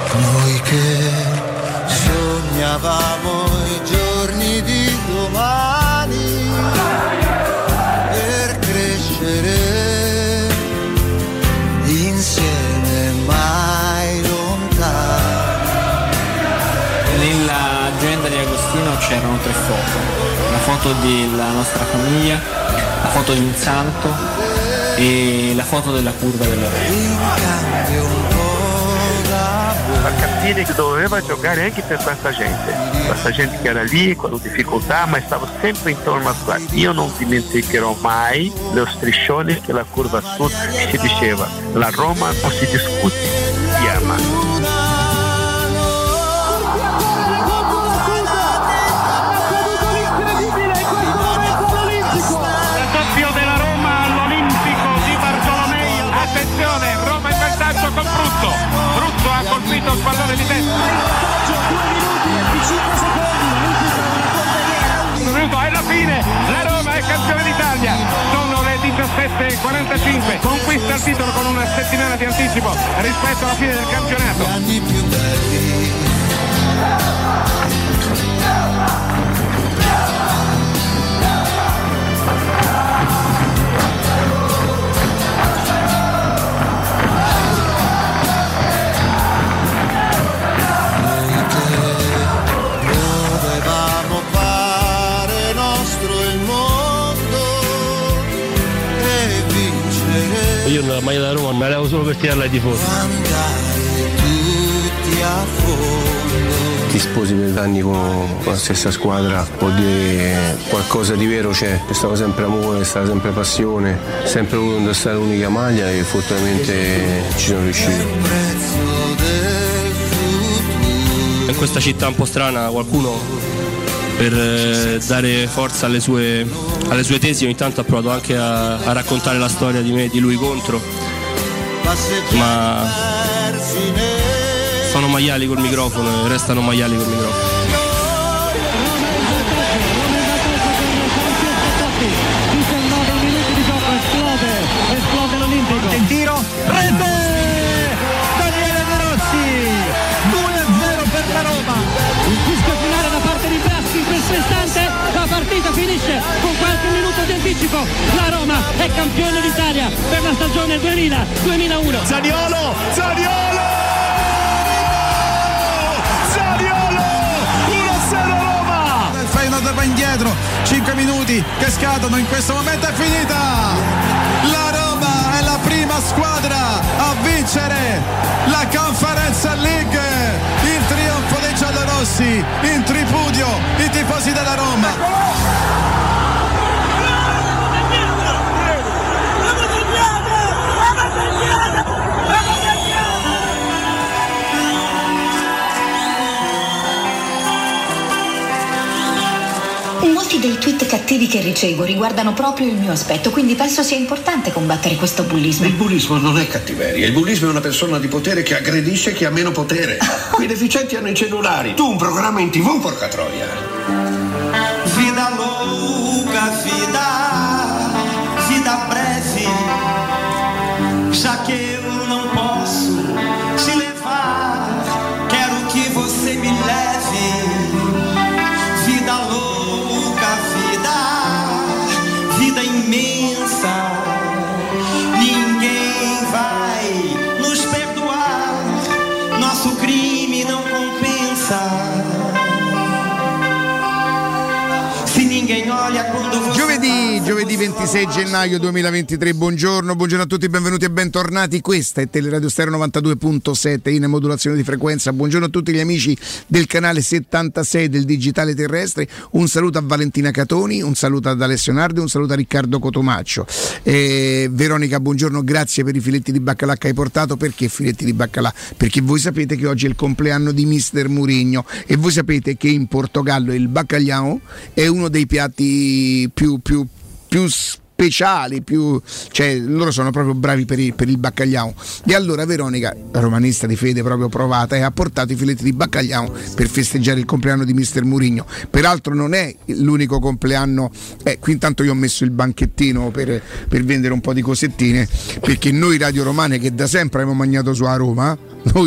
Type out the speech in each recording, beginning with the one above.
Noi che sognavamo i giorni di domani per crescere insieme mai lontani. Nell'agenda di Agostino c'erano 3 foto: la foto della nostra famiglia, la foto di un santo e la foto della curva della Roma. Far capire che doveva giocare anche per questa gente che era lì con le difficoltà, ma stava sempre intorno a qua. Io non dimenticherò mai lo striscione che la curva sud si diceva: la Roma non si discute, si ama. Ha colpito il pallone di testa. 2 minuti e alla fine la Roma è campione d'Italia. Sono le 17:45. Conquista il titolo con una settimana di anticipo rispetto alla fine del campionato. Gli anni più belli. Io la maglia da Roma me la levo solo per tirarla ai tifosi. Ti sposi per anni con la stessa squadra, vuol dire qualcosa di vero c'è, c'è stato sempre amore, c'è stata sempre passione, sempre voluto indossare l'unica maglia e fortunatamente ci sono riuscito. In questa città un po' strana qualcuno, per dare forza alle sue tesi, ogni tanto ha provato anche a raccontare la storia di me e di lui contro, ma sono maiali col microfono e restano maiali col microfono. Esplode l'Olimpico. Il tiro, rete! Daniele De Rossi, 2-0 per la Roma. Il fischio finale da parte di Braschi. In questo istante la partita finisce con qualche minuto di anticipo. La Roma è campione d'Italia per la stagione 2000-2001. Zaniolo 1-0 Roma. Il Feyenoord va indietro, 5 minuti che scadono, in questo momento è finita. La Roma è la prima squadra a vincere la Conference League. Il trionfo dei giallorossi, in tripudio i tifosi della Roma. Molti dei tweet cattivi che ricevo riguardano proprio il mio aspetto, quindi penso sia importante combattere questo bullismo. Il bullismo non è cattiveria, il bullismo è una persona di potere che aggredisce chi ha meno potere. Quei deficienti hanno i cellulari, tu un programma in TV, porca troia. Vida louca, vida breve, já que eu não posso te levar, quero que você me leve. Vida louca, vida immensa, ninguém vai nos perdoar, nosso crime não compensa. Giovedì 26 gennaio 2023, buongiorno a tutti, benvenuti e bentornati. Questa è Teleradio Stereo 92.7 in modulazione di frequenza. Buongiorno a tutti gli amici del canale 76 del digitale terrestre. Un saluto a Valentina Catoni, un saluto ad Alessio Nardi, un saluto a Riccardo Cotomaccio. Veronica, buongiorno, grazie per i filetti di baccalà che hai portato. Perché filetti di baccalà? Perché voi sapete che oggi è il compleanno di Mister Mourinho e voi sapete che in Portogallo il bacalhau è uno dei piatti più speciali, cioè loro sono proprio bravi per il baccagliao. E allora Veronica, romanista di fede proprio provata, ha portato i filetti di baccagliao per festeggiare il compleanno di Mister Mourinho. Peraltro non è l'unico compleanno, qui intanto io ho messo il banchettino per vendere un po' di cosettine, perché noi Radio Romane, che da sempre abbiamo mangiato su a Roma,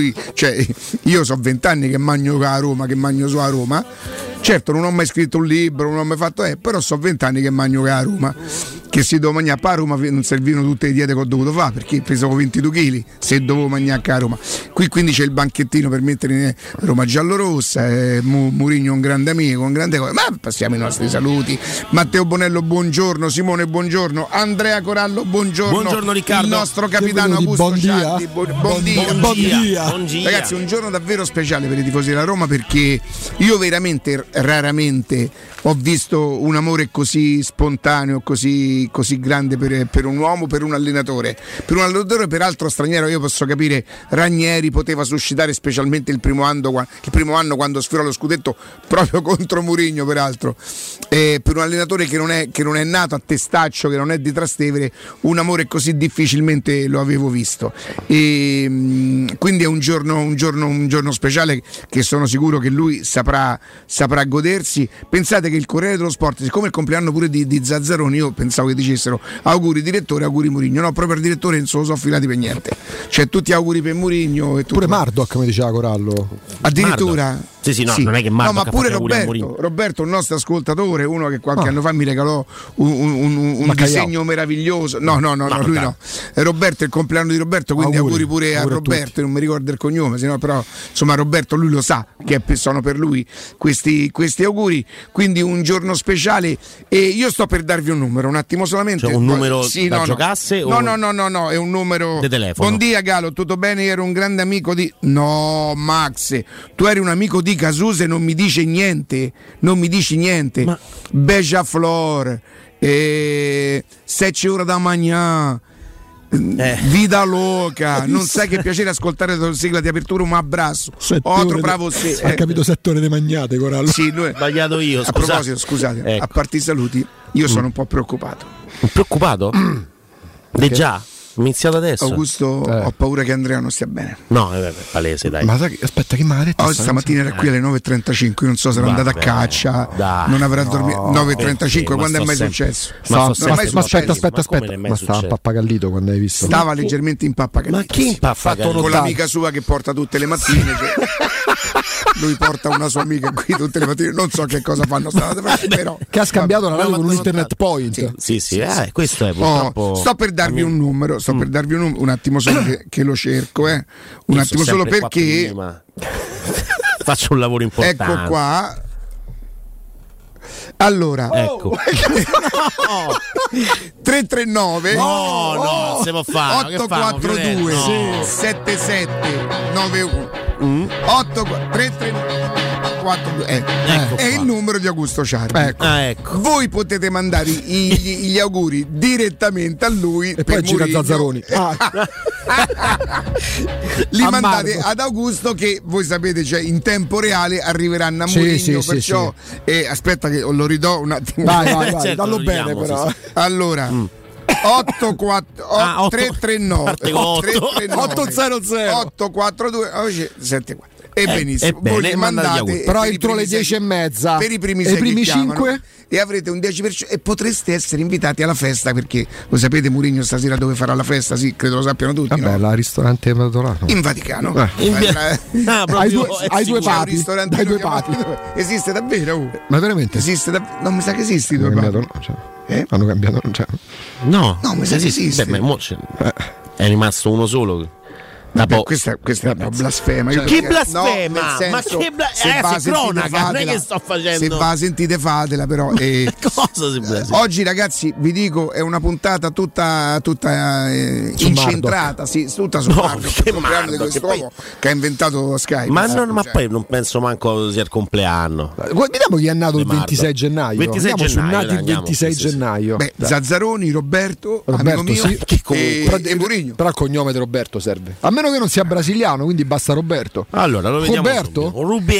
io so 20 anni che mangio a Roma, che mangio su a Roma. Certo, non ho mai scritto un libro, non ho mai fatto, però so 20 anni che mangio a Roma, che se devo mangiare a Roma non servivano tutte le diete che ho dovuto fare, perché pesavo 22 kg se dovevo mangiare a Roma. Qui quindi c'è il banchettino per mettere in Roma giallorossa, Mourinho un grande amico, un grande cosa. Ma passiamo i nostri saluti. Matteo Bonello, buongiorno. Simone, buongiorno. Andrea Corallo, buongiorno. Buongiorno Riccardo. Il nostro capitano Augusto Cialdi, buon dia. Ragazzi, un giorno davvero speciale per i tifosi della Roma, perché io veramente raramente ho visto un amore così spontaneo, così grande per un uomo, per un allenatore peraltro straniero. Io posso capire, Ranieri poteva suscitare, specialmente il primo anno quando sfiorò lo scudetto proprio contro Mourinho, peraltro, per un allenatore che non è nato a Testaccio, che non è di Trastevere, un amore così difficilmente lo avevo visto. E quindi è un giorno speciale che sono sicuro che lui saprà godersi. Pensate che il Corriere dello Sport, siccome il compleanno pure di Zazzaroni, io pensavo che dicessero auguri direttore, auguri Mourinho. No, proprio il direttore non se lo sono filati per niente, cioè tutti auguri per Mourinho e tutto. Pure Murdoch, come diceva Corallo, addirittura. Sì, non è che Murdoch, no, ma pure Roberto, un nostro ascoltatore, uno che qualche anno fa mi regalò un disegno meraviglioso. No, lui no. Roberto, il compleanno di Roberto, quindi auguri pure a Roberto, non mi ricordo il cognome, sennò, però insomma Roberto lui lo sa che sono per lui questi auguri, quindi un giorno speciale. E io sto per darvi un numero, un attimo solamente. Cioè un numero da giocasse? No, è un numero di telefono. Buon dia Galo, tutto bene? Io ero un grande amico di... No, Max, tu eri un amico di Casuse, non mi dici niente. Ma... Beja Flor, 7 ore da mangiare, Vida Loca, non sai che piacere ascoltare la sigla di apertura, un abbraccio. Bravo se ha capito 7 ore di magnate, Corallo. Sì, lui... sbagliato io, A proposito, scusate, ecco. A parte i saluti, io sono un po' preoccupato. Preoccupato? Già? Iniziato adesso. Augusto, ho paura che Andrea non stia bene. No, è palese, dai. Ma aspetta, che mi ha detto? Stamattina era qui alle 9.35. Io non so se era andato a caccia, non avrà dormito. 9.35, quando è mai successo? Ma aspetta. Ma stava impappagallito quando hai visto? Stava leggermente impappagallito. Ma chi impappagallito? Con l'amica sua che porta tutte le mattine. Lui porta una sua amica qui tutte le mattine. Non so che cosa fanno stamattina, però. Che ha scambiato la radio con un internet point. Sì, questo è purtroppo. Sto per darvi un numero. Un attimo solo che lo cerco, un attimo solo perché faccio un lavoro importante. Ecco qua. Allora, ecco. 339 no, se può fare 842 7791 84332 è il numero di Augusto Ciardi. Ecco. Voi potete mandare gli auguri direttamente a lui e poi gira Zazzaroni. Li mandate ad Augusto, che voi sapete, cioè, in tempo reale arriveranno a Mourinho, perciò aspetta che lo ridò un attimo. Vai, certo, dallo bene però. Allora 339 800 842 74. E benissimo, voi li mandate però entro le 10:30 per i primi 5 e avrete un 10% e potreste essere invitati alla festa, perché lo sapete Mourinho stasera dove farà la festa? Sì, credo lo sappiano tutti. Vabbè, no? Al ristorante Medolano in Vaticano. Ai due papi. Esiste davvero? Ma veramente? Esiste non mi sa che esiste due papi. Hanno cambiato, no, mi sa che esiste. È rimasto uno solo. Questa è una blasfema. Chi blasfema? No, ma che cronaca, non è che sto facendo. Se va sentite fatela, però. Cosa si blasfema? Oggi, ragazzi, vi dico, è una puntata tutta incentrata, tutta su Murdoch, il compleanno di quest'uomo che ha inventato Skype. Ma poi non penso manco sia il compleanno. Vediamo chi è nato il 26 gennaio. 26 gennaio. Nati il 26 gennaio. Zazzaroni, Roberto, amico mio, e Mourinho. Però il cognome di Roberto serve. A meno che non sia brasiliano, quindi basta Roberto. Allora lo vediamo. Roberto?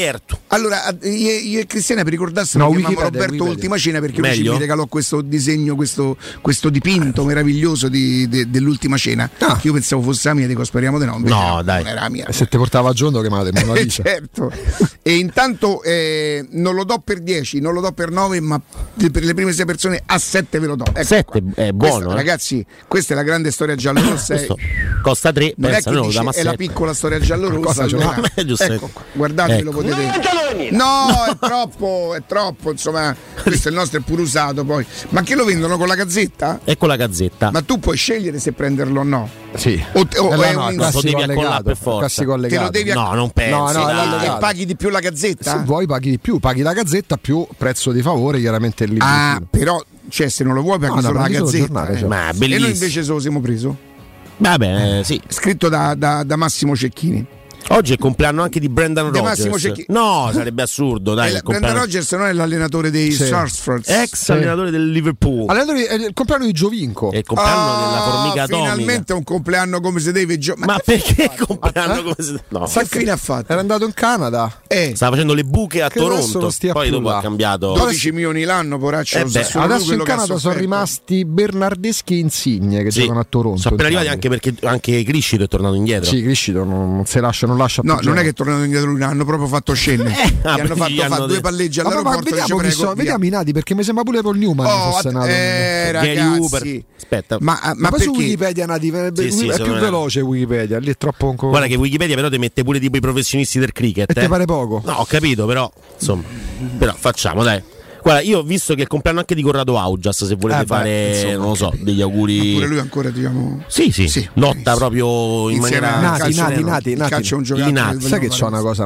Allora, io e Cristiana per ricordassero che chiamavamo Roberto Ultima Cena perché lui mi regalò questo disegno, questo dipinto meraviglioso dell'Ultima Cena. Che io pensavo fosse la mia, dico speriamo di no. No, dai. Non era la mia. E se te portava a giorno chiamate Mona Lisa. Certo. E intanto non lo do per 10, non lo do per 9, ma per le prime 6 persone a 7 ve lo do. Ecco 7 è buono. Ragazzi, questa è la grande storia giallorossa. Costa 3, non è che dice, è la piccola storia giallorossa. Ecco, guardatevi, lo potete. No, è troppo, insomma, questo è il nostro, è pure usato poi. Ma che lo vendono con la gazzetta? È con la gazzetta. Ma tu puoi scegliere se prenderlo o no? Sì. O è un lo devi accollare per forza. Te lo devi no, non pensi. E paghi di più la gazzetta? Se vuoi paghi di più, paghi la gazzetta più prezzo di favore, chiaramente lì. Però, cioè, se non lo vuoi paghi solo la gazzetta. Ma e bellissimo. noi invece se lo siamo preso? Vabbè, sì. Scritto da Massimo Cecchini. Oggi è il compleanno anche di Brendan Rodgers. No, sarebbe assurdo, dai. Brendan Rodgers non è l'allenatore dei Sarsfield, allenatore del Liverpool. È il compleanno di Giovinco. È il compleanno della formica atomica. Finalmente un compleanno come se deve Ma perché il compleanno come se no? Che fine ha fatto? Era andato in Canada. Stava facendo le buche a Toronto. Poi dopo ha cambiato 12 milioni l'anno, poraccio. Adesso in Canada sono rimasti Bernardeschi e Insigne che giocano a Toronto. Sono appena arrivati anche perché anche Criscito è tornato indietro. Sì, Criscito non lascia no, non è che è tornato indietro lui, hanno proprio fatto scendere. Gli hanno fatto fare 2 palleggi all'aeroporto. Vediamo i nati, perché mi sembra pure Paul Newman fosse nato. Ragazzi, aspetta. Ma poi su Wikipedia nati è più veloce Wikipedia, lì è troppo Guarda che Wikipedia però ti mette pure tipo i professionisti del cricket. E te pare poco? No, ho capito, però insomma. Però facciamo, dai. Guarda, io ho visto che è il compleanno anche di Corrado Augias, se volete fare, insomma, non lo so, degli auguri. Ma pure lui ancora, diciamo. Sì. Lotta proprio in maniera nati. Calcio è un giocatore. Sai che c'è una cosa,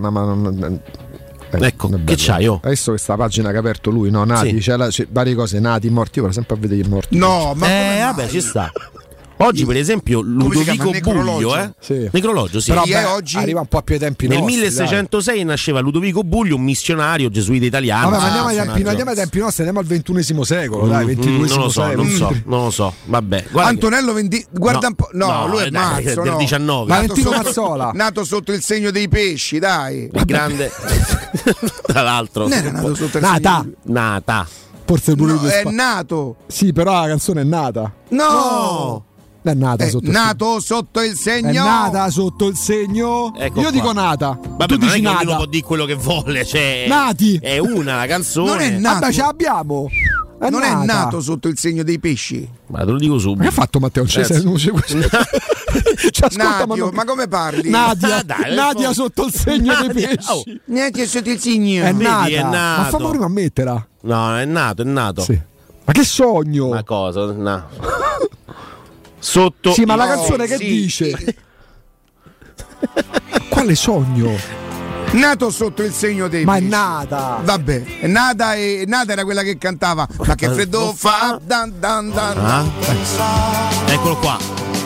ecco, che c'hai? Adesso questa pagina che ha aperto lui, no? Nati, c'è varie cose, nati, morti, io vado sempre a vedere i morti. No, ma vabbè, ci sta. Oggi per esempio Ludovico Buglio, necrologio, sì. Però oggi arriva un po' più ai tempi nel nostri. Nel 1606 nasceva Ludovico Buglio, un missionario gesuita italiano. Vabbè, ma andiamo ai tempi nostri, andiamo al XXI secolo, dai, XXI secolo. Non lo so, vabbè. Guarda Antonello guarda un po'. No, lui è Mazzo, del 19. Valentino Mazzola. Nato sotto il segno dei pesci, dai. Il grande. Tra l'altro. Non era nato sotto il segno. Nata. Forse pure lui è nato. Sì, però la canzone è nata. No. È nata sotto il segno. È nata sotto il segno. Ecco io qua. Dico nata. Vabbè, tu dici nata. Ognuno può dire quello che vuole. Cioè, nati. È una la canzone. Non è nato. Vabbè, ce l'abbiamo. Non è nato sotto il segno dei pesci. Ma te lo dico subito. Ma che ha fatto Matteo? Nadio, ma come parli? Nadia sotto il segno dei pesci. Nadia sotto il segno. È nata. Ma fammi prima ammetterla. No, è nato. Sì. Ma che sogno? Ma cosa? No. Sotto. Sì, ma la canzone che dice? Quale sogno? Nato sotto il segno dei Ma pesci. È nata. Vabbè, è nata era quella che cantava. Ma che freddo fa. Eccolo qua.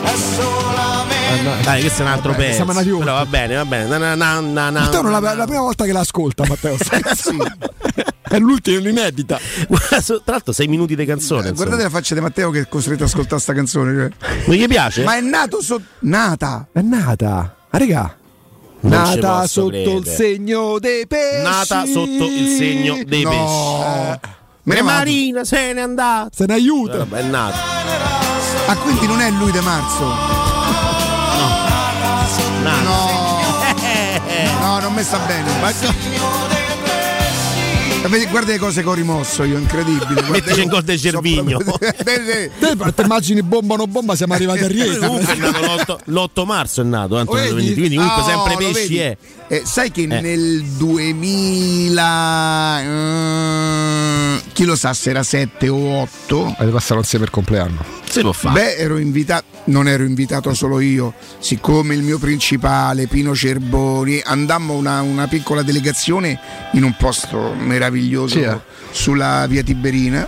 Dai, questo è un altro pezzo. Però va bene. Matteo non la prima volta che l'ascolta, Matteo. Sì. È l'ultima, inedita. Tra l'altro 6 minuti di canzone. Guardate la faccia di Matteo che è costretto ad ascoltare sta canzone. Non gli piace? Ma è nato nata. È nata. Raga. Nata sotto il segno dei pesci. Nata sotto il segno dei pesci. Marina se n'è andata. Se ne aiuta. È nato. Ah, quindi non è lui De Marzo? No, non mi sta bene. Guarda le cose che ho rimosso io, incredibile. Mettici in gol del Cervigno. Te immagini bomba o non bomba, siamo arrivati a Rieti. Comunque è nato l'8 marzo è nato, quindi comunque sempre pesci è. Sai che nel 2000 chi lo sa se era 7 o 8 passato insieme il compleanno. Si può fare. Beh, ero invitato, non ero invitato solo io, siccome il mio principale Pino Cerboni, andammo una piccola delegazione in un posto meraviglioso sulla via Tiberina.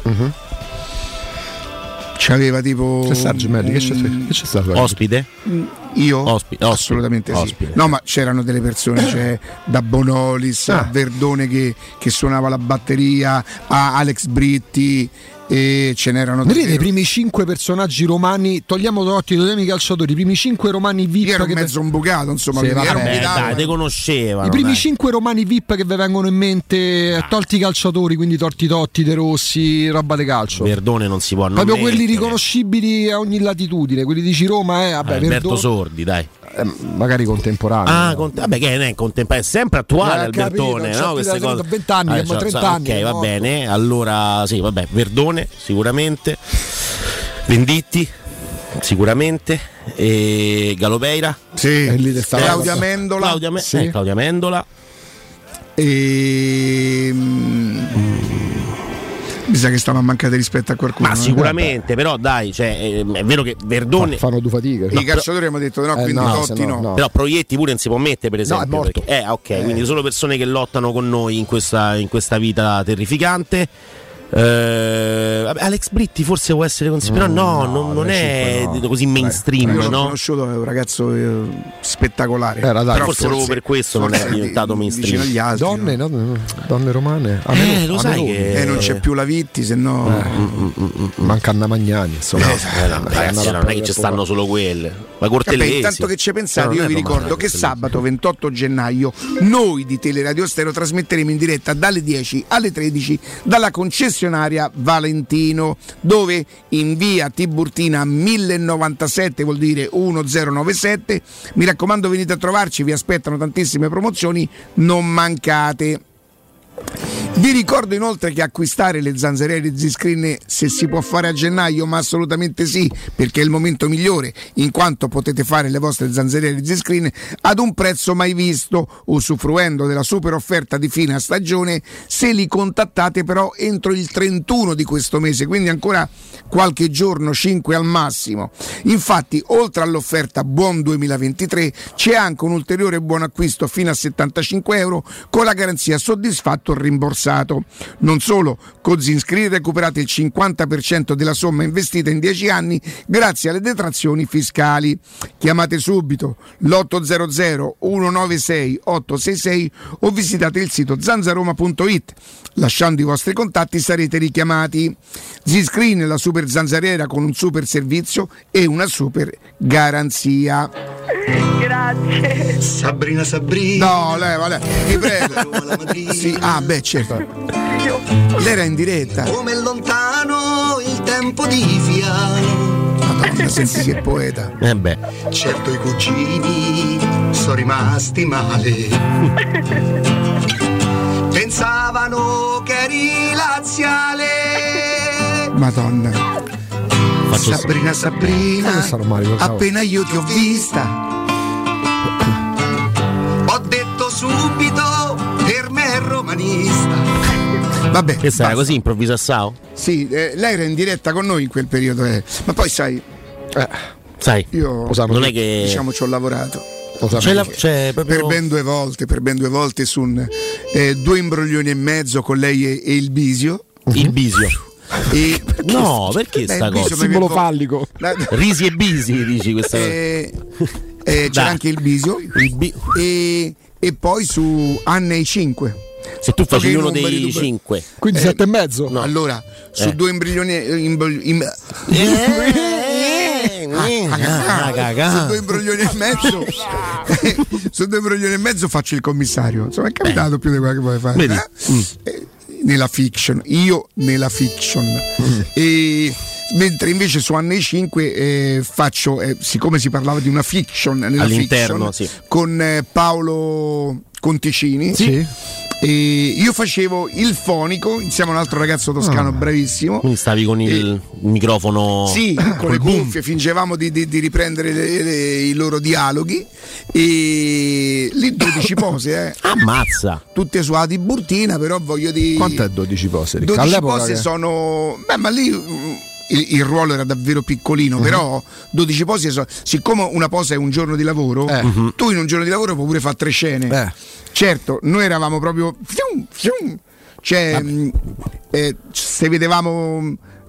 C'aveva tipo che c'è stato? Ospite? Io? Assolutamente ospite. Sì. No, ma c'erano delle persone, c'è da Bonolis a Verdone che suonava la batteria, a Alex Britti, e ce n'erano vedete i primi 5 personaggi romani, togliamo Totti, togliamo i calciatori, i primi 5 romani VIP io ero che mezzo imbucato, insomma, sì, dai, te conoscevano, i primi dai. 5 romani VIP che vi vengono in mente, tolti i calciatori, quindi torti Totti, De Rossi, roba di calcio. Verdone non si può non proprio mettere. Quelli riconoscibili a ogni latitudine, quelli di Roma vabbè, Alberto Sordi, dai. Magari contemporaneo. Vabbè, che non è contemporaneo, è sempre attuale Albertone, no? Queste cose. 20 anni, 30 anni. Ok, va bene. Allora, sì, vabbè, Verdone sicuramente. Venditti sicuramente, e Galopeira, sì, Claudia Mendola, Claudia Mendola e mi sa che stava a mancare rispetto a qualcuno. Ma sicuramente, però dai, cioè, è vero che Verdone fanno due fatiche. I calciatori abbiamo detto no, quindi Totti no. Però Proietti pure non si può mettere, per esempio. No, perché, ok, quindi solo persone che lottano con noi in questa vita terrificante. Alex Britti forse può essere considerato, però non è così mainstream. Io l'ho no? conosciuto, è un ragazzo spettacolare. Però forse proprio per questo non è diventato mainstream. Agli altri, donne romane. Lo sai che non c'è più la Vitti, se no manca Anna Magnani. Insomma, ragazzi, non è che ci stanno solo quelle. Ma Cortellesi. Intanto che ci pensate, io vi ricordo che sabato 28 gennaio noi di Teleradio Stereo trasmetteremo in diretta dalle 10 alle 13 dalla concessionaria Valentino, dove in via Tiburtina 1097, vuol dire 1097. Mi raccomando, venite a trovarci, vi aspettano tantissime promozioni, non mancate. Vi ricordo inoltre che acquistare le zanzariere Z-Screen se si può fare a gennaio, ma assolutamente sì, perché è il momento migliore, in quanto potete fare le vostre zanzariere Z-Screen ad un prezzo mai visto, usufruendo della super offerta di fine stagione se li contattate però entro il 31 di questo mese, quindi ancora qualche giorno, 5 al massimo. Infatti, oltre all'offerta Buon 2023 c'è anche un ulteriore buon acquisto fino a €75 con la garanzia soddisfatto o rimborsato. Non solo, con Z-Screen recuperate il 50% della somma investita in 10 anni grazie alle detrazioni fiscali. Chiamate subito l'800 196 866 o visitate il sito zanzaroma.it. Lasciando i vostri contatti sarete richiamati. Z-Screen, la super zanzariera con un super servizio e una super garanzia. Grazie. Sabrina. No, lei, ti prego. Sì, beh, certo. Lei era in diretta. Come lontano il tempo di Fiano. Madonna, senti che poeta. Beh. Certo i cugini sono rimasti male. Pensavano che eri laziale. Madonna. Sabrina, appena io ti ho vista, ho detto subito, per me è romanista. Vabbè, questa era così improvvisassao? Sì, lei era in diretta con noi in quel periodo, ma poi sai, io non è che diciamo ci ho lavorato. C'è proprio... per ben due volte su due imbroglioni e mezzo con lei e il Bisio. Il Bisio. No, perché sta cosa? Simbolo fallico. Risi e Bisi, dici questa c'era anche il Bisio e poi su Anne e 5. Se tu facevi uno dei 5, quindi 7 e mezzo. No. Allora, su due imbriglioni su due imbroglioni e mezzo faccio il commissario. Insomma, è capitato più di quello che vuoi fare. Nella fiction, e mentre invece su Anne 5 faccio, siccome si parlava di una fiction nella all'interno, fiction, con Paolo Conticini, e io facevo il fonico insieme a un altro ragazzo toscano bravissimo. Quindi stavi con il microfono, con le cuffie, fingevamo di riprendere i loro dialoghi, e lì 12 pose ammazza, tutte su Tiburtina, però voglio dire, quant'è 12 pose? 12 pose sono, ma lì il ruolo era davvero piccolino, però 12 pose siccome una posa è un giorno di lavoro, tu in un giorno di lavoro puoi pure fare 3 scene. Certo, noi eravamo proprio cioè se vedevamo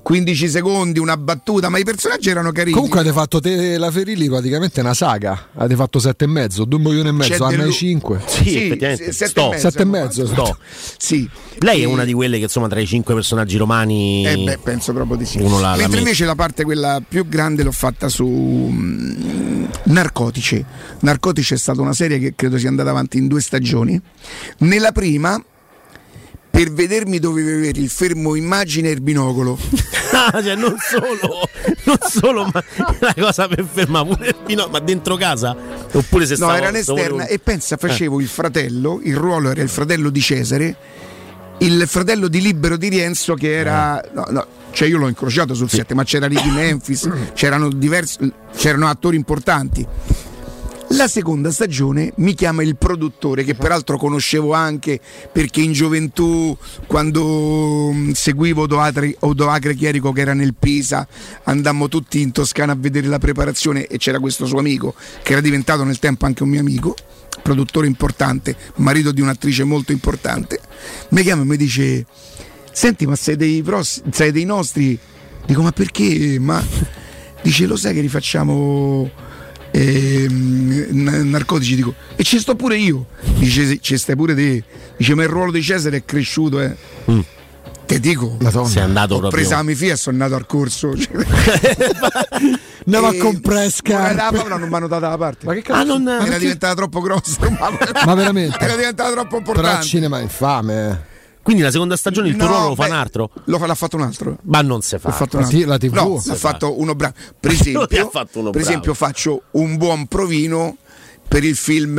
15 secondi, una battuta, ma i personaggi erano carini. Comunque avete fatto la Ferilli praticamente una saga. Avete fatto 7,5, 2,5 milioni, Anna 5. Sì, effettivamente. 7,5. Sì. Lei è una di quelle che insomma tra i 5 personaggi romani. Penso proprio di sì. Mentre invece la parte quella più grande l'ho fatta su Narcotici. Narcotici è stata una serie che credo sia andata avanti in 2 stagioni. Nella prima, per vedermi dovevo avere il fermo immagine e il binocolo. Cioè non solo, ma la cosa per fermare pure il binocolo, ma dentro casa? Oppure se No, era un'esterna e pensa, facevo il fratello, il ruolo era il fratello di Cesare, il fratello di Libero di Rienzo che era cioè io l'ho incrociato sul set, ma c'era Ricky Memphis, c'erano attori importanti. La seconda stagione mi chiama il produttore, che peraltro conoscevo anche perché in gioventù, quando seguivo Odoacre Chierico che era nel Pisa, andammo tutti in Toscana a vedere la preparazione e c'era questo suo amico che era diventato nel tempo anche un mio amico, produttore importante, marito di un'attrice molto importante. Mi chiama e mi dice: senti, ma sei dei nostri? Dico: ma perché? Ma dice: lo sai che rifacciamo Narcotici? Dico: e ci sto pure io. Dice: ci stai pure te. Dice: ma il ruolo di Cesare è cresciuto, Te dico, sei andato ho preso la mia figlia e sono andato al corso. Andiamo a comprare scarpe. La Paola non mi hanno data la parte. Ma che cazzo? Era diventata troppo grossa. Ma veramente? Era diventata troppo importante. Però il cinema è infame. Quindi la seconda stagione il tuo ruolo lo fa un altro? L'ha fatto un altro. Ma non si fa. La TV? No, l'ha fatto uno bravo. Per esempio, faccio un buon provino per il film.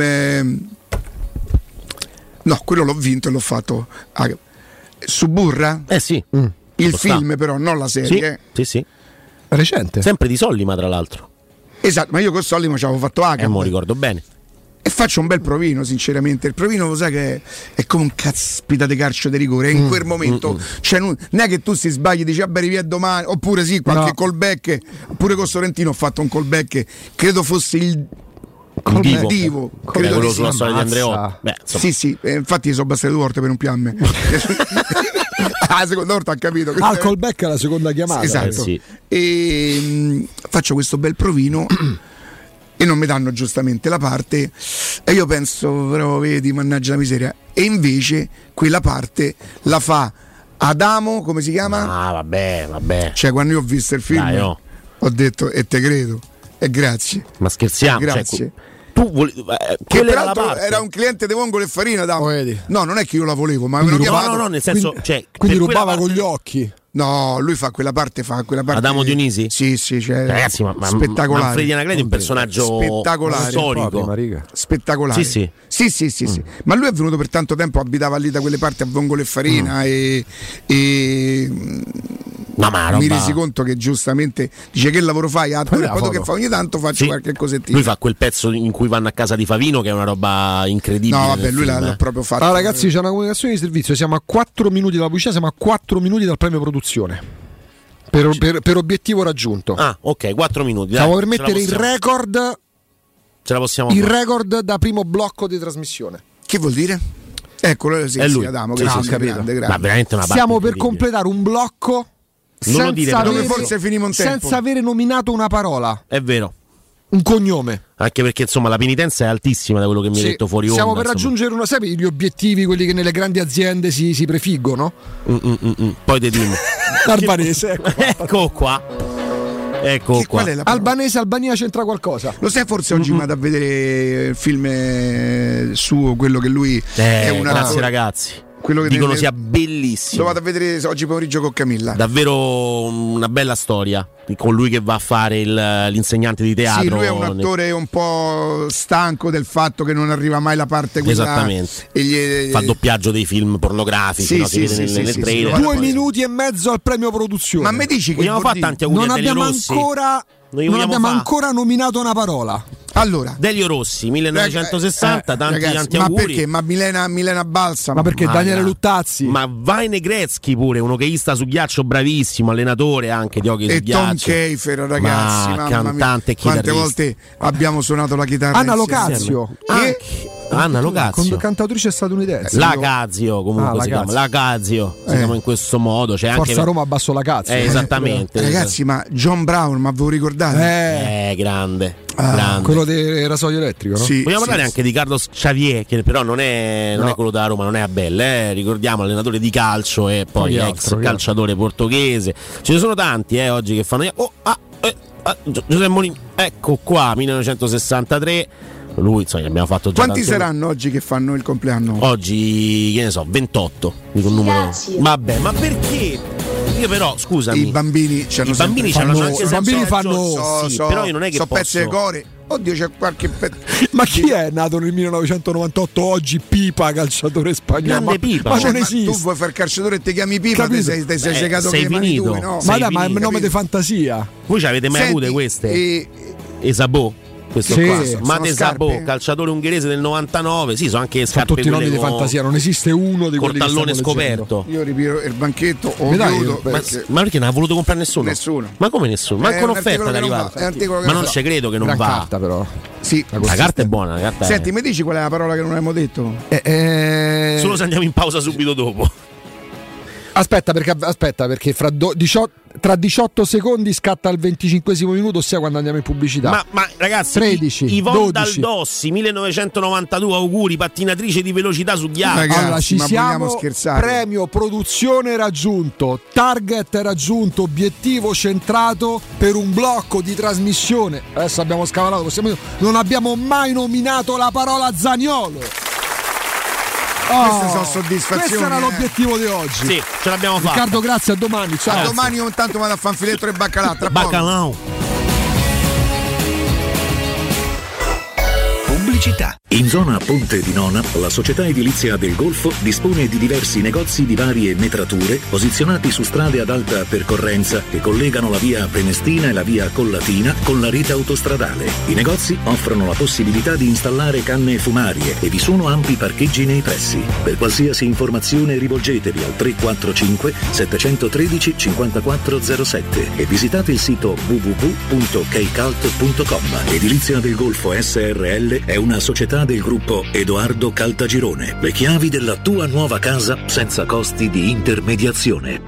No, quello l'ho vinto e l'ho fatto. Suburra? Sì. Il film, però, non la serie. Sì. Recente. Sempre di Sollima, tra l'altro. Esatto, ma io con Sollima ci avevo fatto H. Mo ricordo bene. E faccio un bel provino, sinceramente. Il provino, lo sai che è come un caspita di calcio di rigore. In quel momento, cioè, non è che tu si sbagli e dici: vabbè, via domani. Oppure sì, qualche callback. Oppure con Sorrentino ho fatto un callback. Credo fosse il Divo. Quello sulla storia di Andreotti. Sì. Infatti sono bastate 2 volte per un piamme. La seconda volta ha capito. Il callback è la seconda chiamata. Esatto. E faccio questo bel provino. E non mi danno giustamente la parte e io penso: però vedi, mannaggia la miseria. E invece quella parte la fa Adamo, come si chiama? Ah, vabbè. Cioè, quando io ho visto il film, ho detto: e te credo, e grazie. Ma scherziamo? Grazie. Tu che peraltro era un cliente di Vongole e Farina, Adamo. No, non è che io la volevo, ma avevano chiamato. No, nel senso, quindi rubava con gli occhi. No, lui fa quella parte. Adamo Dionisi? Sì, cioè, ragazzi, ma spettacolare. Manfredi Anacleto è un personaggio spettacolare, storico. Spettacolare. Sì. Ma lui è venuto per tanto tempo, abitava lì da quelle parti a Vongole e Farina e mi resi conto che giustamente dice: che lavoro fai? Poi che fa ogni tanto faccio qualche cosettina. Lui fa quel pezzo in cui vanno a casa di Favino, che è una roba incredibile. No, vabbè, lui l'ha proprio fatto. Allora, ragazzi, c'è una comunicazione di servizio. Siamo a 4 minuti dalla pubblicità, siamo a 4 minuti dal premio produzione. Per obiettivo raggiunto. Ah, ok, 4 minuti. Stiamo per mettere il record. Ce la possiamo il fare. Record da primo blocco di trasmissione. Che vuol dire? Eccolo, sì, è lui. Adamo, grande. Ma veramente una Stiamo per completare un blocco forse finimo un tempo senza avere nominato una parola. È vero. Un cognome. Anche perché insomma la penitenza è altissima, da quello che mi hai detto fuori onda. Stiamo per raggiungere sai, gli obiettivi, quelli che nelle grandi aziende si prefiggono. Poi te dimmi. Albanese. Ecco qua. Albanese, Albania c'entra qualcosa. Lo sai, forse oggi vado a vedere il film suo, quello che lui è una. Grazie ragazzi. Quello che dicono sia bellissimo. Lo vado a vedere oggi pomeriggio con Camilla. Davvero una bella storia, con lui che va a fare l'insegnante di teatro. Sì, lui è un attore un po' stanco del fatto che non arriva mai la parte quella. Esattamente. Fa doppiaggio dei film pornografici, si vede nel trailer. 2 minuti e mezzo al premio produzione. Ma mi dici che tanti auguri non abbiamo ancora nominato una parola. Allora, Delio Rossi, 1960, tanti auguri. Ma perché? Ma Milena Balsa? Ma perché Daniele Luttazzi? Ma Vajne Gretzky pure, un hockeyista su ghiaccio bravissimo, allenatore anche di hockey su ghiaccio. E Tom Keifer, ragazzi, cantante e quante volte abbiamo suonato la chitarra? Anna Locazio. Anna Locazio, cantautrice statunitense. Lacazio comunque si chiama. Lacazio si chiama in questo modo. C'è Forza anche Roma basso Lacazio. Esattamente. Ragazzi, ma John Brown, ma ve lo ricordate? Grande. Quello del rasoio elettrico, no? Sì, vogliamo parlare anche di Carlos Xavier, che però non è quello da Roma, non è Abel, ricordiamo, allenatore di calcio e poi ex calciatore portoghese. Ce ne sono tanti oggi che fanno Giuseppe Molini, ecco qua, 1963. Lui, insomma, abbiamo fatto già. Quanti saranno oggi che fanno il compleanno? Oggi, che ne so, 28. Dico un numero. Vabbè, ma perché? Io però, scusami. I bambini fanno anche i bambini fanno però io non è che posso. Pezzi di core. Oddio, c'è qualche Ma chi è nato nel 1998 oggi Pipa, calciatore spagnolo? Pipa. Ma non esiste. Tu vuoi fare il calciatore e ti chiami Pipa, ti sei segato sei finito. Tue, no? Ma è un nome di fantasia. Voi ci avete mai avute queste? Esabò. Questo Mate Sabò, calciatore ungherese del 99. Sì, sono anche scarpe. Sono tutti nomi di fantasia, non esiste uno di quelli Cortallone scoperto. Io ripiro il banchetto, ma perché non ha voluto comprare nessuno? Nessuno. Ma come nessuno? Ma con offerta è arrivata. Ma non ci credo che non va. Carta, però. Sì, la carta è buona. La carta Senti, mi dici qual è la parola che non abbiamo detto? Solo se andiamo in pausa subito dopo. Aspetta, perché tra 18 secondi scatta il 25esimo minuto, ossia quando andiamo in pubblicità. Ma ragazzi, 13, Yvonne 12. Daldossi, 1992, auguri, pattinatrice di velocità su ghiaccio. Ragazzi, allora ci siamo, scherzare. Premio produzione raggiunto, target raggiunto, obiettivo centrato per un blocco di trasmissione. Adesso abbiamo scavalato, non abbiamo mai nominato la parola Zaniolo. Queste sono soddisfazioni. Questo era l'obiettivo di oggi. Sì, ce l'abbiamo fatta. Riccardo, grazie, a domani. Ciao. A domani, intanto vado a fare un filetto e baccalà. Baccalà. Pubblicità. In zona Ponte di Nona, la società edilizia del Golfo dispone di diversi negozi di varie metrature posizionati su strade ad alta percorrenza che collegano la via Prenestina e la via Collatina con la rete autostradale. I negozi offrono la possibilità di installare canne fumarie e vi sono ampi parcheggi nei pressi. Per qualsiasi informazione rivolgetevi al 345 713 5407 e visitate il sito www.keicalt.com. Edilizia del Golfo SRL è una società del gruppo Edoardo Caltagirone. Le chiavi della tua nuova casa senza costi di intermediazione.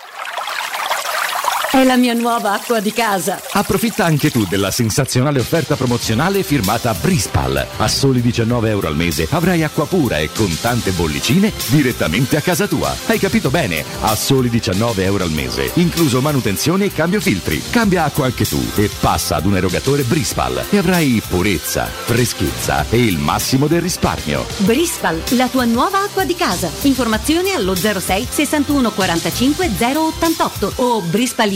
È la mia nuova acqua di casa. Approfitta anche tu della sensazionale offerta promozionale firmata Brispal. A soli €19 al mese avrai acqua pura e con tante bollicine direttamente a casa tua. Hai capito bene? A soli €19 al mese, incluso manutenzione e cambio filtri. Cambia acqua anche tu e passa ad un erogatore Brispal e avrai purezza, freschezza e il massimo del risparmio. Brispal, la tua nuova acqua di casa. Informazioni allo 06 61 45 088 o brispalitalia.it.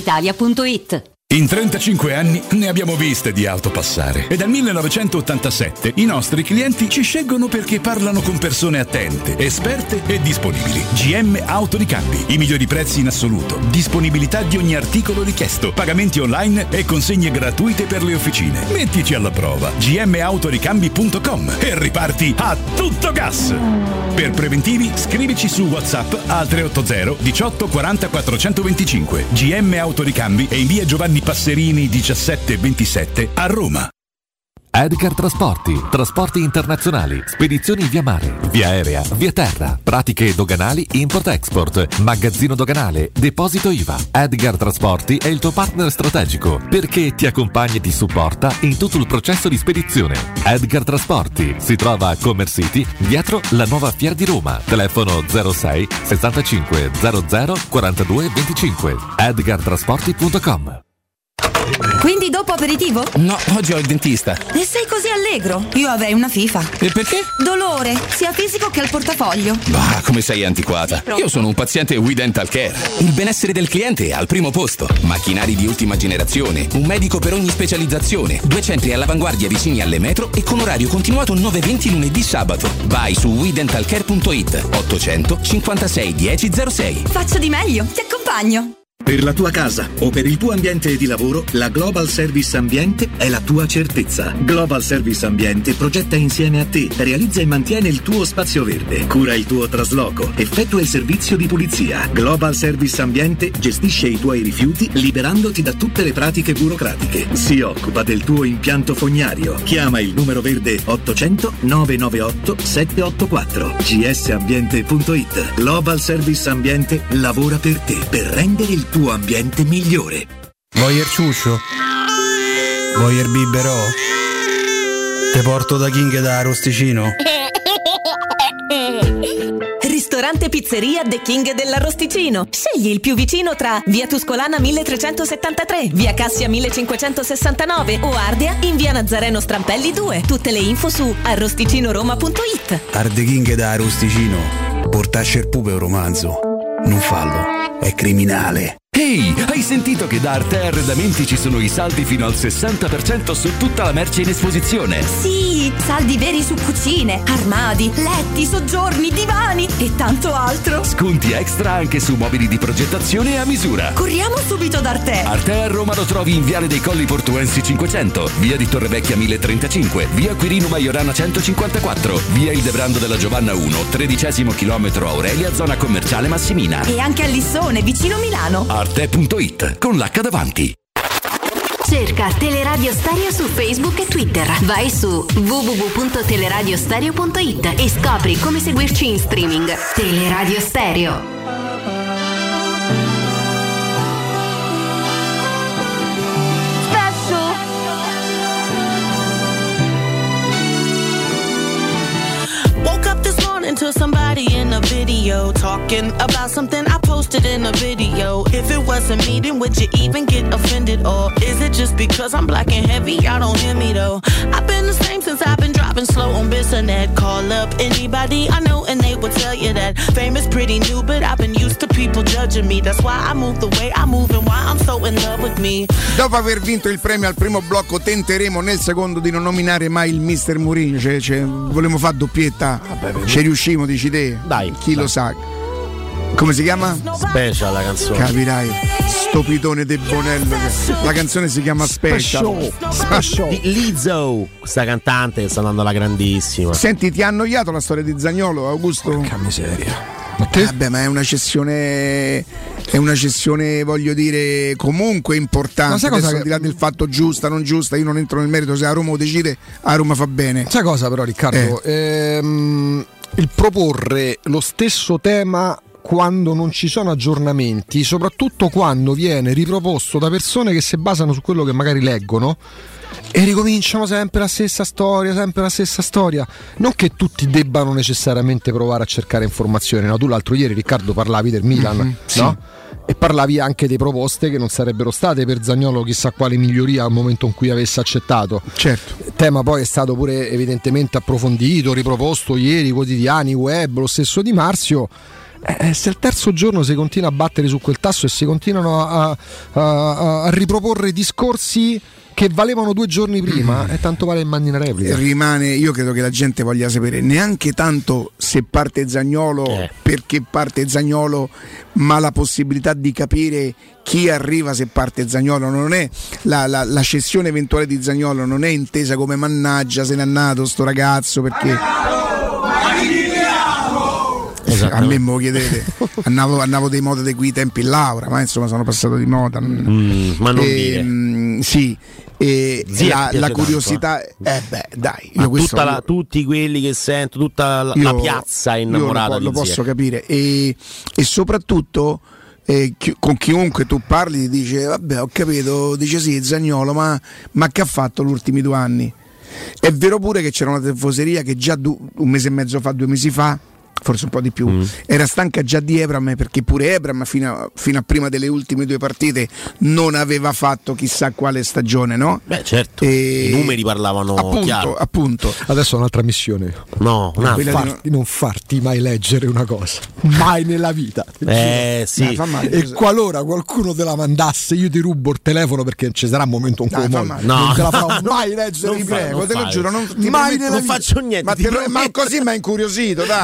In 35 anni ne abbiamo viste di auto passare e dal 1987 i nostri clienti ci scelgono perché parlano con persone attente, esperte e disponibili. GM Autoricambi, i migliori prezzi in assoluto, disponibilità di ogni articolo richiesto, pagamenti online e consegne gratuite per le officine. Mettici alla prova. gmautoricambi.com e riparti a tutto gas. Per preventivi scrivici su WhatsApp al 380 18 40 425. GM Autoricambi e in via Giovanni Passerini 1727 a Roma. Edgar trasporti internazionali, spedizioni via mare, via aerea, via terra, pratiche doganali import-export, magazzino doganale, deposito IVA. Edgar Trasporti è il tuo partner strategico perché ti accompagna e ti supporta in tutto il processo di spedizione. Edgar Trasporti si trova a Commerce City, dietro la nuova Fiera di Roma. Telefono 06 65 00 42 25. edgartrasporti.com. Quindi dopo aperitivo? No, oggi ho il dentista. E sei così allegro? Io avrei una FIFA. E perché? Dolore, sia fisico che al portafoglio. Bah, come sei antiquata. Io sono un paziente We Dental Care. Il benessere del cliente è al primo posto. Macchinari di ultima generazione, un medico per ogni specializzazione, 2 centri all'avanguardia vicini alle metro e con orario continuato 9-20 lunedì sabato. Vai su wedentalcare.it 800 56 10 06. Faccio di meglio, ti accompagno. Per la tua casa o per il tuo ambiente di lavoro, la Global Service Ambiente è la tua certezza. Global Service Ambiente progetta insieme a te, realizza e mantiene il tuo spazio verde, cura il tuo trasloco, effettua il servizio di pulizia. Global Service Ambiente gestisce i tuoi rifiuti liberandoti da tutte le pratiche burocratiche. Si occupa del tuo impianto fognario. Chiama il numero verde 800 998 784. gsambiente.it. Global Service Ambiente lavora per te, per rendere il tuo ambiente migliore. Vuoi il ciuscio? Vuoi il biberò? Te porto da King da Arrosticino? Ristorante Pizzeria The King dell'Arrosticino. Scegli il più vicino tra via Tuscolana 1373, via Cassia 1569 o Ardea in via Nazareno Strampelli 2. Tutte le info su arrosticinoroma.it. Arde King da Arrosticino. Portasce il pupe un romanzo. Non fallo, è criminale. Ehi, hai sentito che da Arte Arredamenti ci sono i saldi fino al 60% su tutta la merce in esposizione? Sì, saldi veri su cucine, armadi, letti, soggiorni, divani e tanto altro. Sconti extra anche su mobili di progettazione a misura. Corriamo subito da Arte. Arte a Roma lo trovi in Viale dei Colli Portuensi 500, via di Torrevecchia 1035, via Quirino Maiorana 154, via Ildebrando della Giovanna 1, 13° chilometro Aurelia, zona commerciale Massimina. E anche a Lissone, vicino Milano. Arte.it con l'H davanti. Cerca Teleradio Stereo su Facebook e Twitter. Vai su www.teleradiostereo.it e scopri come seguirci in streaming. Teleradio Stereo. To somebody in a video talking about something I posted in a video. If it wasn't me, then would you even get offended? Or is it just because I'm black and heavy? Y'all don't hear me though. I've been the same since I've been driving slow on Bissonnet. Call up anybody I know and they will tell you that fame is pretty new, but I've been used to people judging me. That's why I move the way I move and why I'm so in love with me. Dopo aver vinto il premio al primo blocco, tenteremo nel secondo di non nominare mai il Mister Mourinho. Cioè, volevamo fare doppietta. Ci riusciamo, dici te? Dai. Chi lo sa? Come si chiama? Special la canzone. Capirai, stupidone de Bonello. La canzone si chiama Special. Di Lizzo, questa cantante che sta andando alla grandissima. Senti, ti ha annoiato la storia di Zaniolo, Augusto? Porca miseria. Vabbè, ma è una cessione, voglio dire, comunque importante. Adesso, al di là del fatto giusta, non giusta, io non entro nel merito. Se a Roma lo decide, a Roma fa bene. Sai cosa però, Riccardo? Il proporre lo stesso tema quando non ci sono aggiornamenti, soprattutto quando viene riproposto da persone che si basano su quello che magari leggono e ricominciano sempre la stessa storia. Non che tutti debbano necessariamente provare a cercare informazioni, no? Tu l'altro ieri, Riccardo, parlavi del Milan, no? Sì. E parlavi anche di proposte che non sarebbero state per Zaniolo chissà quale miglioria al momento in cui avesse accettato. Certo. Il tema poi è stato pure evidentemente approfondito, riproposto ieri, quotidiani, web, lo stesso Di Marzio. Se al terzo giorno si continua a battere su quel tasto e si continuano a riproporre discorsi che valevano 2 giorni prima, e tanto vale in mandina replica. Rimane, io credo che la gente voglia sapere neanche tanto se parte Zaniolo, perché parte Zaniolo, ma la possibilità di capire chi arriva se parte Zaniolo. Non è la cessione eventuale di Zaniolo non è intesa come mannaggia, se n'è nato sto ragazzo, perché a me me lo chiedete. andavo dei moda di quei tempi in Laura, ma insomma sono passato di moda. Ma non dire. Sì. E la curiosità, dai, io tutti quelli che sento, tutta la piazza è innamorata di lo posso capire, e soprattutto con chiunque tu parli ti dice vabbè, ho capito, dice sì, Zaniolo, ma che ha fatto gli ultimi 2 anni? È vero pure che c'era una tifoseria che già 1 mese e mezzo fa, 2 mesi fa, forse un po' di più, era stanca già di Ebram, perché pure Ebram fino a prima delle ultime 2 partite non aveva fatto chissà quale stagione, no? Beh, certo, i numeri parlavano chiaro. Appunto. Adesso è un'altra missione. Non farti mai leggere una cosa, mai nella vita. Sì. E qualora qualcuno te la mandasse, io ti rubo il telefono, perché ci sarà un momento in cui non te la farò mai leggere, ti prego, te lo giuro, mai non faccio niente. Ma così mi ha incuriosito, dai. E se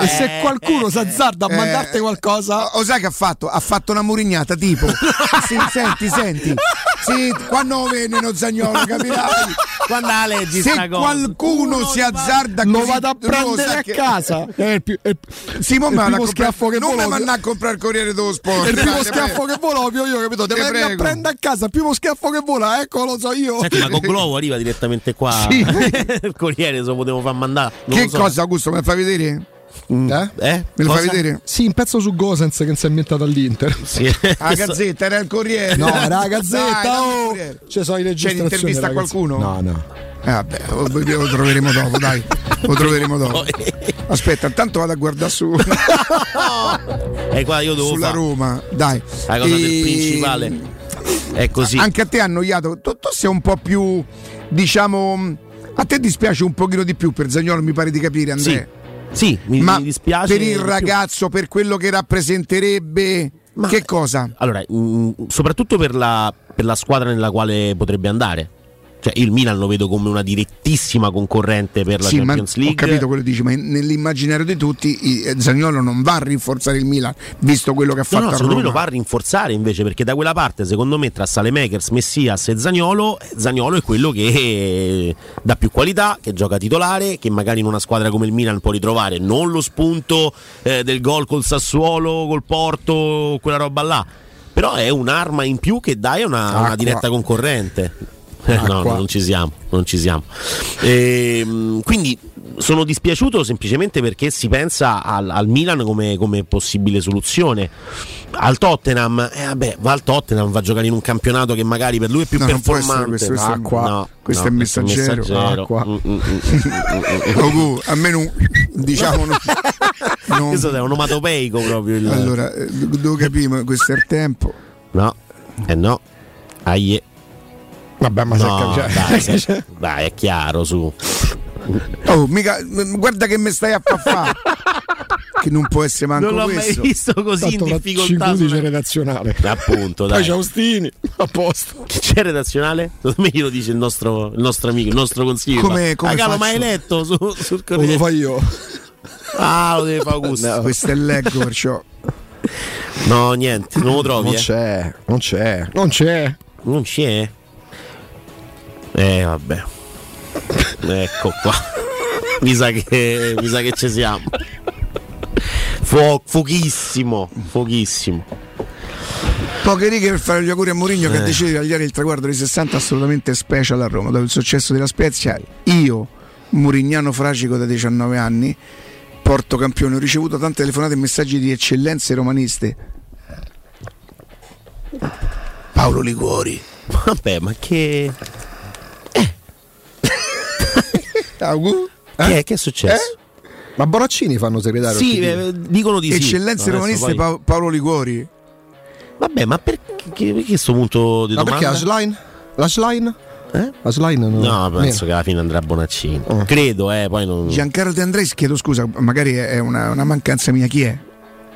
qualcuno si azzarda a mandarti qualcosa. O sai che ha fatto? Ha fatto una murignata tipo senti. Sì, quando venne Zaniolo, capirai? Quando la leggi se sta cosa, qualcuno si azzarda lo così, vado a prendere a casa. Sì, ma primo schiaffo che non vola, mi vanno a comprare il Corriere dello Sport. Il primo schiaffo che vola, ovvio io, capito? Te vengo a prendere a casa, il primo schiaffo che vola, ecco, lo so io. Senti, ma con Glovo arriva direttamente qua. Sì. Il Corriere se lo potevo far mandare. Che cosa, Augusto? Me la fai vedere? Me lo fai vedere? Sì, un pezzo su Gosens che non si è inventato all'Inter. Sì. La Gazzetta, era il Corriere. No, era la Gazzetta. C'è so c'è l'intervista a qualcuno? No. Vabbè, lo troveremo dopo, dai. Lo troveremo dopo. Aspetta, intanto vado a guardare su. Qua io devo sulla Roma, dai. La cosa del principale è così. Anche a te ha annoiato. Tu sei un po' più, diciamo, a te dispiace un pochino di più per Zaniolo, mi pare di capire, Andrea. Sì, mi dispiace. Per il ragazzo, per quello che rappresenterebbe, che cosa? Allora, soprattutto per la squadra nella quale potrebbe andare. Cioè, il Milan lo vedo come una direttissima concorrente per la Champions League. Ho capito quello che dici, ma nell'immaginario di tutti Zaniolo non va a rinforzare il Milan, visto quello che ha fatto a Roma. Secondo me lo va a rinforzare invece, perché da quella parte secondo me tra Saelemaekers, Messias e Zaniolo è quello che dà più qualità, che gioca titolare, che magari in una squadra come il Milan può ritrovare non lo spunto del gol col Sassuolo, col Porto, quella roba là, però è un'arma in più che dai a una diretta concorrente. No, non ci siamo. Quindi sono dispiaciuto semplicemente perché si pensa al Milan come possibile soluzione. Al Tottenham, va al Tottenham, va a giocare in un campionato che magari per lui è più performante. Questo è messaggero. Almeno diciamo questo è onomatopeico proprio. Allora, devo capire, questo è il tempo. No. Aie. Vabbè, ma dai, è chiaro su. Mica, guarda che mi stai a fare. Che non può essere manco non l'ho questo. mai visto così in difficoltà. C'è redazionale. Appunto, dai. Poi c'è Austini, a posto. Che c'è redazionale? Secondo me lo dice il nostro amico, il nostro consiglio. Come ma hai letto sul Corriere? Lo fai io. Lo deve fare Augusto. No, questo è leggo, perciò. No, niente, non lo trovi. Non c'è. Vabbè. Ecco qua. Mi sa che ci siamo. Pochissimo. Poche righe per fare gli auguri a Mourinho che decide di tagliare il traguardo di 60 assolutamente special a Roma. Dopo il successo della Spezia, io, murignano fragico da 19 anni, porto campione, ho ricevuto tante telefonate e messaggi di eccellenze romaniste. Paolo Liguori. Vabbè, ma che... Che è successo? Ma Bonaccini fanno segretario? Sì, dicono di sì. Eccellenze romaniste poi... Paolo Liguori. Vabbè, ma perché questo punto di domanda? Perché Ashline? Ashline no, penso che alla fine andrà Bonaccini. Credo, poi non... Giancarlo De Andrés, chiedo scusa, magari è una mancanza mia, chi è?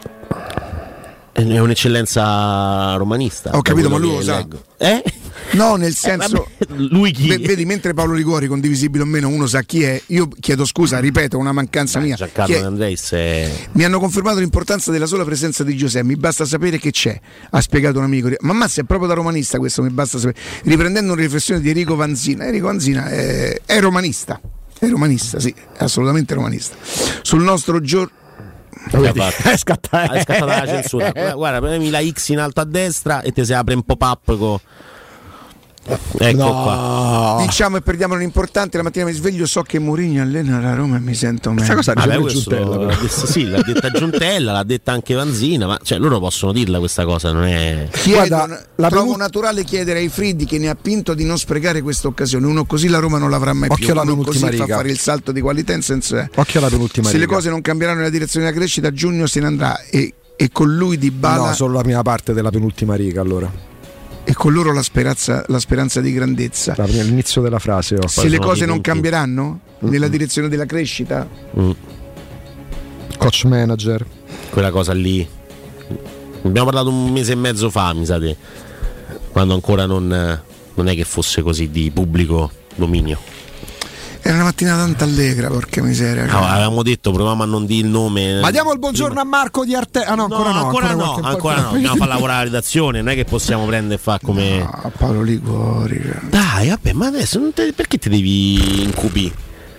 È un'eccellenza romanista. Ho capito, ma lui lo sa. No, nel senso, lui chi è? Vedi, mentre Paolo Liguori, condivisibile o meno, uno sa chi è. Io chiedo scusa, ripeto, una mancanza mia. Giancarlo De Andrés Mi hanno confermato l'importanza della sola presenza di Giuseppe. Mi basta sapere che c'è, ha spiegato un amico. Ma Mazza è proprio da romanista questo, mi basta sapere. Riprendendo una riflessione di Enrico Vanzina. Enrico Vanzina è romanista. È romanista, sì, è assolutamente romanista. Sul nostro giorno. È scattata la censura. Guarda, premi la X in alto a destra e ti si apre un pop-up con... Ecco qua. Diciamo e perdiamo l'importante. La mattina mi sveglio, so che Mourinho allena la Roma e mi sento meglio. Questa cosa Giuntella, sì, l'ha detta Giuntella, l'ha detta anche Vanzina, ma cioè loro possono dirla questa cosa, non è... Trovo naturale chiedere ai Friddi, che ne ha pinto, di non sprecare questa occasione. Uno così la Roma non l'avrà mai più. Uno così fa fare il salto di qualità in senso. Occhio alla penultima se riga. Le cose non cambieranno nella direzione della crescita, a giugno se ne andrà e con lui Dybala. No, solo la prima parte della penultima riga allora. E con loro la speranza di grandezza. All'inizio della frase. Se le cose non cambieranno nella direzione della crescita, coach manager, quella cosa lì. Abbiamo parlato un mese e mezzo fa, mi sa te, quando ancora non è che fosse così di pubblico dominio. Era una mattinata tanto allegra, porca miseria. No, avevamo detto, proviamo a non dire il nome. Ma diamo il buongiorno a Marco di Arte. Ah no, ancora no. Ancora no. Dobbiamo fare lavorare la redazione, non è che possiamo prendere e fare come. No, Paolo Liguori. Dai, vabbè, ma adesso perché ti devi incupire?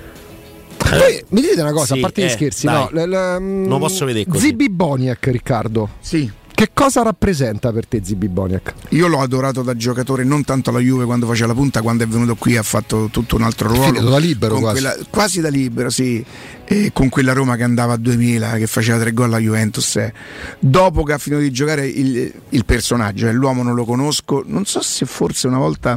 Poi mi dite una cosa, sì, a parte gli scherzi, dai. non lo posso vedere così. Zibi Boniek, Riccardo. Sì. Che cosa rappresenta per te Zibi Boniek? Io l'ho adorato da giocatore, non tanto alla Juve quando faceva la punta, quando è venuto qui ha fatto tutto un altro ruolo. Finito da libero quasi. Quasi da libero, sì. E con quella Roma che andava a 2000, che faceva 3 gol alla Juventus. Dopo che ha finito di giocare il personaggio, l'uomo non lo conosco, non so se forse una volta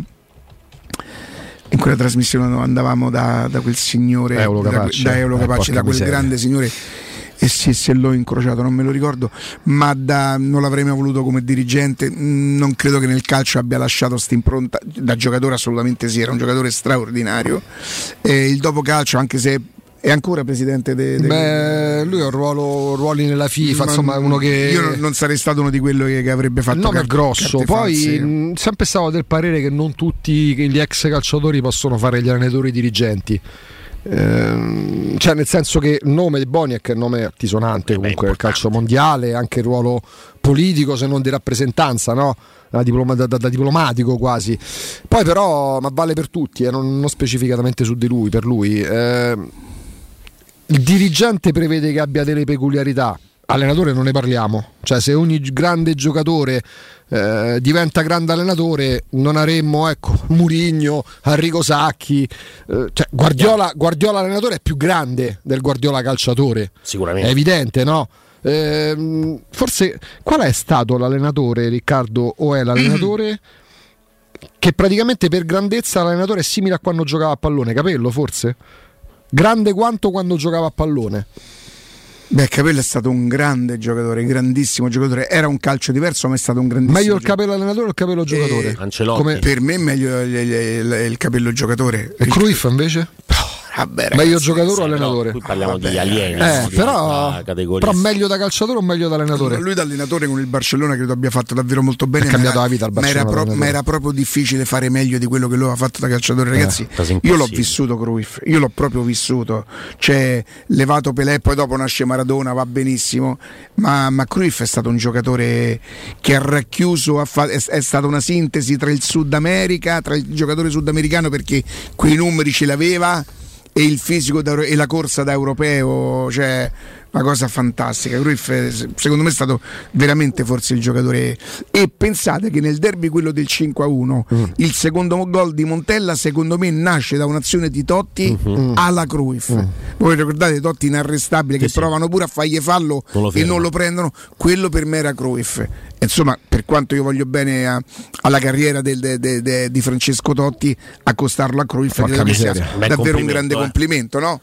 in quella trasmissione andavamo da quel signore, Eolo Capacci, da quel grande signore. E sì, se l'ho incrociato non me lo ricordo, ma non l'avrei mai voluto come dirigente. Non credo che nel calcio abbia lasciato st'impronta. Da giocatore assolutamente sì, era un giocatore straordinario. Il dopo calcio, anche se è ancora presidente lui ha ruoli nella FIFA, insomma è uno che io non sarei stato uno di quelli che avrebbe fatto il nome è grosso. Poi sempre stavo del parere che non tutti gli ex calciatori possono fare gli allenatori dirigenti. Cioè nel senso che il nome di Boniek è un nome altisonante comunque del calcio mondiale, anche il ruolo politico se non di rappresentanza, no? Da diplomatico quasi. Poi però, ma vale per tutti, non specificatamente su di lui, per lui il dirigente prevede che abbia delle peculiarità. Allenatore non ne parliamo, cioè se ogni grande giocatore diventa grande allenatore non avremmo Mourinho, Arrigo Sacchi, cioè Guardiola allenatore è più grande del Guardiola calciatore, sicuramente, è evidente, no? Forse qual è stato l'allenatore, Riccardo, o è l'allenatore che praticamente per grandezza l'allenatore è simile a quando giocava a pallone? Capello forse? Grande quanto quando giocava a pallone? Beh, Capello è stato un grande giocatore, grandissimo giocatore. Era un calcio diverso, ma è stato un grandissimo. Meglio il Capello allenatore o il Capello giocatore? Ancelotti. Per me è meglio il Capello giocatore. E Cruyff invece? Meglio giocatore o allenatore? Qui parliamo di alieni, però meglio da calciatore o meglio da allenatore? Lui da allenatore con il Barcellona credo abbia fatto davvero molto bene. Ha cambiato la vita al Barcellona, ma era proprio difficile fare meglio di quello che lui aveva fatto da calciatore, ragazzi. Io l'ho vissuto Cruyff, io l'ho proprio vissuto. Cioè, levato Pelé, poi dopo nasce Maradona, va benissimo, ma Cruyff è stato un giocatore che ha racchiuso, è stata una sintesi tra il Sud America, tra il giocatore sudamericano, perché quei numeri ce l'aveva, e il fisico e la corsa da europeo, cioè una cosa fantastica. Cruyff secondo me è stato veramente forse il giocatore. E pensate che nel derby, quello del 5-1, il secondo gol di Montella secondo me nasce da un'azione di Totti alla Cruyff. Voi ricordate Totti inarrestabile che provano pure a fargli fallo e non lo prendono? Quello per me era Cruyff. Insomma, per quanto io voglio bene alla carriera di Francesco Totti, accostarlo a Cruyff è davvero un grande complimento, no?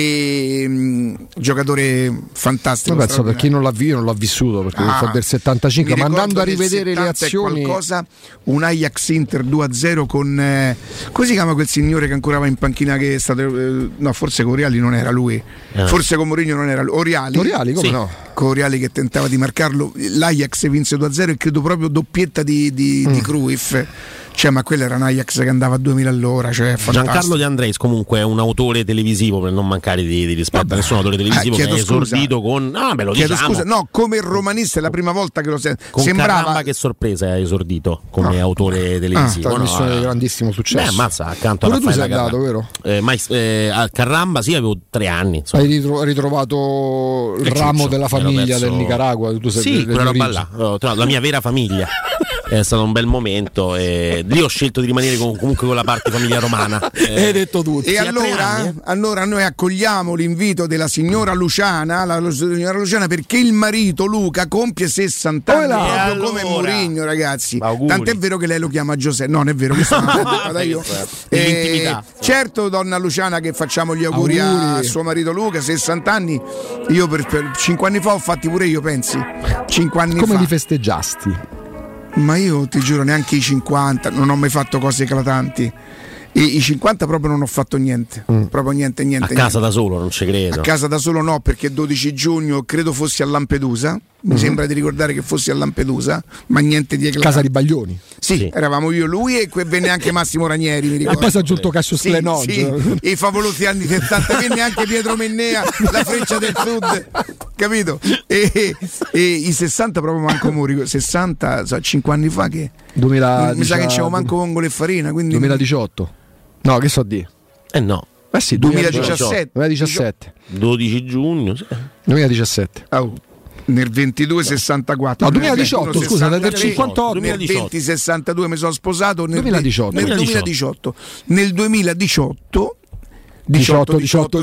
E giocatore fantastico. Penso per chi non l'ha vissuto, perché del 75, ma andando a rivedere le azioni, un Ajax Inter 2-0 con come si chiama quel signore che ancora va in panchina, che è stato no, forse con Oriali non era lui, forse con Mourinho non era lui. Oriali come no? Con Oriali che tentava di marcarlo. L'Ajax vinse 2-0 e credo proprio doppietta di Cruyff. Cioè, ma quello era un Ajax che andava a 2000 all'ora, cioè Giancarlo De Andreis comunque è un autore televisivo, per non mancare di rispetto a nessun autore televisivo, che è esordito con scusa, no, come il romanista è la prima volta che lo con sembrava. Caramba, che sorpresa, è esordito come autore televisivo. Trasmissione di grandissimo successo. Ammazza, accanto a Raffaele. Tu sei andato, vero? A Caramba sì, avevo 3 anni. Insomma. Hai ritrovato il ramo della famiglia del Nicaragua? Tu sei sì, quella roba là, la mia vera famiglia. È stato un bel momento e lì ho scelto di rimanere comunque con la parte famiglia romana. Hai detto tutto. E allora noi accogliamo l'invito della signora Luciana, perché il marito Luca compie 60 anni, proprio come Mourinho, ragazzi. Tant'è vero che lei lo chiama Giuseppe. No, non è vero, questa è io. Certo, donna Luciana, che facciamo gli auguri a suo marito Luca, 60 anni. Io per 5 anni fa ho fatti pure io, pensi? 5 anni come fa. li festeggiasti? Ma io ti giuro, neanche i 50, non ho mai fatto cose eclatanti. I 50 proprio non ho fatto niente, proprio niente. A casa da solo, non ci credo. A casa da solo no, perché 12 giugno credo fossi a Lampedusa. mi sembra di ricordare che fossi a Lampedusa, ma niente di eclato. Casa di Baglioni. Sì, eravamo io, lui e venne anche Massimo Ranieri, mi ricordo. E poi si è aggiunto Cassio Sclenoggio. Sì, i favolosi anni 70, venne anche Pietro Mennea, la Freccia del Sud, capito? E i 60 proprio manco Mori, 60, 5 anni fa che 2000, mi sa che c'avevo manco Vongole e Farina, quindi 2018. No, che so di? No. Sì, 2017. 12 giugno. 2017. Nel 22-64. No, 2018, scusa, del 58. Nel 20-62 mi sono sposato. Nel 2018. Nel 2018. Nel 2018. 18.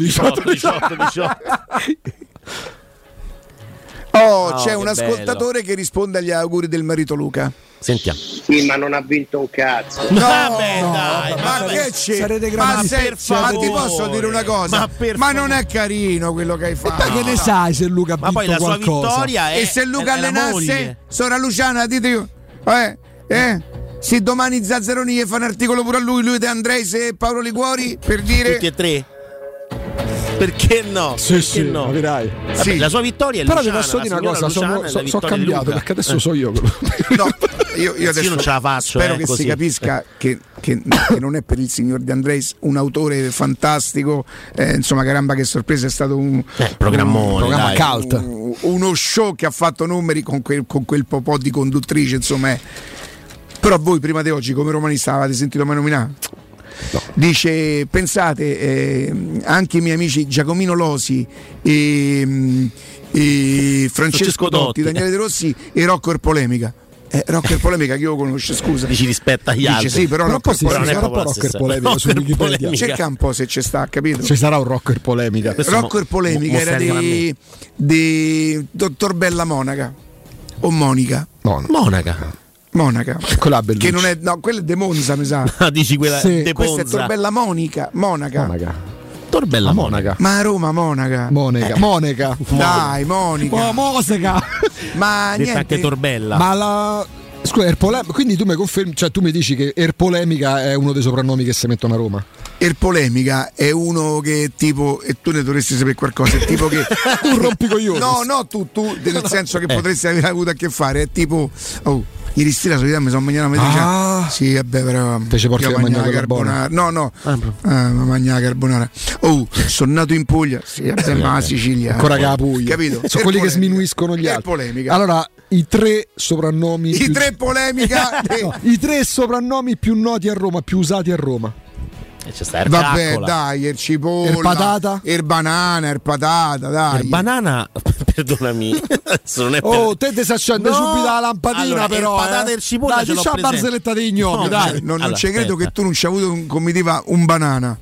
Oh, c'è un ascoltatore che risponde agli auguri del marito Luca. Sentiamo. Sì, ma non ha vinto un cazzo. No, dai, ma che c'è? Sarete Ma ti posso dire una cosa? Ma non è carino quello che hai fatto. Ma che ne sai se Luca ha vinto poi la sua qualcosa? vittoria è, e se Luca è la allenasse, moglie. Sora Luciana, dite io. Se domani Zazzaroni gli fa un articolo pure a lui De Andreis e Paolo Liguori, per dire tutti e tre. Perché no? Sì, no? capirai. Vabbè, la sua vittoria è però Luciana, ti posso dire una cosa, sono cambiato perché adesso so io. No, io adesso non ce la faccio. Spero che si capisca che non è per il signor De Andreis un autore fantastico. Insomma, caramba, che sorpresa, è stato un programma cult. Uno show che ha fatto numeri con quel po' di conduttrice, insomma. Però voi prima di oggi come romanista avete sentito mai nominare? No. Dice, pensate, anche i miei amici Giacomino Losi e Francesco Dotti, Daniele De Rossi e Rocco er Polemica. Rocco er Polemica che io conosco, scusa. Dici rispetta gli altri. Sì, però non si sarà un po' Rocco er Polemica su Wikipedia. Cerca un po' se c'è sta, capito? Ci sarà un Rocco er Polemica. Rocco er Polemica era di Dottor Bella Monaca o Monica. Monaca, che non è, no, quella è De Monza, mi sa. Dici quella De questa è Torbella Monaca. Torbella Monaca. Ma a Roma Monaca. Dai, Monica. Moseca. Ma niente. Anche Torbella. Ma la scusa, quindi tu mi confermi, cioè tu mi dici che Polemica è uno dei soprannomi che si mettono a Roma? Polemica è uno che tipo, e tu ne dovresti sapere qualcosa, è tipo che un rompicoglioni. No, tu nel senso che potresti aver avuto a che fare, è tipo ieri sera solitamente mi sono mangiato una medicina. Sì, vabbè, però te ci porti a mangiare carbonara. No. Mangiare carbonara. Sono nato in Puglia. Sì, vabbè, ma la Sicilia. Ancora che la Puglia. Capito? Sono quelli che sminuiscono gli altri. Polemica. Allora, i tre soprannomi. I tre polemica. No, i tre soprannomi più noti a Roma, più usati a Roma. Vabbè, dai, cipolla, patata, banana, patata, dai. Banana, perdonami. Non è te si accende subito la lampadina, allora, però. Patata e cipolla. Dai, c'è la barzelletta dei gnomi, dai. Non ci credo che tu non ci hai avuto un comitiva un banana.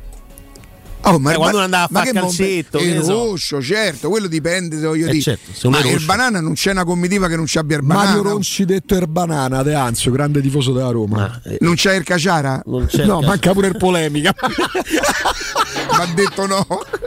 Ma quando andava a fare calcetto, il rosso, certo, quello dipende, voglio dire. Certo, ma il banana non c'è una comitiva che non ci abbia il banana. Mario Ronci detto il banana, De Anzio, grande tifoso della Roma. Non c'è il caciara? Non c'è no, manca pure il polemica. Ma ha detto no.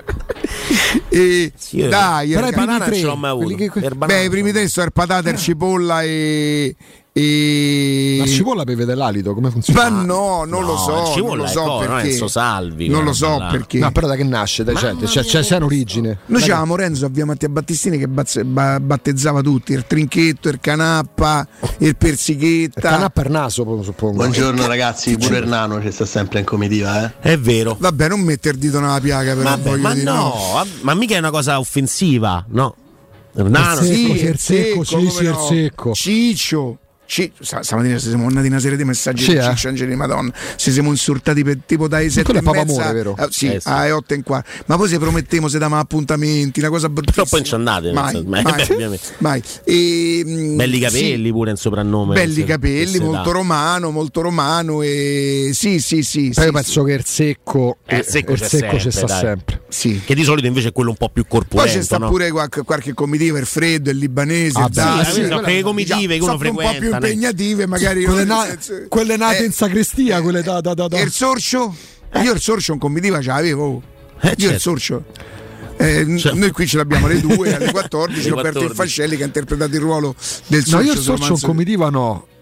Dai, però il banana non ce l'ho mai avuto. I primi tre sono il patata, il cipolla e la cipolla per vedere l'alito come funziona? Ma no, non lo so, non lo so perché. Salvi, non lo so perché. No, però da che nasce? C'è un'origine. Noi c'avevamo Renzo, abbiamo Mattia Battistini che battezzava tutti, il trinchetto, il canappa, il persichetta. Il canappa è il naso, suppongo. Buongiorno ragazzi, pure il nano ci sta sempre in comitiva, È vero. Vabbè, non mettere il dito nella piaga, però. Ma no, ma mica è una cosa offensiva, no? Il nano, il secco. Ciccio. Stamattina siamo andati una serie di messaggi di Ciccio Angeli Madonna. Ci siamo insultati per tipo dai 7:30 vero? alle 8:15. Ma poi se promettiamo, se diamo appuntamenti, una cosa bruttissima. Però poi ci andate, mai. Belli capelli pure in soprannome. Belli capelli, molto romano e sì. Poi io penso che il secco ci sta sempre. Sì. Che di solito invece è quello un po' più corpulento. Poi c'è sta pure qualche comitiva, il freddo, il libanese, che comitive che uno frequenta. Un po' più impegnative, magari quelle nate in sacrestia, quelle da. Il sorcio? Io il sorcio in comitiva ce l'avevo. Io il sorcio. Noi qui ce l'abbiamo alle 2, alle 14. Roberto Fascelli che ha interpretato il ruolo del sorcio. No, io il sorcio in comitiva no.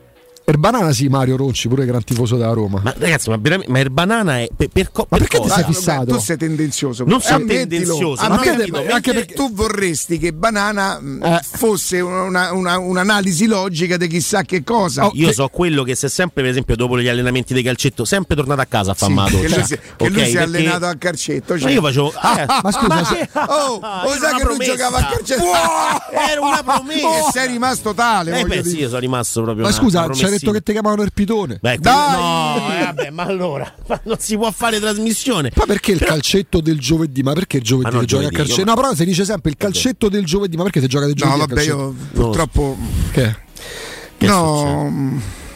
Banana sì, Mario Ronci, pure gran tifoso della Roma. Ma ragazzi, ma il Banana è ma perché ti sei fissato? Tu sei tendenzioso. Non sono tendenzioso, anche perché tu vorresti che Banana fosse un'analisi logica di chissà che cosa. Io so quello che si è sempre, per esempio, dopo gli allenamenti di calcetto, sempre tornato a casa a fare lui si è allenato a calcetto. Ma io facevo ma scusa, sai che lui giocava a calcetto? Era una promessa. E sei rimasto tale. Sì, io sono rimasto proprio. Ma scusa, ci hai detto che ti chiamavano il pitone? Dai! Vabbè, ma allora non si può fare trasmissione. Ma perché il calcetto del giovedì? Ma perché il giovedì che gioca a calcetto? No, però si dice sempre il calcetto del giovedì, ma perché si gioca del giovedì? No, vabbè, io purtroppo. Che no.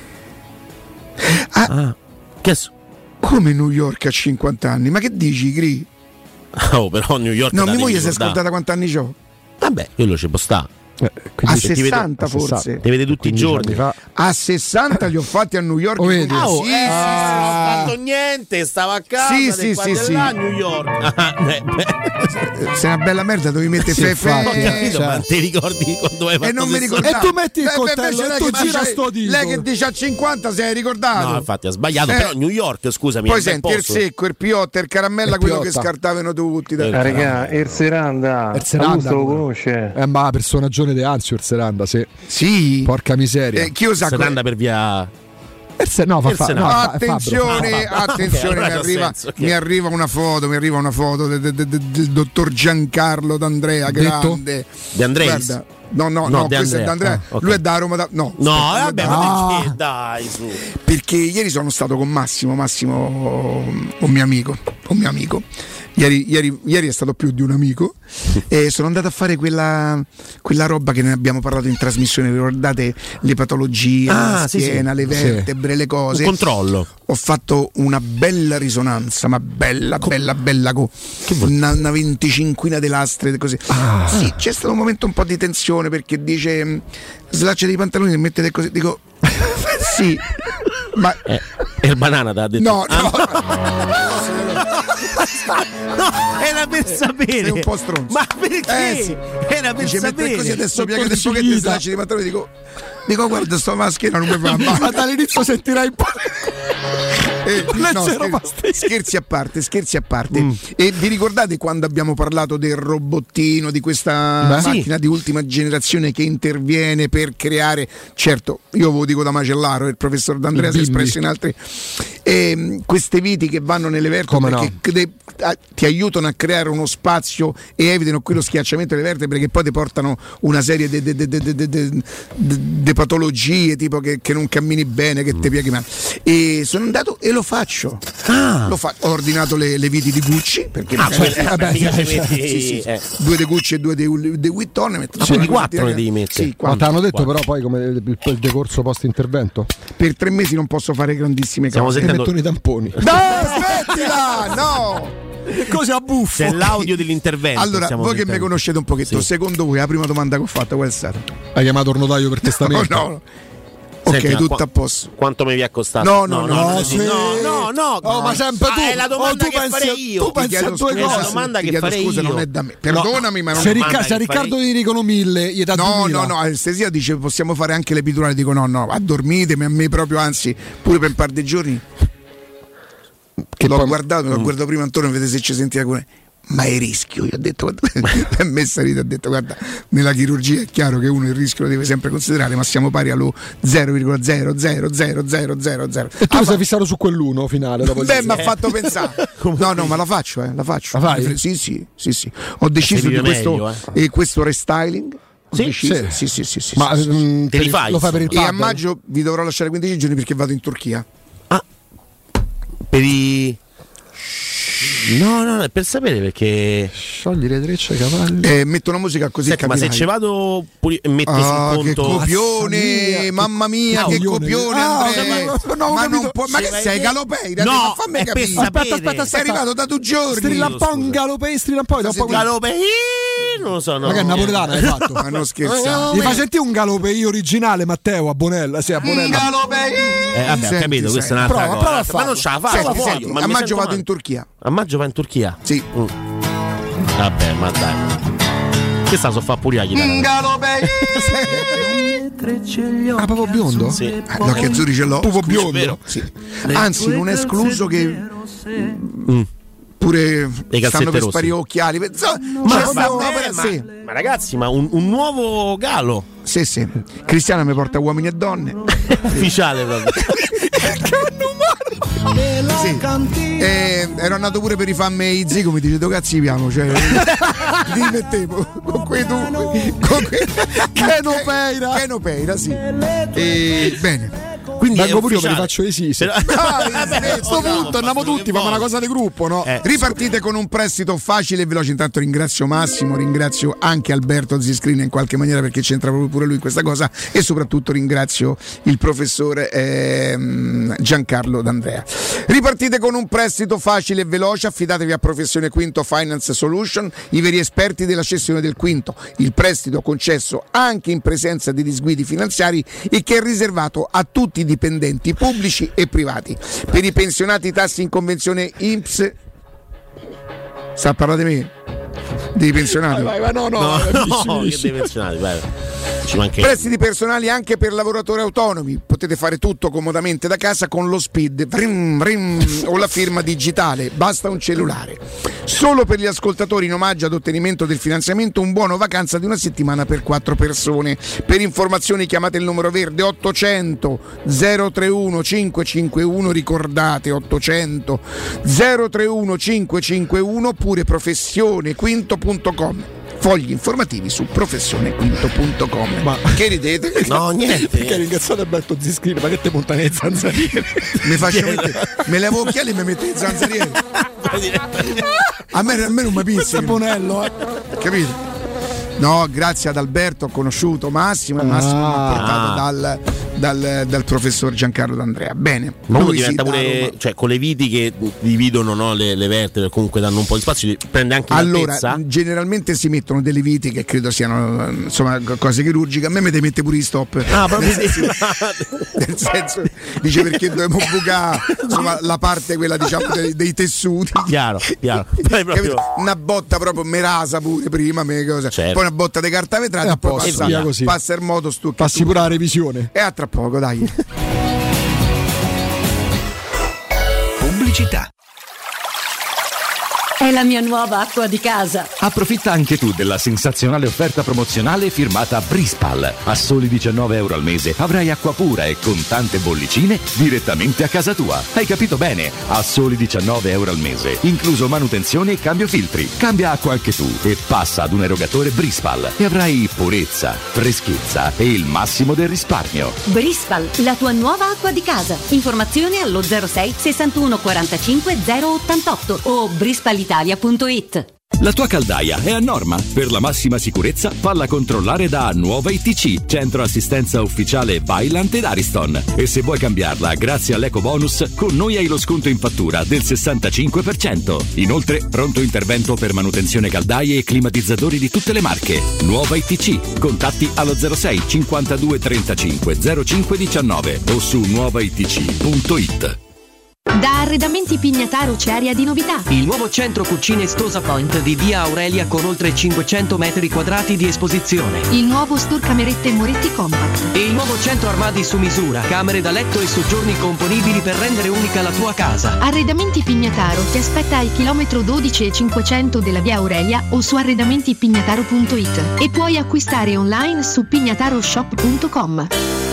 Come New York a 50 anni? Ma che dici, Gri? Però New York. No, mia moglie si è ascoltata quanti anni c'ho? Vabbè, quello ci può stare. A 60 forse. Ti vede tutti i giorni. A 60 li ho fatti a New York. Non ho fatto niente, stavo a casa. Sì. A New York. Sei una bella merda, dovevi mettere ma ti ricordi quando hai fatto? E non mi ricordavo. E tu metti il coltello e tu gira sto dito. Lei che dice a 50 si è ricordato. No, infatti ha sbagliato. Però New York, scusami. Poi senti il secco, il piotta, il caramella, quello che scartavano tutti. Raga, il Seranda lo conosce. Ma personaggio di Anzio il Seranda, sì. Porca miseria. Seranda per via. Attenzione, mi arriva una foto del dottor Giancarlo D'Andrea, grande. De Andreis? No, questo è D'Andrea. Lui è da Roma. Vabbè, ma perché dai su. Perché ieri sono stato con Massimo, un mio amico. Ieri è stato più di un amico e sono andato a fare quella roba che ne abbiamo parlato in trasmissione, ricordate le patologie, la schiena, le vertebre, le cose. Un controllo. Ho fatto una bella risonanza, ma bella una 25ina di lastre così. Sì, c'è stato un momento un po' di tensione perché dice slaccia dei pantaloni e mettete così, dico sì, ma e il Banana ti ha detto no. No, era per sapere. Sei un po' stronzo. Ma perché? Sì. Era per sapere. Così adesso piegate un pochetto e slacci di pantaloni, dico guarda sto maschera non mi fa male. Ma dall'inizio sentirai un po'. Scherzi a parte. E vi ricordate quando abbiamo parlato del robottino, di questa macchina di ultima generazione che interviene per creare, certo, io ve lo dico da macellaro, il professor D'Andrea si è espresso in altri, queste viti che vanno nelle vertebre che ti aiutano a creare uno spazio e evitano qui lo schiacciamento delle vertebre che poi ti portano una serie di patologie tipo che non cammini bene, che ti pieghi male. E sono andato e lo faccio. Ho ordinato le viti di Gucci perché sì. 2 di Gucci e 2 di Vuitton. Quindi 4 ne devi mettere. Sì, ma ti hanno detto però poi come il decorso post intervento? Per 3 mesi non posso fare grandissime cose. E mettono i tamponi. No, smettila! No! Cosa buffo? C'è l'audio dell'intervento. Allora, voi che mi conoscete un pochetto, secondo voi la prima domanda che ho fatto qual è stata? Hai chiamato il notaio per testamento? No. Ok, tutto a posto. Quanto mi vi è costato? No, ma sempre tu. È la domanda che farei io. Tu pensi a due cose. È la domanda che farei io. Non è da me. Perdonami, ma non se Riccardo gli dicono 1000, gli dà 2000. No, anestesia dice possiamo fare anche l'epidurale. Dico no, addormitemi a me proprio, anzi, pure per un par di giorni. Che l'ho guardato prima Antonio, vedete se ci sentiva come. Ma è rischio, io ho detto, è messa lì, ho detto guarda, nella chirurgia è chiaro che uno il rischio lo deve sempre considerare, ma siamo pari allo 0,0000000. E tu sei fissato su quell'uno finale dopo. Mi ha fatto pensare. No, ma la faccio. La fai? Sì. Ho deciso di questo restyling. Sì. Ma te li fai? Lo fai per il e a maggio vi dovrò lasciare 15 giorni perché vado in Turchia. Per i... No, è per sapere perché sciogli le trecce ai cavalli. Metto una musica così. Senti, ma se ci vado e metto sul conto. Che copione, mamma mia, che copione, Andrea. Ma non può, ma che sei Galopeira? No, fammi capire. Aspetta, sei arrivato da 2 giorni. Strillampon Galopei. Non lo so, no. Ma che napoletana hai fatto? Ma non scherzare. Mi fa sentire un Galopei originale, Matteo, a Bonella. Sì, a Bonella. Galopei. Vabbè, ho capito, questa è un'altra cosa. Ma non ce la faccio. A maggio vado in Turchia. A maggio va in Turchia? Sì. Vabbè, ma dai. Questa so fa pure la chitarra. Ah, proprio biondo? Sì. L'occhio azzurri ce l'ho. Proprio biondo. Vero? Sì. Anzi, non è escluso che pure stanno per sparire occhiali. Ma ragazzi, ma un nuovo galo. Sì. Cristiana mi porta uomini e donne. Ufficiale proprio. Sì. Ero andato pure per i Famme i Zi, come dice, dove cazzi piamo? Cioè, li mettevo con quei Canopeira, sì. Bene. Quindi vengo pure io, ve li faccio esistere. A questo punto andiamo tutti, facciamo una cosa di gruppo, no? Ripartite con un prestito facile e veloce. Intanto ringrazio Massimo, ringrazio anche Alberto Ziscreen in qualche maniera, perché c'entra pure lui in questa cosa, e soprattutto ringrazio il professore Giancarlo D'Andrea. Ripartite con un prestito facile e veloce, affidatevi a Professione Quinto Finance Solution, i veri esperti della cessione del quinto. Il prestito concesso anche in presenza di disguidi finanziari e che è riservato a tutti i dipendenti pubblici e privati. Per i pensionati tassi in convenzione INPS. Sta a parlare di me? Dei pensionati? No, che dei pensionati, vai. Prestiti personali anche per lavoratori autonomi. Potete fare tutto comodamente da casa con lo SPID o la firma digitale. Basta un cellulare. Solo per gli ascoltatori in omaggio ad ottenimento del finanziamento un buono vacanza di una settimana per 4 persone. Per informazioni chiamate il numero verde 800 031 551. Ricordate 800 031 551 oppure professionequinto.com. Fogli informativi su professionequinto.com. Ma che ridete? No, niente. Perché ringraziate Alberto Ziscreen, ma che te montane le zanzariere? Me levo occhiali e mi metto le zanzariere. A me non mi pizza. Questo è Bonello, capito? No, grazie ad Alberto ho conosciuto Massimo, e Massimo mi ha portato dal professor Giancarlo D'Andrea. Bene. Ma uno diventa pure, cioè con le viti che dividono, no, le vertebre, comunque danno un po' di spazio, prende anche l'altezza. Allora, generalmente si mettono delle viti che credo siano insomma cose chirurgiche. A me mi mette pure i stop. Proprio nel senso, dice, perché dobbiamo bucare insomma la parte quella, diciamo, dei tessuti. Chiaro. Una botta proprio merasa pure prima, cosa. Certo. Poi una botta di carta vetrata e poi passa il modo passi pure la revisione. E a tra poco, dai. Pubblicità. È la mia nuova acqua di casa. Approfitta anche tu della sensazionale offerta promozionale firmata Brispal. A soli €19 al mese avrai acqua pura e con tante bollicine direttamente a casa tua. Hai capito bene? A soli €19 al mese, incluso manutenzione e cambio filtri. Cambia acqua anche tu e passa ad un erogatore Brispal e avrai purezza, freschezza e il massimo del risparmio. Brispal, la tua nuova acqua di casa. Informazioni allo 06 61 45 088 o brispalitalia.it. La tua caldaia è a norma? Per la massima sicurezza falla controllare da Nuova ITC, centro assistenza ufficiale Vaillant ed Ariston. E se vuoi cambiarla grazie all'eco bonus, con noi hai lo sconto in fattura del 65%. Inoltre pronto intervento per manutenzione caldaie e climatizzatori di tutte le marche. Nuova ITC, contatti allo 06 52 35 05 19 o su nuovaitc.it. Da Arredamenti Pignataro c'è aria di novità. Il nuovo centro cucine Stosa Point di via Aurelia con oltre 500 metri quadrati di esposizione. Il nuovo store camerette Moretti Compact. E il nuovo centro armadi su misura, camere da letto e soggiorni componibili per rendere unica la tua casa. Arredamenti Pignataro ti aspetta al chilometro 12 e 500 della via Aurelia o su arredamentipignataro.it e puoi acquistare online su pignataroshop.com.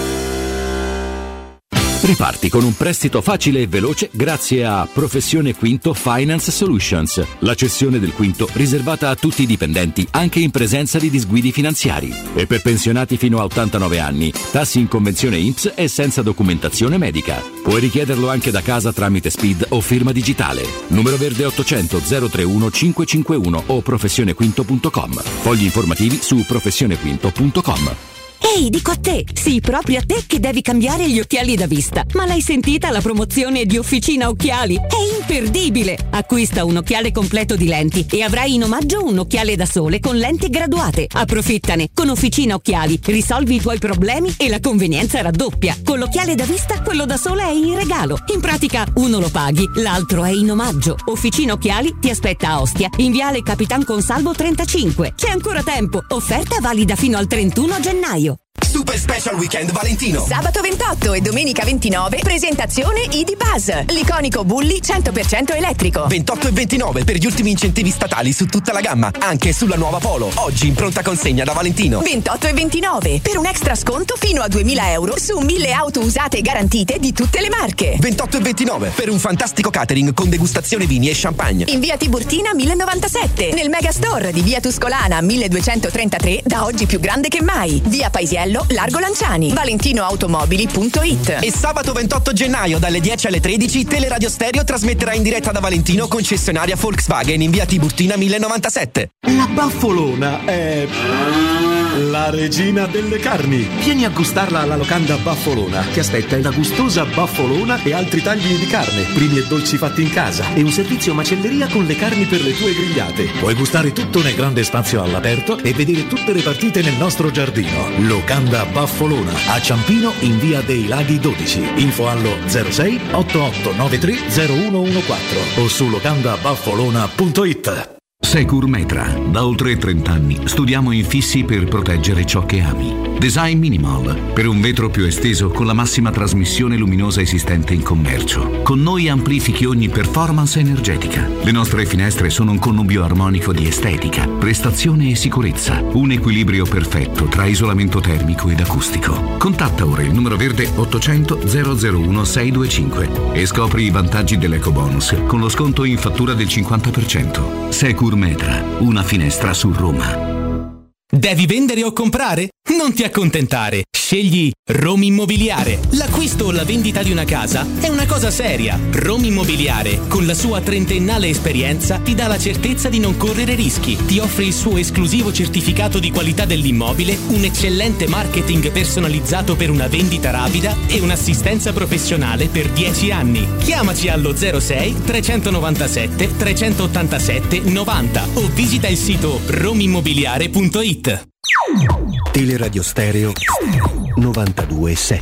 Riparti con un prestito facile e veloce grazie a Professione Quinto Finance Solutions, la cessione del quinto riservata a tutti i dipendenti anche in presenza di disguidi finanziari. E per pensionati fino a 89 anni, tassi in convenzione INPS e senza documentazione medica. Puoi richiederlo anche da casa tramite SPID o firma digitale. Numero verde 800 031 551 o professionequinto.com. Fogli informativi su professionequinto.com. Ehi, dico a te, sì, proprio a te che devi cambiare gli occhiali da vista. Ma l'hai sentita la promozione di Officina Occhiali? È imperdibile! Acquista un occhiale completo di lenti e avrai in omaggio un occhiale da sole con lenti graduate. Approfittane! Con Officina Occhiali risolvi i tuoi problemi e la convenienza raddoppia. Con l'occhiale da vista, quello da sole è in regalo. In pratica, uno lo paghi, l'altro è in omaggio. Officina Occhiali ti aspetta a Ostia, in viale Capitan Consalvo 35. C'è ancora tempo. Offerta valida fino al 31 gennaio. Super Special Weekend Valentino. Sabato 28 e domenica 29 presentazione ID Buzz, l'iconico Bulli 100% elettrico. 28 e 29 per gli ultimi incentivi statali su tutta la gamma, anche sulla nuova Polo, oggi in pronta consegna da Valentino. 28 e 29 per un extra sconto fino a 2.000 euro su 1.000 auto usate e garantite di tutte le marche. 28 e 29 per un fantastico catering con degustazione vini e champagne. In via Tiburtina 1097, nel Megastore di via Tuscolana 1233, da oggi più grande che mai. Via Paisiello, Largo Lanciani, valentinoautomobili.it. E sabato 28 gennaio dalle 10 alle 13 Teleradio Stereo trasmetterà in diretta da Valentino, concessionaria Volkswagen in via Tiburtina 1097. La Baffolona è la regina delle carni. Vieni a gustarla alla locanda Baffolona. Ti aspetta una gustosa baffolona e altri tagli di carne, primi e dolci fatti in casa e un servizio macelleria con le carni per le tue grigliate. Puoi gustare tutto nel grande spazio all'aperto e vedere tutte le partite nel nostro giardino. Locanda Baffolona a Ciampino in via dei Laghi 12. Info allo 06 8893 0114 o su locandabaffolona.it. Securmetra. Da oltre 30 anni studiamo infissi per proteggere ciò che ami. Design minimal, per un vetro più esteso con la massima trasmissione luminosa esistente in commercio. Con noi amplifichi ogni performance energetica. Le nostre finestre sono un connubio armonico di estetica, prestazione e sicurezza. Un equilibrio perfetto tra isolamento termico ed acustico. Contatta ora il numero verde 800 001 625 e scopri i vantaggi dell'ecobonus con lo sconto in fattura del 50%. Securmetra, una finestra su Roma. Devi vendere o comprare? Non ti accontentare. Scegli Roma Immobiliare. L'acquisto o la vendita di una casa è una cosa seria. Roma Immobiliare, con la sua trentennale esperienza, ti dà la certezza di non correre rischi. Ti offre il suo esclusivo certificato di qualità dell'immobile, un eccellente marketing personalizzato per una vendita rapida e un'assistenza professionale per 10 anni. Chiamaci allo 06 397 387 90 o visita il sito romimmobiliare.it. Teleradio Stereo 92.7.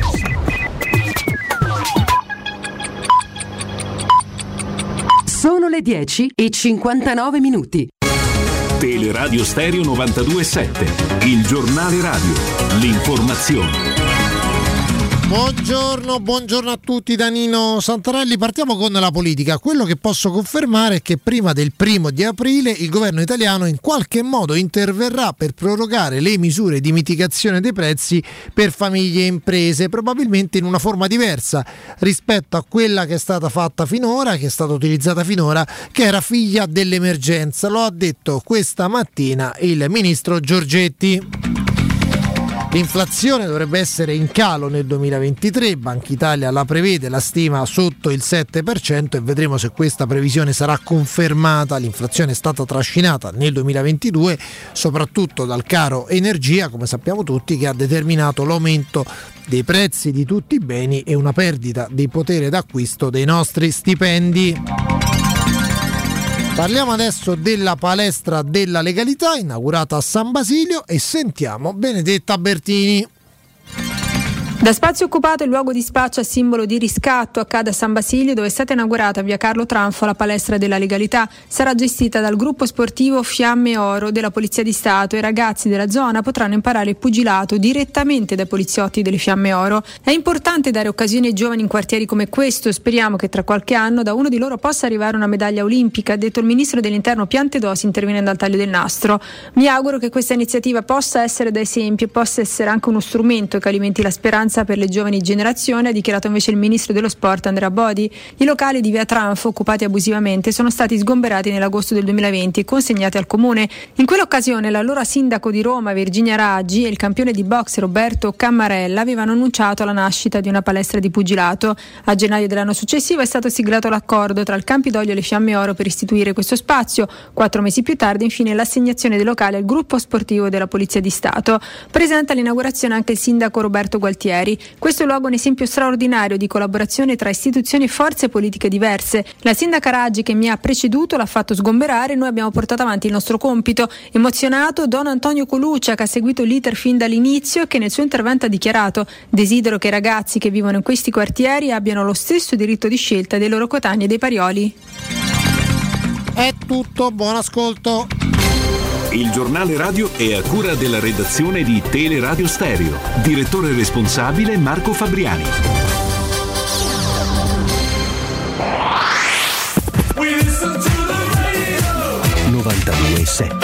Sono le 10:59. Teleradio Stereo 92.7, il giornale radio, l'informazione. Buongiorno a tutti da Nino Santarelli. Partiamo con la politica. Quello che posso confermare è che prima del 1 di aprile il governo italiano in qualche modo interverrà per prorogare le misure di mitigazione dei prezzi per famiglie e imprese, probabilmente in una forma diversa rispetto a quella che è stata fatta finora, che è stata utilizzata finora, che era figlia dell'emergenza. Lo ha detto questa mattina il ministro Giorgetti. L'inflazione dovrebbe essere in calo nel 2023, Banca Italia la prevede, la stima sotto il 7% e vedremo se questa previsione sarà confermata. L'inflazione è stata trascinata nel 2022 soprattutto dal caro energia, come sappiamo tutti, che ha determinato l'aumento dei prezzi di tutti i beni e una perdita di potere d'acquisto dei nostri stipendi. Parliamo adesso della palestra della legalità inaugurata a San Basilio e sentiamo Benedetta Bertini. Da spazio occupato e luogo di spaccio a simbolo di riscatto accade a San Basilio, dove è stata inaugurata via Carlo Tranfo la palestra della legalità. Sarà gestita dal gruppo sportivo Fiamme Oro della Polizia di Stato e i ragazzi della zona potranno imparare il pugilato direttamente dai poliziotti delle Fiamme Oro. È importante dare occasioni ai giovani in quartieri come questo. Speriamo che tra qualche anno da uno di loro possa arrivare una medaglia olimpica, ha detto il ministro dell'Interno Piantedosi intervenendo al taglio del nastro. Mi auguro che questa iniziativa possa essere da esempio e possa essere anche uno strumento che alimenti la speranza speranza per le giovani generazioni, ha dichiarato invece il ministro dello sport Andrea Bodi. I locali di via Tranfo, occupati abusivamente, sono stati sgomberati nell'agosto del 2020 e consegnati al comune. In quell'occasione l'allora sindaco di Roma Virginia Raggi e il campione di box Roberto Cammarella avevano annunciato la nascita di una palestra di pugilato. A gennaio dell'anno successivo è stato siglato l'accordo tra il Campidoglio e le Fiamme Oro per istituire questo spazio. 4 mesi più tardi, infine, l'assegnazione dei locali al gruppo sportivo della Polizia di Stato. Presenta all'inaugurazione anche il sindaco Roberto Gualtieri. Questo luogo è un esempio straordinario di collaborazione tra istituzioni e forze politiche diverse. La sindaca Raggi, che mi ha preceduto, l'ha fatto sgomberare, noi abbiamo portato avanti il nostro compito. Emozionato Don Antonio Coluccia, che ha seguito l'iter fin dall'inizio e che nel suo intervento ha dichiarato: desidero che i ragazzi che vivono in questi quartieri abbiano lo stesso diritto di scelta dei loro coetanei e dei parioli. È tutto, buon ascolto. Il giornale radio è a cura della redazione di Teleradio Stereo. Direttore responsabile Marco Fabriani. 92.7.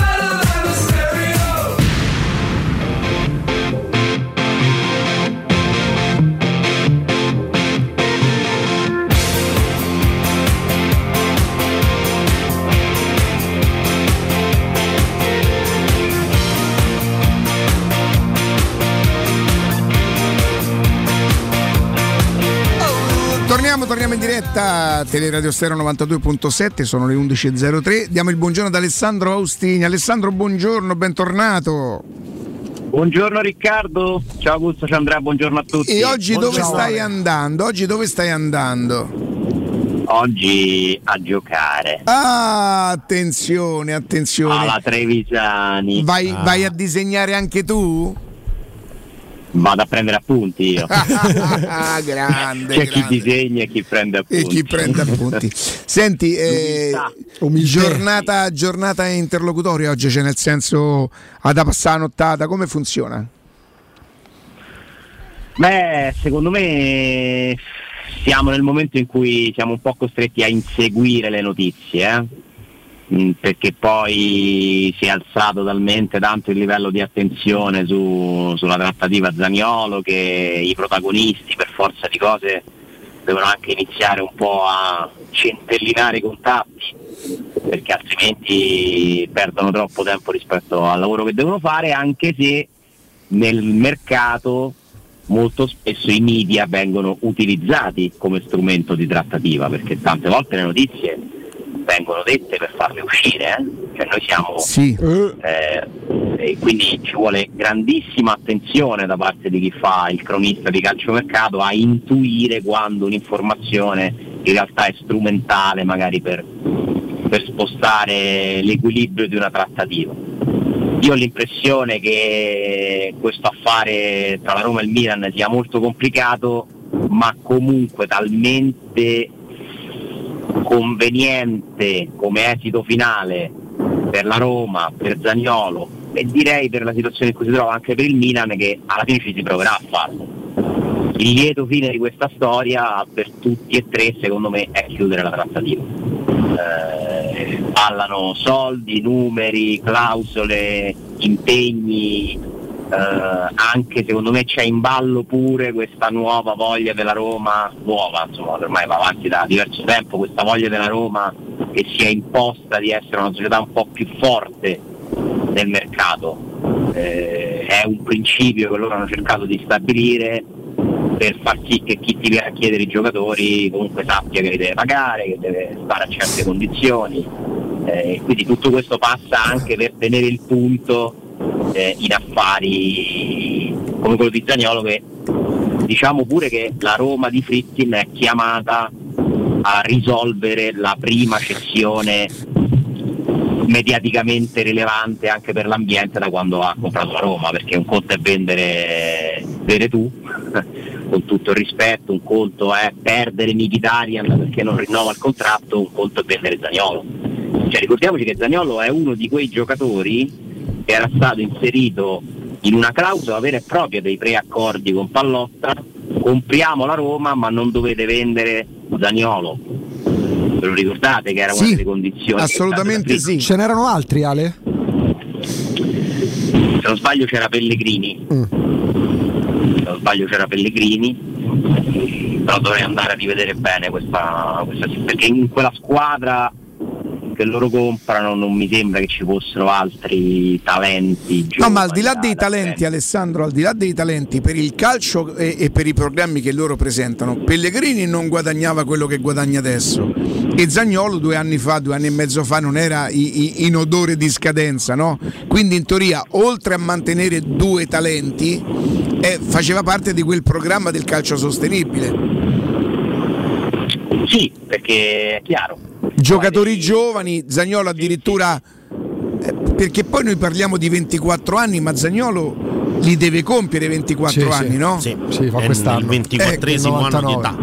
Torniamo in diretta, Teleradio Stereo 92.7, sono le 11.03. Diamo il buongiorno ad Alessandro Austini. Alessandro, buongiorno, bentornato. Buongiorno Riccardo, ciao Augusto, ciao Andrea, buongiorno a tutti. E oggi dove stai andando? Oggi a giocare. Ah, attenzione. Alla Trevisani. Vai a disegnare anche tu? Vado a prendere appunti io. Grande. C'è chi disegna e chi prende appunti. Senti, giornata interlocutoria oggi, c'è, nel senso, da passare la nottata, come funziona? Beh, secondo me siamo nel momento in cui siamo un po' costretti a inseguire le notizie, perché poi si è alzato talmente tanto il livello di attenzione sulla trattativa Zaniolo che i protagonisti, per forza di cose, devono anche iniziare un po' a centellinare i contatti, perché altrimenti perdono troppo tempo rispetto al lavoro che devono fare, anche se nel mercato molto spesso i media vengono utilizzati come strumento di trattativa, perché tante volte le notizie vengono dette per farle uscire, cioè noi siamo e quindi ci vuole grandissima attenzione da parte di chi fa il cronista di calciomercato a intuire quando un'informazione in realtà è strumentale, magari per spostare l'equilibrio di una trattativa. Io ho l'impressione che questo affare tra la Roma e il Milan sia molto complicato, ma comunque talmente conveniente come esito finale per la Roma, per Zaniolo e direi per la situazione in cui si trova anche per il Milan, che alla fine ci si proverà a farlo. Il lieto fine di questa storia per tutti e tre, secondo me, è chiudere la trattativa. Parlano soldi, numeri, clausole, impegni. Anche secondo me c'è in ballo pure questa nuova voglia della Roma, insomma ormai va avanti da diverso tempo, questa voglia della Roma che si è imposta di essere una società un po' più forte nel mercato. È un principio che loro hanno cercato di stabilire per far sì che chi ti viene a chiedere i giocatori comunque sappia che li deve pagare, che deve stare a certe condizioni, quindi tutto questo passa anche per tenere il punto in affari come quello di Zaniolo, che diciamo pure che la Roma di Friedkin è chiamata a risolvere la prima cessione mediaticamente rilevante anche per l'ambiente da quando ha comprato la Roma, perché un conto è vendere tu con tutto il rispetto, un conto è perdere Mkhitaryan perché non rinnova il contratto, un conto è vendere Zaniolo. Cioè, ricordiamoci che Zaniolo è uno di quei giocatori che era stato inserito in una clausola vera e propria dei preaccordi con Pallotta: compriamo la Roma ma non dovete vendere Zaniolo. Ve lo ricordate che era una delle condizioni? Assolutamente sì. Ce n'erano altri, Ale? Se non sbaglio c'era Pellegrini. se non sbaglio c'era Pellegrini, però dovrei andare a rivedere bene questa perché in quella squadra che loro comprano non mi sembra che ci fossero altri talenti giovani. No, ma al di là dei talenti, Alessandro, al di là dei talenti, per il calcio e per i programmi che loro presentano, Pellegrini non guadagnava quello che guadagna adesso e Zaniolo 2 anni e mezzo fa non era in odore di scadenza, no? Quindi in teoria, oltre a mantenere due talenti, faceva parte di quel programma del calcio sostenibile. Sì, perché è chiaro. Giocatori giovani, Zaniolo addirittura, perché poi noi parliamo di 24 anni, ma Zaniolo li deve compiere 24 anni, no? Sì, fa quest'anno. Il 24esimo anno di età.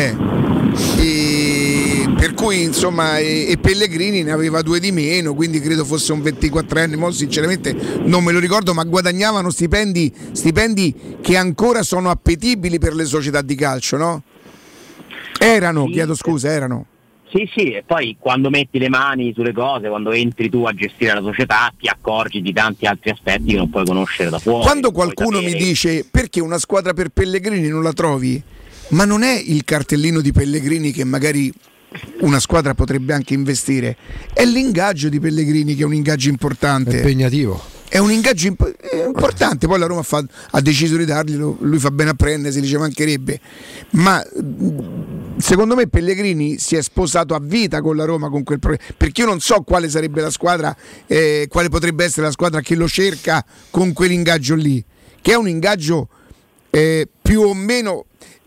Per cui insomma e Pellegrini ne aveva 2 di meno, quindi credo fosse un 24enne, mo sinceramente non me lo ricordo, ma guadagnavano stipendi che ancora sono appetibili per le società di calcio, no? Erano. Sì, e poi quando metti le mani sulle cose, quando entri tu a gestire la società, ti accorgi di tanti altri aspetti che non puoi conoscere da fuori. Quando qualcuno mi dice perché una squadra per Pellegrini non la trovi, ma non è il cartellino di Pellegrini che magari una squadra potrebbe anche investire, è l'ingaggio di Pellegrini che è un ingaggio importante. Impegnativo. È un ingaggio importante, poi la Roma ha deciso di darglielo, lui fa bene a prendersi, ci mancherebbe, ma secondo me Pellegrini si è sposato a vita con la Roma, con quel perché io non so quale sarebbe la squadra, quale potrebbe essere la squadra che lo cerca con quell'ingaggio lì, che è un ingaggio più o meno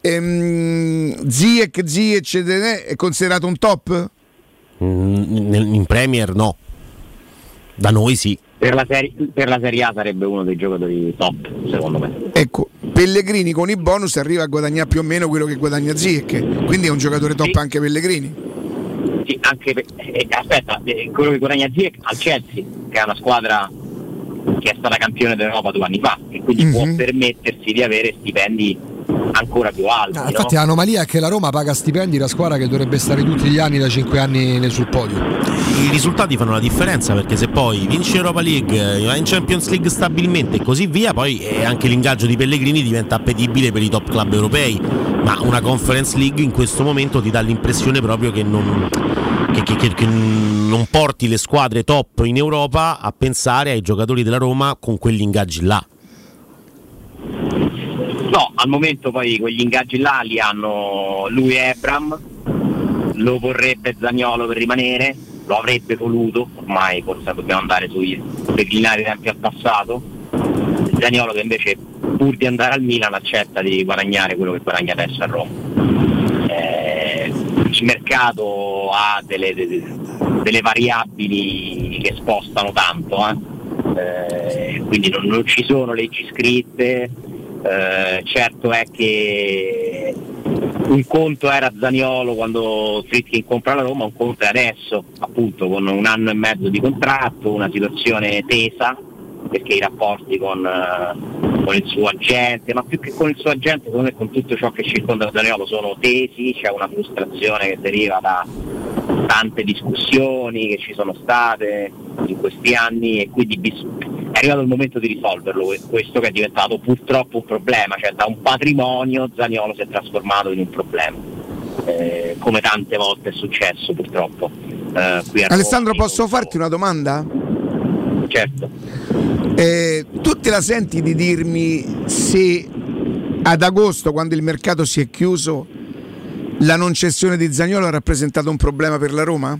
Ziyech è considerato un top? In Premier no, da noi sì. Per la Serie A sarebbe uno dei giocatori top, secondo me. Ecco, Pellegrini con i bonus arriva a guadagnare più o meno quello che guadagna Ziyech, quindi è un giocatore top anche Pellegrini. Sì, anche aspetta, quello che guadagna Ziyech al Chelsea, che è una squadra che è stata campione d'Europa 2 anni fa e quindi può permettersi di avere stipendi ancora più alti. Infatti l'anomalia è che la Roma paga stipendi da squadra che dovrebbe stare tutti gli anni da 5 anni sul podio. I risultati fanno la differenza, perché se poi vinci Europa League, va in Champions League stabilmente e così via, poi anche l'ingaggio di Pellegrini diventa appetibile per i top club europei, ma una Conference League in questo momento ti dà l'impressione proprio che non porti le squadre top in Europa a pensare ai giocatori della Roma con quegli ingaggi là. No, al momento poi quegli ingaggi là li hanno lui e Ebram, lo vorrebbe Zaniolo per rimanere, lo avrebbe voluto, ormai forse dobbiamo andare sui declinari tempi al passato. Zaniolo che invece pur di andare al Milan accetta di guadagnare quello che guadagna adesso a Roma. Il mercato ha delle variabili che spostano tanto, quindi non ci sono leggi scritte. Certo è che un conto era Zaniolo quando Friedkin compra la Roma, un conto è adesso, appunto con 1 anno e mezzo di contratto, una situazione tesa, perché i rapporti con il suo agente, ma più che con il suo agente, secondo me con tutto ciò che circonda Zaniolo sono tesi, c'è una frustrazione che deriva da tante discussioni che ci sono state in questi anni e quindi è arrivato il momento di risolverlo, questo che è diventato purtroppo un problema, cioè da un patrimonio Zaniolo si è trasformato in un problema, come tante volte è successo purtroppo. Qui a Alessandro, Roma, posso farti una domanda? Certo. Tu te la senti di dirmi se ad agosto, quando il mercato si è chiuso, la non cessione di Zaniolo ha rappresentato un problema per la Roma?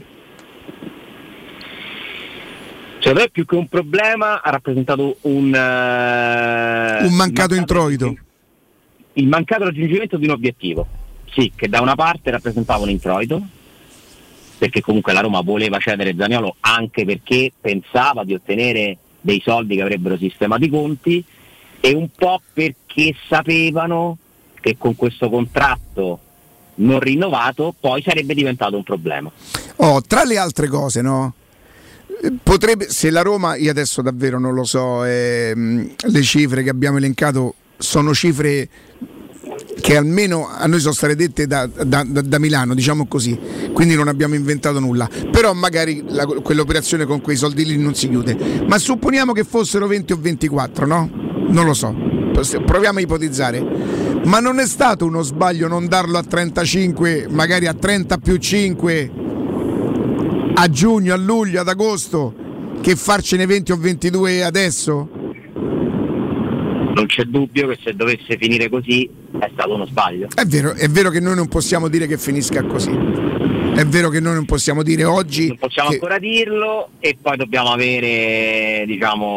Secondo me più che un problema ha rappresentato un mancato introito. Il mancato raggiungimento di un obiettivo, sì, che da una parte rappresentava un introito, perché comunque la Roma voleva cedere Zaniolo anche perché pensava di ottenere dei soldi che avrebbero sistemato i conti, e un po' perché sapevano che con questo contratto non rinnovato poi sarebbe diventato un problema. Tra le altre cose, no? Potrebbe, se la Roma, io adesso davvero non lo so, le cifre che abbiamo elencato sono cifre che almeno a noi sono state dette da Milano, diciamo così, quindi non abbiamo inventato nulla, però magari quell'operazione con quei soldi lì non si chiude, ma supponiamo che fossero 20 o 24, no? Non lo so. proviamo a ipotizzare, ma non è stato uno sbaglio non darlo a 35, magari a 30 più 5 a giugno, a luglio, ad agosto, che farcene 20 o 22 adesso? Non c'è dubbio che se dovesse finire così è stato uno sbaglio. È vero che noi non possiamo dire che finisca così. È vero che noi non possiamo dire oggi. Non possiamo ancora dirlo, e poi dobbiamo avere,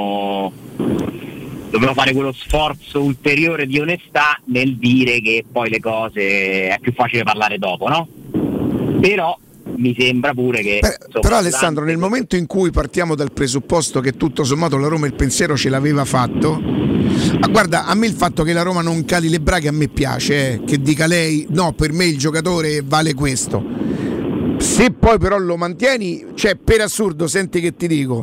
dobbiamo fare quello sforzo ulteriore di onestà nel dire che poi le cose è più facile parlare dopo, no? Però mi sembra pure che però Alessandro, nel momento in cui partiamo dal presupposto che tutto sommato la Roma il pensiero ce l'aveva fatto, guarda, a me il fatto che la Roma non cali le braghe a me piace, che dica lei no, per me il giocatore vale questo. Se poi però lo mantieni, cioè per assurdo, senti che ti dico,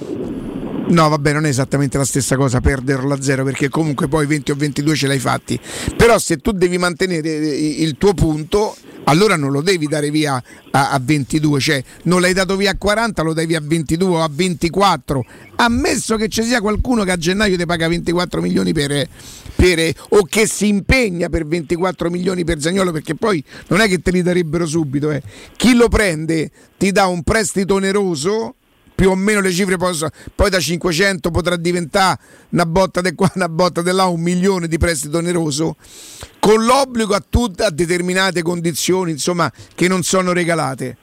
no vabbè, non è esattamente la stessa cosa perderlo a zero, perché comunque poi 20 o 22 ce l'hai fatti, però se tu devi mantenere il tuo punto, allora non lo devi dare via a 22, cioè non l'hai dato via a 40, lo dai via a 22 o a 24, ammesso che ci sia qualcuno che a gennaio ti paga 24 milioni per o che si impegna per 24 milioni per Zaniolo, perché poi non è che te li darebbero subito, chi lo prende ti dà un prestito oneroso, più o meno le cifre poi da 500 potrà diventare una botta di qua, una botta di là, 1 milione di prestito oneroso, con l'obbligo a determinate condizioni, insomma, che non sono regalate.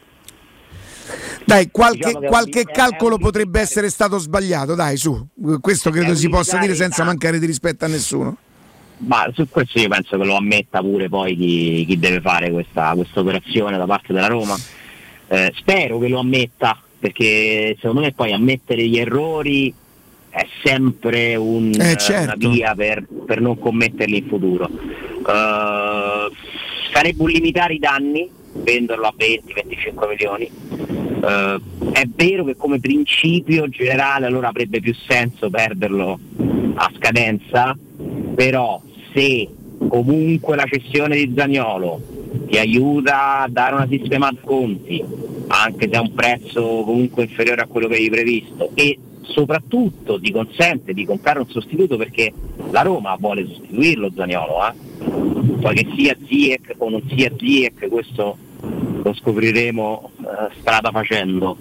Dai, qualche calcolo potrebbe essere stato sbagliato, dai, su, questo credo si possa dire senza mancare di rispetto a nessuno. Ma su questo io penso che lo ammetta pure poi chi deve fare questa operazione da parte della Roma. Spero che lo ammetta, perché secondo me poi ammettere gli errori è sempre una via per non commetterli in futuro. Sarebbe un limitare i danni venderlo a 20-25 milioni. È vero che come principio generale allora avrebbe più senso perderlo a scadenza, però se comunque la cessione di Zaniolo ti aiuta a dare una sistemata conti, anche se a un prezzo comunque inferiore a quello che avevi previsto, e soprattutto ti consente di comprare un sostituto, perché la Roma vuole sostituirlo Zaniolo, poi che sia Ziyech o non sia Ziyech questo lo scopriremo strada facendo,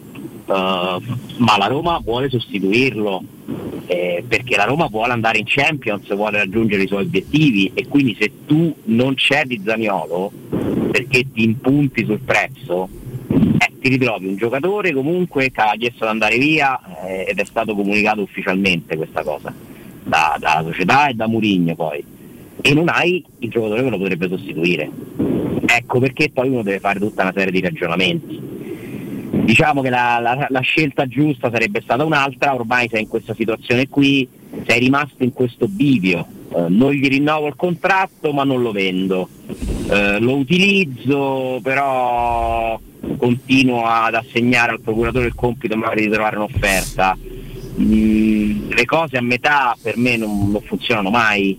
ma la Roma vuole sostituirlo, perché la Roma vuole andare in Champions, vuole raggiungere i suoi obiettivi, e quindi se tu non cedi Zaniolo perché ti impunti sul prezzo, ti ritrovi un giocatore comunque che ha chiesto di andare via, ed è stato comunicato ufficialmente questa cosa dalla società e da Mourinho poi, e non hai il giocatore che lo potrebbe sostituire. Ecco perché poi uno deve fare tutta una serie di ragionamenti. Diciamo che la scelta giusta sarebbe stata un'altra, ormai sei in questa situazione qui, sei rimasto in questo bivio, non gli rinnovo il contratto ma non lo vendo, lo utilizzo però continuo ad assegnare al procuratore il compito magari di trovare un'offerta. Le cose a metà per me non funzionano mai,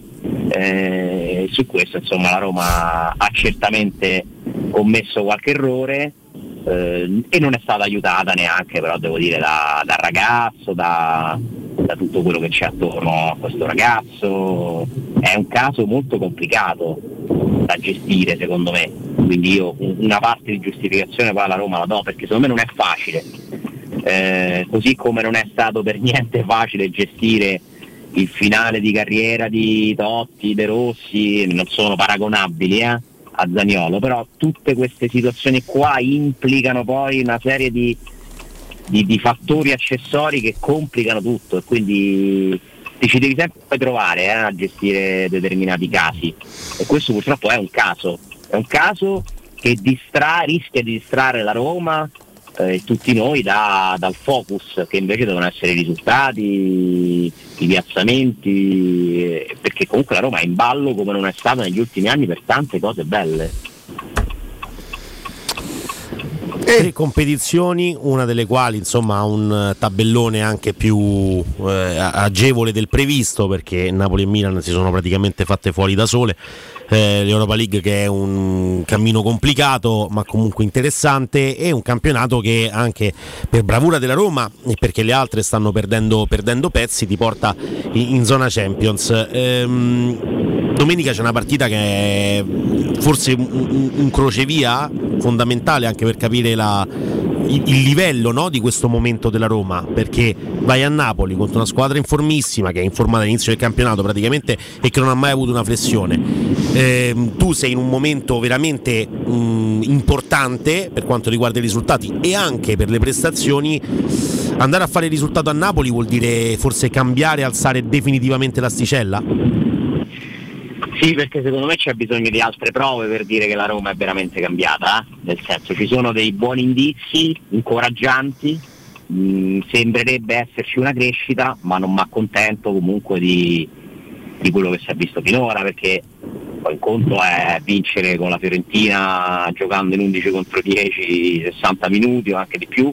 su questo insomma la Roma ha certamente commesso qualche errore, e non è stata aiutata neanche, però devo dire, dal ragazzo, da tutto quello che c'è attorno a questo ragazzo. È un caso molto complicato da gestire secondo me, quindi io una parte di giustificazione poi alla Roma la do, perché secondo me non è facile, così come non è stato per niente facile gestire il finale di carriera di Totti, De Rossi, non sono paragonabili a Zaniolo, però tutte queste situazioni qua implicano poi una serie di fattori accessori che complicano tutto, e quindi ti ci devi sempre trovare a gestire determinati casi, e questo purtroppo è un caso che rischia di distrarre la Roma e tutti noi dal focus che invece devono essere i risultati, i piazzamenti, perché comunque la Roma è in ballo come non è stata negli ultimi anni per tante cose belle. 3 competizioni, una delle quali insomma ha un tabellone anche più agevole del previsto, perché Napoli e Milan si sono praticamente fatte fuori da sole. L'Europa League, che è un cammino complicato ma comunque interessante, e un campionato che anche per bravura della Roma e perché le altre stanno perdendo pezzi ti porta in zona Champions. Domenica c'è una partita che è forse un crocevia fondamentale anche per capire il livello, no, di questo momento della Roma, perché vai a Napoli contro una squadra informissima, che è informata all'inizio del campionato praticamente e che non ha mai avuto una flessione. Tu sei in un momento veramente importante per quanto riguarda i risultati e anche per le prestazioni. Andare a fare il risultato a Napoli vuol dire forse cambiare, alzare definitivamente l'asticella? Sì, perché secondo me c'è bisogno di altre prove per dire che la Roma è veramente cambiata, nel senso, ci sono dei buoni indizi incoraggianti, sembrerebbe esserci una crescita, ma non mi accontento comunque di quello che si è visto finora, perché poi il conto è vincere con la Fiorentina giocando in 11 contro 10 60 minuti o anche di più,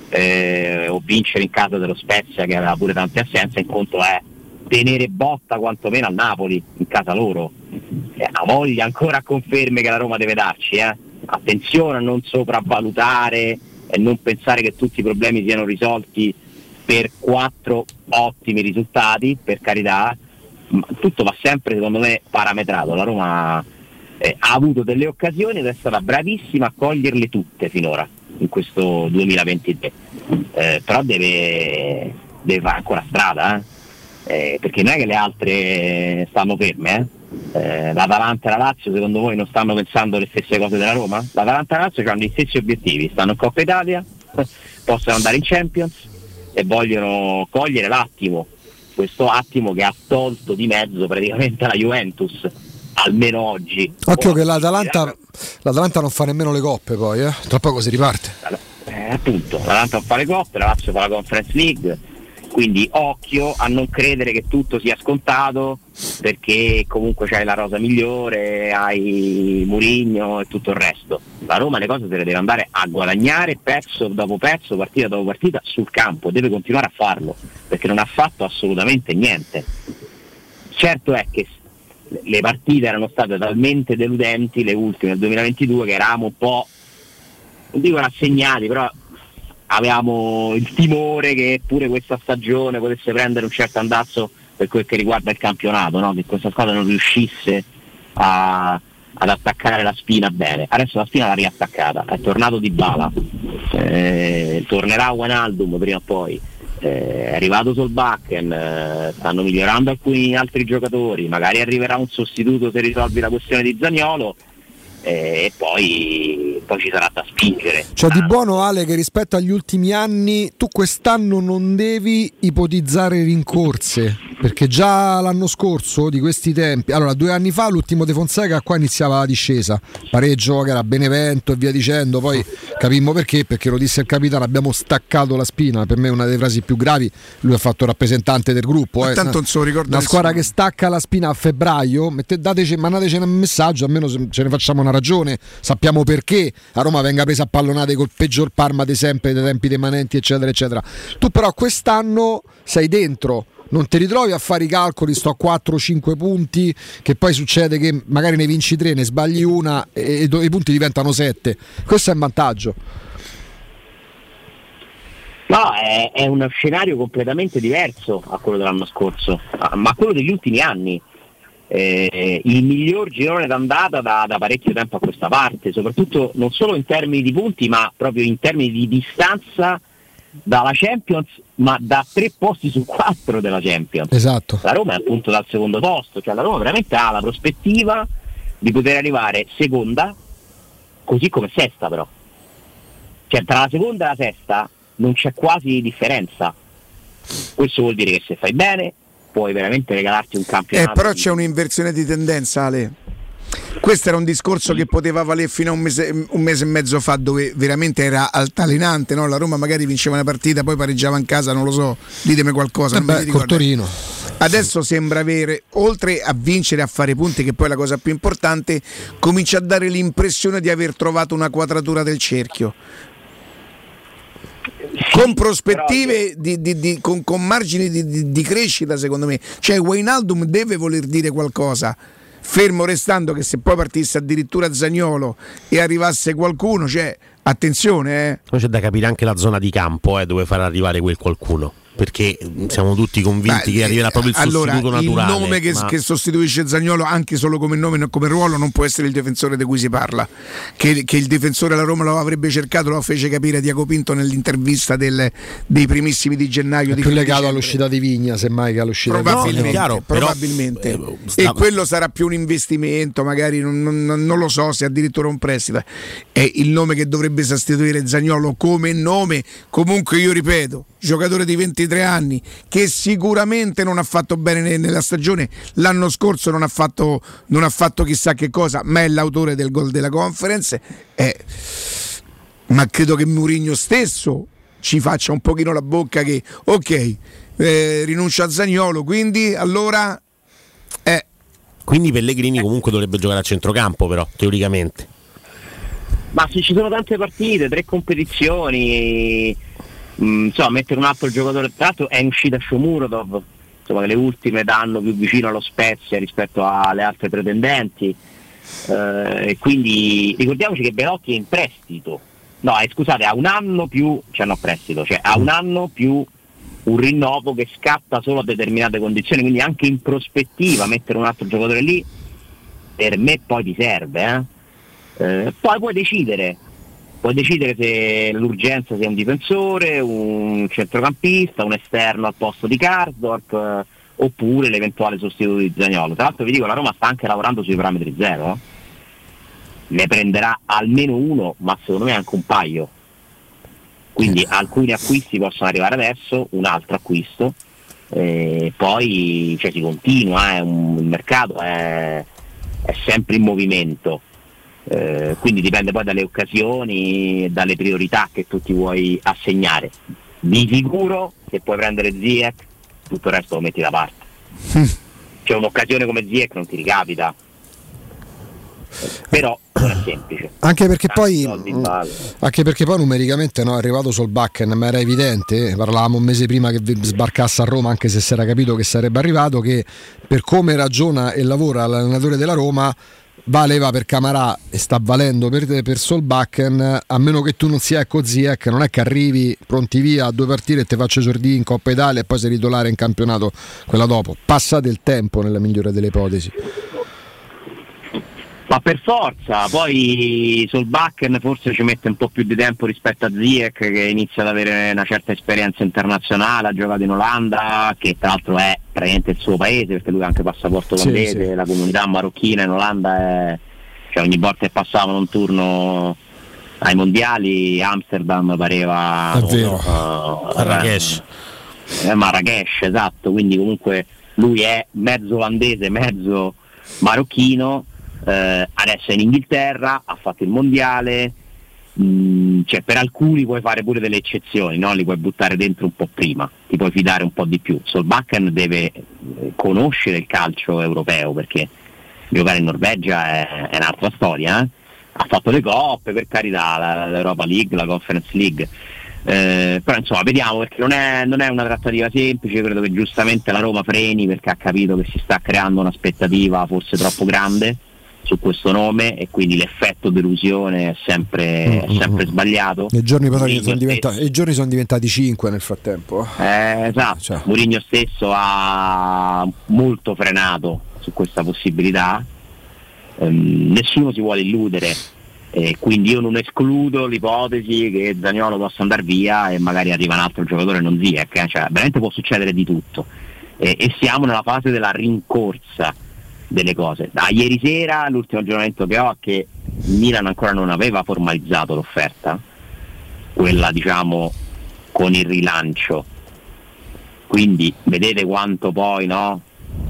o vincere in casa dello Spezia che aveva pure tante assenze. Il conto è tenere botta quantomeno al Napoli in casa loro. Ha voglia ancora conferme che la Roma deve darci, attenzione a non sopravvalutare e non pensare che tutti i problemi siano risolti per 4 ottimi risultati, per carità, ma tutto va sempre secondo me parametrato. La Roma ha avuto delle occasioni ed è stata bravissima a coglierle tutte finora in questo 2023, però deve fare ancora strada, perché non è che le altre stanno ferme, l'Atalanta e la Lazio secondo voi non stanno pensando le stesse cose della Roma? L'Atalanta e la Lazio hanno gli stessi obiettivi, stanno in Coppa Italia, possono andare in Champions e vogliono cogliere l'attimo, questo attimo che ha tolto di mezzo praticamente la Juventus, almeno oggi. Occhio che l'Atalanta non fa nemmeno le coppe poi, tra poco si riparte. Appunto, l'Atalanta non fa le coppe, la Lazio fa la Conference League, quindi occhio a non credere che tutto sia scontato, perché comunque c'hai la rosa migliore, hai Mourinho e tutto il resto. La Roma le cose se le deve andare a guadagnare pezzo dopo pezzo, partita dopo partita sul campo, deve continuare a farlo, perché non ha fatto assolutamente niente. Certo è che le partite erano state talmente deludenti, le ultime del 2022, che eravamo un po', non dico rassegnati, però avevamo il timore che pure questa stagione potesse prendere un certo andazzo per quel che riguarda il campionato, no? Che questa squadra non riuscisse ad attaccare la spina bene. Adesso la spina l'ha riattaccata, è tornato Dybala, tornerà Wijnaldum prima o poi, è arrivato Solbakken, stanno migliorando alcuni altri giocatori, magari arriverà un sostituto se risolvi la questione di Zaniolo, e poi ci sarà da spingere. Cioè, di buono, Ale, che rispetto agli ultimi anni tu quest'anno non devi ipotizzare rincorse, perché già l'anno scorso di questi tempi, allora 2 anni fa l'ultimo De Fonseca qua iniziava la discesa, pareggio che era Benevento e via dicendo, poi capimmo perché lo disse il capitano, abbiamo staccato la spina, per me è una delle frasi più gravi, lui ha fatto rappresentante del gruppo, tanto non se lo ricorda una squadra nessuno. che stacca la spina a febbraio, mandateci un messaggio, almeno ce ne facciamo una ragione, sappiamo perché a Roma venga presa a pallonate col peggior Parma di sempre, dei tempi dei Manenti eccetera eccetera. Tu però quest'anno sei dentro, non ti ritrovi a fare i calcoli, sto a 4-5 punti, che poi succede che magari ne vinci 3, ne sbagli una e i punti diventano 7, questo è un vantaggio. No, è uno scenario completamente diverso a quello dell'anno scorso, ma quello degli ultimi anni. Il miglior girone d'andata da parecchio tempo a questa parte, soprattutto non solo in termini di punti, ma proprio in termini di distanza dalla Champions, ma da 3 posti su 4 della Champions. Esatto. La Roma è appunto dal secondo posto, cioè la Roma veramente ha la prospettiva di poter arrivare seconda, così come sesta, però. Cioè tra la seconda e la sesta non c'è quasi differenza. Questo vuol dire che se fai bene puoi veramente regalarti un campionato. Però c'è un'inversione di tendenza, Ale. Questo era un discorso che poteva valere fino a un mese e mezzo fa, dove veramente era altalenante, no? La Roma magari vinceva una partita, poi pareggiava in casa, non lo so, ditemi qualcosa. Col Torino. Adesso sembra avere, oltre a vincere, a fare punti, che poi è la cosa più importante, comincia a dare l'impressione di aver trovato una quadratura del cerchio. con prospettive con margini di crescita, secondo me. Cioè Wijnaldum deve voler dire qualcosa, fermo restando che se poi partisse addirittura Zaniolo e arrivasse qualcuno, cioè attenzione. Poi c'è da capire anche la zona di campo dove far arrivare quel qualcuno, perché siamo tutti convinti che arriverà proprio il sostituto naturale. Il nome che sostituisce Zaniolo, anche solo come nome e come ruolo, non può essere il difensore di cui si parla. Che il difensore alla Roma lo avrebbe cercato, lo fece capire Diaco Pinto nell'intervista dei primissimi di gennaio. È più legato all'uscita di Vigna, semmai, che all'uscita probabilmente, di Vigna. Probabilmente. E quello sarà più un investimento, magari non lo so se addirittura un prestito. È il nome che dovrebbe sostituire Zaniolo come nome. Comunque io ripeto, giocatore di 23 anni che sicuramente non ha fatto bene nella stagione, l'anno scorso non ha fatto chissà che cosa, ma è l'autore del gol della Conference, ma credo che Mourinho stesso ci faccia un pochino la bocca che rinuncia a Zaniolo, quindi allora quindi Pellegrini comunque dovrebbe giocare a centrocampo, però teoricamente. Ma se ci sono tante partite, 3 competizioni, insomma, mettere un altro giocatore, tra l'altro è in uscita Shomurodov, insomma, che le ultime danno più vicino allo Spezia rispetto alle altre pretendenti, e quindi ricordiamoci che Belotti è in prestito, ha un anno più, ha un anno più un rinnovo che scatta solo a determinate condizioni, quindi anche in prospettiva mettere un altro giocatore lì per me poi ti serve, poi puoi decidere se l'urgenza sia un difensore, un centrocampista, un esterno al posto di Karsdorp, oppure l'eventuale sostituto di Zaniolo. Tra l'altro vi dico, la Roma sta anche lavorando sui parametri zero, ne prenderà almeno uno, ma secondo me anche un paio, quindi alcuni acquisti possono arrivare adesso, un altro acquisto, poi si continua, il mercato è sempre in movimento. Quindi dipende poi dalle occasioni e dalle priorità che tu ti vuoi assegnare. Di sicuro che puoi prendere Ziyech, tutto il resto lo metti da parte. C'è un'occasione come Ziyech non ti ricapita, però non è semplice, anche perché poi numericamente è arrivato Solbakken, ma era evidente, parlavamo un mese prima che sbarcasse a Roma, anche se si era capito che sarebbe arrivato, che per come ragiona e lavora l'allenatore della Roma valeva per Camarà e sta valendo per Solbakken, a meno che tu non sia Ziyech, non è che arrivi pronti via a 2 partite e ti faccio esordire in Coppa Italia e poi sei titolare in campionato quella dopo. Passa del tempo nella migliore delle ipotesi. Ma per forza, poi Solbakken forse ci mette un po' più di tempo rispetto a Ziyech, che inizia ad avere una certa esperienza internazionale, ha giocato in Olanda, che tra l'altro è praticamente il suo paese, perché lui ha anche passaporto olandese, sì. La comunità marocchina in Olanda ogni volta che passavano un turno ai mondiali, Amsterdam pareva Marrakesh. Marrakesh, esatto, quindi comunque lui è mezzo olandese, mezzo marocchino. Adesso è in Inghilterra, ha fatto il mondiale, per alcuni puoi fare pure delle eccezioni, li puoi buttare dentro un po' prima, ti puoi fidare un po' di più. Solbakken deve conoscere il calcio europeo, perché giocare in Norvegia è un'altra storia, ha fatto le coppe, per carità, l'Europa League, la Conference League, però insomma vediamo, perché non è una trattativa semplice. Credo che giustamente la Roma freni, perché ha capito che si sta creando un'aspettativa forse troppo grande su questo nome, e quindi l'effetto delusione è sempre sbagliato. I giorni sono diventati 5 nel frattempo. Esatto, Mourinho stesso ha molto frenato su questa possibilità, nessuno si vuole illudere, quindi io non escludo l'ipotesi che Zaniolo possa andare via e magari arriva un altro giocatore, non Ziyech, veramente può succedere di tutto, e siamo nella fase della rincorsa delle cose. Da ieri sera l'ultimo aggiornamento che ho è che il Milan ancora non aveva formalizzato l'offerta, quella con il rilancio, quindi vedete quanto poi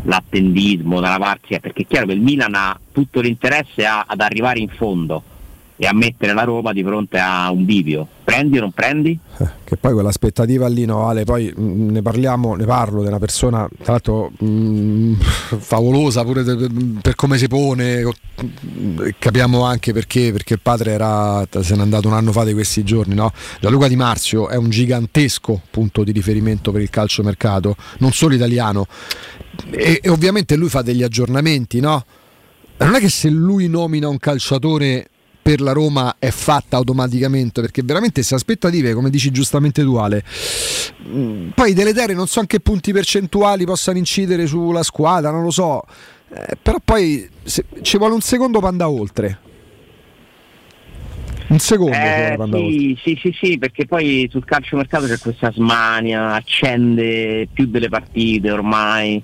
l'attendismo dalla parte, perché è chiaro che il Milan ha tutto l'interesse ad arrivare in fondo, e a mettere la Roma di fronte a un bivio. Prendi o non prendi? Che poi quell'aspettativa lì, no, Ale, poi ne parlo di una persona tra l'altro favolosa pure per come si pone, capiamo anche perché il padre se n'è andato un anno fa di questi giorni, no? Gianluca Di Marzio è un gigantesco punto di riferimento per il calciomercato, non solo italiano, e ovviamente lui fa degli aggiornamenti, no? Non è che se lui nomina un calciatore per la Roma è fatta automaticamente, perché veramente queste aspettative, come dici giustamente tu Ale, poi deleterie, non so anche punti percentuali possano incidere sulla squadra, non lo so, però poi ci vuole un secondo per andare oltre. Un secondo sì, perché poi sul calciomercato c'è questa smania, accende più delle partite ormai.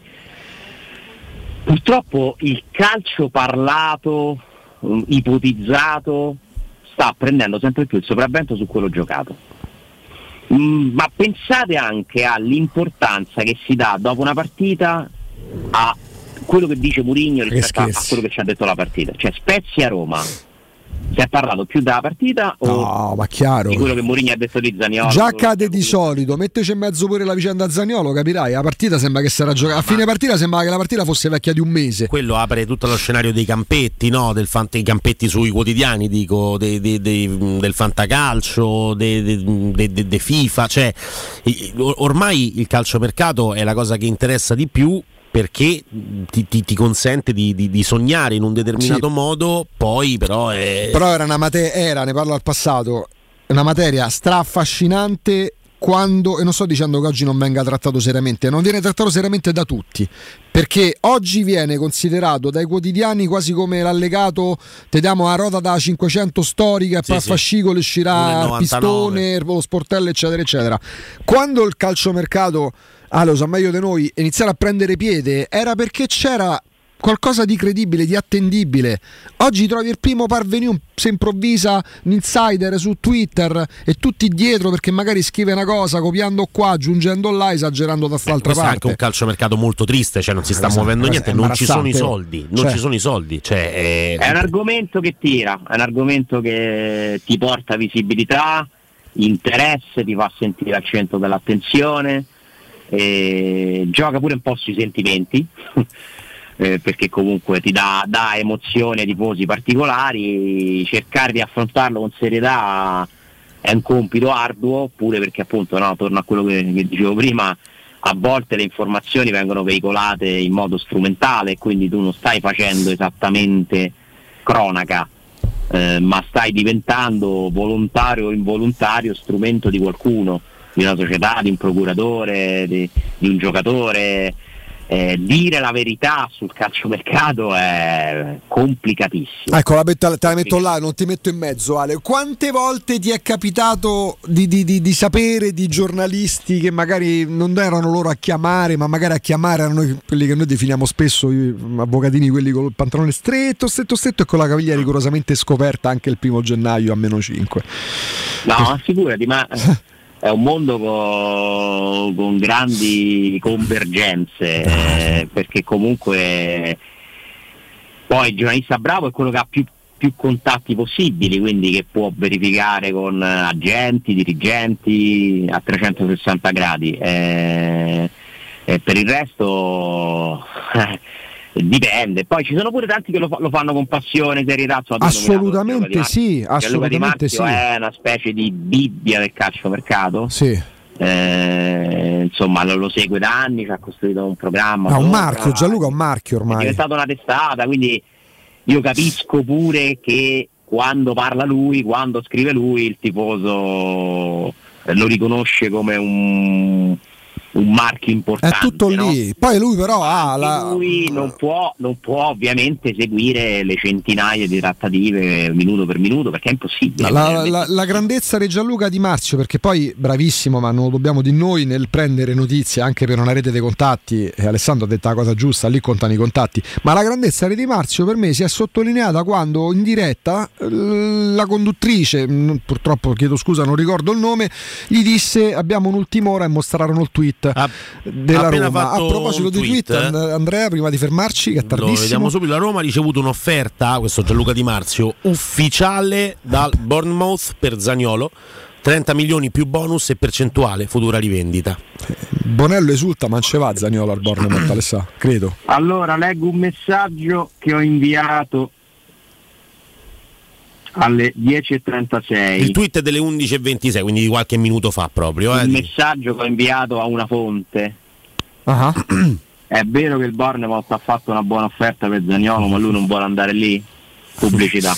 Purtroppo il calcio parlato, ipotizzato, sta prendendo sempre più il sopravvento su quello giocato. Ma pensate anche all'importanza che si dà dopo una partita a quello che dice Mourinho rispetto a quello che ci ha detto la partita. Cioè Spezia-Roma, si è parlato più della partita o ma chiaro, di quello che Mourinho ha detto di Zaniolo? Già accade di solito, metteci in mezzo pure la vicenda Zaniolo, capirai, la partita sembra che sarà giocata, a fine partita sembra che la partita fosse vecchia di un mese. Quello apre tutto lo scenario dei campetti, no? I campetti sui quotidiani, dico, del fantacalcio, de FIFA, cioè ormai il calciomercato è la cosa che interessa di più, perché ti consente di sognare in un determinato modo, poi però era una materia, ne parlo al passato, una materia straffascinante, quando, e non sto dicendo che oggi non venga trattato seriamente, non viene trattato seriamente da tutti, perché oggi viene considerato dai quotidiani quasi come l'allegato, te diamo la rota da 500 storica e poi a fascicolo uscirà il pistone, lo sportello eccetera eccetera. Quando il calciomercato, lo sa meglio di noi, iniziare a prendere piede, era perché c'era qualcosa di credibile, di attendibile. Oggi trovi il primo parvenu, se improvvisa un insider su Twitter e tutti dietro perché magari scrive una cosa copiando qua, aggiungendo là, esagerando da quest'altra parte. È anche un calciomercato molto triste, cioè non si sta muovendo niente, non ci sono i soldi, ci sono i soldi, cioè è un argomento che tira, è un argomento che ti porta visibilità, interesse, ti fa sentire al centro dell'attenzione. Gioca pure un po' sui sentimenti perché comunque ti dà emozioni ai tifosi particolari. Cercare di affrontarlo con serietà è un compito arduo, pure perché appunto, no, torno a quello che dicevo prima, a volte le informazioni vengono veicolate in modo strumentale, quindi tu non stai facendo esattamente cronaca, ma stai diventando volontario o involontario strumento di qualcuno, di una società, di un procuratore, di un giocatore. Dire la verità sul calciomercato è complicatissimo. Ecco, te la metto là, non ti metto in mezzo, Ale. Quante volte ti è capitato di sapere di giornalisti che magari non erano loro a chiamare, ma magari a chiamare erano quelli che noi definiamo spesso avvocatini, quelli con il pantalone stretto e con la caviglia rigorosamente scoperta anche il 1° gennaio a -5? No, figurati, ma è un mondo con grandi convergenze, perché comunque poi il giornalista bravo è quello che ha più contatti possibili, quindi che può verificare con agenti, dirigenti a 360 gradi. Per il resto dipende. Poi ci sono pure tanti che lo fanno con passione, serietà. Assolutamente sì, assolutamente sì. È una specie di Bibbia del calciomercato. Sì. Insomma, lo segue da anni, ci ha costruito un programma. Un marchio, Gianluca, un marchio ormai. È diventata una testata, quindi io capisco pure che quando parla lui, quando scrive lui, il tifoso lo riconosce come un marchio importante. È tutto lì, no? Poi lui però lui non può ovviamente seguire le centinaia di trattative minuto per minuto, perché è impossibile. La grandezza di Gianluca Di Marzio, perché poi bravissimo, ma non lo dobbiamo di noi, nel prendere notizie anche per una rete dei contatti, e Alessandro ha detto la cosa giusta, lì contano i contatti, ma la grandezza di Di Marzio per me si è sottolineata quando in diretta la conduttrice, purtroppo chiedo scusa non ricordo il nome, gli disse abbiamo un'ultima ora e mostrarono il tweet tweet della Roma. A proposito di tweet, Andrea, prima di fermarci, che è tardissimo, lo vediamo subito. La Roma ha ricevuto un'offerta, questo Gianluca Di Marzio, ufficiale dal Bournemouth per Zaniolo, 30 milioni più bonus e percentuale futura rivendita. Bonello esulta, ma non ce va Zaniolo al Bournemouth, Alessà, credo. Allora, leggo un messaggio che ho inviato alle 10:36. Il tweet è delle 11:26, quindi di qualche minuto fa proprio. Il messaggio che ho inviato a una fonte. È vero che il Bournemouth ha fatto una buona offerta per Zaniolo, ma lui non vuole andare lì? Pubblicità.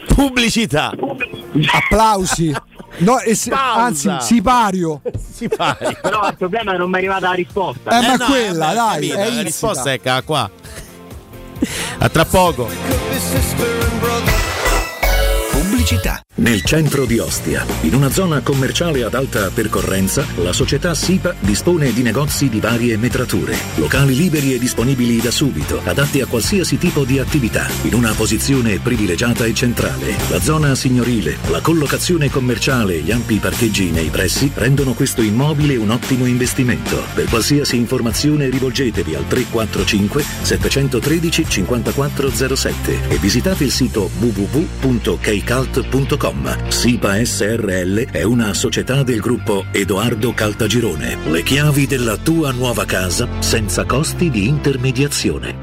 Applausi. No, anzi, sipario. Però il problema è che non mi è arrivata la risposta. Ma no, quella, dai. La risposta è qua. A tra poco. Pubblicità. Nel centro di Ostia, in una zona commerciale ad alta percorrenza, la società SIPA dispone di negozi di varie metrature, locali liberi e disponibili da subito, adatti a qualsiasi tipo di attività, in una posizione privilegiata e centrale. La zona signorile, la collocazione commerciale e gli ampi parcheggi nei pressi rendono questo immobile un ottimo investimento. Per qualsiasi informazione rivolgetevi al 345 713 5407 e visitate il sito www.kcalt.com. SIPA SRL è una società del gruppo Edoardo Caltagirone. Le chiavi della tua nuova casa senza costi di intermediazione.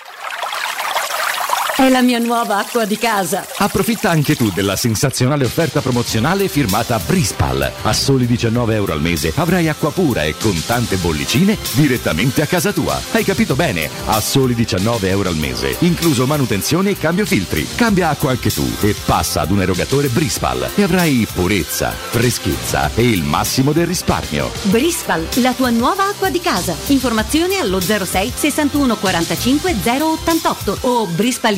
È la mia nuova acqua di casa. Approfitta anche tu della sensazionale offerta promozionale firmata Brispal. A soli €19 al mese avrai acqua pura e con tante bollicine direttamente a casa tua. Hai capito bene? A soli €19 al mese, incluso manutenzione e cambio filtri. Cambia acqua anche tu e passa ad un erogatore Brispal e avrai purezza, freschezza e il massimo del risparmio. Brispal, la tua nuova acqua di casa. Informazioni allo 06 61 45 088 o brispalitalia.it.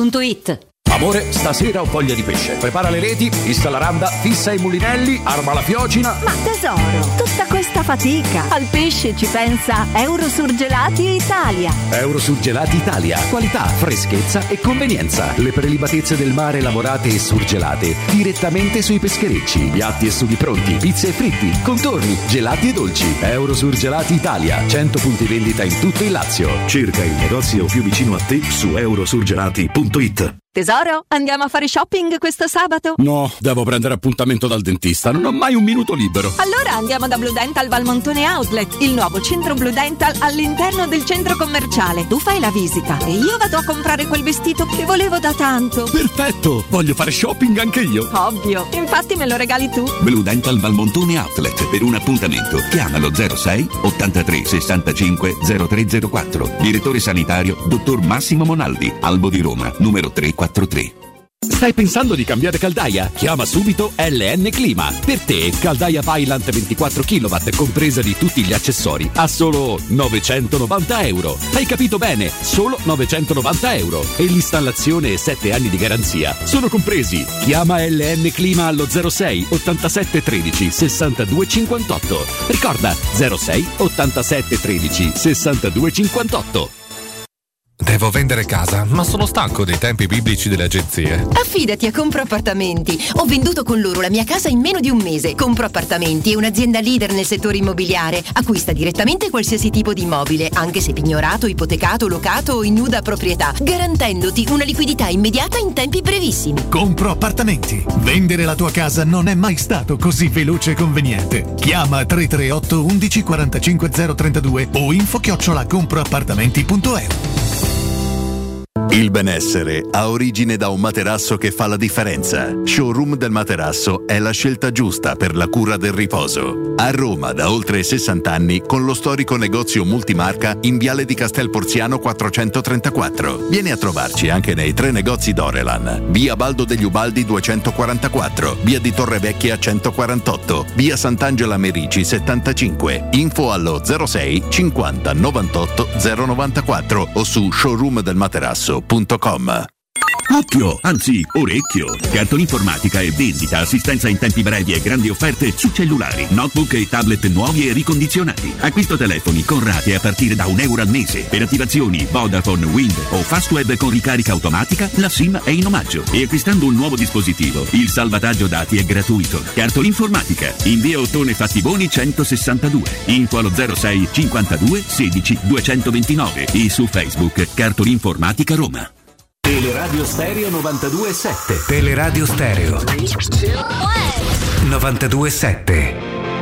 Amore, stasera ho voglia di pesce. Prepara le reti, fissa la randa, fissa i mulinelli, arma la fiocina. Ma tesoro, tutta questa fatica. Al pesce ci pensa Eurosurgelati Italia. Eurosurgelati Italia. Qualità, freschezza e convenienza. Le prelibatezze del mare lavorate e surgelate direttamente sui pescherecci. Piatti e sughi pronti, pizze e fritti, contorni, gelati e dolci. Eurosurgelati Italia. 100 punti vendita in tutto il Lazio. Cerca il negozio più vicino a te su eurosurgelati.it. Tesoro, andiamo a fare shopping questo sabato? No, devo prendere appuntamento dal dentista, non ho mai un minuto libero. Allora andiamo da Blue Dental Valmontone Outlet, il nuovo centro Blue Dental all'interno del centro commerciale. Tu fai la visita e io vado a comprare quel vestito che volevo da tanto. Perfetto, voglio fare shopping anche io. Ovvio, infatti me lo regali tu. Blue Dental Valmontone Outlet. Per un appuntamento chiamalo 06 83 65 0304. Direttore sanitario dottor Massimo Monaldi, Albo di Roma, numero 343. Stai pensando di cambiare caldaia? Chiama subito LN Clima. Per te, caldaia Vaillant 24 kW, compresa di tutti gli accessori, a solo €990. Hai capito bene? Solo €990. E l'installazione e 7 anni di garanzia sono compresi. Chiama LN Clima allo 06 87 13 62 58. Ricorda 06 87 13 62 58. Devo vendere casa, ma sono stanco dei tempi biblici delle agenzie. Affidati a Compro Appartamenti. Ho venduto con loro la mia casa in meno di un mese. Compro Appartamenti è un'azienda leader nel settore immobiliare. Acquista direttamente qualsiasi tipo di immobile, anche se pignorato, ipotecato, locato o in nuda proprietà, garantendoti una liquidità immediata in tempi brevissimi. Compro Appartamenti. Vendere la tua casa non è mai stato così veloce e conveniente. Chiama 338 11 45 032 o info@comproappartamenti.eu. Il benessere ha origine da un materasso che fa la differenza. Showroom del Materasso è la scelta giusta per la cura del riposo. A Roma da oltre 60 anni con lo storico negozio multimarca in Viale di Castel Porziano 434. Vieni a trovarci anche nei 3 negozi Dorelan. Via Baldo degli Ubaldi 244, Via di Torrevecchia 148, Via Sant'Angela Merici 75. Info allo 06 50 98 094 o su showroomdelmaterasso.com. Occhio, anzi orecchio. Cartolinformatica e vendita, assistenza in tempi brevi e grandi offerte su cellulari, notebook e tablet nuovi e ricondizionati. Acquisto telefoni con rate a partire da €1 al mese. Per attivazioni Vodafone, Wind o Fastweb con ricarica automatica, la SIM è in omaggio. E acquistando un nuovo dispositivo, il salvataggio dati è gratuito. Cartolinformatica, in via Ottone Fattiboni 162. Info allo 06 52 16 229 e su Facebook Cartolinformatica Roma. Teleradio Stereo 92.7. Teleradio Stereo 92.7.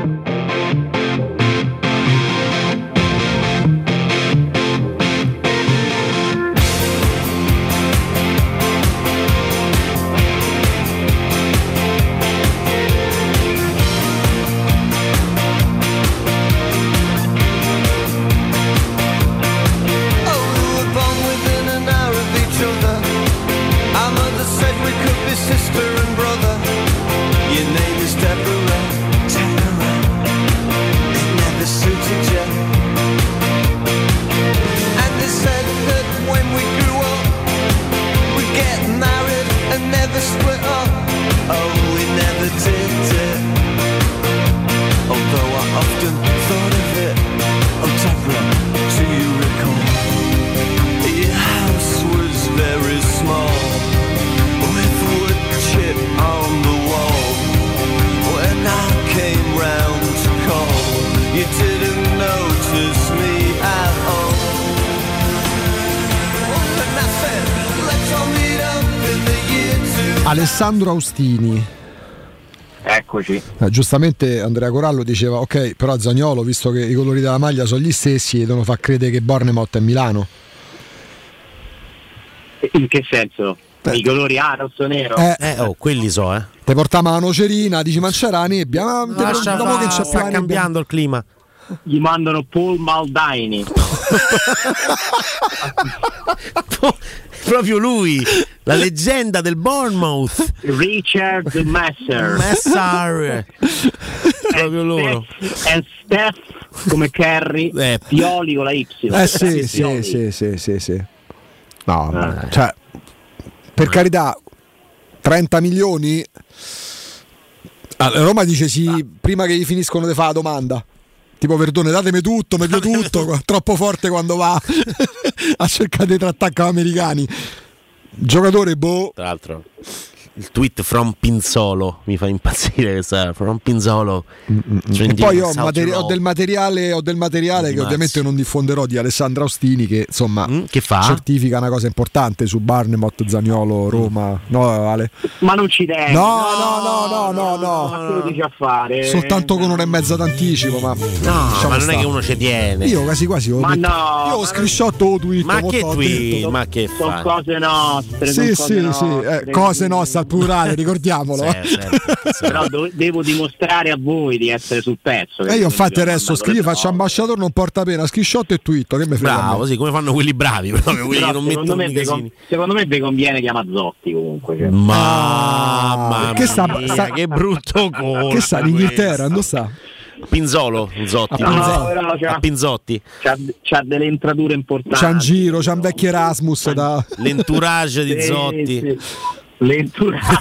Alessandro Austini. Eccoci. Giustamente Andrea Corallo diceva ok, però Zaniolo, visto che i colori della maglia sono gli stessi, devono far credere che Bournemouth è Milano. In che senso? I colori rosso-nero? Quelli so, Te portavamo la nocerina, dici ma c'era la nebbia, ma dopo che c'è sta cambiando il clima. Gli mandano Paul Maldini. Proprio lui, la leggenda del Bournemouth, Richard Messer. Proprio loro. E Steph come Kerry, Pioli con la Y. Sì. No, cioè, per carità, 30 milioni. Allora, Roma dice sì prima che gli finiscono di fare la domanda. Tipo, perdone, datemi tutto, mi piace tutto, troppo forte quando va a cercare di trattare con americani. Giocatore Tra l'altro il tweet from Pinzolo mi fa impazzire, from Pinzolo. E poi ho del materiale che ovviamente non diffonderò, di Alessandro Austini, che insomma che fa? Certifica una cosa importante su Bournemouth, Zaniolo, Roma. No, Ale? Ma non ci devi. No. Ma che lo dici a fare? Soltanto con 1 e mezza d'anticipo, ma ma non è che uno ci tiene. Io quasi ma no, io ho screenshot o tweet. Ma che tweet? Ma che sono cose nostre. Sì. Cose nostre al plurale, ricordiamolo. Però devo dimostrare a voi di essere sul pezzo. E io infatti adesso faccio ambasciatore, non porta pena, screenshot e tweet. Che mi frega. Bravo, sì, come fanno quelli bravi, proprio quelli che non mettono i casini. Secondo me vi conviene chiamare Zotti comunque. Cioè. Mamma mia, che brutto colpo. Che sta in Inghilterra? Dove sta? Pinzolo, Zotti, a Pinzotti. C'ha delle entrature importanti. C'ha un giro, c'ha un vecchio Erasmus l'entourage di Zotti. Sì. L'entourage.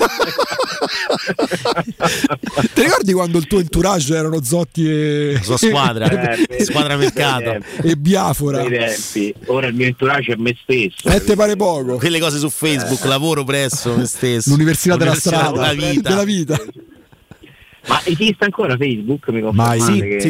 Ti ricordi quando il tuo entourage erano Zotti e la sua squadra, squadra mercato e Biafora? Ora il mio entourage è me stesso. Te pare poco? Quelle cose su Facebook, lavoro presso me stesso. L'università della strada, della vita. Ma esiste ancora Facebook? Mai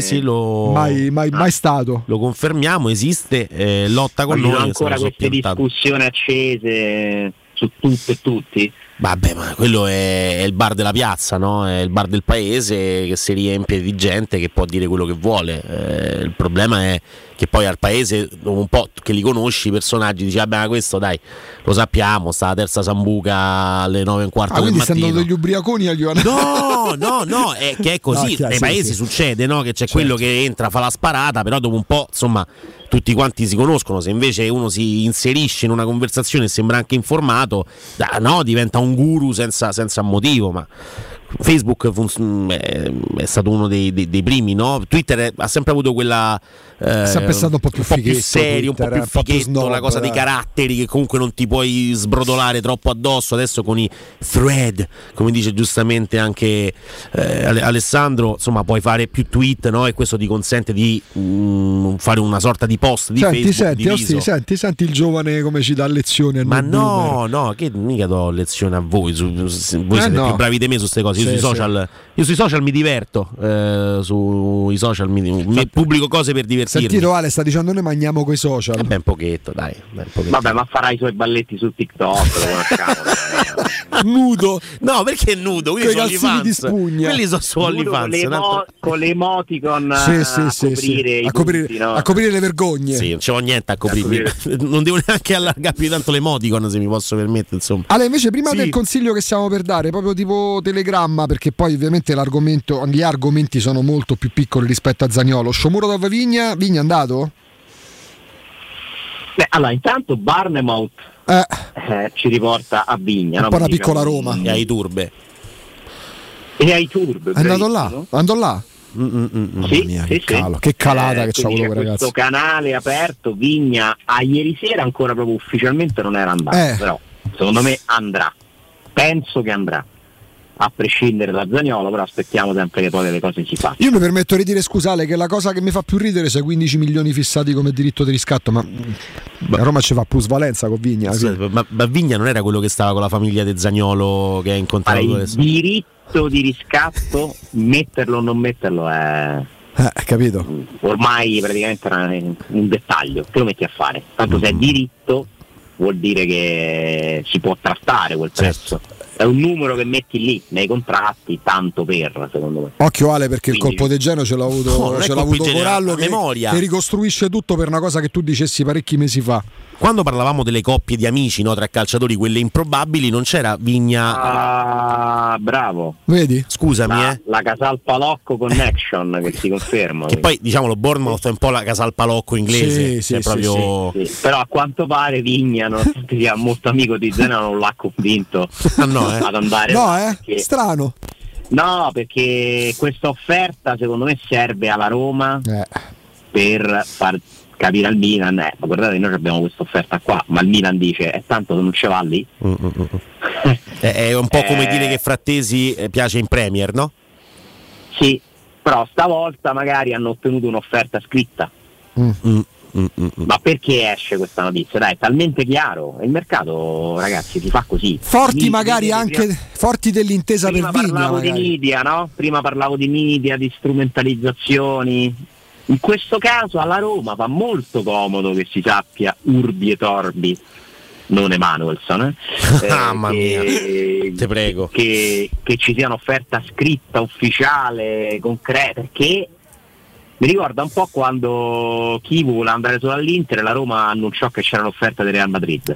stato. Lo confermiamo, esiste, lotta con noi. Ancora queste discussioni accese su tutto e tutti. Vabbè, ma quello è il bar della piazza, no? È il bar del paese che si riempie di gente che può dire quello che vuole. Il problema è che poi al paese, dopo un po' che li conosci, i personaggi, dici vabbè, ma questo dai, lo sappiamo, sta la terza Sambuca alle 9:15 del mattino. Quindi stanno degli ubriaconi agli No, è che è così. Nei paesi succede, no? Che c'è quello che entra, fa la sparata, però dopo un po', insomma, tutti quanti si conoscono. Se invece uno si inserisce in una conversazione e sembra anche informato, no, diventa un guru senza motivo. Ma Facebook è stato uno dei primi, no? Twitter ha sempre avuto quella sempre stato un po' più serio, Twitter, un po' più fighetto, snob, la cosa dei caratteri che comunque non ti puoi sbrodolare troppo addosso. Adesso con i thread, come dice giustamente anche Alessandro, insomma puoi fare più tweet, no? E questo ti consente di fare una sorta di post di Facebook. Senti il giovane come ci dà lezioni. Ma no, che mica do lezione a voi. Voi siete più bravi di me su queste cose. Io sui social mi diverto. Sui social pubblico cose per divertirmi. Sentito Ale sta dicendo noi mangiamo coi social. Un pochetto, dai. Vabbè, ma farà i suoi balletti su TikTok. Nudo. No, perché nudo? Quelli sono OnlyFans. Quelli sono su OnlyFans. Con le emoticon a coprire le vergogne. Sì, non c'ho niente a coprire. Non devo neanche allargarmi tanto le emoticon, se mi posso permettere, insomma. Ale, invece prima del consiglio che stiamo per dare, proprio tipo telegramma, perché poi ovviamente gli argomenti sono molto più piccoli rispetto a Zaniolo. Shomurodov Vigna è andato? Beh, allora intanto Bournemouth ci riporta a Vigna, un po' una piccola Roma e ai turbe. È andato là? Sì. Che calata che c'ha avuto quel ragazzo. Questo canale aperto, Vigna a ieri sera ancora proprio ufficialmente non era andato, però secondo me andrà, penso che andrà, a prescindere da Zaniolo, però aspettiamo sempre che poi le cose si facciano. Io mi permetto di dire, scusate, che la cosa che mi fa più ridere sono 15 milioni fissati come diritto di riscatto, ma a Roma ci fa plusvalenza con Vigna. Ma Vigna non era quello che stava con la famiglia di Zaniolo che ha incontrato il diritto di riscatto, metterlo o non metterlo è capito, ormai praticamente era un dettaglio che lo metti a fare, tanto se è diritto vuol dire che si può trattare quel prezzo. È un numero che metti lì nei contratti, tanto per, secondo me. Occhio Ale, perché il colpo del Genoa ce l'ha avuto Corallo che ricostruisce tutto per una cosa che tu dicessi parecchi mesi fa. Quando parlavamo delle coppie di amici, no, tra calciatori, quelle improbabili, non c'era Vigna. Bravo. Vedi? Scusami, la Casal Palocco Connection che si conferma. Che poi diciamolo, Bournemouth è un po' la Casal Palocco inglese. Sì. Però a quanto pare Vigna, nonostante sia molto amico di Zena, non l'ha convinto ad andare. Perché... strano. No, perché questa offerta secondo me serve alla Roma per far capire al Milan, ma guardate, noi abbiamo questa offerta qua, ma il Milan dice tanto non ce va lì. È un po' come dire che Frattesi piace in Premier, no? Sì, però stavolta magari hanno ottenuto un'offerta scritta. Ma perché esce questa notizia? Dai, è talmente chiaro, il mercato, ragazzi, si fa così. Forti magari anche forti dell'intesa per Vigna. Parlavo di media, no? Prima parlavo di media, di strumentalizzazioni. In questo caso alla Roma fa molto comodo che si sappia urbi e torbi, non Emanuelson, mamma mia, te prego, che ci sia un'offerta scritta, ufficiale, concreta, perché mi ricorda un po' quando Chivu voleva andare solo all'Inter e la Roma annunciò che c'era l'offerta del Real Madrid.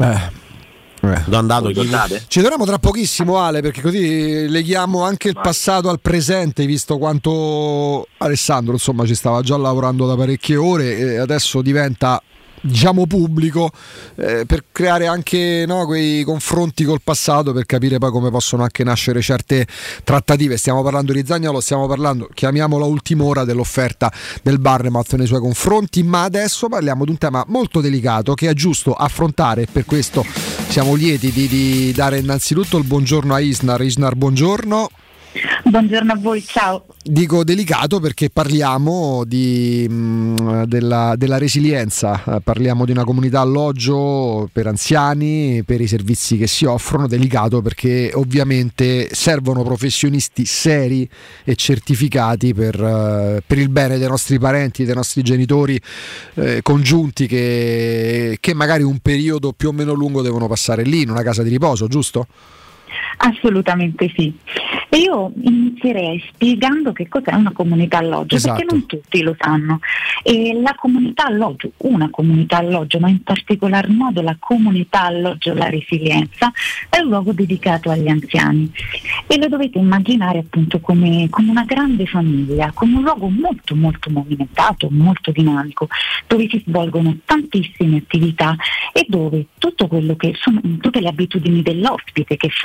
Ci torniamo tra pochissimo Ale, perché così leghiamo anche il passato al presente, visto quanto Alessandro insomma ci stava già lavorando da parecchie ore e adesso diventa diciamo pubblico, per creare anche quei confronti col passato, per capire poi come possono anche nascere certe trattative. Stiamo parlando di Zaniolo, stiamo parlando, chiamiamola ultima ora, dell'offerta del Bournemouth nei suoi confronti, ma adesso parliamo di un tema molto delicato che è giusto affrontare, e per questo siamo lieti di dare innanzitutto il buongiorno a Isnar. Isnar, buongiorno. Buongiorno a voi, ciao. Dico delicato perché parliamo della resilienza, parliamo di una comunità alloggio per anziani, per i servizi che si offrono. Delicato perché ovviamente servono professionisti seri e certificati per il bene dei nostri parenti, dei nostri genitori congiunti che magari un periodo più o meno lungo devono passare lì in una casa di riposo, giusto? Assolutamente sì. E io inizierei spiegando che cos'è una comunità alloggio, perché non tutti lo sanno. E la comunità alloggio, una comunità alloggio, ma in particolar modo la comunità alloggio La Resilienza, è un luogo dedicato agli anziani. E lo dovete immaginare appunto come una grande famiglia, come un luogo molto molto movimentato, molto dinamico, dove si svolgono tantissime attività e dove tutto quello che sono tutte le abitudini dell'ospite che fa ingresso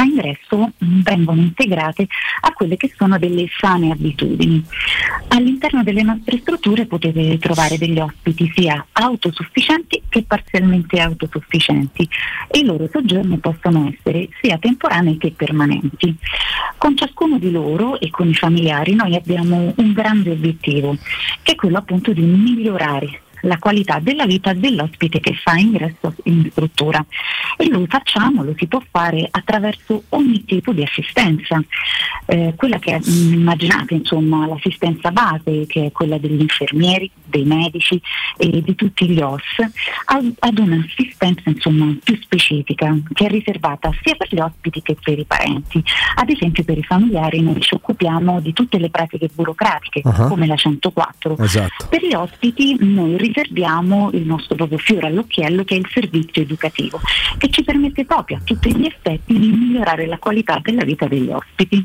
adesso vengono integrate a quelle che sono delle sane abitudini. All'interno delle nostre strutture potete trovare degli ospiti sia autosufficienti che parzialmente autosufficienti e i loro soggiorni possono essere sia temporanei che permanenti. Con ciascuno di loro e con i familiari noi abbiamo un grande obiettivo, che è quello appunto di migliorare la qualità della vita dell'ospite che fa ingresso in struttura, e lo si può fare attraverso ogni tipo di assistenza, quella che immaginate, insomma, l'assistenza base, che è quella degli infermieri, dei medici e di tutti gli OS, ad un'assistenza insomma più specifica, che è riservata sia per gli ospiti che per i parenti. Ad esempio per i familiari noi ci occupiamo di tutte le pratiche burocratiche, come la 104. Esatto. Per gli ospiti noi riserviamo il nostro proprio fiore all'occhiello, che è il servizio educativo, che ci permette proprio a tutti gli effetti di migliorare la qualità della vita degli ospiti.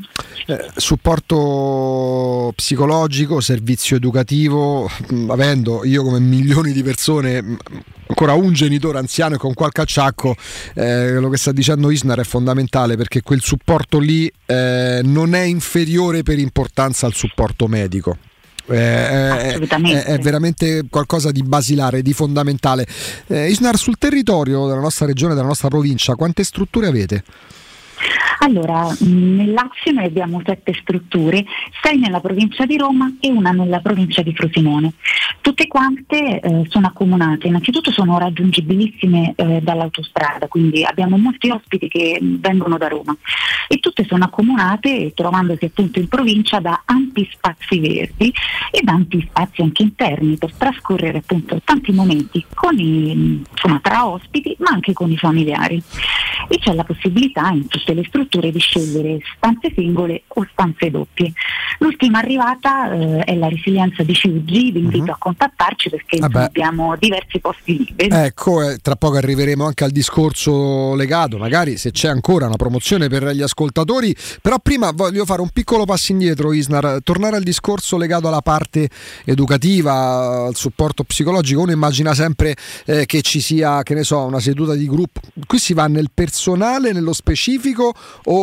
Supporto psicologico, servizio educativo, avendo io come milioni di persone ancora un genitore anziano e con qualche acciacco, quello che sta dicendo Isnar è fondamentale, perché quel supporto lì non è inferiore per importanza al supporto medico. È veramente qualcosa di basilare, di fondamentale. Isnar, sul territorio della nostra regione, della nostra provincia, quante strutture avete? Allora, nel Lazio noi abbiamo 7 strutture, 6 nella provincia di Roma e una nella provincia di Frosinone. Tutte quante sono accomunate, innanzitutto sono raggiungibilissime dall'autostrada, quindi abbiamo molti ospiti che vengono da Roma, e tutte sono accomunate, trovandosi appunto in provincia, da ampi spazi verdi e da ampi spazi anche interni per trascorrere appunto tanti momenti tra ospiti, ma anche con i familiari. E c'è la possibilità in tutte le strutture di scegliere stanze singole o stanze doppie. L'ultima arrivata è la Resilienza di Fiuggi, vi invito a contattarci perché abbiamo diversi posti liberi. Ecco, tra poco arriveremo anche al discorso legato, magari se c'è ancora una promozione per gli ascoltatori, però prima voglio fare un piccolo passo indietro, Isnar, tornare al discorso legato alla parte educativa, al supporto psicologico. Uno immagina sempre che ci sia, che ne so, una seduta di gruppo. Qui si va nel personale, nello specifico,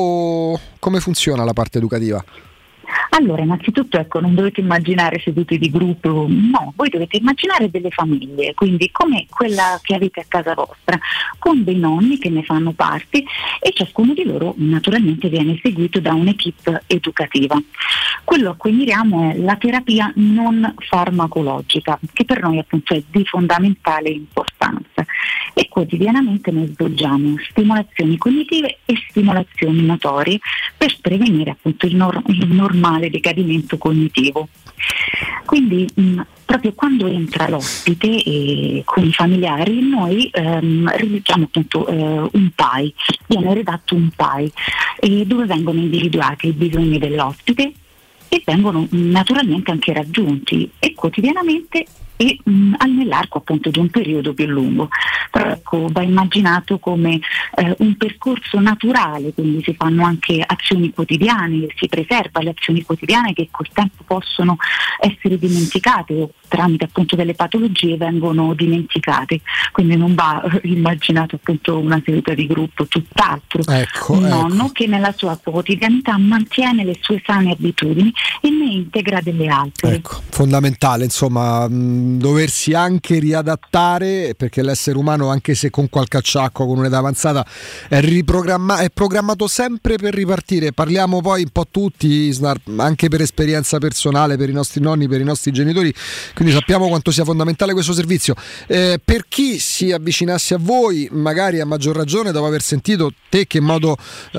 o come funziona la parte educativa? Allora, innanzitutto non dovete immaginare seduti di gruppo, no, voi dovete immaginare delle famiglie, quindi come quella che avete a casa vostra, con dei nonni che ne fanno parte, e ciascuno di loro naturalmente viene seguito da un'equipe educativa. Quello a cui miriamo è la terapia non farmacologica, che per noi appunto è di fondamentale importanza, e quotidianamente noi svolgiamo stimolazioni cognitive e stimolazioni motorie per prevenire appunto il normale decadimento cognitivo. Quindi proprio quando entra l'ospite con i familiari noi redigiamo appunto un PAI, viene redatto un PAI dove vengono individuati i bisogni dell'ospite e vengono naturalmente anche raggiunti, e quotidianamente e nell'arco appunto di un periodo più lungo. Però va immaginato come un percorso naturale, quindi si fanno anche azioni quotidiane, si preserva le azioni quotidiane che col tempo possono essere dimenticate o tramite appunto delle patologie vengono dimenticate, quindi non va immaginato appunto una seduta di gruppo, tutt'altro. Un nonno che nella sua quotidianità mantiene le sue sane abitudini e ne integra delle altre. Fondamentale, insomma, doversi anche riadattare, perché l'essere umano, anche se con qualche acciacco, con un'età avanzata, è programmato sempre per ripartire. Parliamo poi un po' tutti, anche per esperienza personale, per i nostri nonni, per i nostri genitori, quindi sappiamo quanto sia fondamentale questo servizio. Per chi si avvicinasse a voi, magari a maggior ragione dopo aver sentito te che in modo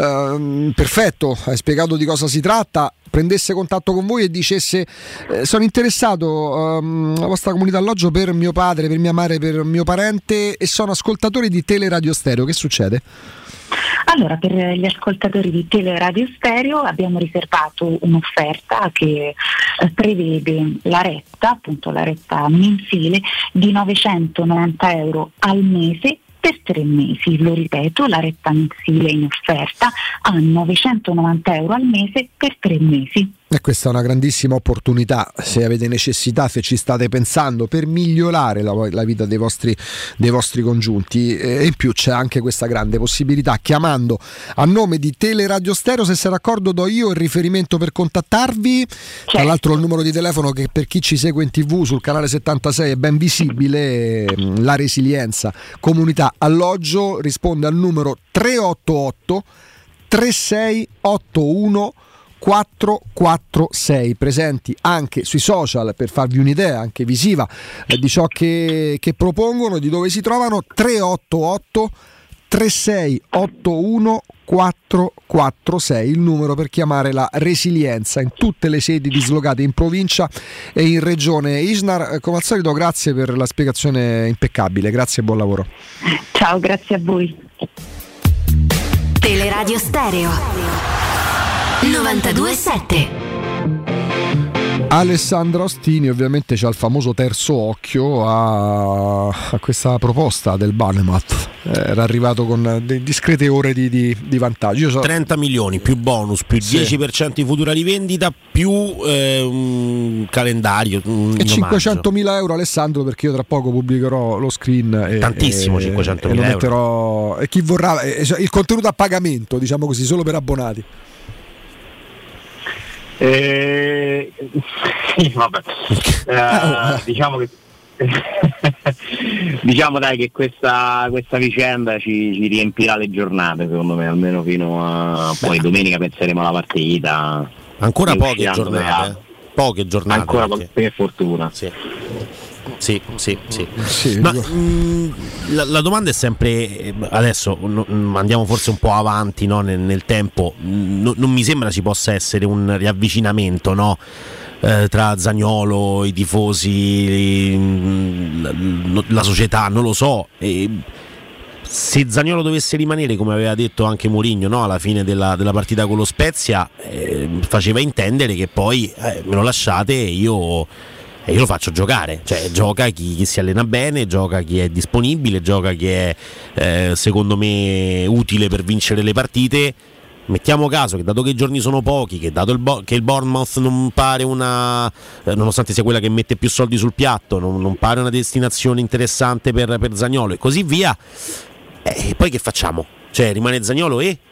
perfetto hai spiegato di cosa si tratta, prendesse contatto con voi e dicesse sono interessato alla vostra comunità alloggio per mio padre, per mia madre, per mio parente, e sono ascoltatori di Teleradio Stereo, che succede? Allora, per gli ascoltatori di Teleradio Stereo abbiamo riservato un'offerta che prevede la retta mensile di €990 al mese per 3 mesi. Lo ripeto, la retta mensile in offerta a €990 al mese per 3 mesi. E questa è una grandissima opportunità, se avete necessità, se ci state pensando, per migliorare la vita dei vostri congiunti. E in più c'è anche questa grande possibilità, chiamando a nome di Teleradio Stereo. Se sei d'accordo do io il riferimento per contattarvi, tra l'altro il numero di telefono che per chi ci segue in TV sul canale 76 è ben visibile. La Resilienza Comunità Alloggio risponde al numero 388 3681 446, presenti anche sui social per farvi un'idea anche visiva di ciò che propongono, di dove si trovano. 388 3681 446, il numero per chiamare la Resilienza in tutte le sedi dislocate in provincia e in regione. Isnar, come al solito grazie per la spiegazione impeccabile, grazie e buon lavoro. Ciao, grazie a voi. Teleradio Stereo 92.7. Alessandro Ostini ovviamente c'ha il famoso terzo occhio a questa proposta del Bournemouth. Era arrivato con discrete ore di vantaggio. 30 milioni più bonus, più 10% di futura rivendita, più un calendario e 500.000 euro, Alessandro, perché io tra poco pubblicherò lo screen tantissimo, 500.000 euro e chi vorrà il contenuto a pagamento, diciamo così, solo per abbonati. Sì, vabbè. Diciamo che diciamo dai che questa vicenda ci riempirà le giornate, secondo me, almeno fino a poi domenica penseremo alla partita. Ancora poche giornate ancora per fortuna. Sì. Ma la domanda è sempre, adesso andiamo forse un po' avanti, no, nel tempo, non mi sembra ci possa essere un riavvicinamento, no, tra Zaniolo, i tifosi, la società, non lo so. Se Zaniolo dovesse rimanere, come aveva detto anche Mourinho, no, alla fine della partita con lo Spezia, faceva intendere che poi me lo lasciate e io lo faccio giocare, cioè gioca chi si allena bene, gioca chi è disponibile, gioca chi è secondo me utile per vincere le partite. Mettiamo caso che, dato che i giorni sono pochi, che dato che il Bournemouth non pare nonostante sia quella che mette più soldi sul piatto, non pare una destinazione interessante per Zaniolo e così via, e poi che facciamo? Cioè rimane Zaniolo e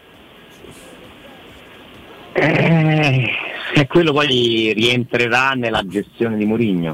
quello poi rientrerà nella gestione di Mourinho,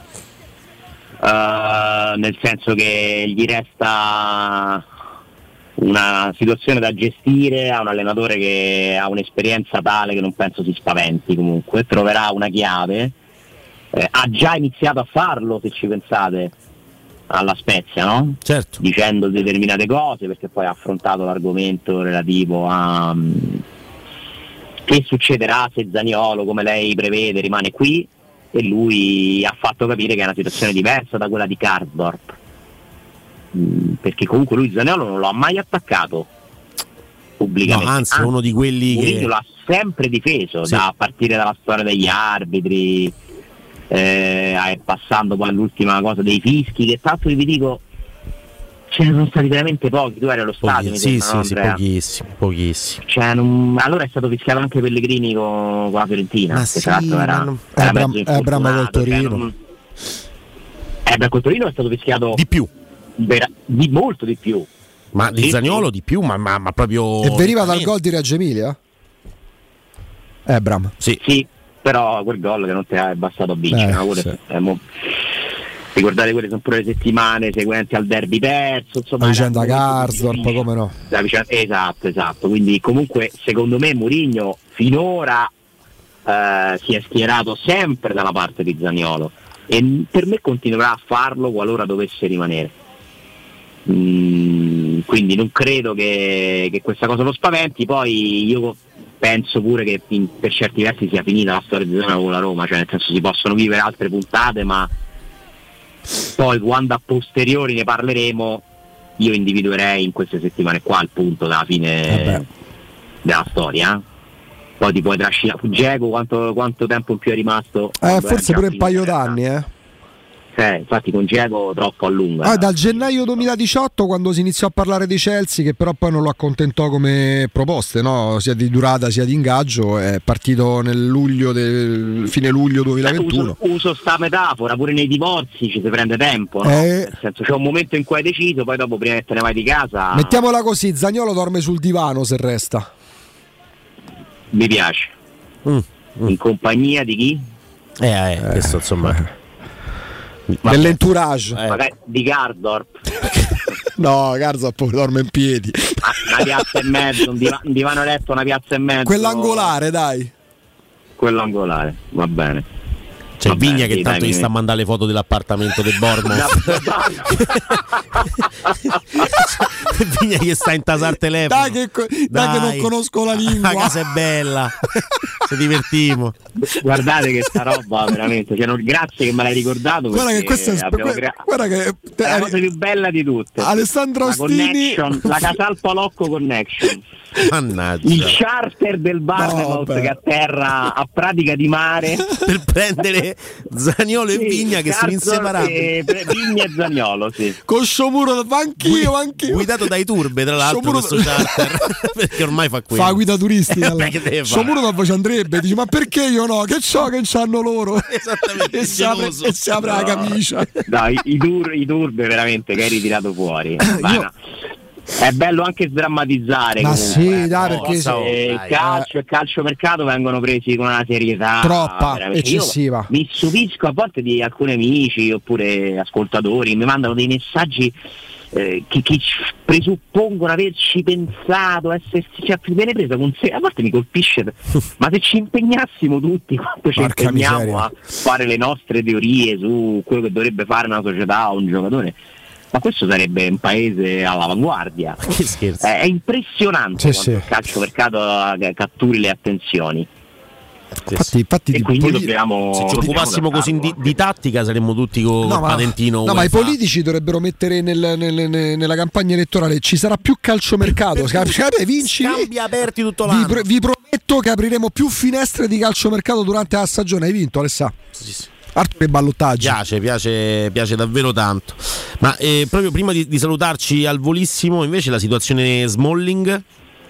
nel senso che gli resta una situazione da gestire, a un allenatore che ha un'esperienza tale che non penso si spaventi, comunque troverà una chiave, ha già iniziato a farlo, se ci pensate, alla Spezia, no? Certo. Dicendo determinate cose, perché poi ha affrontato l'argomento relativo a che succederà se Zaniolo, come lei prevede, rimane qui, e lui ha fatto capire che è una situazione diversa da quella di Karsdorp, perché comunque lui Zaniolo non lo ha mai attaccato pubblicamente, no, anzi uno di quelli che l'ha sempre difeso, sì, a partire dalla storia degli arbitri, passando poi all'ultima cosa dei fischi, che tanto vi dico ce ne sono stati veramente pochi. Tu eri allo stadio, sì, pochissimi. Cioè, allora è stato fischiato anche Pellegrini con la Fiorentina, ma che sì, tra l'altro era Abramo col Torino. Col Torino è stato fischiato di più, di molto di più. Ma di Zaniolo di più, ma proprio. E veniva dal gol di Reggio Emilia? Abram. Sì, però quel gol che non ti è bastato a vincere. Ricordate, quelle sono pure le settimane seguenti al derby perso, insomma, la vicenda Karsdorp, come no? Esatto, quindi comunque secondo me Mourinho finora si è schierato sempre dalla parte di Zaniolo e per me continuerà a farlo qualora dovesse rimanere. Quindi non credo che questa cosa lo spaventi. Poi io penso pure che per certi versi sia finita la storia di Zaniolo con la Roma, cioè nel senso si possono vivere altre puntate, ma poi quando a posteriori ne parleremo io individuerei in queste settimane qua il punto della fine della storia. Poi ti puoi trascinare Dzeko, quanto tempo in più è rimasto? Forse pure un paio d'anni, Infatti con Dzeko troppo a lungo. Dal gennaio 2018, quando si iniziò a parlare di Chelsea, che però poi non lo accontentò come proposte, no? Sia di durata sia di ingaggio, è partito nel fine luglio 2021. Uso sta metafora, pure nei divorzi ci si prende tempo, no? Nel senso, c'è un momento in cui hai deciso, poi dopo prima che te ne vai di casa. Mettiamola così, Zaniolo dorme sul divano se resta. Mi piace. In compagnia di chi? Questo insomma. Dell'entourage magari di Gardorp. No, Gardorp dorme in piedi. Una piazza e mezzo, un divano letto, una piazza e mezzo. Quell'angolare, dai. Quell'angolare, va bene. C'è Vigna che tanto gli sta a mandare le foto dell'appartamento del Bournemouth. Vigna che sta a intasare il telefono. Dai che non conosco la lingua. La casa è bella. Ci divertimo. Guardate che sta roba veramente, grazie che me l'hai ricordato. Guarda che questa guarda che è la cosa più bella di tutte. Alessandro Ostini, la Casal Palocco Connection. Mannaggia. Il charter del Bournemouth che atterra a Pratica di Mare per prendere Zaniolo e Vigna che sono inseparabili. Vigna e Zaniolo, sì. Con Sciomuro anch'io. Guidato dai turbe, tra l'altro, questo charter. Perché ormai fa quello. Fa guida turistica. Sciomuro dopo ci andrebbe, dice: ma perché io no? Che c'hanno loro? Esattamente. e si apre la camicia. Dai, i turbe veramente che hai ritirato fuori. È bello anche sdrammatizzare. Ma comunque, sì, dai, perché il calcio e calciomercato vengono presi con una serietà troppa, eccessiva. Mi stupisco a volte di alcuni amici oppure ascoltatori, mi mandano dei messaggi che presuppongono averci pensato, cioè, viene presa con sé. A volte mi colpisce, ma se ci impegnassimo tutti quanto ci impegniamo a fare le nostre teorie su quello che dovrebbe fare una società o un giocatore, ma questo sarebbe un paese all'avanguardia. Che scherzo. È impressionante quanto il calciomercato catturi le attenzioni. Infatti e quindi dobbiamo, se ci occupassimo così di tattica saremmo tutti con Patentino. No, ma i politici dovrebbero mettere nella campagna elettorale: ci sarà più calciomercato. Vinci, scambi aperti tutto l'anno. Vi prometto che apriremo più finestre di calciomercato durante la stagione. Hai vinto, Alessà? Sì. Altro che ballottaggi. Piace davvero tanto. Ma proprio prima di salutarci al volissimo, invece, la situazione Smalling.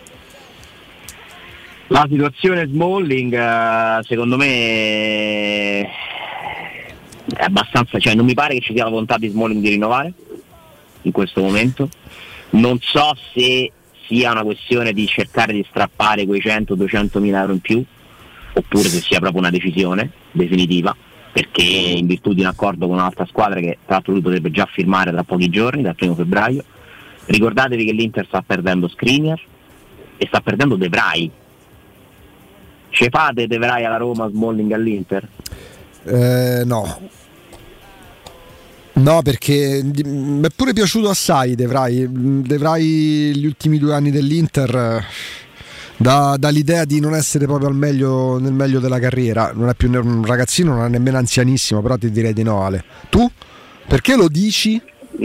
La situazione Smalling, secondo me, è abbastanza, cioè non mi pare che ci sia la volontà di Smalling di rinnovare in questo momento. Non so se sia una questione di cercare di strappare quei 100-200 mila euro in più, oppure se sia proprio una decisione definitiva, perché in virtù di un accordo con un'altra squadra che tra l'altro lui potrebbe già firmare tra pochi giorni, dal 1 febbraio. Ricordatevi che l'Inter sta perdendo Skriniar e sta perdendo De Vrij. Ce fate De Vrij alla Roma, Smalling all'Inter? No, perché mi è pure piaciuto assai De Vrij gli ultimi 2 anni dell'Inter. Dà l'idea di non essere proprio nel meglio della carriera. Non è più un ragazzino, non è nemmeno anzianissimo, però ti direi di no, Ale. Tu? Perché lo dici?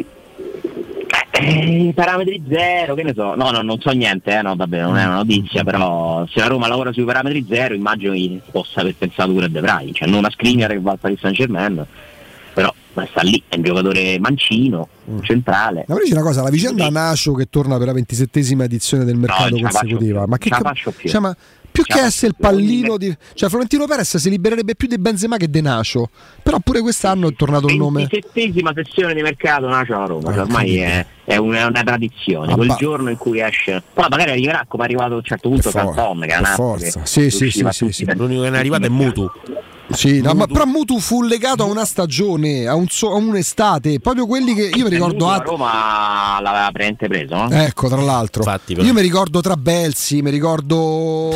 Parametri zero, che ne so. No, non so niente, no, davvero, non è una notizia, però se la Roma lavora sui parametri zero, immagino che possa aver pensato pure a De Vrij, cioè non a Skriniar che va al Paris Saint-Germain, però sta lì, è un giocatore mancino, centrale. Ma dici una cosa, la vicenda Nacio che torna per la 27esima edizione del mercato consecutiva, ma che più che essere il pallino di, cioè Florentino Perez si libererebbe più di Benzema che De Nacio, però pure quest'anno è tornato il nome. 27esima sessione di mercato Nacio a Roma, ormai è una tradizione, quel giorno in cui esce, poi magari arriverà come è arrivato a un certo punto Canton, che è una forza. Sì. L'unico che è arrivato è Mutu. Sì, no, ma però Mutu fu legato a una stagione, a un'estate, proprio quelli che io mi ricordo. A Roma l'aveva praticamente preso, no? Ecco, tra l'altro. Infatti, io mi ricordo Trabelsi, mi ricordo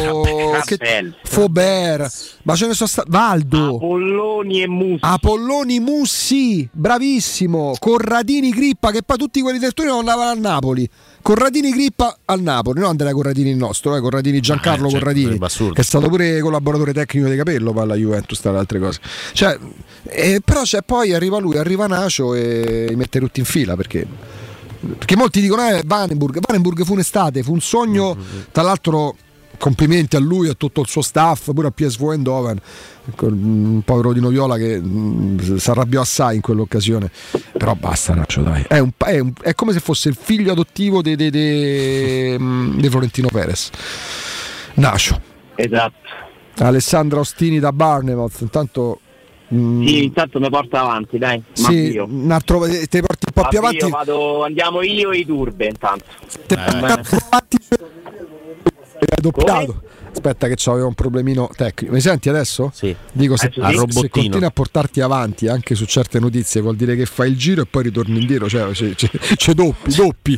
Faubert, ma ce ne sono stati Valdo, Apolloni Mussi, bravissimo, Corradini Grippa, che poi tutti quelli del Torino andavano al Napoli. Corradini Grippa al Napoli, non Andrea Corradini il nostro, Corradini Giancarlo Corradini, che è stato pure collaboratore tecnico di Capello per la Juventus, tra le altre cose. Cioè, però poi arriva Nacio e li mette tutti in fila, perché molti dicono Vandenburg fu un'estate, fu un sogno, tra l'altro complimenti a lui, a tutto il suo staff, pure a PSV Eindhoven, un povero Dino Viola che si arrabbiò assai in quell'occasione, però basta Nacho, dai, è come se fosse il figlio adottivo di Florentino Perez, Nacho. Esatto. Alessandra Ostini da Barnemouth, intanto intanto mi porta avanti, dai. Sì, un altro, te porti un po' più avanti. Andiamo io e i Turbe intanto. Doppiato. Aspetta che c'avevo un problemino tecnico. Mi senti adesso? Sì. Dico, se continui a portarti avanti anche su certe notizie vuol dire che fai il giro e poi ritorni indietro, cioè c'è doppi.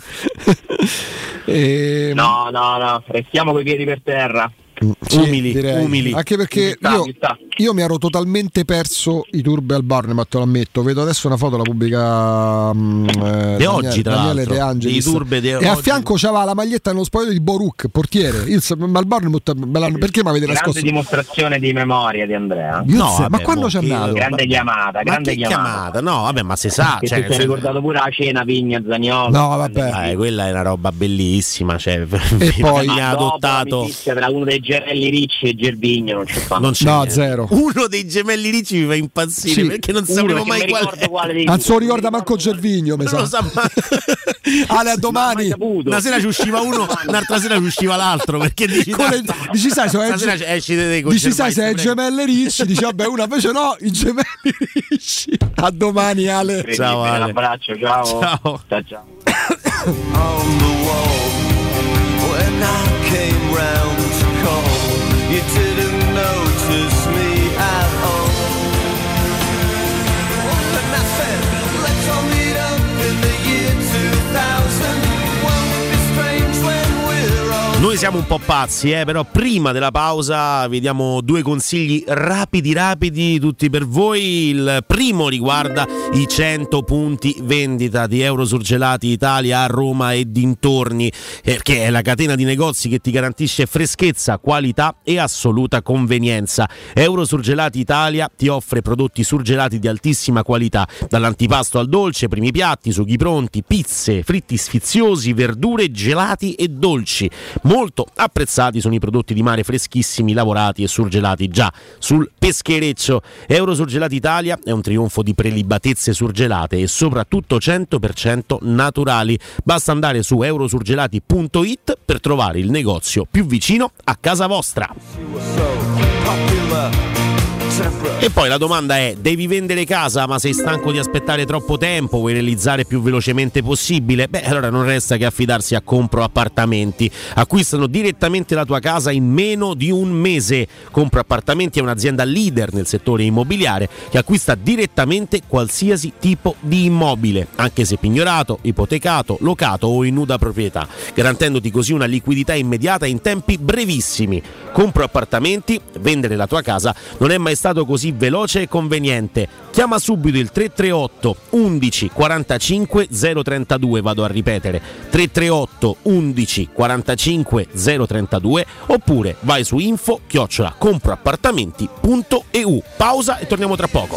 No, restiamo coi piedi per terra. Sì, umili. Anche perché io mi ero totalmente perso i Turbe al Bournemouth, lo ammetto. Vedo adesso una foto, la pubblica Daniele De Angelis, e a fianco c'aveva la maglietta nello spogliatoio di Boruk, portiere. Ma al Bournemouth perché mi avete nascosto? Grande dimostrazione di memoria di Andrea. Ma quando c'è andato? Grande chiamata. No, vabbè, ma si sa, ti sei ricordato pure la cena Vigna Zaniolo. No, vabbè. Quella è una roba bellissima, cioè, e poi ha adottato tra uno dei gemelli Ricci e Gervigno non c'è no, zero. Uno dei gemelli Ricci mi fa impazzire, perché non sapevo mai quale. Non se lo ricorda manco Gervigno, mi sa. Non lo sa mai. Ale, a domani. Una sera ci usciva uno, un'altra sera ci usciva l'altro, perché dici sai, se è gemelli Ricci, dici vabbè, una invece no, i gemelli Ricci. A domani, Ale. Ciao Ale. Un abbraccio, ciao. You didn't notice me at all. And I said, let's all meet up in the year 2000. Won't it be strange when we're all... Noi siamo un po' pazzi, però prima della pausa vi diamo due consigli rapidi, tutti per voi. Il primo riguarda i 100 punti vendita di Eurosurgelati Italia a Roma e dintorni, che è la catena di negozi che ti garantisce freschezza, qualità e assoluta convenienza. Eurosurgelati Italia ti offre prodotti surgelati di altissima qualità, dall'antipasto al dolce, primi piatti, sughi pronti, pizze, fritti sfiziosi, verdure, gelati e dolci. Molto apprezzati sono i prodotti di mare freschissimi, lavorati e surgelati già sul peschereccio. Eurosurgelati Italia è un trionfo di prelibatezze surgelate e soprattutto 100% naturali. Basta andare su eurosurgelati.it per trovare il negozio più vicino a casa vostra. E poi la domanda è: devi vendere casa ma sei stanco di aspettare troppo tempo, vuoi realizzare più velocemente possibile? Allora non resta che affidarsi a Compro Appartamenti. Acquistano direttamente la tua casa in meno di un mese. Compro Appartamenti è un'azienda leader nel settore immobiliare che acquista direttamente qualsiasi tipo di immobile, anche se pignorato, ipotecato, locato o in nuda proprietà, garantendoti così una liquidità immediata in tempi brevissimi. Compro Appartamenti, vendere la tua casa non è mai stato così veloce e conveniente. Chiama subito il 338 11 45 032, vado a ripetere 338 11 45 032, oppure vai su info@comproappartamenti.eu. Pausa e torniamo tra poco.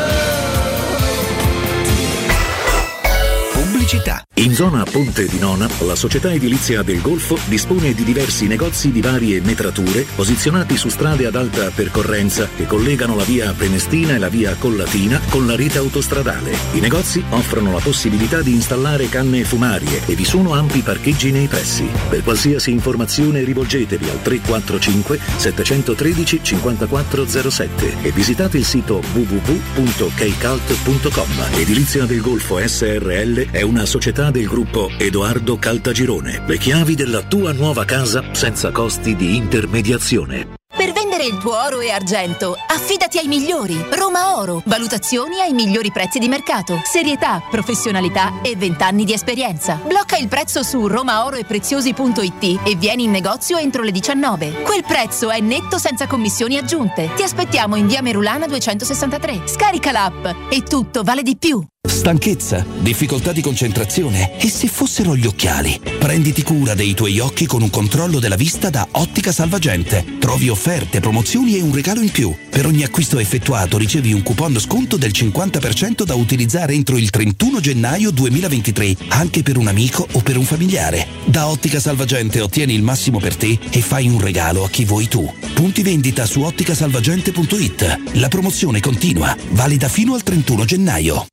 Pubblicità. In zona Ponte di Nona, la società edilizia del Golfo dispone di diversi negozi di varie metrature posizionati su strade ad alta percorrenza che collegano la via Prenestina e la via Collatina con la rete autostradale. I negozi offrono la possibilità di installare canne fumarie e vi sono ampi parcheggi nei pressi. Per qualsiasi informazione rivolgetevi al 345 713 5407 e visitate il sito www.keicalt.com. Edilizia del Golfo SRL è una società del gruppo Edoardo Caltagirone. Le chiavi della tua nuova casa senza costi di intermediazione. Per vendere il tuo oro e argento, affidati ai migliori. Roma Oro. Valutazioni ai migliori prezzi di mercato. Serietà, professionalità e 20 anni di esperienza. Blocca il prezzo su romaoroepreziosi.it e vieni in negozio entro le 19. Quel prezzo è netto senza commissioni aggiunte. Ti aspettiamo in via Merulana 263. Scarica l'app e tutto vale di più. stanchezza, difficoltà di concentrazione? E se fossero gli occhiali? Prenditi cura dei tuoi occhi con un controllo della vista da Ottica Salvagente. Trovi offerte, promozioni e un regalo in più. Per ogni acquisto effettuato ricevi un coupon sconto del 50% da utilizzare entro il 31 gennaio 2023, anche per un amico o per un familiare. Da Ottica Salvagente ottieni il massimo per te e fai un regalo a chi vuoi tu. Punti vendita su otticasalvagente.it. La promozione continua, valida fino al 31 gennaio.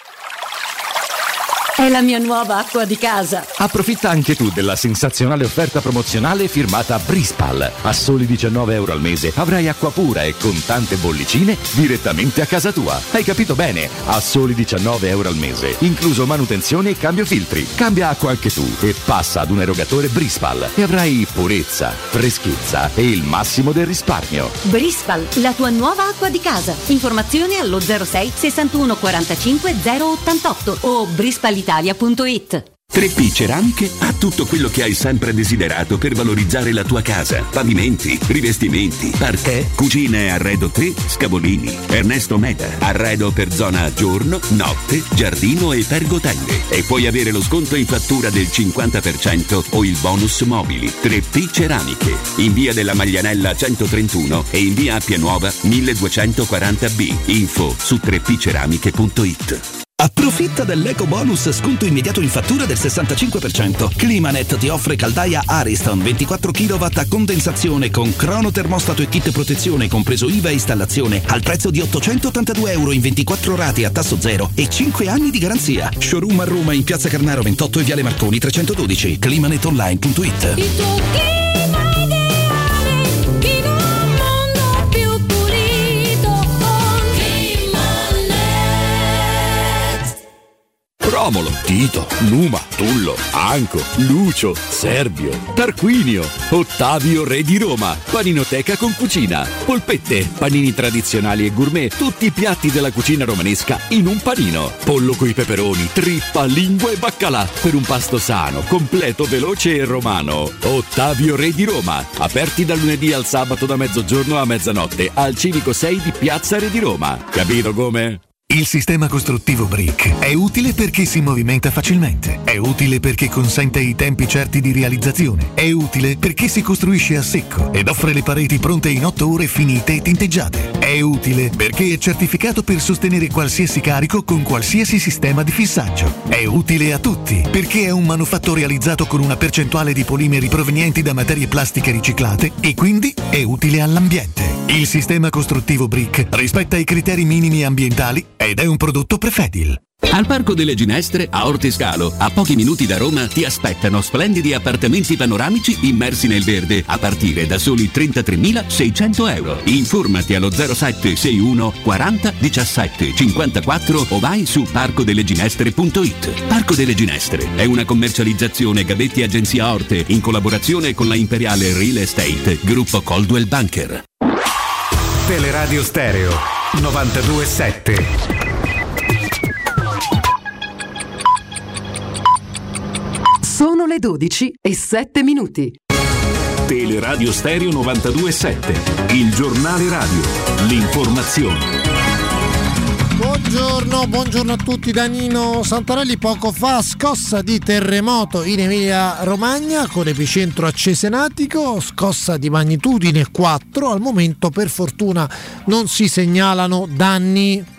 È la mia nuova acqua di casa. Approfitta anche tu della sensazionale offerta promozionale firmata Brispal. A soli 19 euro al mese avrai acqua pura e con tante bollicine direttamente a casa tua. Hai capito bene? A soli 19 euro al mese, incluso manutenzione e cambio filtri. Cambia acqua anche tu e passa ad un erogatore Brispal e avrai purezza, freschezza e il massimo del risparmio. Brispal, la tua nuova acqua di casa. Informazioni allo 06 61 45 088 o brispalitalia.it. 3P Ceramiche ha tutto quello che hai sempre desiderato per valorizzare la tua casa. Pavimenti, rivestimenti, parquet, cucine e arredo 3, Scavolini. Ernesto Meda, arredo per zona giorno, notte, giardino e pergotende. E puoi avere lo sconto in fattura del 50% o il bonus mobili. 3P Ceramiche, in via della Maglianella 131 e in via Appia Nuova 1240B. Info su 3pceramiche.it. Approfitta dell'eco bonus sconto immediato in fattura del 65%. Climanet ti offre caldaia Ariston 24 kW a condensazione con crono termostato e kit protezione compreso IVA e installazione al prezzo di €882 in 24 rate a tasso zero e 5 anni di garanzia. Showroom a Roma in Piazza Carnaro 28 e Viale Marconi 312. climanetonline.it. Romolo, Tito, Numa, Tullo, Anco, Lucio, Servio, Tarquinio, Ottavio Re di Roma, paninoteca con cucina, polpette, panini tradizionali e gourmet, tutti i piatti della cucina romanesca in un panino, pollo coi peperoni, trippa, lingua e baccalà, per un pasto sano, completo, veloce e romano. Ottavio Re di Roma, aperti dal lunedì al sabato da mezzogiorno a mezzanotte, al Civico 6 di Piazza Re di Roma. Capito come? Il sistema costruttivo Brick è utile perché si movimenta facilmente, è utile perché consente i tempi certi di realizzazione, è utile perché si costruisce a secco ed offre le pareti pronte in 8 ore finite e tinteggiate, è utile perché è certificato per sostenere qualsiasi carico con qualsiasi sistema di fissaggio, è utile a tutti perché è un manufatto realizzato con una percentuale di polimeri provenienti da materie plastiche riciclate e quindi è utile all'ambiente. Il sistema costruttivo Brick rispetta i criteri minimi ambientali ed è un prodotto Prefedil. Al Parco delle Ginestre, a Ortiscalo, a pochi minuti da Roma, ti aspettano splendidi appartamenti panoramici immersi nel verde a partire da soli €33.600. Informati allo 07 61 40 17 54 o vai su parcodelleginestre.it. Parco delle Ginestre è una commercializzazione Gabetti Agenzia Orte in collaborazione con la Imperiale Real Estate, gruppo Coldwell Banker. Teleradio Stereo 92.7. Sono le 12:07. Teleradio Stereo 92.7, il giornale radio, l'informazione. Buongiorno a tutti da Nino Santarelli. Poco fa scossa di terremoto in Emilia Romagna con epicentro a Cesenatico, scossa di magnitudine 4, al momento per fortuna non si segnalano danni.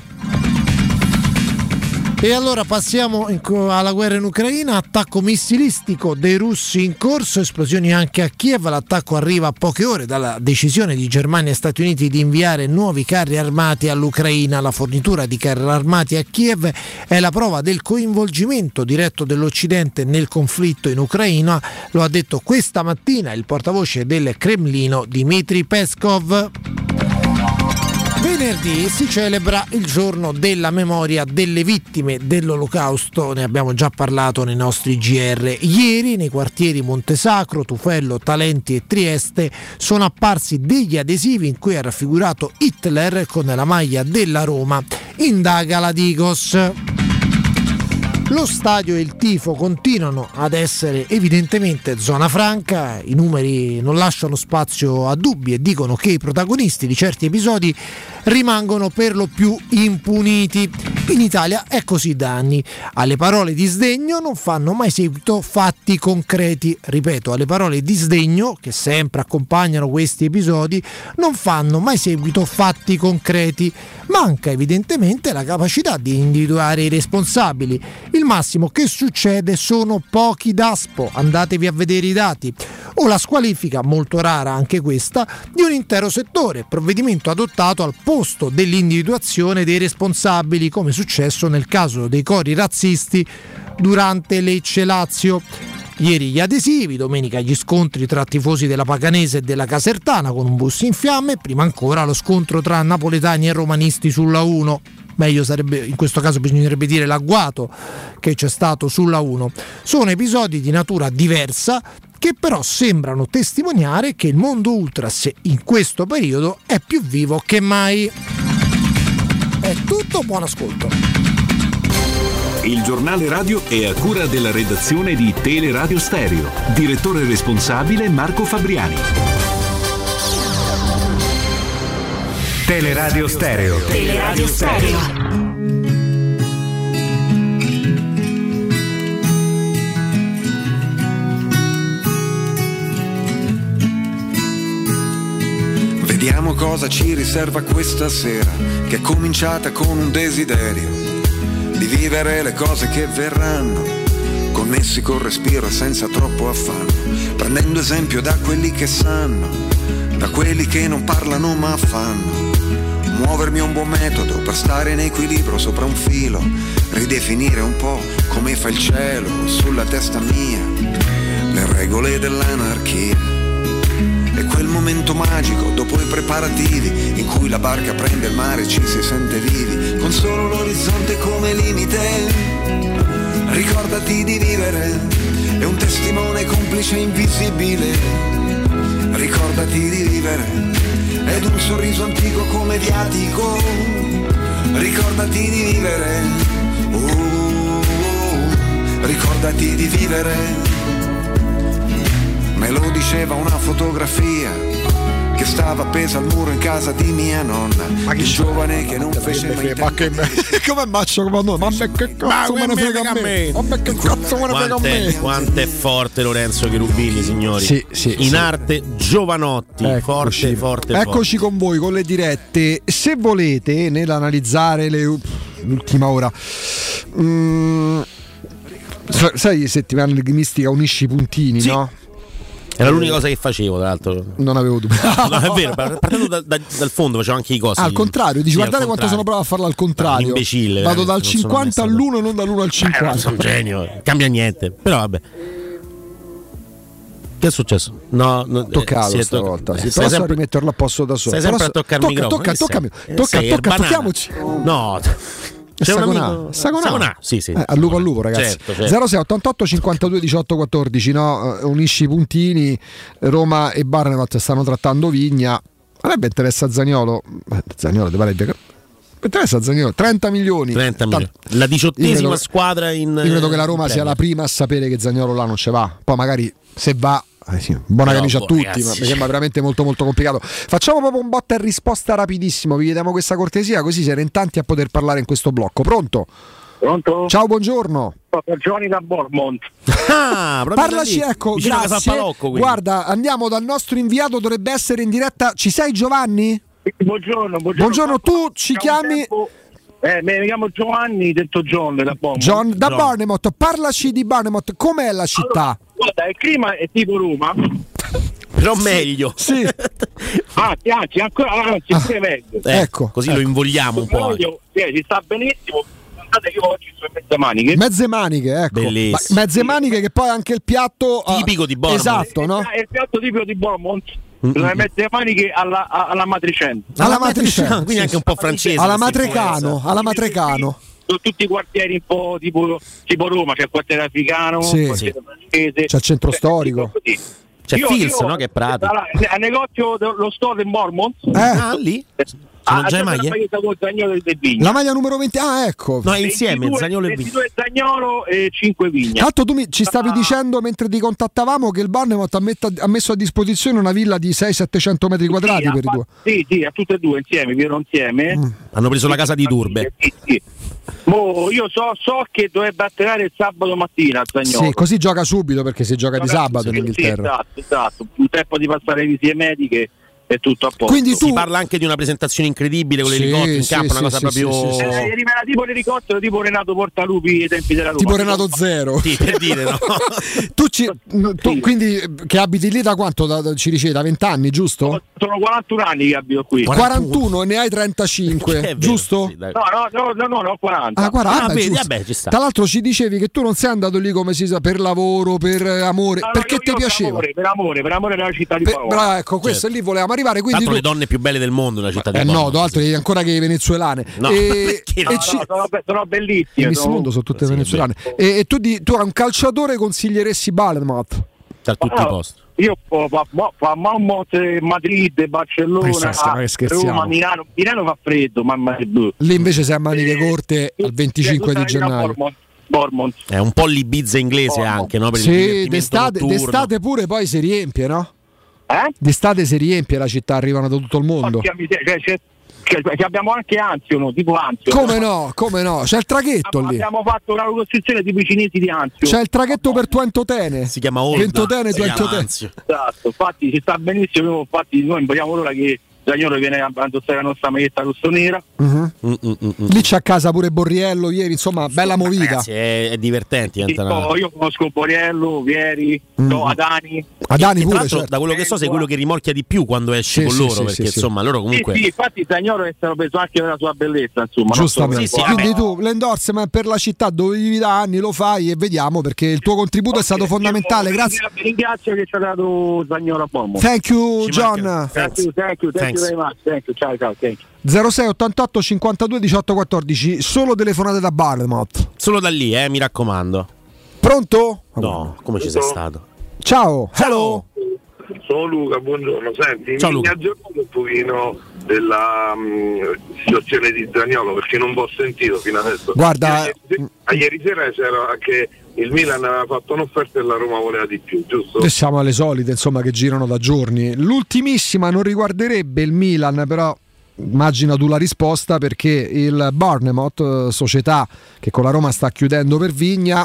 E allora passiamo alla guerra in Ucraina, attacco missilistico dei russi in corso, esplosioni anche a Kiev, l'attacco arriva a poche ore dalla decisione di Germania e Stati Uniti di inviare nuovi carri armati all'Ucraina. La fornitura di carri armati a Kiev è la prova del coinvolgimento diretto dell'Occidente nel conflitto in Ucraina, lo ha detto questa mattina il portavoce del Cremlino Dmitry Peskov. Venerdì si celebra il giorno della memoria delle vittime dell'Olocausto, ne abbiamo già parlato nei nostri GR. Ieri nei quartieri Montesacro, Tufello, Talenti e Trieste sono apparsi degli adesivi in cui è raffigurato Hitler con la maglia della Roma. Indaga la Digos. Lo stadio e il tifo continuano ad essere evidentemente zona franca, i numeri non lasciano spazio a dubbi e dicono che i protagonisti di certi episodi rimangono per lo più impuniti. In Italia è così da anni. Alle parole di sdegno non fanno mai seguito fatti concreti. Ripeto, alle parole di sdegno, che sempre accompagnano questi episodi, non fanno mai seguito fatti concreti. Manca evidentemente la capacità di individuare i responsabili. Il massimo che succede sono pochi DASPO, andatevi a vedere i dati, o la squalifica, molto rara anche questa, di un intero settore, provvedimento adottato al posto dell'individuazione dei responsabili, come è successo nel caso dei cori razzisti durante Lecce-Lazio. Ieri gli adesivi, domenica gli scontri tra tifosi della Paganese e della Casertana con un bus in fiamme, prima ancora lo scontro tra napoletani e romanisti sulla 1. Meglio sarebbe, in questo caso bisognerebbe dire, l'agguato che c'è stato sulla 1. Sono episodi di natura diversa che però sembrano testimoniare che il mondo ultras in questo periodo è più vivo che mai. È tutto, buon ascolto. Il giornale radio è a cura della redazione di Teleradio Stereo. Direttore responsabile Marco Fabriani. Teleradio Stereo. Teleradio Stereo. Vediamo cosa ci riserva questa sera, che è cominciata con un desiderio di vivere le cose che verranno, connessi col respiro e senza troppo affanno, prendendo esempio da quelli che sanno, da quelli che non parlano ma fanno. Muovermi è un buon metodo per stare in equilibrio sopra un filo, ridefinire un po' come fa il cielo sulla testa mia, le regole dell'anarchia. E quel momento magico dopo i preparativi in cui la barca prende il mare e ci si sente vivi, con solo l'orizzonte come limite. Ricordati di vivere, è un testimone complice invisibile. Ricordati di vivere, ed un sorriso antico come viatico. Ricordati di vivere, ricordati di vivere. Me lo diceva una fotografia che stava appesa al muro in casa di mia nonna. Ma che giovane che non fece mai ma che come maccio come noi? Ma che cazzo me ne frega a me? Ma che cazzo me ne frega a me? Quanto è forte Lorenzo Cherubini, signori. Sì, in arte Giovanotti. Eccoci. Forte. Eccoci con voi con le dirette. Se volete, nell'analizzare l'ultima ora, sai, settimana enigmistica unisci i puntini, sì. No? Era l'unica cosa che facevo, tra l'altro. Non avevo dubbi. No, è vero, partendo dal fondo facevo anche i cosi. Al contrario, dici, guardate quanto sono bravo a farlo al contrario. Imbecille. Vado dal 50 all'1 e non dall'1 al 50. Sono un genio, cambia niente. Però vabbè. Che è successo? No, toccato stavolta. Posso sempre rimetterlo a posto da solo. Stai sempre a toccare il microfono. Tocchiamoci. No. Sagonà. Sì. Al lupo, ragazzi. Certo. 06 88 52 18 14, no? Unisci i puntini. Roma e Barnevat stanno trattando Vigna. A me interessa Zaniolo. Zaniolo, interessa Zaniolo. 30 milioni. La 18ª squadra in. Io credo che la Roma sia la prima a sapere che Zaniolo là non ci va. Poi magari se va. Sì, buona camicia a tutti, ragazzi, ma mi sembra veramente molto molto complicato. Facciamo proprio un botta e risposta rapidissimo. Vi chiediamo questa cortesia, così siete in tanti a poter parlare in questo blocco. Pronto? Ciao, buongiorno. Giovanni da Bournemouth. Parlaci, ecco, grazie. Palocco, guarda, andiamo dal nostro inviato, dovrebbe essere in diretta. Ci sei, Giovanni? Buongiorno. Tu ci chiami? Mi chiamo Giovanni, detto John da Bournemouth. John da Bournemouth. Parlaci di Bournemouth. Com'è la città? Allora, guarda, il clima è tipo Roma, però meglio. Sì. Anzi, ancora pure meglio. Ecco, così lo invogliamo un po'. Ci sta benissimo. Guardate che oggi sono mezze maniche, ecco. Bellissimo. Mezze maniche, che poi è anche il piatto tipico di Bournemouth. Esatto, no? È il piatto tipico di Bournemouth. Le mezze maniche alla matricena. Alla matricena, quindi anche un po' francese. Alla matrecano. Sono tutti quartieri un po' tipo Roma, c'è il quartiere africano, sì. Il quartiere francese, c'è il centro storico. C'è Fils, no? Che è Prati. Al negozio dello store in Bournemouth. Lì? Sono già le maglie? La maglietta con Zaniolo e Vigna. La maglia numero 20, ecco. No, insieme, Zaniolo e Vigna. 22 Zaniolo e 5 Vigna. Tanto tu ci stavi dicendo mentre ti contattavamo che il Bournemouth ha messo a disposizione una villa di 600-700 metri quadrati per i due. Sì, a tutte e due insieme, vivano insieme. Hanno preso la casa di Turbe. Sì. Io so che dovrebbe atterrare il sabato mattina a Zaniolo. Sì, così gioca subito perché si gioca di sabato in Inghilterra. Sì, esatto. Un tempo di passare visite mediche e tutto a posto. Quindi si parla anche di una presentazione incredibile con l'elicottero in campo, una cosa proprio. Rimane tipo l'elicottero, tipo Renato Portaluppi ai tempi della Roma. Tipo Renato Zero. Sì, per dire, no? tu quindi che abiti lì da quanto? Ci dicevi da 20 anni, giusto? Sono 41 anni che abito qui. 41 e ne hai 35, giusto? Sì, no, 40. Ah, 40, vabbè, ci sta. Tra l'altro ci dicevi che tu non sei andato lì come si sa per lavoro, per amore, perché ti piaceva? Per amore della città di Paolo. Bravo, ecco, questo lì volevamo arrivare, quindi le donne più belle del mondo nella città di Paolo. No, altro ancora che i venezuelane. Sono bellissime. In mondo sono tutte venezuelane. E tu a un calciatore consiglieresti Bournemouth? Da tutti i posti. Io Madrid, Barcellona, Roma, Milano fa freddo, mamma mia. Lì invece sei a maniche corte al 25 di gennaio. Bournemouth. È un po' l'Ibiza inglese anche, no? Per sì, d'estate pure poi si riempie, no? D'estate si riempie la città, arrivano da tutto il mondo. Abbiamo anche Anzio, tipo Anzio. Come no? C'è il traghetto lì. Abbiamo fatto una ricostruzione tipo i cinesi di Anzio. C'è il traghetto per Tuentotene. Si chiama Olda. Tuentotene. Esatto, infatti ci sta benissimo. Infatti noi vogliamo l'ora che Zaniolo viene a indossare la nostra maglietta rosso-nera. Lì c'è a casa pure Borriello ieri, insomma, bella movida. Ragazzi, è divertente. Io conosco Borriello, Vieri, Adani. Adani pure, certo. Da quello che so sei quello che rimorchia di più quando esce con loro, perché insomma loro comunque. Sì, infatti Zaniolo è stato preso anche per la sua bellezza, insomma. Giustamente. Quindi tu l'endorsement per la città dove vivi da anni lo fai e vediamo, perché il tuo contributo è stato fondamentale. Grazie. Ringrazio che ci ha dato Zaniolo a Bournemouth. Thank you, John. Thank you very much. Thank you. Ciao, thank you. 06 88 52 18 14. Solo telefonate da Bournemouth. Solo da lì, mi raccomando. Pronto? No, come ci sei stato? Ciao. Hello. Sono Luca, buongiorno. Senti, mi ha aggiornato un pochino della situazione di Zaniolo, perché non l'ho sentito fino adesso. Guarda, ieri sera c'era che il Milan aveva fatto un'offerta e la Roma voleva di più, giusto? Siamo alle solite, insomma, che girano da giorni. L'ultimissima non riguarderebbe il Milan, però immagina tu la risposta, perché il Bournemouth, società che con la Roma sta chiudendo per Vigna,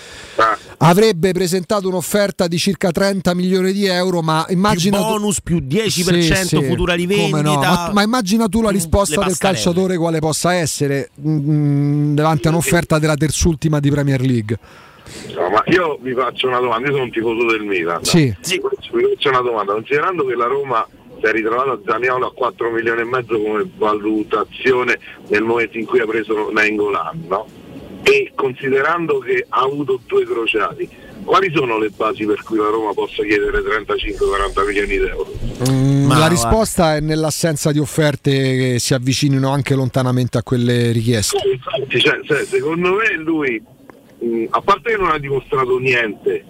avrebbe presentato un'offerta di circa 30 milioni di euro, ma immagina più bonus più 10% futura rivendita. No? Ma immagina tu la risposta del calciatore quale possa essere davanti a un'offerta della terzultima di Premier League. No, ma io vi faccio una domanda, io sono un tifoso del Milan. Sì. Vi faccio una domanda, considerando che la Roma si è ritrovata Zaniolo a 4 milioni e mezzo come valutazione nel momento in cui ha preso Nainggolan, no? E considerando che ha avuto 2 crociati, quali sono le basi per cui la Roma possa chiedere 35-40 milioni di euro? La risposta è nell'assenza di offerte che si avvicinino anche lontanamente a quelle richieste. Infatti, secondo me lui, a parte che non ha dimostrato niente,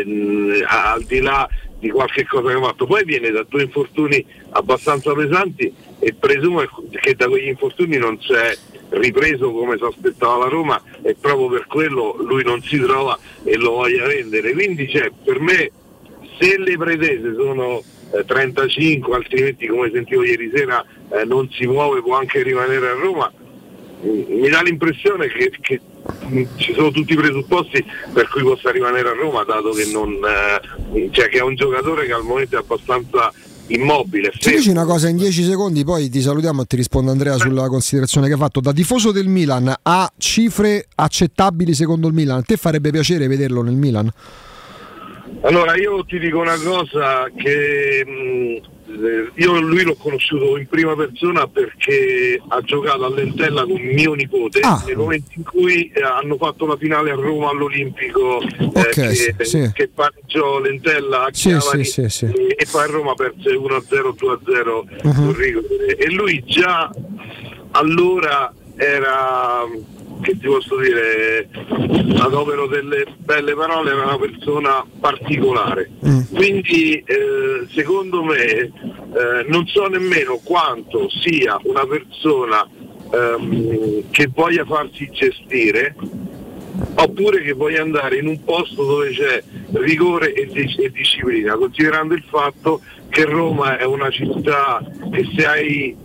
al di là di qualche cosa che ha fatto, poi viene da 2 infortuni abbastanza pesanti e presumo che da quegli infortuni non c'è ripreso come si aspettava la Roma, e proprio per quello lui non si trova e lo voglia vendere. Quindi per me, se le pretese sono 35, altrimenti come sentivo ieri sera non si muove, può anche rimanere a Roma, mi dà l'impressione che ci sono tutti i presupposti per cui possa rimanere a Roma, dato che che è un giocatore che al momento è abbastanza immobile. Ci dici una cosa in 10 secondi, poi ti salutiamo e ti risponde Andrea sulla considerazione che ha fatto. Da tifoso del Milan, a cifre accettabili secondo il Milan, a te farebbe piacere vederlo nel Milan? Allora, io ti dico una cosa, che io lui l'ho conosciuto in prima persona perché ha giocato all'Entella con mio nipote nel momento in cui hanno fatto la finale a Roma all'Olimpico, che pareggiò l'Entella a Chiavari, e poi a Roma perse 1-0, 2-0 e lui già allora era, che ti posso dire, ad opero delle belle parole, era una persona particolare. Quindi secondo me non so nemmeno quanto sia una persona che voglia farsi gestire, oppure che voglia andare in un posto dove c'è rigore e disciplina, considerando il fatto che Roma è una città che se hai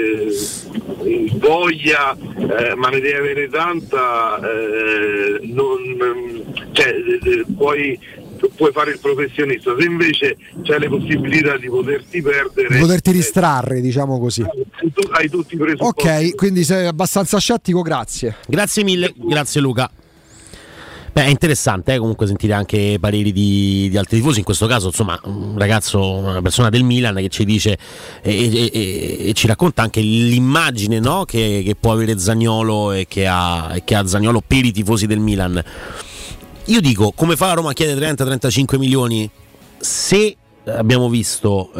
voglia, ma ne devi avere tanta, puoi fare il professionista. Se invece c'hai le possibilità di poterti perdere, di poterti distrarre, diciamo così, hai tutti i presupposti. Ok, quindi sei abbastanza scettico, grazie mille, grazie Luca. Beh, è interessante comunque sentire anche pareri di altri tifosi. In questo caso, insomma, un ragazzo, una persona del Milan che ci dice e ci racconta anche l'immagine, no, che può avere Zaniolo e che ha Zaniolo per i tifosi del Milan. Io dico, come fa la Roma a chiedere 30-35 milioni se abbiamo visto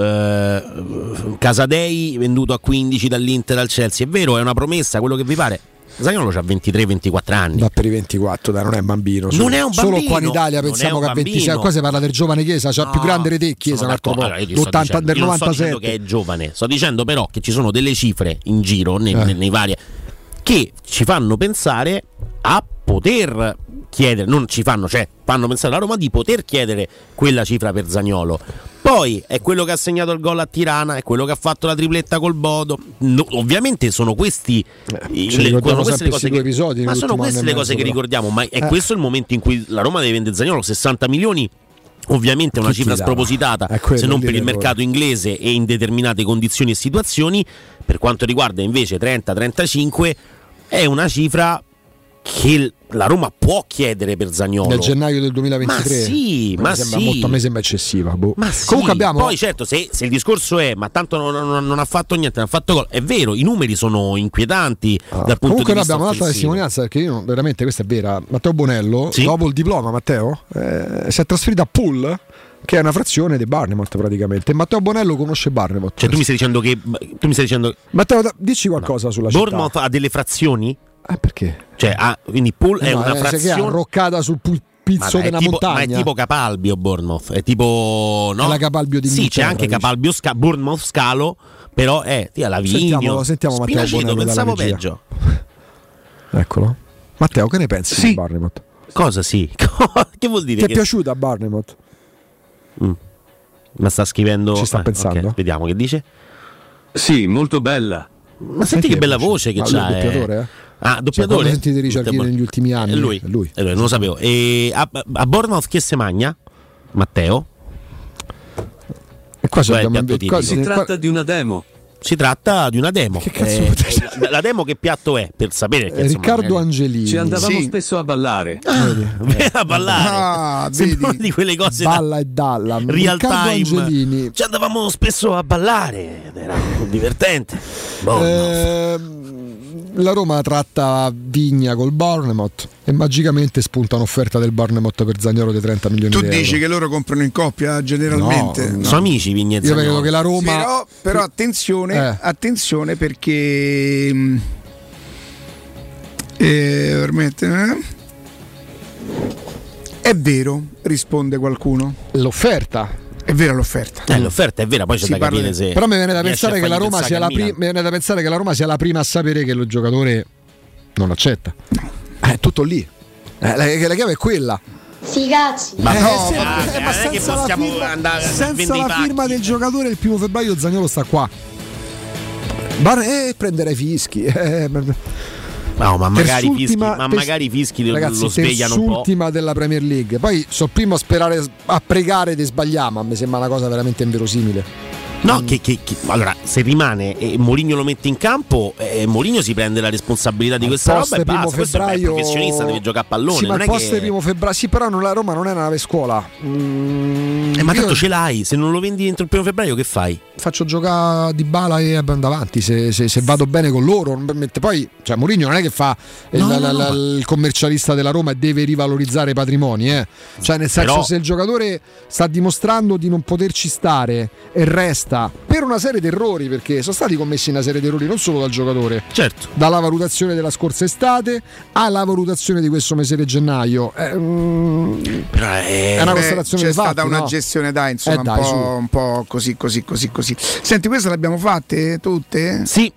Casadei venduto a 15 dall'Inter al Chelsea? È vero, è una promessa, quello che vi pare. Zaniolo ha 23-24 anni. Va per i 24, non è un bambino. Non è un bambino. Solo qua in Italia pensiamo che a 26. Qua si parla del giovane Chiesa, c'ha più grande rete Chiesa un altro po'. Allora, del 97. Non sto dicendo che è giovane, sto dicendo però che ci sono delle cifre in giro nei vari che ci fanno pensare a poter chiedere, non ci fanno, cioè fanno pensare alla Roma di poter chiedere quella cifra per Zaniolo. Poi è quello che ha segnato il gol a Tirana, è quello che ha fatto la tripletta col Bodo. Ovviamente sono questi le cose che episodi, ma sono queste le cose che ricordiamo, ma è questo il momento in cui la Roma deve vendere Zaniolo. 60 milioni ovviamente è una cifra spropositata, se non per il mercato inglese e in determinate condizioni e situazioni. Per quanto riguarda invece 30-35 è una cifra che la Roma può chiedere per Zaniolo nel gennaio del 2023. Ma sì, a me sembra eccessiva. Ma sì. Comunque abbiamo... Poi certo, se il discorso è ma tanto non ha fatto niente, non ha fatto gol, è vero, i numeri sono inquietanti dal punto di vista comunque noi abbiamo offensivo. un'altra testimonianza, perché io veramente questa è vera. Matteo Bonello, dopo il diploma, Matteo si è trasferito a Poole, che è una frazione di Bournemouth praticamente. Matteo Bonello conosce Bournemouth. Cioè tu mi stai dicendo Matteo, dici qualcosa sulla città. Bournemouth ha delle frazioni? Perché? Cioè, quindi Poole è una frazione che è arroccata sul pizzo della montagna. Ma è tipo Capalbio Bournemouth, è tipo, no? È la Capalbio di Sì, c'è anche Capalbio Bournemouth Scalo, però è la Vigno. Sentiamo Matteo Bonello, pensavo peggio. Eccolo. Matteo, che ne pensi di Bournemouth? Cosa sì? Che vuol dire? Ti è piaciuta Bournemouth? Ma sta scrivendo. Ci sta pensando. Okay, vediamo che dice. Sì, molto bella. Ma senti che bella voce che c'ha. Doppiatore, doppiatore. Cioè, sentite Richard Gere negli ultimi anni. È lui. Non lo sapevo. E a Bournemouth che se magna? Matteo? E qua si tratta di una demo. Si tratta di una demo. Che cazzo la demo che piatto è? Per sapere che Riccardo Angelini. Ci andavamo spesso a ballare. A ballare. Di quelle cose balla e dalla. Real Riccardo time. Angelini. Ci andavamo spesso a ballare. Era divertente. La Roma tratta Vigna col Bournemouth e magicamente spunta un'offerta del Bournemouth per Zaniolo di 30 milioni di euro. Tu dici che loro comprano in coppia generalmente? No. Sono amici Vigna e Zaniolo. Io vedo che la Roma però attenzione perché è vero, risponde qualcuno. L'offerta è vera l'offerta. L'offerta è vera, poi c'è da capire se. Però mi viene da pensare che la Roma sia la prima a sapere che lo giocatore non accetta. È tutto lì. La chiave è quella. Sì, cazzi. Ma senza la firma del giocatore il 1 febbraio Zaniolo sta qua. Prenderei fischi. No, ma magari i fischi ragazzi, lo svegliano un po'. Ultima della Premier League. Poi so primo a pregare di sbagliamo. A me sembra una cosa veramente inverosimile. No, allora se rimane e Mourinho lo mette in campo, Mourinho si prende la responsabilità di questa roba e basta. Questo è un professionista, deve giocare a pallone. Sì, ma non il è post primo febbraio. Sì, però la Roma non è una nave scuola. Ma tanto ce l'hai, se non lo vendi entro il 1 febbraio che fai? Faccio giocare Dybala e andare avanti se vado bene con loro. Poi cioè, Mourinho non è che fa il commercialista della Roma e deve rivalorizzare i patrimoni, Cioè nel senso, se il giocatore sta dimostrando di non poterci stare e resta, per per una serie di errori, perché sono stati commessi una serie di errori non solo dal giocatore, certo, dalla valutazione della scorsa estate alla valutazione di questo mese di gennaio. È una constatazione c'è dei fatti, stata una no? gestione un po' così. Senti, queste le abbiamo fatte tutte? Sì.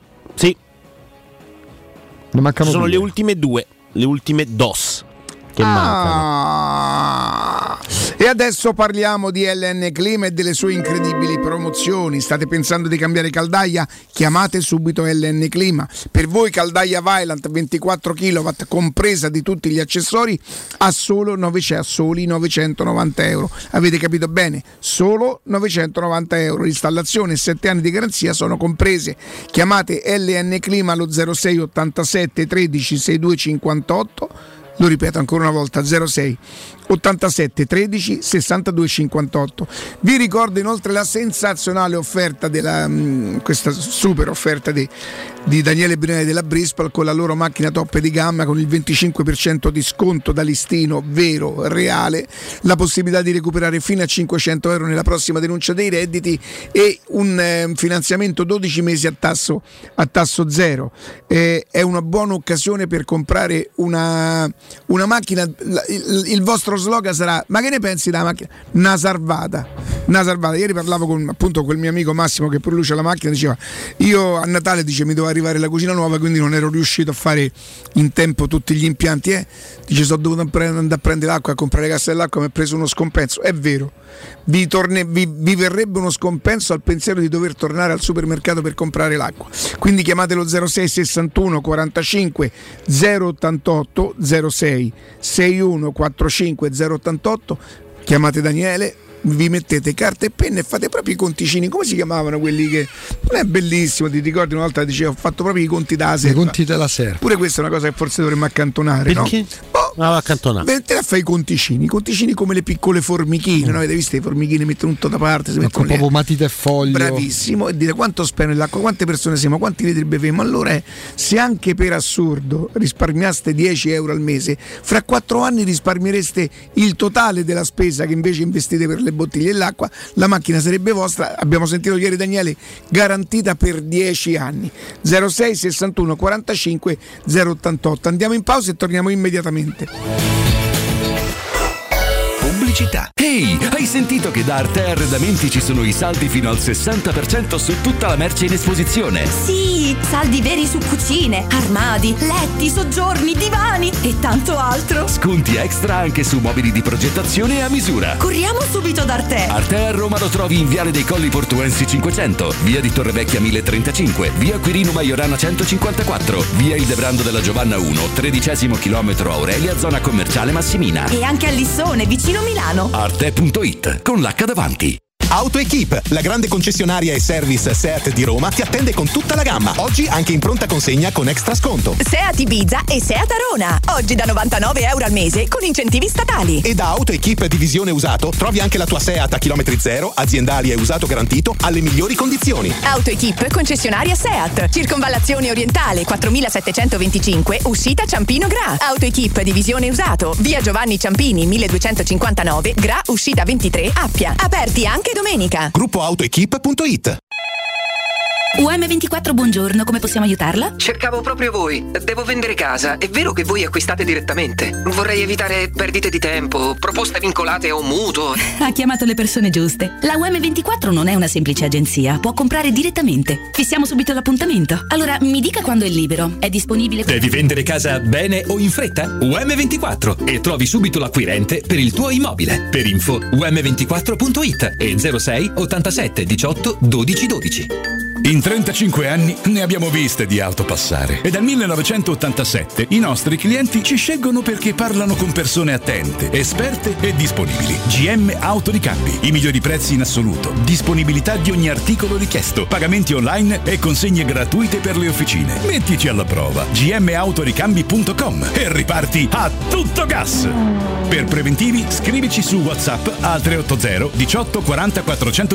Ne mancano sono due. le ultime due, le ultime DOS che mancano. E adesso parliamo di LN Clima e delle sue incredibili promozioni. State pensando di cambiare caldaia? Chiamate subito LN Clima. Per voi caldaia Vaillant 24 kW compresa di tutti gli accessori a soli 990 euro. Avete capito bene? Solo 990 euro. L'installazione e 7 anni di garanzia sono comprese. Chiamate LN Clima allo 06 87 13 62 58. Lo ripeto ancora una volta, 06 87 13 62 58. Vi ricordo inoltre la sensazionale offerta questa super offerta di Daniele Brunelli della Brispal con la loro macchina top di gamma con il 25% di sconto da listino vero, reale, la possibilità di recuperare fino a 500 euro nella prossima denuncia dei redditi e un finanziamento 12 mesi a tasso zero. È una buona occasione per comprare una macchina. Il vostro slogan sarà: ma che ne pensi della macchina? Una salvata. Ieri parlavo con quel mio amico Massimo che produce la macchina, diceva: io a Natale mi doveva arrivare la cucina nuova, quindi non ero riuscito a fare in tempo tutti gli impianti, dice sono dovuto andare a prendere l'acqua, a comprare le casse dell'acqua, mi ha preso uno scompenso. È vero, vi verrebbe uno scompenso al pensiero di dover tornare al supermercato per comprare l'acqua, quindi chiamate lo 06 61 45 088 06 61 45 088, chiamate Daniele, vi mettete carta e penna e fate proprio i conticini. Come si chiamavano quelli che non è bellissimo? Ti ricordi una volta dicevo ho fatto proprio i conti della serva? I conti della serva. Pure questa è una cosa che forse dovremmo accantonare, perché? No? Accantonare. Te a fare i conticini come le piccole formichine, no? Avete visto le formichine mettono tutto da parte, si mettono proprio matita e foglio. Bravissimo, e dire quanto spendo nell'acqua, quante persone siamo, quanti litri beviamo. Allora se anche per assurdo risparmiaste 10 euro al mese, fra 4 anni risparmiereste il totale della spesa che invece investite per le bottiglie dell'acqua, la macchina sarebbe vostra, abbiamo sentito ieri Daniele, garantita per 10 anni. 06 61 45 088. Andiamo in pausa e torniamo immediatamente. Pubblicità. Ehi, hai sentito che da Arte Arredamenti ci sono i saldi fino al 60% su tutta la merce in esposizione? Sì, saldi veri su cucine, armadi, letti, soggiorni, divani e tanto altro. Sconti extra anche su mobili di progettazione a misura. Corriamo subito da Arte. Arte a Roma lo trovi in Viale dei Colli Portuensi 500, via di Torrevecchia 1035, via Quirino Maiorana 154, via Il Debrando della Giovanna 1, 13° chilometro Aurelia, zona commerciale Massimina. E anche a Lissone, vicino Milano. Arte.it con l'H davanti. AutoEquip, la grande concessionaria e service Seat di Roma, ti attende con tutta la gamma. Oggi anche in pronta consegna con extra sconto. Seat Ibiza e Seat Arona. Oggi da 99 euro al mese con incentivi statali. E da AutoEquip Divisione Usato trovi anche la tua Seat a chilometri zero, aziendali e usato garantito alle migliori condizioni. AutoEquip concessionaria Seat. Circonvallazione orientale 4725, uscita Ciampino Gra. AutoEquip Divisione Usato. Via Giovanni Ciampini 1259, Gra, uscita 23, Appia. Aperti anche domenica. Gruppo AutoEquip.it. UM24, buongiorno, come possiamo aiutarla? Cercavo proprio voi. Devo vendere casa. È vero che voi acquistate direttamente? Vorrei evitare perdite di tempo, proposte vincolate o mutuo. Ha chiamato le persone giuste. La UM24 non è una semplice agenzia, può comprare direttamente. Fissiamo subito l'appuntamento. Allora, mi dica quando è libero. È disponibile? Devi vendere casa bene o in fretta? UM24 e trovi subito l'acquirente per il tuo immobile. Per info um24.it e 06 87 18 12 12. In 35 anni ne abbiamo viste di auto passare e dal 1987 i nostri clienti ci scelgono perché parlano con persone attente, esperte e disponibili. GM Autoricambi, i migliori prezzi in assoluto, disponibilità di ogni articolo richiesto, pagamenti online e consegne gratuite per le officine. Mettici alla prova gmautoricambi.com e riparti a tutto gas. Per preventivi scrivici su WhatsApp al 380 18 40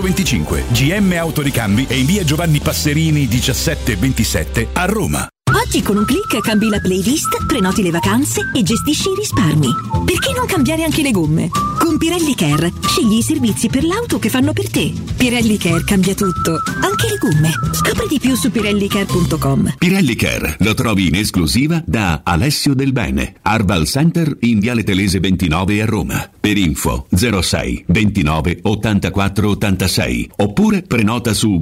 425. GM Autoricambi e in via Giovanni Passerini 1727 a Roma. Oggi Oggi con un click cambi la playlist, prenoti le vacanze e gestisci i risparmi. Perché non cambiare anche le gomme? Con Pirelli Care scegli i servizi per l'auto che fanno per te. Pirelli Care cambia tutto, anche le gomme. Scopri di più su pirellicare.com. Pirelli Care lo trovi in esclusiva da Alessio Del Bene, Arval Center in Viale Telese 29 a Roma. Per info 06 29 84 86 oppure prenota su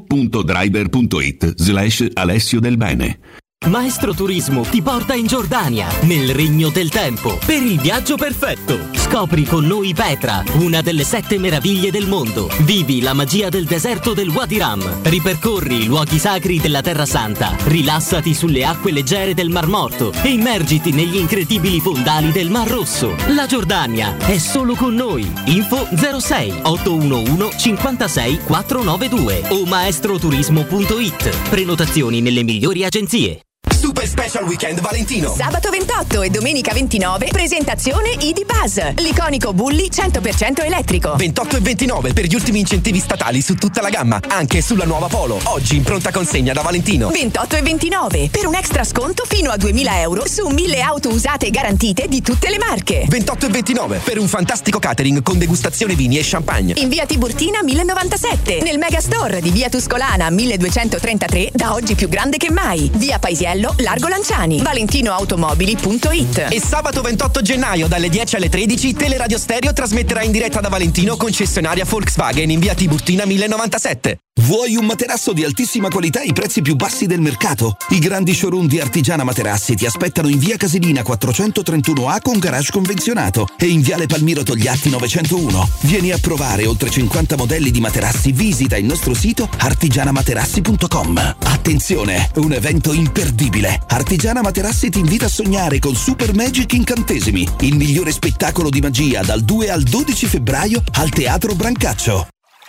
www.driver.it/Alessio Del Bene. Maestro Turismo ti porta in Giordania, nel Regno del Tempo, per il viaggio perfetto. Scopri con noi Petra, una delle 7 meraviglie del mondo. Vivi la magia del deserto del Wadi Rum. Ripercorri i luoghi sacri della Terra Santa. Rilassati sulle acque leggere del Mar Morto e immergiti negli incredibili fondali del Mar Rosso. La Giordania è solo con noi. Info 06 811 56 492 o maestroturismo.it. Prenotazioni nelle migliori agenzie. Super Special Weekend Valentino. Sabato 28 e domenica 29 presentazione ID Buzz, l'iconico Bulli 100% elettrico. 28 e 29 per gli ultimi incentivi statali su tutta la gamma, anche sulla nuova Polo, oggi in pronta consegna da Valentino. 28 e 29 per un extra sconto fino a 2.000 euro su 1.000 auto usate e garantite di tutte le marche. 28 e 29 per un fantastico catering con degustazione vini e champagne. In via Tiburtina 1097, nel Megastore di via Tuscolana 1233, da oggi più grande che mai. Via Paisiello, Largo Lanciani, valentinoautomobili.it. E sabato 28 gennaio dalle 10 alle 13 Teleradio Stereo trasmetterà in diretta da Valentino, concessionaria Volkswagen in via Tiburtina 1097. Vuoi un materasso di altissima qualità ai prezzi più bassi del mercato? I grandi showroom di Artigiana Materassi ti aspettano in via Casilina 431A con garage convenzionato e in viale Palmiro Togliatti 901. Vieni a provare oltre 50 modelli di materassi, visita il nostro sito artigianamaterassi.com. Attenzione, un evento imperdibile. Artigiana Materassi ti invita a sognare con Super Magic Incantesimi, il migliore spettacolo di magia dal 2 al 12 febbraio al Teatro Brancaccio.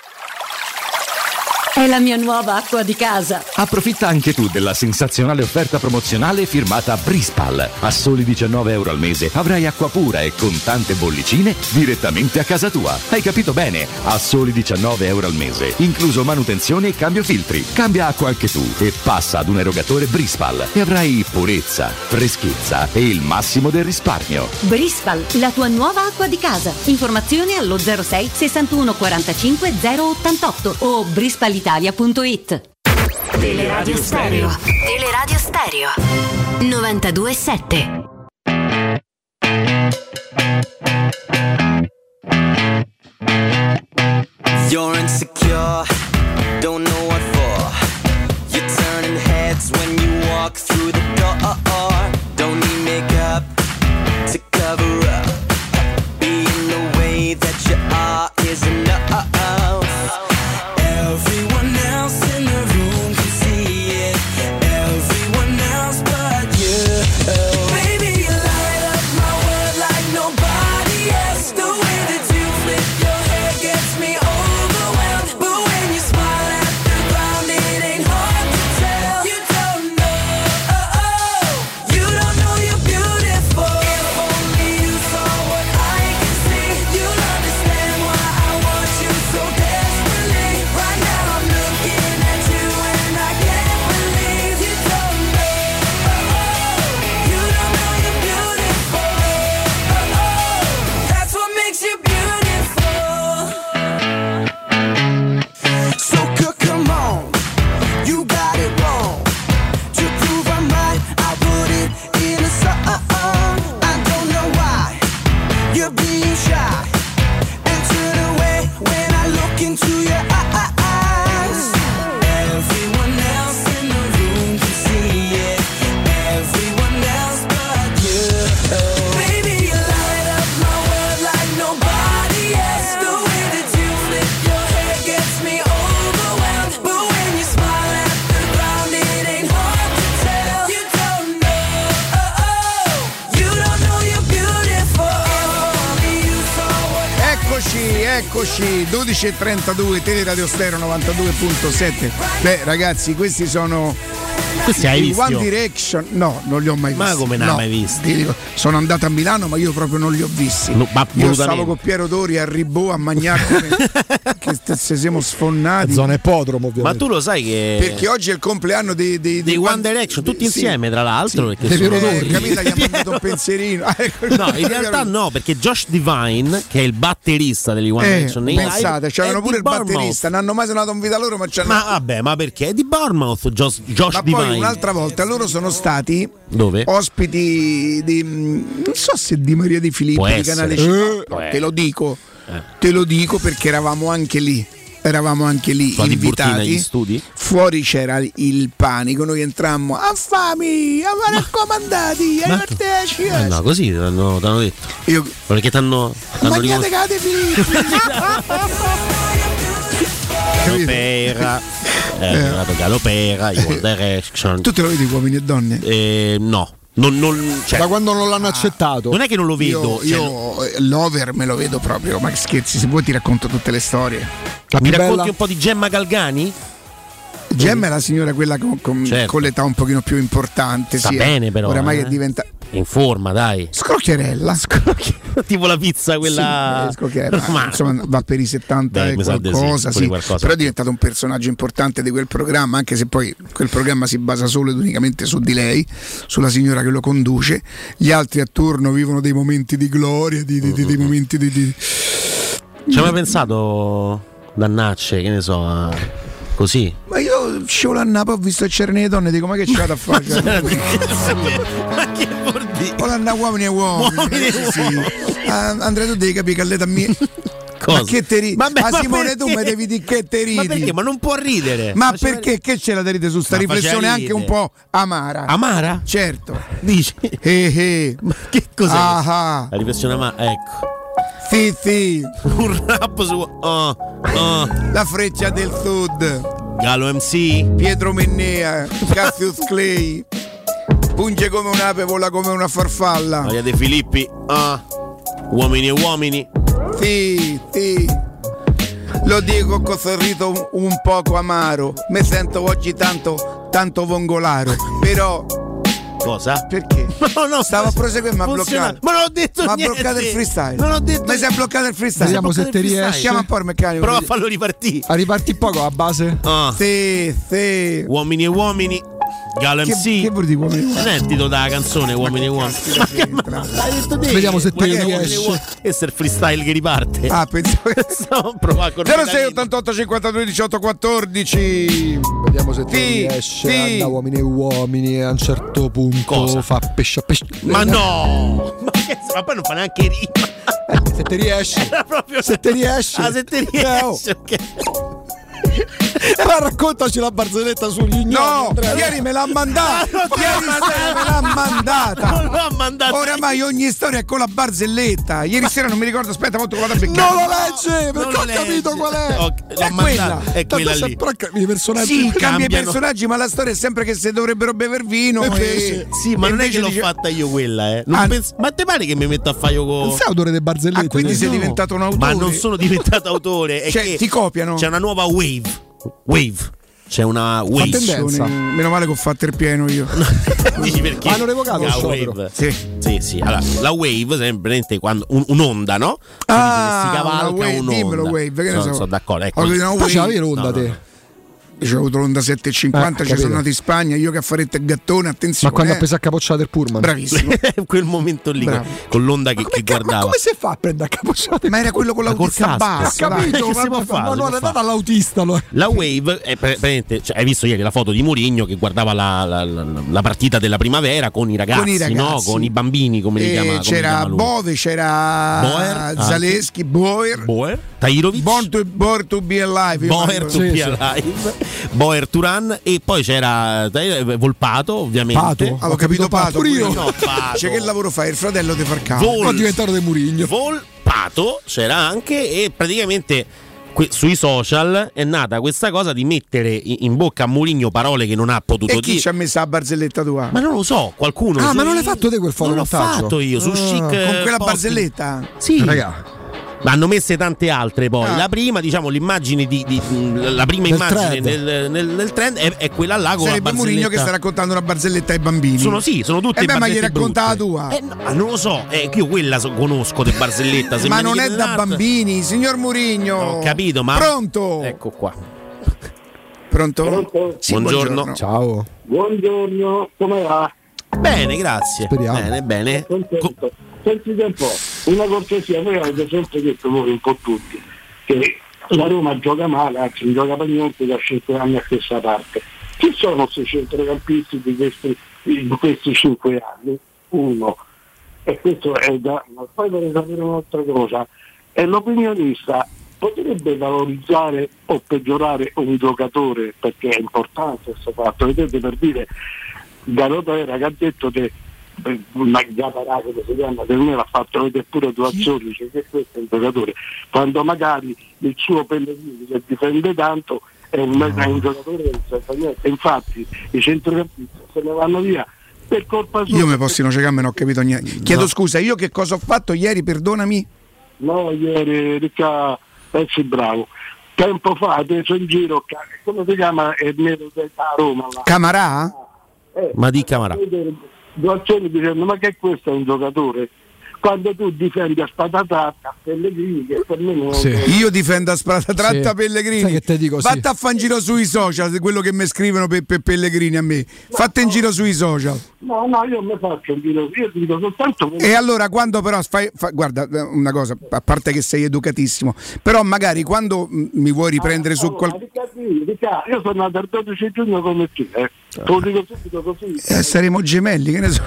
È la mia nuova acqua di casa. Approfitta anche tu della sensazionale offerta promozionale firmata Brispal. A soli 19 euro al mese avrai acqua pura e con tante bollicine direttamente a casa tua. Hai capito bene? A soli 19 euro al mese, incluso manutenzione e cambio filtri. Cambia acqua anche tu e passa ad un erogatore Brispal e avrai purezza, freschezza e il massimo del risparmio. Brispal, la tua nuova acqua di casa. Informazioni allo 06 61 45 088 o brispal.it. Teleradio Stereo. Teleradio Stereo 92.7. You're insecure, don't know what for. You're turning heads when you walk through the door. Don't need makeup to cover up. Being the way that you are is enough. Everyone else in the room can see it. Everyone else but you. Baby, you light up my world like nobody else. The way that you flip your hair gets me overwhelmed. But when you smile at the ground, it ain't hard to tell. You don't know you're beautiful. If only you saw what I can see, you'll understand why I want you so desperately. Right now I'm looking at you and I can't believe you don't know you're beautiful. That's what makes you beautiful. So come on, you got it wrong. To prove I'm right, I put it in a song. I don't know why you're being shy and turn away when I look into your eyes. Everyone else in the room can see it. Everyone else but you. Baby, you light up my world like nobody else. The way that you flip your hair gets me overwhelmed. But when you smile at the ground, it ain't hard to tell. You don't know you're beautiful. Only you saw what Eccoci, 12.32 Teleradio Stereo 92.7. Beh ragazzi, questi sono Questi hai i visti? One Direction. No, non li ho mai visti. Ma come non hai mai visti? Ti dico, sono andato a Milano ma io proprio non li ho visti. No, ma io stavo con Piero Dori a Ribot a Magnacco che se siamo sfonnati. Zona ipodromo, ovviamente. Ma tu lo sai che Perché oggi è il compleanno di One Direction, tutti insieme, tra l'altro. Sì. Perché Camilla gli ha mandato un pensierino. No, in realtà no, perché Josh Divine, che è il batterista degli One Direction, pensate, c'avevano pure il batterista, non hanno mai suonato in vita loro, ma vabbè, ma perché? È di Bournemouth, Josh Divine. Poi un'altra volta loro sono stati dove? Ospiti di non so se di Maria Di Filippi Può di essere. Canale 5. Te lo dico perché eravamo anche lì invitati. Studi? Fuori c'era il panico, noi entrammo affami, raccomandati, ai parteci. No, così t'hanno detto. Io perché t'hanno magnate cade Filippi. L'opera, l'opera, i One Direction. Tu te lo vedi uomini e donne? No. Cioè, da quando non l'hanno accettato. Non è che non lo vedo. Io l'over me lo vedo proprio. Ma che scherzi, se vuoi ti racconto tutte le storie. Mi racconti un po' di Gemma Galgani? Gemma è la signora quella con l'età un pochino più importante. Sta bene però. Oramai è diventata in forma, dai. Scrocchierella. Tipo la pizza quella. Sì, scrocchierella. Insomma, va per i 70 e qualcosa, sì. Però è diventato un personaggio importante di quel programma, anche se poi quel programma si basa solo ed unicamente su di lei, sulla signora che lo conduce. Gli altri a turno vivono dei momenti di gloria, dei momenti di. Ci hai mai pensato, dannacce, che ne so, così? Ma io uscivo a Napoli, ho visto c'erano le donne, dico ma che c'è da fare? Ma che vuol dire? O l'anna uomini e uomini. Sì. Andrea, tu devi capire che all'età mia. Cosa? Ma che te ridi? Ma Simone, tu mi devi dire che te ridi. Ma perché? Ma non può ridere. Ma perché? Che c'è da ridere su sta riflessione anche un po' amara? Amara? Certo. Dici? Ma che cos'è? La riflessione amara, ecco. Sì. Un rap su La freccia del sud. Galo MC. Pietro Mennea. Cassius Clay. Punge come un'ape, vola come una farfalla. Maria De Filippi. Uomini e uomini. Sì. Lo dico con sorriso un poco amaro. Mi sento oggi tanto vongolaro. Però cosa? Perché? No, stavo a proseguire, ma ha bloccato. Ma non ho detto niente. Ma ha bloccato il freestyle. Non ho detto. Ma si è bloccato il freestyle. Vediamo se ti riesci. Chiama un po' il meccanico. Prova a farlo ripartire. A ripartire poco a base. Sì. Uomini e uomini. Galo MC. Che vuol dire uomini e uomini? Non è il titolo della canzone Uomini e uomini. L'hai detto te. Vediamo se ti riesci. Questo è il freestyle che riparte. Pensavo che stavo provando 06 88 52 18 14. Vediamo se ti riesce. Da uomini e uomini a un certo punto. Cosa? Fa pesce. Ma no! Ma poi non fa neanche rima. Se ti riesci. Se ti riesci. Se ti riesci. Ok. Ma raccontaci la barzelletta sugli ignoti. No, Andrea. ieri me l'ha mandata. Ieri sera me l'ha mandata. Non l'ho mandata. Oramai ogni storia è con la barzelletta. Ieri sera non mi ricordo, aspetta, molto con la beccata. Non lo legge, perché ho capito qual è. È quella. È quella lì. I personaggi sì, cambia i personaggi, ma la storia è sempre che se dovrebbero bever vino. Sì, ma non è che l'ho fatta io quella, Ma te pare che mi metto a fare io con. Non sei autore delle barzellette. Quindi sei diventato un autore. Ma non sono diventato autore. È cioè, che ti copiano. C'è una nuova wave. C'è una wave. Tendenza. Meno male che ho fatto il pieno io. Dici perché? Hanno revocato la wave. Sì. Allora, la wave sempre quando un'onda, no? Si cavalca un'onda. Dimmelo wave, che ne so. Sono d'accordo. Ecco. Poi c'avevi l'onda te. Io ho avuto l'onda 750, ci sono nato in Spagna, io che affaretto il gattone, attenzione. Ma quando ha preso a capocciate il pullman. Bravissimo. Quel momento lì con l'onda che guardava. Ma come si fa a prendere a capocciate? Ma era quello con l'autista basso. Ho capito, ma non è andata all'autista. La wave è praticamente, hai visto ieri la foto di Mourinho che guardava la partita della primavera con i ragazzi, no? Con i bambini, come li chiama? C'era Bove, c'era Zaleschi, Boer, Tahirovic, Born to be alive. Boer to be alive. Boer Turan e poi c'era Volpato, ovviamente. Pato? Ho capito Pato. Pure io. No, Pato. C'è che lavoro fa? Il fratello di Farcao. È diventato De Murigno. Volpato c'era anche e praticamente sui social è nata questa cosa di mettere in bocca a Mourinho parole che non ha potuto dire. E chi ci ha messo la barzelletta tua? Ma non lo so, qualcuno. Ma non l'hai fatto te quel fotomontaggio? Non l'ho fatto io su Chic. Con quella barzelletta? Sì. Raga. Ma hanno messe tante altre poi. La prima, diciamo, l'immagine la prima immagine nel trend è quella là con sarebbe la barzelletta. Mourinho che sta raccontando una barzelletta ai bambini. Sono tutte ma gli barzellette racconta la brutte. tua. Non lo so, io quella conosco di barzelletta. Ma non è da bambini, signor Mourinho. Ho capito, ma pronto? Ecco qua. Pronto? Sì, buongiorno. Ciao. Buongiorno, come va? Bene, grazie. Speriamo. Bene. Sentite un po', una cortesia, voi avete sempre detto voi un po' tutti che la Roma gioca male, anzi non gioca per niente da 5 anni a questa parte. Chi sono questi centrocampisti in questi 5 anni? Uno. E questo è da. Ma poi vorrei sapere un'altra cosa. E l'opinionista potrebbe valorizzare o peggiorare un giocatore, perché è importante questo fatto. Vedete, per dire, Garota era che ha detto che Gaparà, che si chiama, per me l'ha fatto vedere pure 2 azioni, cioè che questo è un giocatore, quando magari il suo Pellegrini che difende tanto è un giocatore che non serve a niente. Infatti i centrocampisti se ne vanno via per colpa sua. Io mi posso giocare, non ho capito niente. Chiedo scusa, io che cosa ho fatto ieri, perdonami? No, ieri Ricca, sì, bravo. Tempo fa ha preso in giro, come si chiama il nero da Roma? Camarà? Ma di Camarà. 2 azioni dicendo ma che questo è un giocatore, quando tu difendi a spada tratta Pellegrini, che per me non Io difendo a spada tratta Pellegrini. Sai che te dico, Fatta a fare in giro sui social quello che mi scrivono per Pellegrini a me. Fate in giro sui social. No, io mi faccio un giro, io ti dico soltanto. E allora quando però guarda una cosa, a parte che sei educatissimo, però magari quando mi vuoi riprendere su qualcosa. Io sono nato il 12 giugno come te, te lo dico subito così. Saremo gemelli, che ne so.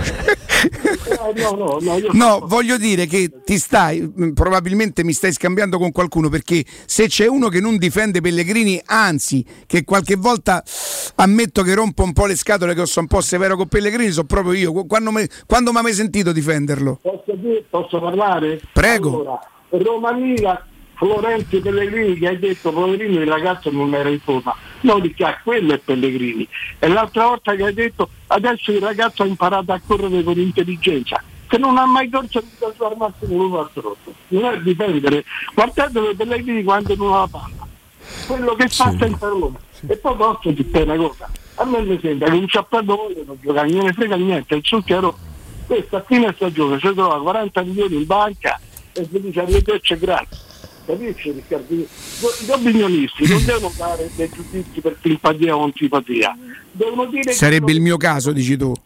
No, voglio dire che probabilmente mi stai scambiando con qualcuno, perché se c'è uno che non difende Pellegrini, anzi che qualche volta ammetto che rompo un po' le scatole, che sono un po' severo con Pellegrini, sono proprio io. Quando mi hai mai sentito difenderlo? Posso parlare? Prego. Allora, Roma-Milan, Florenzi Pellegrini, che hai detto poverino il ragazzo non era in forma. No, di che quello è Pellegrini. E l'altra volta che hai detto adesso il ragazzo ha imparato a correre con intelligenza, che non ha mai corso di al massimo 1-4-8. Non è difendere. Guardate Pellegrini quando non ha la palla, quello che fa sempre Roma. E poi posso dire una cosa, a me mi sembra che un ciappato voglia non giocare, non ne frega niente, il succhero questa fine stagione si trova 40 milioni in banca e si dice arrivederci, grazie. Capisci, Riccardo? Gli opinionisti non devono dare dei giudizi per simpatia o antipatia, devono dire. Sarebbe il mio caso, dici tu?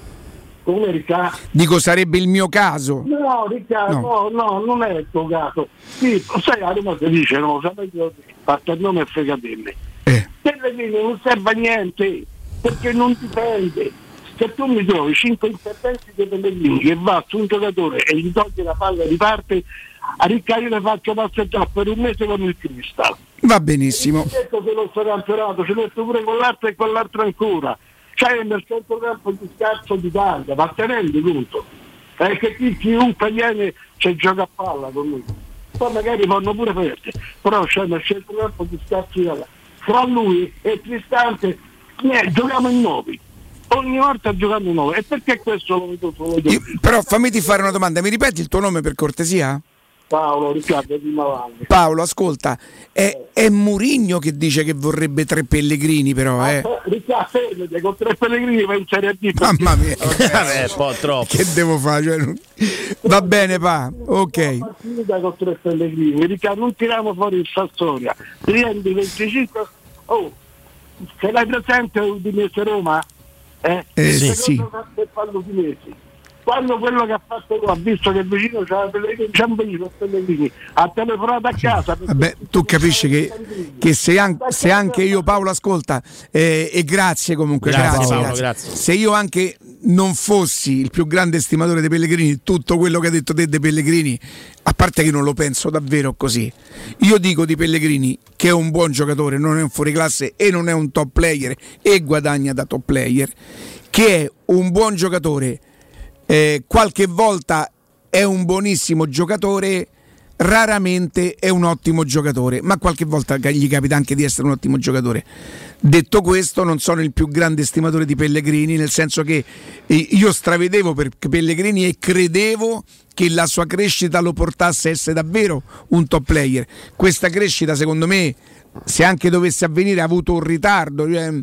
Come, Riccardo? Dico, sarebbe il mio caso. No, Riccardo, no, non è il tuo caso. Sì, sai, a Roma si dice, no, sapete, fatta il nome e fregatelle. Pellegrini non serve a niente, perché non dipende. Se tu mi trovi 5 interventi di Pellegrini che va su un giocatore e gli toglie la palla di parte, a Riccardo io le faccio passeggiare per un mese con il Crystal. Va benissimo. Detto che non sto campionato, ci metto pure quell'altro e quell'altro ancora. C'è nel centrocampo di scarso d'Italia, ma tenendo conto che chiunque viene c'è gioca a palla con lui. Poi magari vanno pure perdere, però c'è nel centrocampo di scarso d'Italia. Fra lui e Cristante giochiamo in 9. Ogni volta giocando in 9. E perché questo lo vedo solo io? Però fammi fare una domanda, mi ripeti il tuo nome per cortesia? Paolo, Riccardo di Mavalli. Paolo, ascolta, è Mourinho che dice che vorrebbe 3 Pellegrini, però, Riccardo, con 3 Pellegrini va in Serie D. Mamma mia, è un po' troppo. Che devo fare? Cioè, va bene, pa, ok. Partita con 3 Pellegrini, Riccardo, non tiriamo fuori il Sassoria. Rienti 25. Oh, ce l'hai presente Udinese Roma? Sì. Quando quello che ha fatto ha visto che vicino c'era Pellegrini, ha telefonato a casa. Vabbè, tu capisci che se anche io, Paolo, ascolta, e grazie comunque, grazie. Se io anche non fossi il più grande stimatore dei Pellegrini, tutto quello che hai detto te dei Pellegrini, a parte che non lo penso davvero così, io dico di Pellegrini che è un buon giocatore, non è un fuoriclasse e non è un top player e guadagna da top player, che è un buon giocatore, qualche volta è un buonissimo giocatore, raramente è un ottimo giocatore, ma qualche volta gli capita anche di essere un ottimo giocatore. Detto questo, non sono il più grande estimatore di Pellegrini, nel senso che io stravedevo per Pellegrini e credevo che la sua crescita lo portasse a essere davvero un top player. Questa crescita, secondo me, se anche dovesse avvenire, ha avuto un ritardo.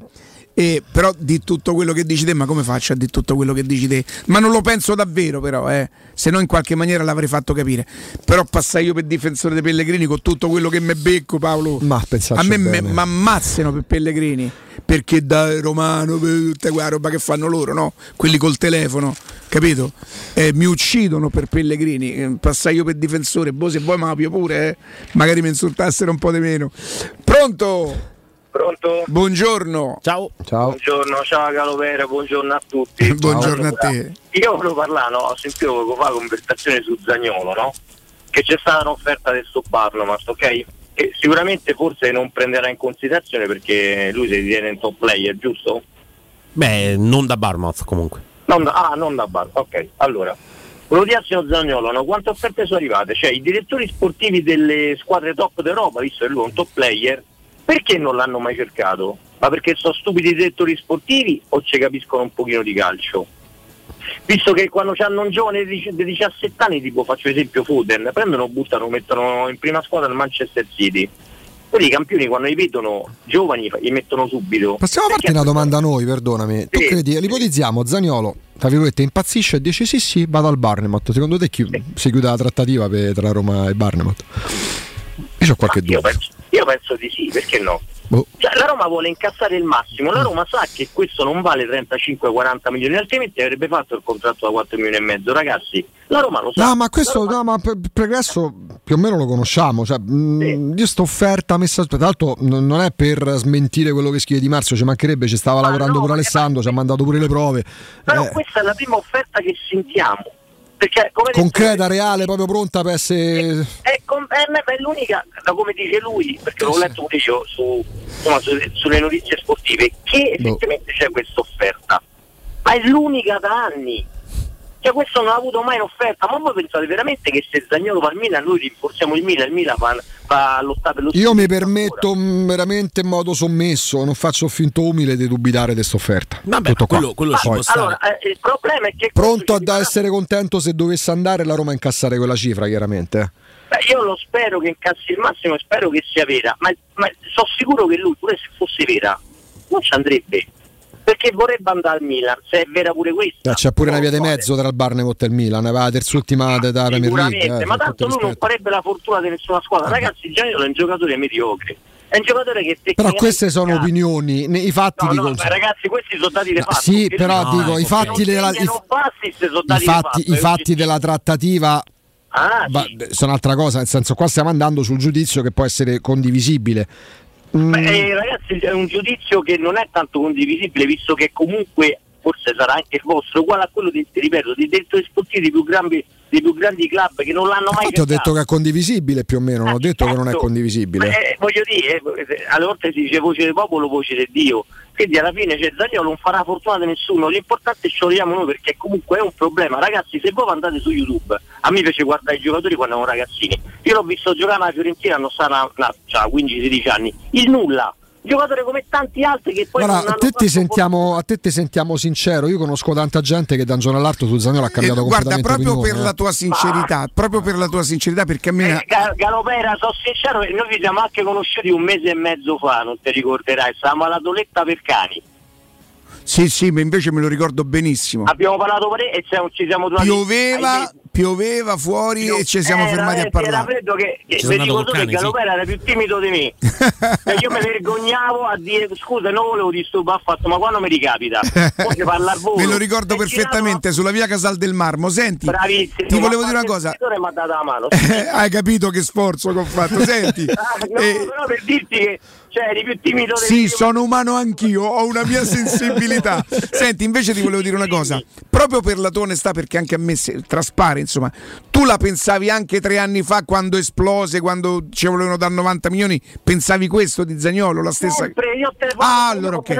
Però di tutto quello che dici te, ma come faccio a dire tutto quello che dici te? Ma non lo penso davvero, però, se no in qualche maniera l'avrei fatto capire. Però passare io per difensore dei Pellegrini con tutto quello che me becco, Paolo, ma a me mi ammazzano per Pellegrini, perché da Romano, per tutta quella roba che fanno loro, no? Quelli col telefono, capito? Mi uccidono per Pellegrini. Passare io per difensore, se vuoi ma apio pure, magari mi insultassero un po' di meno. Pronto? Pronto? Buongiorno. Ciao. Buongiorno, ciao Calovera, buongiorno a tutti. Buongiorno a te. Io volevo parlare, ho sentito poco fa la conversazione su Zaniolo, no? Che c'è stata un'offerta del Barnabas, ok? E sicuramente forse non prenderà in considerazione perché lui si ritiene un top player, giusto? Beh, non da Bournemouth comunque. Non da Bournemouth, ok. Allora, volevo dire al signor Zaniolo, no? Quante offerte sono arrivate? Cioè, i direttori sportivi delle squadre top d'Europa, visto che lui è un top player, perché non l'hanno mai cercato? Ma perché sono stupidi i direttori sportivi o ci capiscono un pochino di calcio? Visto che quando hanno un giovane di 17 anni, tipo faccio esempio Foden, prendono, buttano, lo mettono in prima squadra del Manchester City. Quelli i campioni quando li vedono giovani li mettono subito. Possiamo farti una domanda a noi, perdonami. Tu credi, ipotizziamo, Zaniolo, tra virgolette, impazzisce e dice sì, vado al Bournemouth. Secondo te si chiude la trattativa tra Roma e Bournemouth? Io ho qualche dubbio. Io penso di sì, perché no? Cioè, la Roma vuole incassare il massimo, la Roma sa che questo non vale 35-40 milioni, altrimenti avrebbe fatto il contratto da 4 milioni e mezzo, ragazzi. La Roma lo sa. No, ma questo ma Pregresso più o meno lo conosciamo, cioè, io sto offerta messa, tra l'altro non è per smentire quello che scrive Di Marzio, ci mancherebbe, ci stava lavorando pure Alessandro, ci ha mandato pure le prove. Però questa è la prima offerta che sentiamo. Perché, come concreta, reale, proprio pronta per essere. È l'unica, da come dice lui, perché l'ho letto pure io sulle notizie sportive, che effettivamente c'è questa offerta, ma è l'unica da anni. Cioè, questo non ha avuto mai un'offerta. Ma voi pensate veramente che se Zaniolo va al Milan noi rinforziamo il Milan va a lottare per lo Io mi permetto veramente in modo sommesso, non faccio finto umile di dubitare di questa offerta. Vabbè, quello ci può stare. Allora, il problema è che pronto ad essere contento se dovesse andare la Roma a incassare quella cifra, chiaramente. Io lo spero che incassi il massimo e spero che sia vera, ma sono sicuro che lui, pure se fosse vera, non ci andrebbe. Perché vorrebbe andare al Milan, se è vera pure questa. C'è pure una via di mezzo tra il Bournemouth e il Milan, va la terzultima della Premier League. Ma tanto lui non farebbe la fortuna di nessuna squadra. Ragazzi, Zaniolo è un giocatore mediocre. È un giocatore che però queste sono opinioni, i fatti dicono. Ragazzi, questi sono dati dei fatti. Sì, però dico, i fatti della trattativa sono altra cosa, nel senso qua stiamo andando sul giudizio che può essere condivisibile. Ragazzi, è un giudizio che non è tanto condivisibile, visto che comunque forse sarà anche il vostro, uguale a quello dei direttori sportivi dei più grandi club che non l'hanno mai fatto. Ho detto che è condivisibile più o meno, non ho detto che non è condivisibile. Voglio dire, alle volte si dice voce del popolo, voce del Dio, quindi alla fine Zaniolo non farà fortuna di nessuno, l'importante è ce lo diamo noi, perché comunque è un problema. Ragazzi, se voi andate su YouTube, a me piace guardare i giocatori quando erano ragazzini, io l'ho visto giocare alla Fiorentina, non sarà 15-16 anni, il nulla, giocatore come tanti altri che poi a te ti sentiamo sincero. Io conosco tanta gente che da un giorno all'altro su Zaniolo ha cambiato completamente proprio opinione, per la tua sincerità, perché a me Galopera, sono sincero, noi ci siamo anche conosciuti un mese e mezzo fa, non ti ricorderai, stavamo alla Doletta per cani. Sì, ma invece me lo ricordo benissimo. Abbiamo parlato e ci siamo trovati. Pioveva fuori e ci siamo fermati a parlare. Era freddo che mi dico solo che Galopera era più timido di me. Io mi vergognavo a dire scusa, non volevo disturbare affatto, ma quando mi ricapita poi parla al volo. Me lo ricordo perfettamente, sulla via Casal del Marmo. Senti, bravissimo, ti volevo dire una cosa. Mi ha dato la mano. Hai capito che sforzo che ho fatto? Senti, però per dirti che eri più timido di me. Sì, sono umano anch'io, ho una mia sensibilità. Senti, invece ti volevo dire una cosa, proprio per la tua onestà, perché anche a me traspare, insomma, tu la pensavi anche 3 anni fa quando esplose, quando ci volevano dar 90 milioni, pensavi questo di Zaniolo, la stessa? Sempre, io allora ok.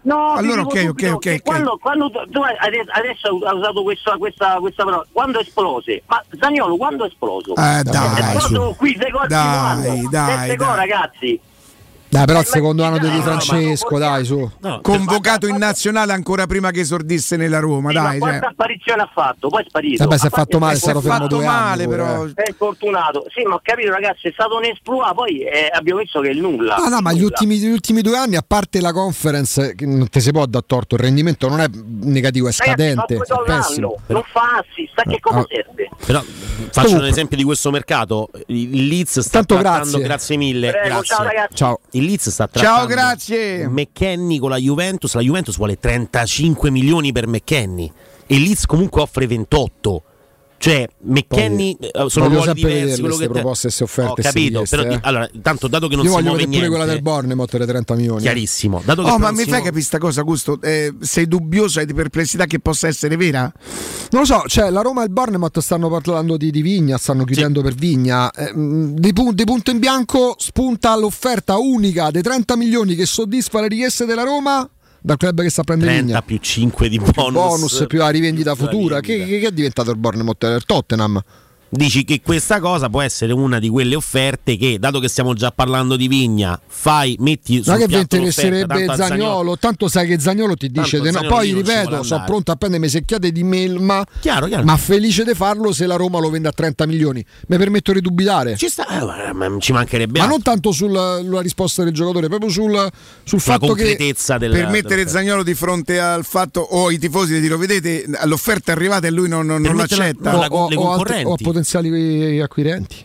No, allora ok. Quando tu adesso hai usato questa parola, quando esplose? Ma Zaniolo quando è esploso? Dai, è esploso qui dai, ragazzi. Dai, però il secondo anno di Francesco, dai, su. No, convocato in nazionale ancora prima che esordisse nella Roma, sì, dai. Ma quanta apparizione ha fatto? Poi è sparito. Vabbè, si è fatto male, è stato fermo 2 anni. Però. È fortunato. Sì, ma ho capito, ragazzi, è stato un esploit, poi abbiamo visto che è il nulla. No, ma gli ultimi 2 anni, a parte la Conference, che non ti si può dar torto, il rendimento non è negativo, è scadente. Ragazzi, è pessimo. Non fa assist, che cosa serve? Però faccio un esempio di questo mercato. Il Leeds sta trattando, grazie mille. Prego, grazie. ciao ragazzi. Ciao. Il Leeds sta trattando. Ciao, grazie. McKennie con la Juventus vuole 35 milioni per McKennie e il Leeds comunque offre 28. Cioè McKennie sono ruoli diversi, quello che proposte e offerte. Ho capito, però allora tanto dato che non io si voglio muove vedere niente. Pure quella del Bournemouth le 30 milioni. Chiarissimo. Dato che ma mi fai capire sta cosa, Gusto? Sei dubbioso, hai di perplessità che possa essere vera? Non lo so, cioè la Roma e il Bournemouth stanno parlando di Vigna, stanno chiudendo per Vigna. Di punto in bianco spunta l'offerta unica dei 30 milioni che soddisfa le richieste della Roma dal club che sta prendendo 30 Vigna. più 5 di bonus Più la rivendita futura. Che è diventato il Bournemouth del Tottenham? Dici che questa cosa può essere una di quelle offerte che, dato che stiamo già parlando di Vigna, metti sul ma che vi piatto interesserebbe Zaniolo? Tanto sai che Zaniolo ti dice di no. Poi ripeto, sono pronto a prendere secchiate di melma, chiaro. Ma felice di farlo se la Roma lo vende a 30 milioni. Mi permetto di dubitare. Ci sta, ci mancherebbe. Ma non tanto sulla risposta del giocatore, proprio sul fatto che per mettere Zaniolo di fronte al fatto i tifosi di lo vedete, l'offerta è arrivata e lui non l'accetta. Le concorrenti. O potenziali acquirenti.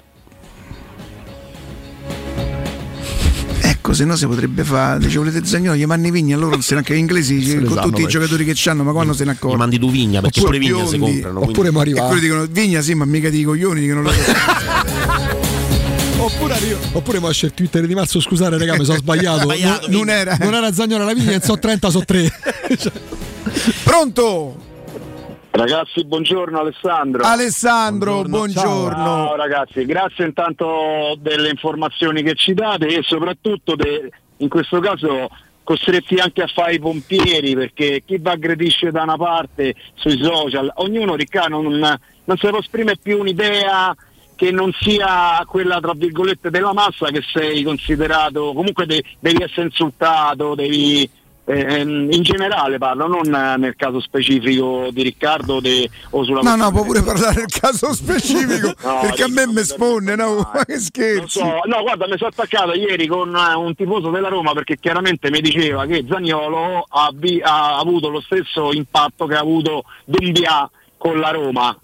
Ecco, se no si potrebbe fare. Dice, volete Zaniolo, gli mandi Vigna, loro non se neanche gli inglesi con tutti i giocatori che c'hanno, ma quando se ne accorgono? Gli mandi tu Vigna, perché pure Vigna si comprano. Oppure mi arriva. E quelli dicono Vigna sì, ma mica di coglioni che non lo Oppure mi esce il Twitter di Marzo, scusate raga, mi sono sbagliato. Non era Zaniolo la Vigna, so 30 so 3. Pronto? Ragazzi, buongiorno Alessandro, buongiorno. Ciao ragazzi, grazie intanto delle informazioni che ci date e soprattutto in questo caso costretti anche a fare i pompieri, perché chi va aggredisce da una parte sui social, ognuno Riccardo non si può esprimere più un'idea che non sia quella tra virgolette della massa, che sei considerato, comunque devi essere insultato, devi in generale parlo, non nel caso specifico di Riccardo o sulla no, può pure parlare del caso specifico perché a me mi espone, no? Ma che scherzo. No, guarda, mi sono attaccato ieri con un tifoso della Roma perché chiaramente mi diceva che Zaniolo ha avuto lo stesso impatto che ha avuto Doumbia con la Roma,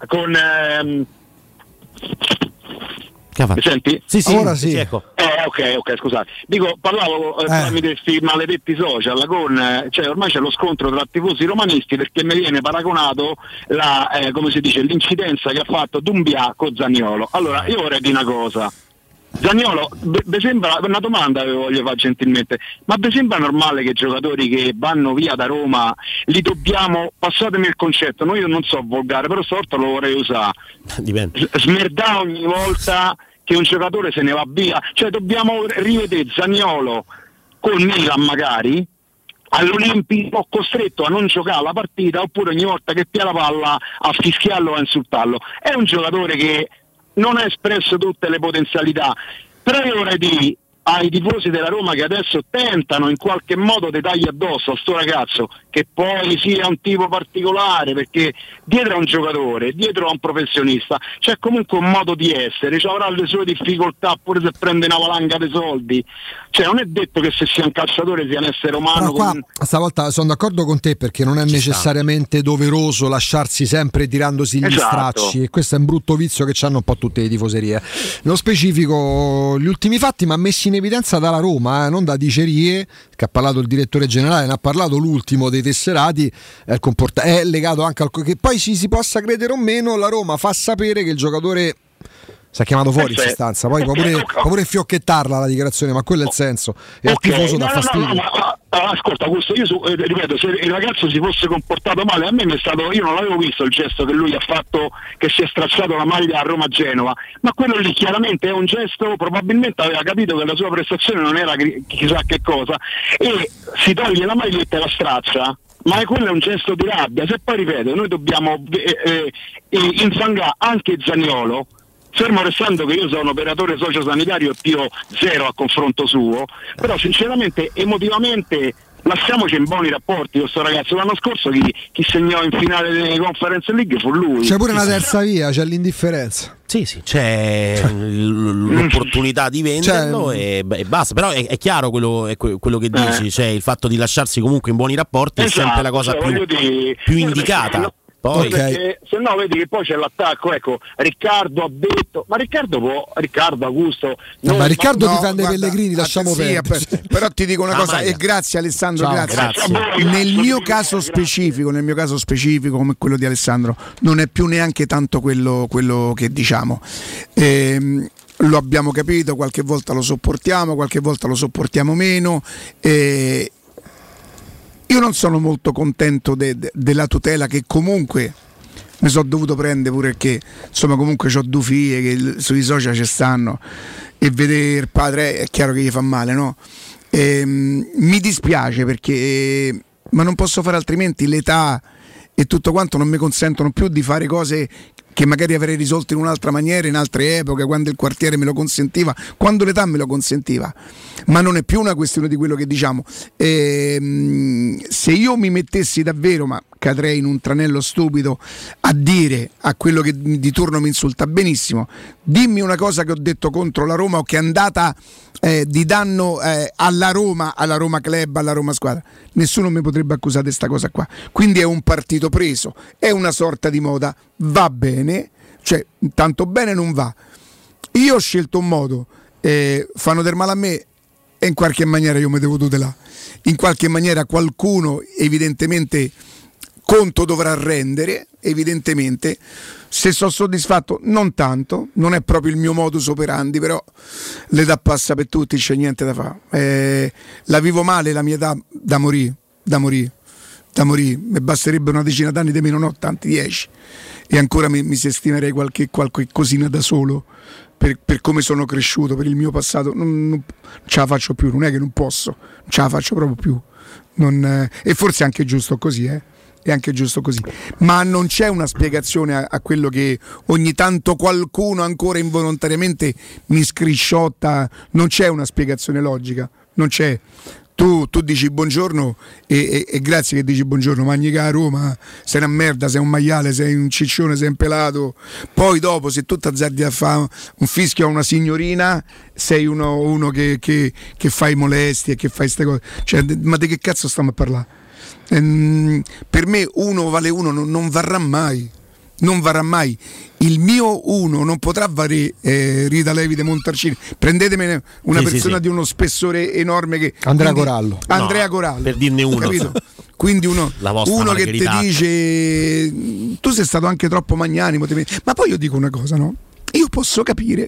mi senti? Sì, ora sì. Ecco. Ok, scusate. Dico, parlavo tramite questi maledetti social cioè ormai c'è lo scontro tra tifosi romanisti perché mi viene paragonato come si dice, l'incidenza che ha fatto Doumbia con Zaniolo. Allora, io vorrei dire una cosa. Zaniolo, vi sembra, una domanda che voglio fare gentilmente, ma vi sembra normale che giocatori che vanno via da Roma li dobbiamo, passatemi il concetto, io non so volgare, però stavolta lo vorrei usare, smerdare ogni volta che un giocatore se ne va via, cioè dobbiamo rivedere Zaniolo col Milan magari all'Olimpico costretto a non giocare la partita, oppure ogni volta che pia la palla a fischiarlo o a insultarlo. È un giocatore che non ha espresso tutte le potenzialità, però io vorrei dire ai tifosi della Roma che adesso tentano in qualche modo dei tagli addosso a sto ragazzo, che poi sia un tipo particolare, perché dietro a un giocatore, dietro a un professionista c'è comunque un modo di essere, cioè avrà le sue difficoltà pure se prende una valanga dei soldi, cioè non è detto che se sia un calciatore sia un essere umano. Però qua, stavolta sono d'accordo con te, perché non è necessariamente doveroso lasciarsi sempre tirandosi gli stracci, e questo è un brutto vizio che hanno un po' tutte le tifoserie. Nello specifico gli ultimi fatti mi ha messi in evidenza dalla Roma, non da dicerie, che ha parlato il direttore generale, ne ha parlato l'ultimo dei tesserati, è legato anche al che poi si possa credere o meno, la Roma fa sapere che il giocatore Si è chiamato fuori in sostanza, poi può pure fiocchettarla la dichiarazione, ma quello è il senso. E il tifoso dà fastidio. Ascolta, questo io ripeto, se il ragazzo si fosse comportato male, a me mi è stato, io non l'avevo visto il gesto che lui ha fatto, che si è stracciato la maglia a Roma-Genova, ma quello lì chiaramente è un gesto, probabilmente aveva capito che la sua prestazione non era chissà che cosa, e si toglie la maglietta e la straccia. Ma quello è un gesto di rabbia. Se poi ripeto, noi dobbiamo infangare anche Zaniolo, fermo restando che io sono operatore sociosanitario e Pio zero a confronto suo, però sinceramente emotivamente lasciamoci in buoni rapporti con sto ragazzo. L'anno scorso chi segnò in finale delle Conference League fu lui. C'è pure una terza via, c'è l'indifferenza. Sì, c'è l'opportunità di venderlo e basta. Però è chiaro quello che dici, cioè il fatto di lasciarsi comunque in buoni rapporti è sempre la cosa più indicata. Poi, perché se no vedi che poi c'è l'attacco, ecco, Riccardo ha detto, ma Riccardo Augusto ma Riccardo difende Pellegrini, lasciamo perdere. Però ti dico una cosa, e grazie Alessandro. Ciao, grazie. Nel mio caso specifico come quello di Alessandro, non è più neanche tanto quello che diciamo. Lo abbiamo capito, qualche volta lo sopportiamo, qualche volta lo sopportiamo meno. Io non sono molto contento della tutela che comunque mi sono dovuto prendere, pure perché insomma comunque c'ho due figlie che sui social ci stanno e vedere il padre è chiaro che gli fa male, no? Mi dispiace perché ma non posso fare altrimenti, l'età e tutto quanto non mi consentono più di fare cose che magari avrei risolto in un'altra maniera, in altre epoche, quando il quartiere me lo consentiva, quando l'età me lo consentiva. Ma non è più una questione di quello che diciamo. Se io mi mettessi davvero, ma cadrei in un tranello stupido, a dire a quello che di turno mi insulta, benissimo, dimmi una cosa che ho detto contro la Roma o che è andata di danno alla Roma club, alla Roma squadra. Nessuno mi potrebbe accusare di questa cosa qua. Quindi è un partito preso, è una sorta di moda, va bene, cioè tanto bene non va. Io ho scelto un modo, fanno del male a me e in qualche maniera io mi devo tutelare. In qualche maniera qualcuno evidentemente conto dovrà rendere, evidentemente. Se sono soddisfatto non tanto, non è proprio il mio modus operandi, però l'età passa per tutti, c'è niente da fare. La vivo male la mia età da morire. Mi basterebbe una decina d'anni di meno, non ho tanti, 10, e ancora mi sistemerei qualche cosina da solo per come sono cresciuto, per il mio passato. Non ce la faccio più, non è che non posso, non ce la faccio proprio più. E forse è anche giusto così, è anche giusto così, ma non c'è una spiegazione a quello che ogni tanto qualcuno ancora involontariamente mi scrisciotta. Non c'è una spiegazione logica, non c'è. Tu dici buongiorno e grazie che dici buongiorno, mangi a Roma, sei una merda, sei un maiale, sei un ciccione, sei un pelato. Poi dopo, se tu t'azzardi a fare un fischio a una signorina, sei uno che fai molestie e che fai queste cose. Cioè, ma di che cazzo stiamo a parlare? Per me uno vale uno, non varrà mai. Non varrà mai. Il mio uno non potrà valere Rita Levi de Montalcini. Prendetemi una persona di uno spessore enorme che Andrea Corallo, per dirne uno, capito? Quindi uno che ti dice tu sei stato anche troppo magnanimo, ma poi io dico una cosa, no? Io posso capire,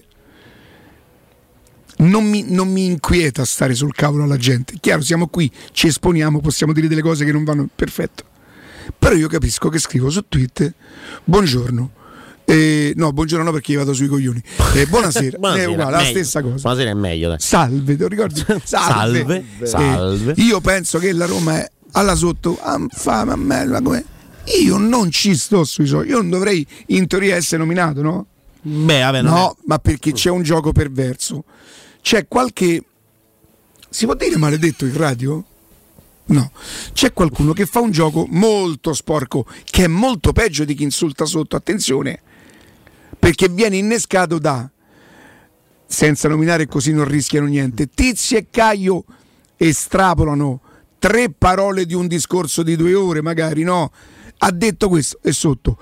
non mi inquieta stare sul cavolo alla gente. Chiaro, siamo qui, ci esponiamo, possiamo dire delle cose che non vanno, perfetto. Però io capisco che scrivo su Twitter buongiorno, no, buongiorno no, perché io vado sui coglioni, buonasera, è uguale, la stessa cosa. Buonasera è meglio, dai. Salve, te lo ricordi? Salve. Io penso che la Roma è alla sotto, fame a me, io non ci sto sui social, io non dovrei in teoria essere nominato, no? Beh, vabbè, no, ma perché c'è un gioco perverso, c'è qualche, si può dire maledetto in radio? No, c'è qualcuno che fa un gioco molto sporco, che è molto peggio di chi insulta sotto, attenzione, perché viene innescato da, senza nominare così non rischiano niente, Tizio e Caio estrapolano 3 parole di un discorso di 2 ore magari, no? Ha detto questo e sotto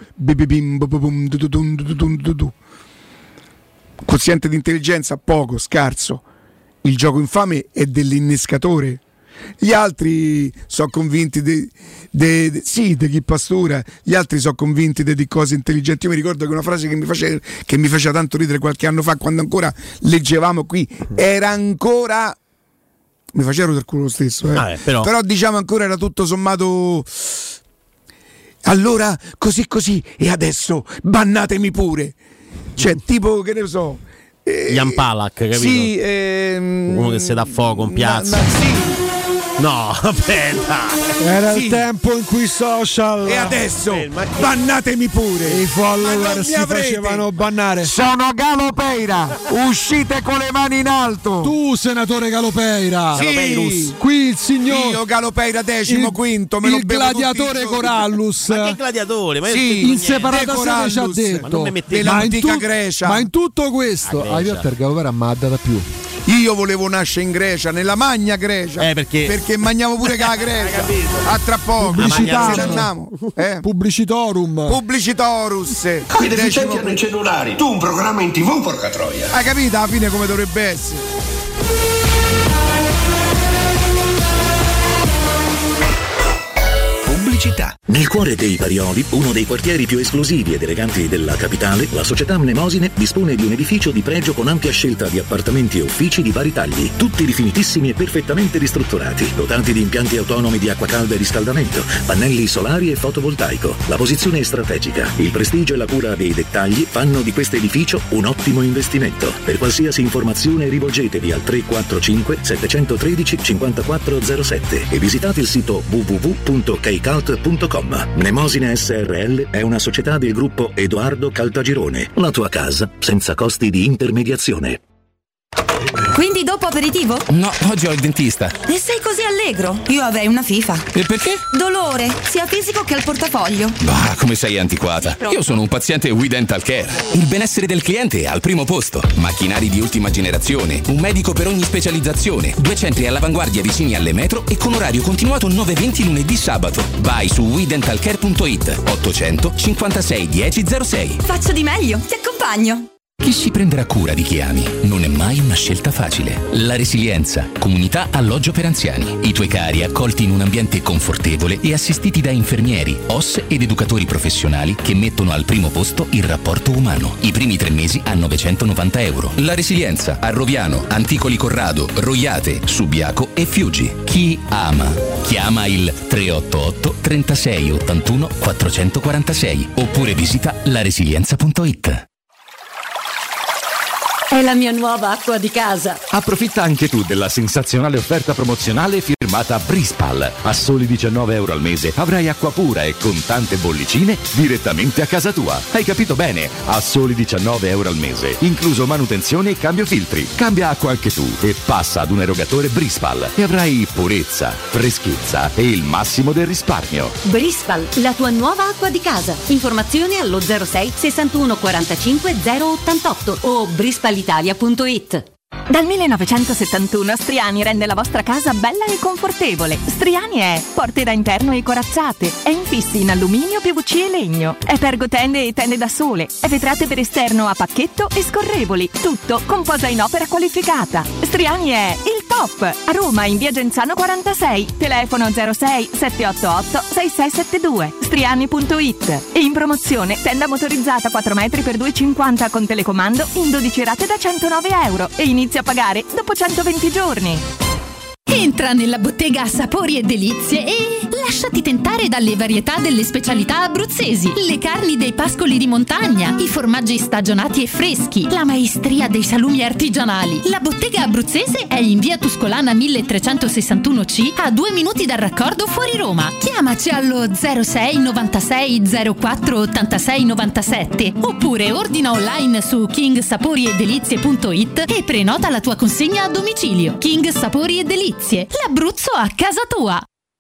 quoziente di intelligenza poco, scarso. Il gioco infame è dell'innescatore, Gli altri sono convinti di chi pastura, gli altri sono convinti di cose intelligenti. Io mi ricordo che una frase che mi faceva tanto ridere qualche anno fa, quando ancora leggevamo qui, era ancora, mi faceva rodere il culo lo stesso, però diciamo ancora era tutto sommato. Allora così e adesso bannatemi pure, cioè tipo, che ne so, Jan Palach, capito? Sì, uno che si dà fuoco in piazza. No, aspetta. Era il tempo in cui i social. E adesso bannatemi pure. I follower si facevano bannare. Sono Galopeira. Uscite con le mani in alto. Tu, senatore Galopeira. Sì. Qui il signor. Io Galopeira 15º. Me lo il gladiatore Corallus. Ma che gladiatore? Ma in separatazione ci ha detto. Dell'antica Grecia. Ma in tutto questo, il Galopeira mi ha data più. Io volevo nascere in Grecia, nella Magna Grecia, perché mangiavo pure con la Grecia. A tra poco. Publicitorus. Qui deficienti hanno i cellulari, tu un programma in TV, porca troia. Hai capito alla fine come dovrebbe essere? Pubblicità. Nel cuore dei Parioli, uno dei quartieri più esclusivi ed eleganti della capitale, la società Mnemosine dispone di un edificio di pregio con ampia scelta di appartamenti e uffici di vari tagli, tutti rifinitissimi e perfettamente ristrutturati, dotati di impianti autonomi di acqua calda e riscaldamento, pannelli solari e fotovoltaico. La posizione è strategica, il prestigio e la cura dei dettagli fanno di questo edificio un ottimo investimento. Per qualsiasi informazione rivolgetevi al 345 713 5407 e visitate il sito www.kcult.com. Mnemosine SRL è una società del gruppo Edoardo Caltagirone. La tua casa senza costi di intermediazione. Quindi dopo aperitivo? No, oggi ho il dentista. E sei così allegro? Io avrei una FIFA. E perché? Dolore, sia fisico che al portafoglio. Bah, come sei antiquata. Io sono un paziente We Dental Care. Il benessere del cliente è al primo posto. Macchinari di ultima generazione, un medico per ogni specializzazione, 2 centri all'avanguardia vicini alle metro e con orario continuato 9-20 lunedì sabato. Vai su WeDentalCare.it 800 56 1006. Faccio di meglio, ti accompagno. Chi si prenderà cura di chi ami non è mai una scelta facile. La Resilienza, comunità alloggio per anziani. I tuoi cari accolti in un ambiente confortevole e assistiti da infermieri, OS ed educatori professionali che mettono al primo posto il rapporto umano. I primi 3 mesi a €990. La Resilienza a Roviano, Anticoli Corrado, Roiate, Subiaco e Fiuggi. Chi ama? Chiama il 388 36 81 446 oppure visita laresilienza.it. È la mia nuova acqua di casa. Approfitta anche tu della sensazionale offerta promozionale firmata Brispal. A soli €19 al mese avrai acqua pura e con tante bollicine direttamente a casa tua. Hai capito bene? A soli €19 al mese, incluso manutenzione e cambio filtri. Cambia acqua anche tu e passa ad un erogatore Brispal e avrai purezza, freschezza e il massimo del risparmio. Brispal, la tua nuova acqua di casa. Informazioni allo 06 61 45 088 o brispalitalia.it. Dal 1971 Striani rende la vostra casa bella e confortevole. Striani è porte da interno e corazzate, è infissi in alluminio, PVC e legno, è pergotende e tende da sole, è vetrate per esterno a pacchetto e scorrevoli, tutto con posa in opera qualificata. Striani è il top! A Roma in via Genzano 46, telefono 06 788 6672, striani.it. E in promozione tenda motorizzata 4 metri per 2,50 con telecomando in 12 rate da €109 e inizia a pagare dopo 120 giorni. Entra nella bottega Sapori e Delizie e lasciati tentare dalle varietà delle specialità abruzzesi, le carni dei pascoli di montagna, i formaggi stagionati e freschi, la maestria dei salumi artigianali. La bottega abruzzese è in via Tuscolana 1361C, a 2 minuti dal raccordo fuori Roma. Chiamaci allo 06 96 04 86 97 oppure ordina online su kingsaporiedelizie.it e prenota la tua consegna a domicilio. King Sapori e Delizie, l'Abruzzo a casa tua.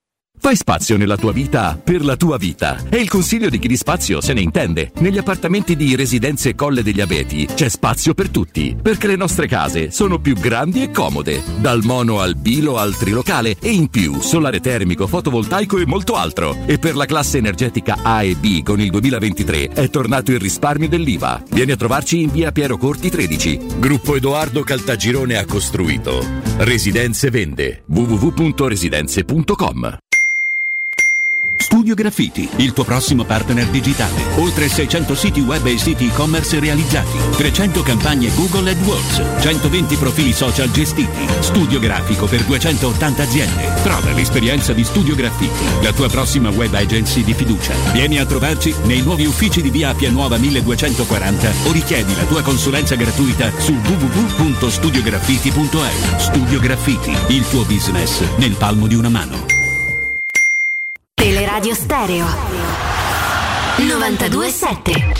Fai spazio nella tua vita per la tua vita. È il consiglio di chi di spazio se ne intende. Negli appartamenti di Residenze Colle degli Abeti c'è spazio per tutti, perché le nostre case sono più grandi e comode. Dal mono al bilo al trilocale e in più solare termico, fotovoltaico e molto altro. E per la classe energetica A e B con il 2023 è tornato il risparmio dell'IVA. Vieni a trovarci in via Piero Corti 13. Gruppo Edoardo Caltagirone ha costruito. Residenze vende. www.residenze.com. Studio Graffiti, il tuo prossimo partner digitale. Oltre 600 siti web e siti e-commerce realizzati, 300 campagne Google AdWords, 120 profili social gestiti, studio grafico per 280 aziende. Prova l'esperienza di Studio Graffiti, la tua prossima web agency di fiducia. Vieni a trovarci nei nuovi uffici di via Appia Nuova 1240 o richiedi la tua consulenza gratuita su www.studiograffiti.eu. Studio Graffiti, il tuo business nel palmo di una mano. Teleradio Stereo 92.7.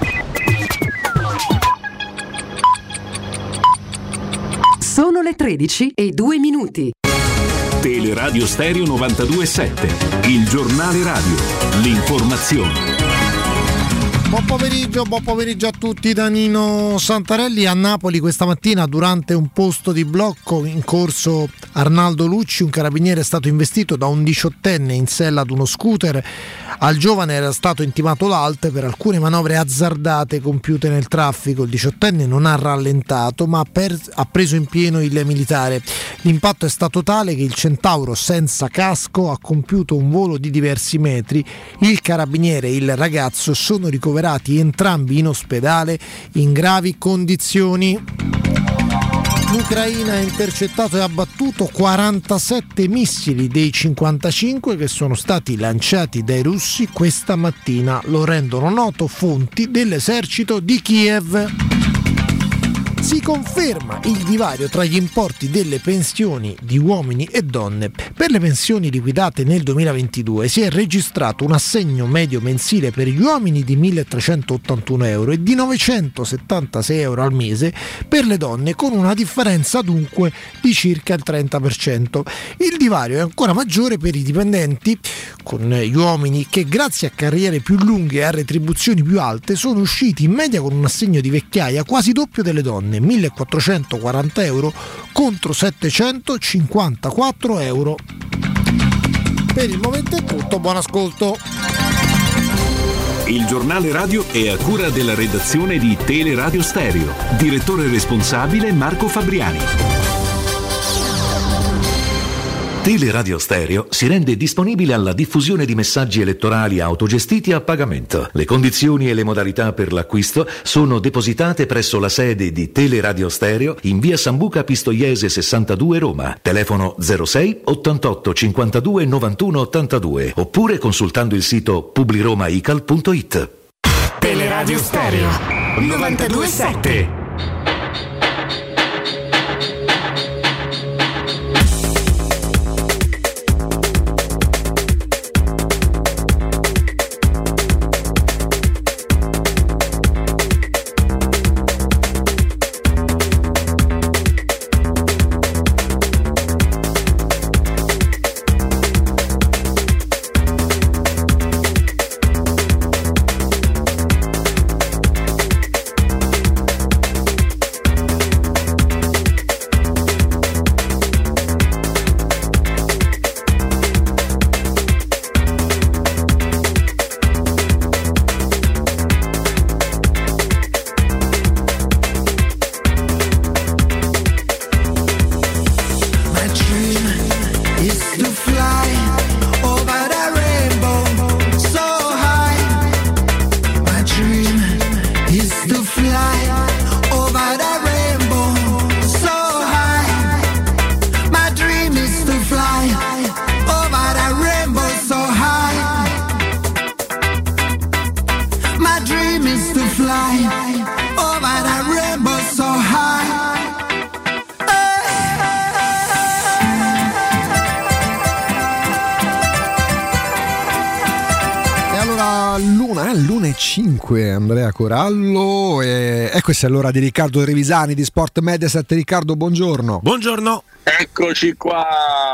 Sono le 13:02. Teleradio Stereo 92.7, il giornale radio, l'informazione. Buon pomeriggio a tutti da Nino Santarelli. A Napoli questa mattina, durante un posto di blocco in corso Arnaldo Lucci, un carabiniere è stato investito da un 18enne in sella ad uno scooter. Al giovane era stato intimato l'ALT per alcune manovre azzardate compiute nel traffico. Il 18enne non ha rallentato, ma ha preso in pieno il militare. L'impatto è stato tale che il Centauro, senza casco, ha compiuto un volo di diversi metri. Il carabiniere e il ragazzo sono ricoverati entrambi in ospedale in gravi condizioni. L'Ucraina ha intercettato e abbattuto 47 missili dei 55 che sono stati lanciati dai russi questa mattina, lo rendono noto fonti dell'esercito di Kiev. Si conferma il divario tra gli importi delle pensioni di uomini e donne. Per le pensioni liquidate nel 2022 si è registrato un assegno medio mensile per gli uomini di 1.381 euro e di 976 euro al mese per le donne, con una differenza dunque di circa il 30%. Il divario è ancora maggiore per i dipendenti, con gli uomini che grazie a carriere più lunghe e a retribuzioni più alte sono usciti in media con un assegno di vecchiaia quasi doppio delle donne, 1.440 euro contro 754 euro. Per il momento è tutto, buon ascolto. Il giornale radio è a cura della redazione di Teleradio Stereo. Direttore responsabile Marco Fabriani. Teleradio Stereo si rende disponibile alla diffusione di messaggi elettorali autogestiti a pagamento. Le condizioni e le modalità per l'acquisto sono depositate presso la sede di Teleradio Stereo in via Sambuca Pistoiese 62 Roma. Telefono 06 88 52 91 82 oppure consultando il sito publiromaical.it. Teleradio Stereo 92.7. l'1:05 Andrea Corallo e questa è l'ora di Riccardo Trevisani di Sport Mediaset. Riccardo, buongiorno. Buongiorno. Eccoci qua.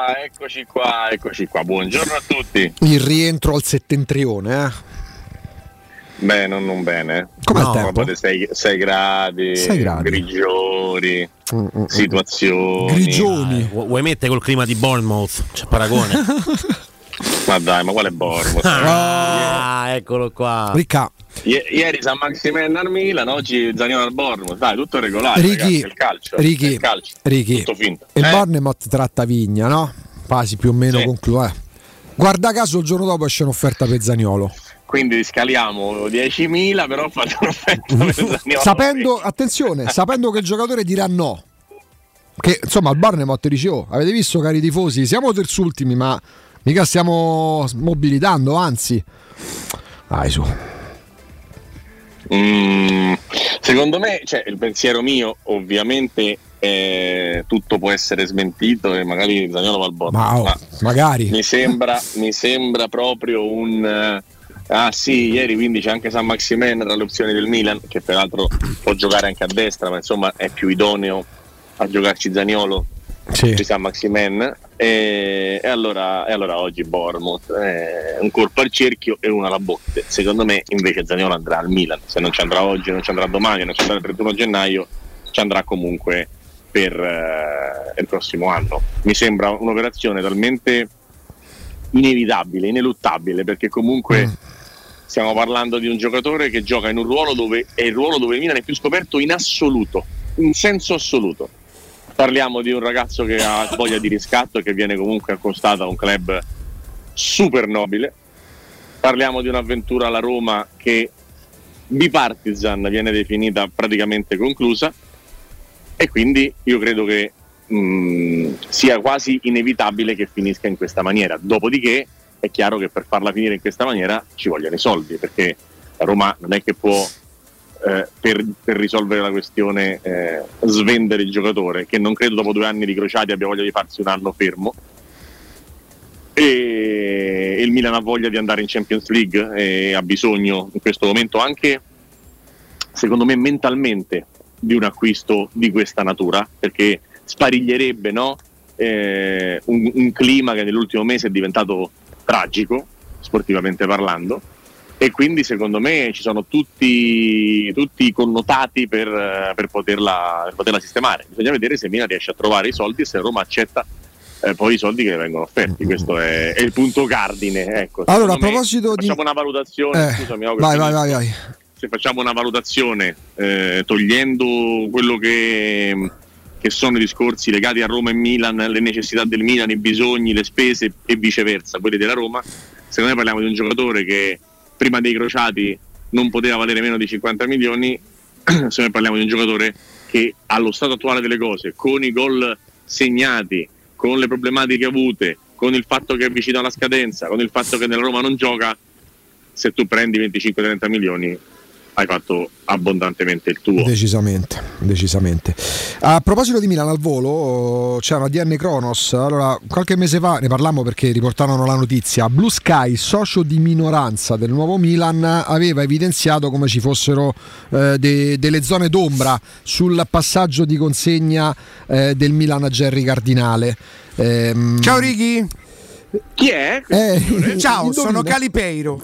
Buongiorno a tutti. Il rientro al settentrione, Beh, non bene. Com'è il tempo? 6 gradi, grigioni, situazioni. Grigioni. Vuoi mettere col clima di Bournemouth? C'è paragone. Ma dai, ma quale Bournemouth? Eccolo qua. Ricca. Ieri San Maximen al Milan, oggi Zaniolo al Bournemouth. Dai, tutto regolare, ragazzi, il calcio. Ricky, tutto finto. Il Bournemouth tratta Vigna, no? Quasi più o meno conclude. Guarda caso il giorno dopo esce un'offerta per Zaniolo. Quindi scaliamo 10.000, però fate un'offerta per Zaniolo. Sapendo che il giocatore dirà no. Che insomma al Bournemouth dice: oh, avete visto cari tifosi, siamo terzultimi, ma mica stiamo mobilitando, anzi. Dai su. Secondo me, cioè, il pensiero mio, ovviamente, tutto può essere smentito e magari Zaniolo va al Bournemouth. Magari. Mi sembra proprio un sì, ieri quindi c'è anche San Maximen tra le opzioni del Milan, che peraltro può giocare anche a destra, ma insomma è più idoneo a giocarci Zaniolo di San Maximen. E allora oggi Bournemouth, un colpo al cerchio e uno alla botte. Secondo me invece Zaniolo andrà al Milan, se non ci andrà oggi, non ci andrà domani, non ci andrà il 31 gennaio, ci andrà comunque per il prossimo anno. Mi sembra un'operazione talmente inevitabile, ineluttabile, perché comunque stiamo parlando di un giocatore che gioca in un ruolo dove è il ruolo dove Milan è più scoperto in assoluto, in senso assoluto. Parliamo di un ragazzo che ha voglia di riscatto e che viene comunque accostato a un club super nobile. Parliamo di un'avventura alla Roma che bipartisan viene definita praticamente conclusa, e quindi io credo che sia quasi inevitabile che finisca in questa maniera. Dopodiché è chiaro che per farla finire in questa maniera ci vogliono i soldi, perché la Roma non è che può per risolvere la questione svendere il giocatore, che non credo dopo 2 anni di crociati abbia voglia di farsi un anno fermo, e il Milan ha voglia di andare in Champions League e ha bisogno in questo momento anche, secondo me, mentalmente di un acquisto di questa natura, perché spariglierebbe un clima che nell'ultimo mese è diventato tragico, sportivamente parlando, e quindi secondo me ci sono tutti i connotati per poterla sistemare. Bisogna vedere se Milan riesce a trovare i soldi e se Roma accetta poi i soldi che le vengono offerti. Questo è il punto cardine. Ecco, allora, a proposito facciamo una valutazione, scusami, vai. Se facciamo una valutazione togliendo quello che sono i discorsi legati a Roma e Milan, le necessità del Milan, i bisogni, le spese e viceversa, quelli della Roma, secondo me parliamo di un giocatore che prima dei crociati non poteva valere meno di 50 milioni, se noi parliamo di un giocatore che allo stato attuale delle cose, con i gol segnati, con le problematiche avute, con il fatto che è vicino alla scadenza, con il fatto che nella Roma non gioca, se tu prendi 25-30 milioni hai fatto abbondantemente il tuo. Decisamente. A proposito di Milan, al volo c'è una DN Kronos. Allora, qualche mese fa ne parlammo perché riportarono la notizia. Blue Sky, socio di minoranza del nuovo Milan, aveva evidenziato come ci fossero delle zone d'ombra sul passaggio di consegna del Milan a Jerry Cardinale. Ciao Ricky. Chi è? Ciao, sono Calipeiro.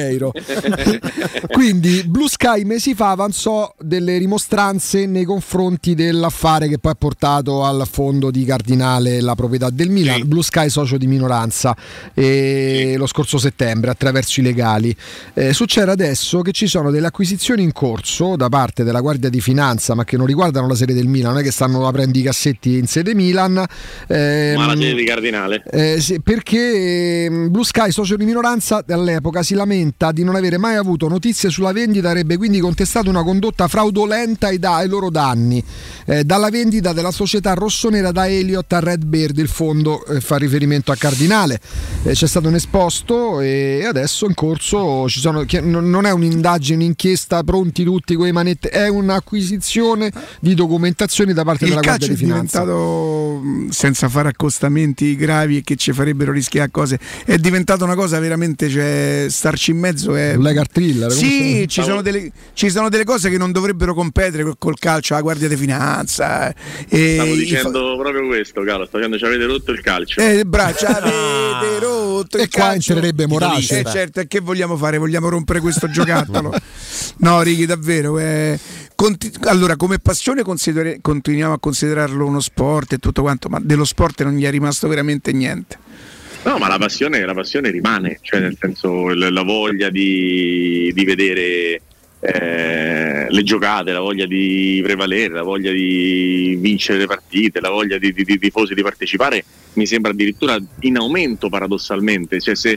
Quindi Blue Sky mesi fa avanzò delle rimostranze nei confronti dell'affare che poi ha portato al fondo di Cardinale la proprietà del Milan. Blue Sky socio di minoranza lo scorso settembre attraverso i legali. Succede adesso che ci sono delle acquisizioni in corso da parte della Guardia di Finanza, ma che non riguardano la sede del Milan, non è che stanno aprendo i cassetti in sede Milan, ma la sede di Cardinale. Perché Blue Sky, socio di minoranza all'epoca, si lamenta di non avere mai avuto notizie sulla vendita, avrebbe quindi contestato una condotta fraudolenta ai loro danni dalla vendita della società rossonera da Elliott a Red Bird. Il fondo fa riferimento a Cardinale. C'è stato un esposto e adesso in corso ci sono, non è un'indagine, un'inchiesta pronti tutti coi manetti, è un'acquisizione di documentazioni da parte della Guardia di Finanza. Il calcio è diventato, senza fare accostamenti gravi e che ci farebbero rischiare cose. È diventata una cosa veramente, cioè, starci in mezzo è Lega thriller. Sì, ci sono delle cose che non dovrebbero competere col calcio, la Guardia di Finanza. Stavo dicendo proprio questo, Carlo, sto dicendo ci avete rotto il calcio. Braccia avete rotto il e qua calcio. entrerebbe Morale. Certo, e che vogliamo fare? Vogliamo rompere questo giocattolo? No, Righi, davvero. Allora, come passione continuiamo a considerarlo uno sport e tutto quanto, ma dello sport non gli è rimasto veramente niente. No, ma la passione rimane, cioè nel senso la voglia di vedere le giocate, la voglia di prevalere, la voglia di vincere le partite, la voglia di tifosi di partecipare mi sembra addirittura in aumento paradossalmente. Cioè, se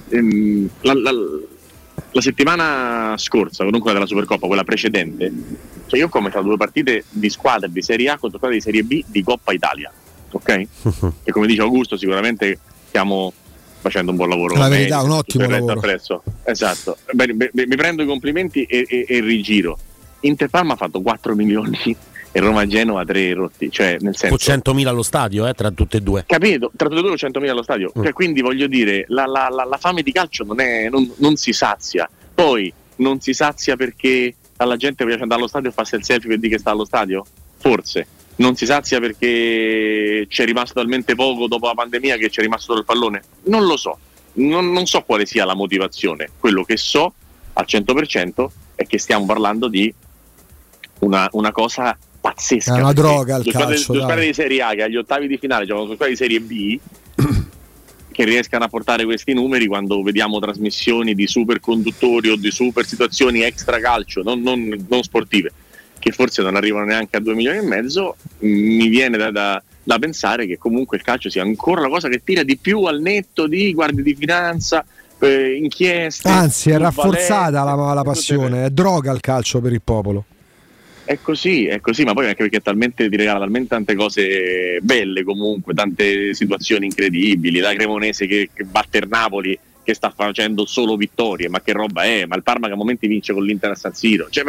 la settimana scorsa, comunque della Supercoppa, quella precedente, cioè io ho commentato 2 partite di squadre di Serie A contro quelle di Serie B di Coppa Italia, ok? E come dice Augusto, sicuramente stiamo facendo un buon lavoro. La verità, un ottimo lavoro. Esatto. Mi prendo i complimenti e rigiro. Inter Parma ha fatto 4 milioni e Roma Genova 3 rotti, cioè nel senso con 100.000 allo stadio, tra tutte e due. Capito? Tra tutte e due 100.000 allo stadio. Cioè, quindi voglio dire, la fame di calcio non si sazia. Poi non si sazia perché alla gente piace andare allo stadio e farsi il selfie per dire che sta allo stadio? Forse. Non si sazia perché c'è rimasto talmente poco dopo la pandemia che c'è rimasto solo il pallone? Non lo so. Non so quale sia la motivazione. Quello che so al 100% è che stiamo parlando di una cosa pazzesca. È una droga il calcio. Due squadre di Serie A che agli ottavi di finale giocano con squadre di Serie B che riescano a portare questi numeri quando vediamo trasmissioni di super conduttori o di super situazioni extra calcio, non sportive, che forse non arrivano neanche a 2 milioni e mezzo, mi viene da pensare che comunque il calcio sia ancora la cosa che tira di più al netto di guardie di finanza, inchieste. Anzi, è rafforzata la passione, è droga il calcio per il popolo. È così, ma poi anche perché ti regala talmente tante cose belle comunque, tante situazioni incredibili, la Cremonese che batte il Napoli, che sta facendo solo vittorie, ma che roba è? Ma il Parma che a momenti vince con l'Inter a San Siro, cioè,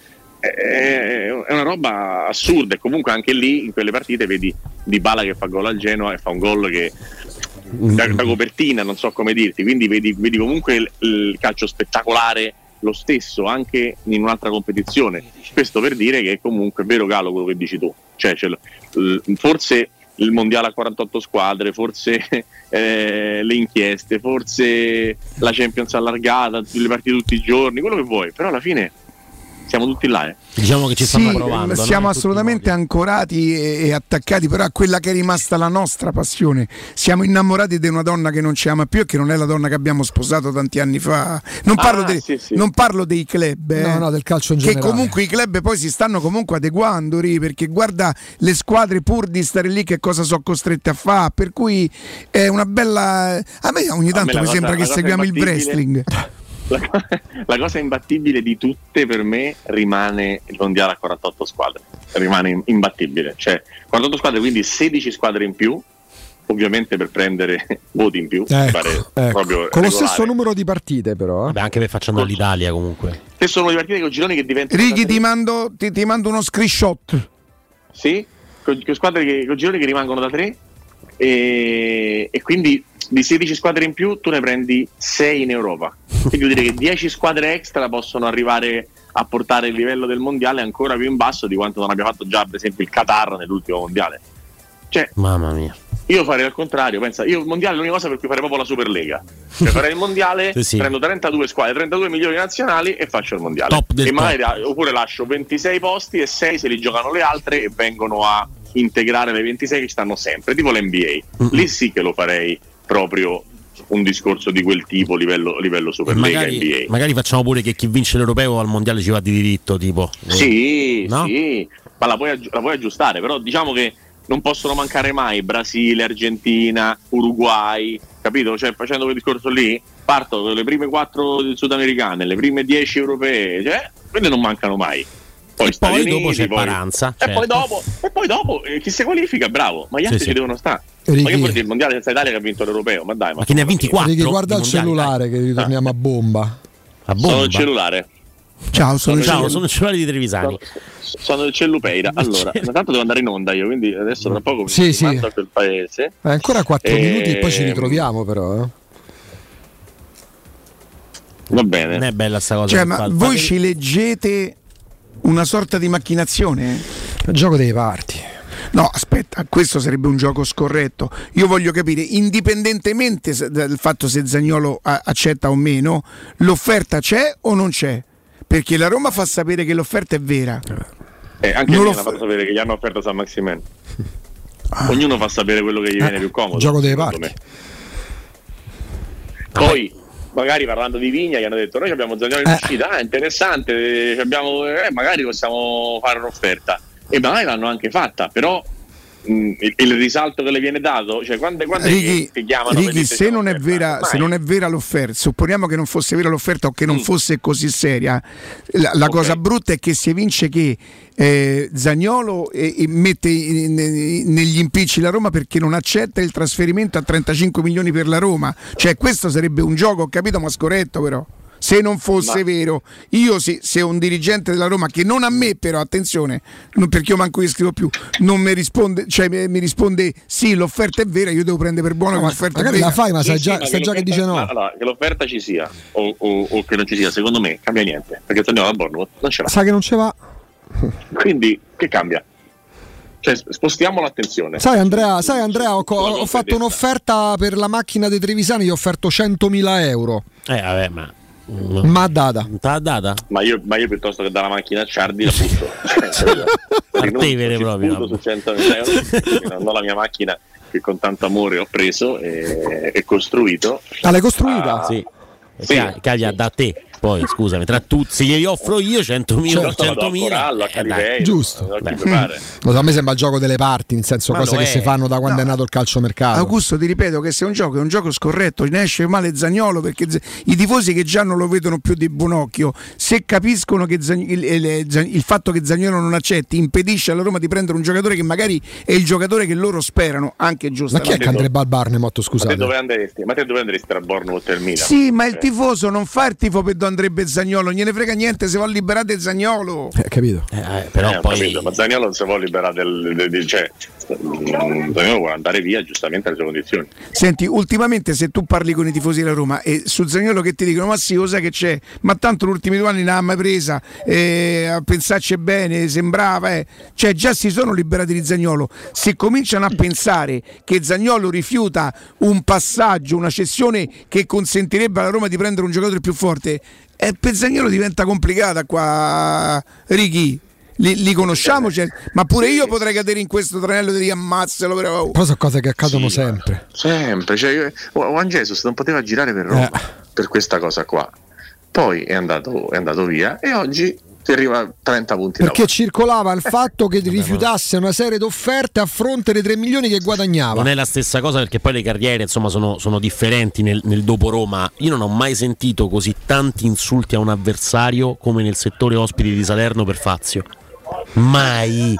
è una roba assurda. E comunque anche lì in quelle partite vedi Dybala che fa gol al Genoa e fa un gol che da copertina, non so come dirti, quindi vedi comunque il calcio spettacolare lo stesso anche in un'altra competizione. Questo per dire che comunque è vero, Galo, quello che dici tu, cioè forse il mondiale a 48 squadre, forse le inchieste, forse la Champions allargata, le partite tutti i giorni, quello che vuoi, però alla fine siamo tutti là. Diciamo che ci stanno provando. Siamo assolutamente ancorati e attaccati però a quella che è rimasta la nostra passione. Siamo innamorati di una donna che non ci ama più e che non è la donna che abbiamo sposato tanti anni fa. Non parlo dei club, no, del calcio in che generale. Comunque i club poi si stanno comunque adeguando, perché guarda le squadre pur di stare lì che cosa sono costrette a fare, per cui è una bella. A me ogni tanto mi sembra che seguiamo il wrestling. La cosa imbattibile di tutte per me rimane il mondiale a 48 squadre, rimane imbattibile, cioè 48 squadre, quindi 16 squadre in più, ovviamente per prendere voti in più, mi pare proprio con regolare. Lo stesso numero di partite però. Vabbè, anche per facendo all'Italia comunque. Stesso numero di partite con gironi che diventano. Righi, ti mando uno screenshot. Sì, con squadre con gironi che rimangono da 3 e quindi di 16 squadre in più tu ne prendi 6 in Europa, quindi vuol dire che 10 squadre extra possono arrivare a portare il livello del mondiale ancora più in basso di quanto non abbia fatto già per esempio il Qatar nell'ultimo mondiale. Cioè, mamma mia, io farei al contrario, pensa, io il mondiale è l'unica cosa per cui farei proprio la Superlega, cioè farei il mondiale, sì. Prendo 32 squadre, 32 milioni nazionali e faccio il mondiale e magari oppure lascio 26 posti e 6 se li giocano le altre e vengono a integrare le 26 che stanno sempre, tipo l'NBA. Lì sì che lo farei proprio un discorso di quel tipo, livello Superlega, NBA. Magari facciamo pure che chi vince l'Europeo al mondiale ci va di diritto, tipo. Sì, no? Sì, ma la puoi aggiustare, però diciamo che non possono mancare mai Brasile, Argentina, Uruguay, capito? Cioè, facendo quel discorso lì, parto con le prime 4 sudamericane, le prime 10 europee, cioè, quelle non mancano mai. Poi Stati Uniti, dopo c'è Paranza, certo. E poi dopo chi si qualifica, bravo, ma gli altri ci devono stare. Ma che vuol dire il mondiale senza Italia che ha vinto l'Europeo? Ma dai, ma che ne ha 24? Guarda il cellulare che ritorniamo a bomba. Sono il cellulare. Ciao, sono il cellulare di Trevisani. Sono del Cellupeira. Allora, intanto devo andare in onda io, quindi adesso tra poco mando a quel paese. Ancora 4 minuti e poi ci ritroviamo però. Va bene. Non è bella sta cosa. Cioè, ma voi ci leggete una sorta di macchinazione? Il gioco dei parti. No, aspetta, questo sarebbe un gioco scorretto. Io voglio capire, indipendentemente dal fatto se Zaniolo accetta o meno, l'offerta c'è o non c'è? Perché la Roma fa sapere che l'offerta è vera. Anche Milan ha fatto sapere che gli hanno offerto San Maximen. Ognuno fa sapere quello che gli viene più comodo. Gioco dei parti. Poi magari parlando di Vigna gli hanno detto noi abbiamo Zaniolo in uscita, interessante, magari possiamo fare un'offerta, e magari l'hanno anche fatta, però il risalto che le viene dato, cioè quando Righi, ti chiamano se non è vera l'offerta, supponiamo che non fosse vera l'offerta o che non fosse così seria, la cosa brutta è che si evince che Zaniolo mette negli impicci la Roma perché non accetta il trasferimento a 35 milioni per la Roma, cioè questo sarebbe un gioco, ho capito, ma scorretto però. Se non fosse vero, io se un dirigente della Roma che non a me però, attenzione, perché io manco io scrivo più, non mi risponde, cioè mi risponde sì, l'offerta è vera, io devo prendere per buona l'offerta magari è vera. La fai, ma sai già che dice no. Allora, che l'offerta ci sia o che non ci sia, secondo me cambia niente, perché torniamo a Bournemouth, non ce l'ha. Sa che non ce va. Quindi che cambia? Cioè, spostiamo l'attenzione. Sai Andrea, ho fatto un'offerta per la macchina dei Trevisani, gli ho offerto 100.000 euro. Vabbè, ma data. Ma io piuttosto che dalla macchina a Ciardi la butto. Proprio su 100.000 euro. Non la mia macchina che con tanto amore ho preso e costruito. L'hai costruita? Sì. Caglia da te. Poi scusami, tra tutti, se gli offro io 100.000, giusto. A me sembra il gioco delle parti, nel senso cose che si fanno da quando è nato il calciomercato. Augusto, ti ripeto che se è un gioco scorretto, ne esce male Zaniolo perché i tifosi che già non lo vedono più di buon occhio, se capiscono che il fatto che Zaniolo non accetti impedisce alla Roma di prendere un giocatore che magari è il giocatore che loro sperano, anche giusto. Ma chi è che andrebbe al Barnemotto, scusate? Ma te dove andresti tra Bournemouth e il Milan? Sì, ma il tifoso non fa il tifo per andrebbe Zaniolo, non gliene frega niente se vuol liberare Zaniolo. Capito? Però poi capito, ma Zaniolo non si vuole liberare Zaniolo vuole andare via giustamente alle sue condizioni. Senti, ultimamente se tu parli con i tifosi della Roma e su Zaniolo che ti dicono ma sì, lo sai che c'è, ma tanto gli ultimi 2 anni non l'ha mai presa, a pensarci bene, sembrava cioè già si sono liberati di Zaniolo. Se cominciano a pensare che Zaniolo rifiuta un passaggio, una cessione che consentirebbe alla Roma di prendere un giocatore più forte, per Zaniolo diventa complicata qua, Righi. Li conosciamo, ma pure io potrei cadere in questo tranello di ammazzalo. Però sono cose che accadono sempre. Cioè, Juan Jesus non poteva girare per Roma per questa cosa qua. Poi è andato via e oggi ti arriva 30 punti perché circolava il fatto che rifiutasse una serie di offerte a fronte dei 3 milioni che guadagnava. Non è la stessa cosa, perché poi le carriere insomma sono differenti nel dopo Roma. Io non ho mai sentito così tanti insulti a un avversario come nel settore ospiti di Salerno per Fazio. Mai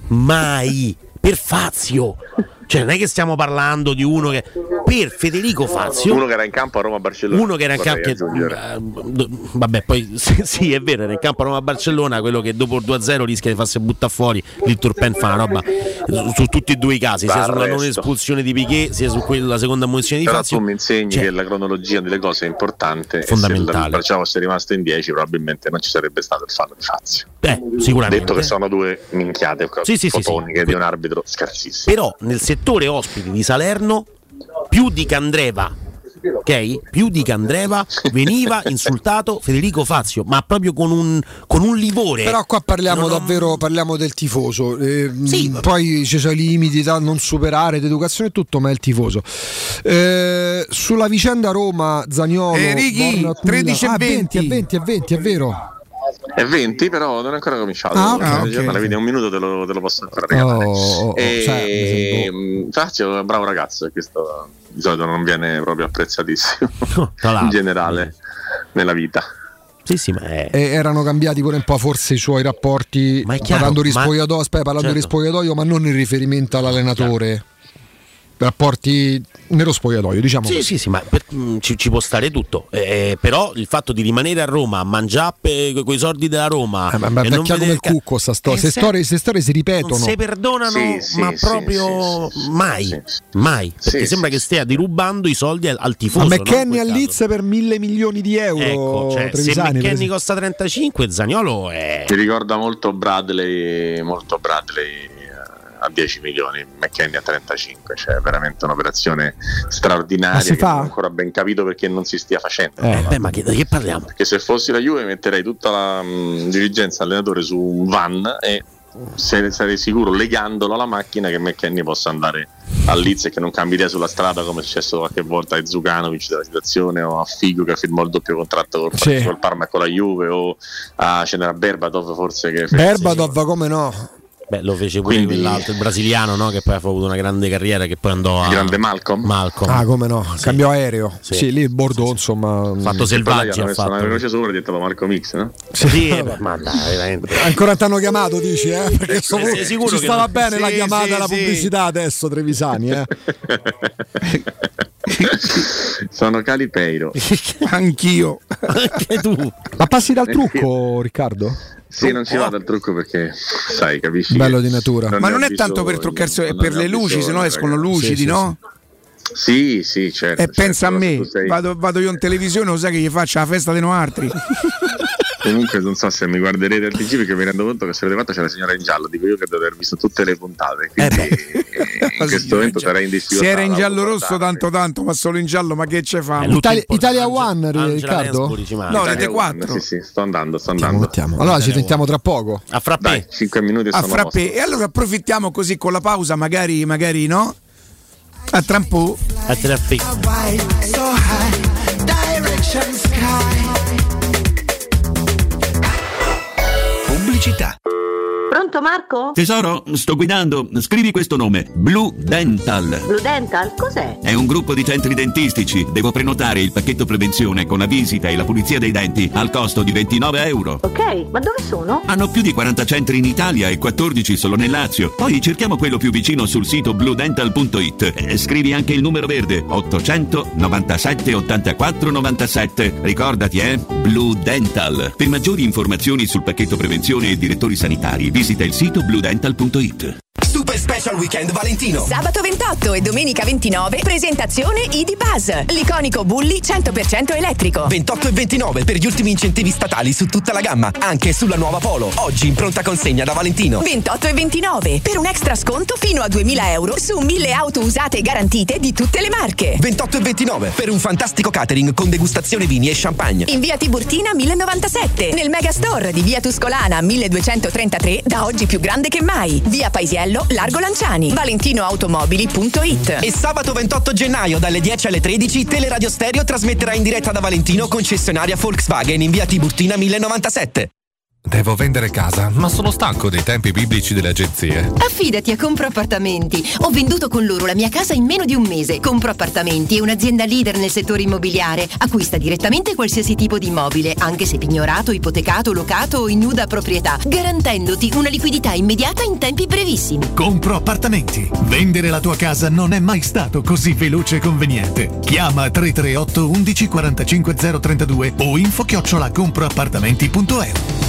per Fazio. Cioè non è che stiamo parlando di uno che per Federico Fazio, uno che era in campo a Roma-Barcellona, uno che era in campo vabbè poi sì è vero, era in campo a Roma-Barcellona, quello che dopo il 2-0 rischia di farsi buttare fuori. Lì Turpen fa una roba su tutti e 2 i casi, sia sulla non espulsione di Piqué sia su quella seconda ammonizione di Fazio. Però tu mi insegni che la cronologia delle cose è importante, fondamentale. Se il Barcellona fosse rimasto in 10 probabilmente non ci sarebbe stato il fallo di Fazio. Sicuramente. Detto che sono 2 minchiate fotoniche di un arbitro scarsissimo. Però nel settore ospiti di Salerno più di Candreva, ok? Più di Candreva veniva insultato Federico Fazio, ma proprio con un livore. Però qua parliamo parliamo del tifoso. Poi ci sono i limiti da non superare, d'educazione e tutto, ma è il tifoso. Sulla vicenda Roma, Zaniolo, Righi, 13 e 20. È 20, è vero. È 20, però non è ancora cominciato. Okay. Quindi un minuto te lo posso fare regalare. Fazio è un bravo ragazzo, e questo di solito non viene proprio apprezzatissimo in generale nella vita. Sì, ma erano cambiati pure un po' forse i suoi rapporti, parlando di spogliatoio, ma non in riferimento all'allenatore. rapporti nello spogliatoio, diciamo. Sì, ma ci può stare tutto. Però il fatto di rimanere a Roma a mangiare con i soldi della Roma, ma vecchia come il cucco sta storia. Queste storie si ripetono. Non si perdonano, ma proprio mai. Perché sembra che stia dirubando i soldi al tifoso. Ma McKennie a Leeds per 1.000 milioni di euro. Ecco, cioè, se McKennie costa 35, Zaniolo è. Mi ricorda molto Bradley a 10 milioni, McKennie a 35, cioè veramente un'operazione straordinaria che non ho ancora ben capito perché non si stia facendo. Ma di che parliamo? Perché se fossi la Juve metterei tutta la dirigenza allenatore su un van e sarei sicuro, legandolo alla macchina, che McKennie possa andare a Leeds e che non cambi idea sulla strada, come è successo qualche volta a Zukanovic della situazione, o a Figo che firmò il doppio contratto col Parma e con la Juve, o a c'era Berbatov forse che Berbatov come no? Beh, lo fece pure quell'altro, il brasiliano, no? Che poi ha avuto una grande carriera, che poi andò a. Il grande Malcolm. Ah, come no? Cambio aereo. Sì, lì il Bordeaux, insomma. Fatto selvaggi. Ha messo una croce sopra e diventato Marco Mix, no? Sì, ma dai, veramente. Ancora t'hanno chiamato, dici, Perché sei sicuro ci stava bene la chiamata alla pubblicità adesso, Trevisani, Sono Calipeiro. Anch'io. Anche tu. Ma passi dal trucco, Riccardo? Sì, non ci vado al trucco perché, sai, capisci? Bello di natura. Ma non è tanto per truccarsi, è per le luci, se no escono lucidi, no? Sì, certo. E pensa a me, vado io in televisione, lo sai che gli faccio la festa dei Noartri. Comunque non so se mi guarderete al TG, perché mi rendo conto che se avete fatto c'è la signora in giallo. Dico io che devo aver visto tutte le puntate, quindi in questo momento sarei in difficoltà. Se era in giallo rosso tanto, ma solo in giallo, ma che ce fa? Italia One, Riccardo? No, Rete 4. Sì, sto andando. Allora ci sentiamo tra poco. A frappè. Dai, 5 minuti a frappè. E allora approfittiamo così con la pausa, magari no? A tra un po'. A frappè. Pubblicità. Pronto Marco? Tesoro, sto guidando. Scrivi questo nome: Blue Dental. Blue Dental? Cos'è? È un gruppo di centri dentistici. Devo prenotare il pacchetto prevenzione con la visita e la pulizia dei denti al costo di 29 euro. Ok, ma dove sono? Hanno più di 40 centri in Italia e 14 solo nel Lazio. Poi cerchiamo quello più vicino sul sito bluedental.it. Scrivi anche il numero verde: 800 97 84 97. Ricordati, Blue Dental. Per maggiori informazioni sul pacchetto prevenzione e direttori sanitari, visita il sito bluedental.it. Super Special Weekend Valentino. Sabato 28 e domenica 29 presentazione ID Buzz, l'iconico Bulli 100% elettrico. 28 e 29 per gli ultimi incentivi statali su tutta la gamma, anche sulla nuova Polo, oggi in pronta consegna da Valentino. 28 e 29 per un extra sconto fino a 2.000 euro su 1.000 auto usate e garantite di tutte le marche. 28 e 29 per un fantastico catering con degustazione vini e champagne. In via Tiburtina 1097, nel Megastore di via Tuscolana 1233, da oggi più grande che mai. Via Paisiello, Largo Lanciani, valentinoautomobili.it. E sabato 28 gennaio dalle 10 alle 13 Teleradio Stereo trasmetterà in diretta da Valentino, concessionaria Volkswagen in via Tiburtina 1097. Devo vendere casa, ma sono stanco dei tempi biblici delle agenzie. Affidati a Compro Appartamenti. Ho venduto con loro la mia casa in meno di un mese. Compro Appartamenti è un'azienda leader nel settore immobiliare. Acquista direttamente qualsiasi tipo di immobile, anche se pignorato, ipotecato, locato o in nuda proprietà, garantendoti una liquidità immediata in tempi brevissimi. Compro Appartamenti. Vendere la tua casa non è mai stato così veloce e conveniente. Chiama 338 11 45 032 o info@comproappartamenti.eu.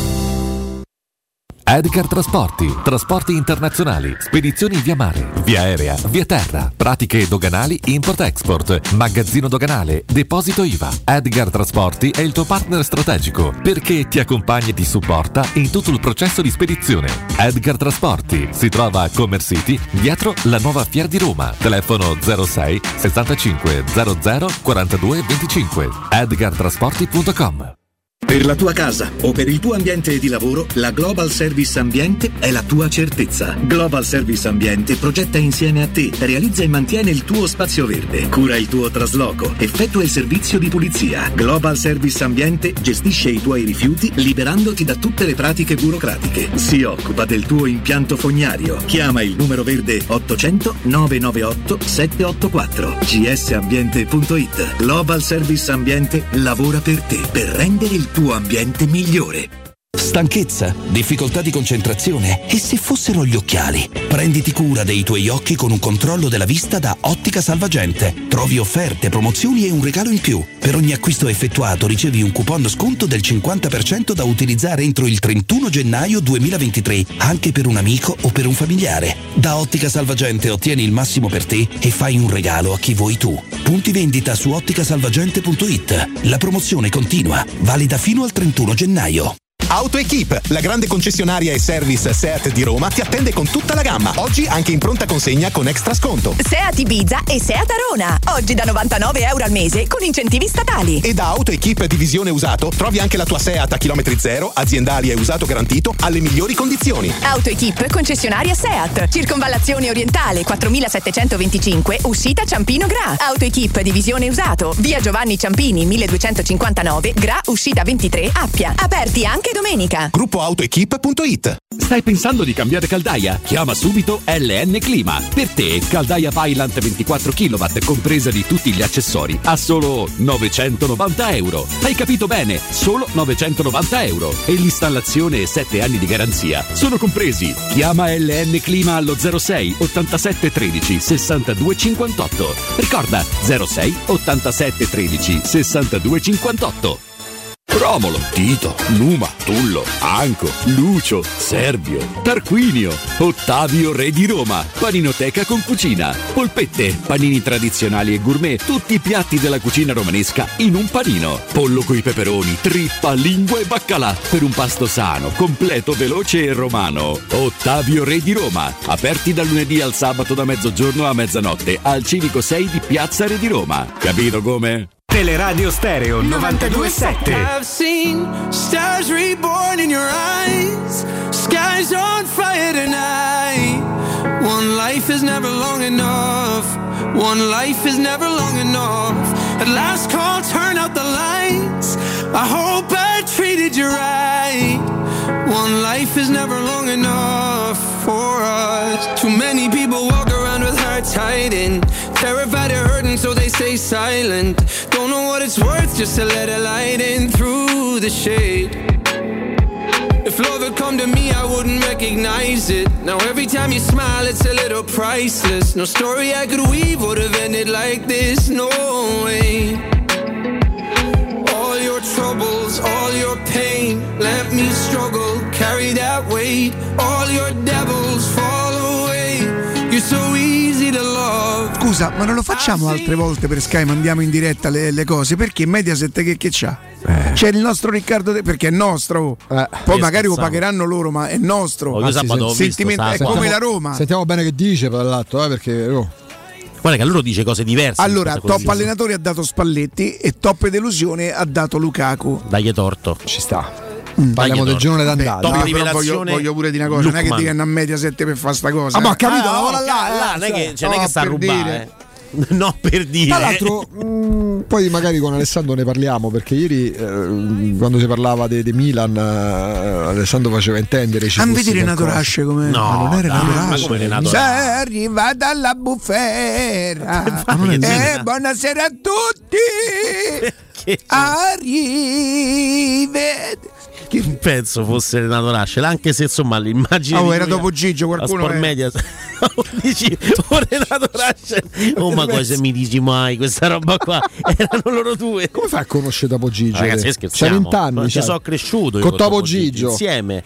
Edgar Trasporti, trasporti internazionali, spedizioni via mare, via aerea, via terra, pratiche doganali import-export, magazzino doganale, deposito IVA. Edgar Trasporti è il tuo partner strategico perché ti accompagna e ti supporta in tutto il processo di spedizione. Edgar Trasporti si trova a Commerce City, dietro la nuova Fiera di Roma. Telefono 06 65 00 42 25. edgartrasporti.com. Per la tua casa o per il tuo ambiente di lavoro, la Global Service Ambiente è la tua certezza. Global Service Ambiente progetta insieme a te, realizza e mantiene il tuo spazio verde, cura il tuo trasloco, effettua il servizio di pulizia. Global Service Ambiente gestisce i tuoi rifiuti liberandoti da tutte le pratiche burocratiche. Si occupa del tuo impianto fognario. Chiama il numero verde 800 998 784. gsambiente.it. Global Service Ambiente lavora per te per rendere il tuo ambiente migliore. stanchezza, difficoltà di concentrazione? E se fossero gli occhiali? Prenditi cura dei tuoi occhi con un controllo della vista da Ottica Salvagente. Trovi offerte, promozioni e un regalo in più. Per ogni acquisto effettuato ricevi un coupon sconto del 50% da utilizzare entro il 31 gennaio 2023, anche per un amico o per un familiare. Da Ottica Salvagente ottieni il massimo per te e fai un regalo a chi vuoi tu. Punti vendita su otticasalvagente.it. La promozione continua, valida fino al 31 gennaio. AutoEquip, la grande concessionaria e service Seat di Roma, ti attende con tutta la gamma. Oggi anche in pronta consegna con extra sconto. Seat Ibiza e Seat Arona. Oggi da €99 al mese con incentivi statali. E da AutoEquip Divisione Usato trovi anche la tua Seat a chilometri zero, aziendali e usato garantito alle migliori condizioni. AutoEquip concessionaria Seat. Circonvallazione orientale 4725, uscita Ciampino Gra. AutoEquip Divisione Usato. Via Giovanni Ciampini 1259, Gra, uscita 23, Appia. Aperti anche domenica. Gruppo AutoEquip.it. Stai pensando di cambiare caldaia? Chiama subito LN Clima. Per te, caldaia Vaillant 24 kW, compresa di tutti gli accessori, a solo €990. Hai capito bene? Solo €990. E l'installazione e 7 anni di garanzia sono compresi. Chiama LN Clima allo 06 87 13 62 58. Ricorda 06 87 13 62 58. Romolo, Tito, Numa, Tullo, Anco, Lucio, Servio, Tarquinio, Ottavio Re di Roma, Paninoteca con cucina, polpette, panini tradizionali e gourmet, tutti i piatti della cucina romanesca in un panino, pollo coi peperoni, trippa, lingua e baccalà, per un pasto sano, completo, veloce e romano. Ottavio Re di Roma, aperti dal lunedì al sabato da mezzogiorno a mezzanotte al Civico 6 di Piazza Re di Roma. Capito come? Teleradio Stereo 92.7. I've seen stars reborn in your eyes, skies on fire tonight. One life is never long enough. One life is never long enough. At last call, turn out the lights. I hope I treated you right. One life is never long enough for us. Too many people walk around with hearts hiding, terrified of hurting, so they stay silent. Don't know what it's worth just to let a light in through the shade. If love had come to me, I wouldn't recognize it. Now every time you smile, it's a little priceless. No story I could weave would have ended like this, no way. All your troubles, all your pain, let me struggle, carry that weight. All your devils fall away. You're so easy to love. Scusa, ma non lo facciamo altre volte per Sky? Mandiamo in diretta le cose? Perché Mediaset che c'ha? C'è il nostro Riccardo perché è nostro. Poi magari lo pagheranno loro, ma è nostro. Sentimento è come la Roma. Sentiamo bene che dice per l'atto, perché guarda che a loro dice cose diverse. Allora, top allenatore ha dato Spalletti e top delusione ha dato Lukaku. Dagli torto. Ci sta. Parliamo del girone d'andata. Voglio pure dire una cosa, non è che devi andare a Mediaset per fare sta cosa. Ma ho capito, lavora là, non è che sta a rubare. No, per dire. Tra l'altro, poi magari con Alessandro ne parliamo, perché ieri quando si parlava di Milan, Alessandro faceva intendere. Non vedi Renato Rasce come? No, non era Renato Rasce. Se arriva dalla bufera. Buonasera a tutti. Arrivederci. Che penso fosse Renato Rasce, anche se insomma l'immagine era dopo Gigio, qualcuno Media dici Renato Rasce, ma cosa mi dici mai questa roba qua? Erano loro due. Come fai a conoscere dopo Gigio? Ragazzi, scherziamo. C'è 20 anni, ci sono cresciuto con Topo Gigio insieme.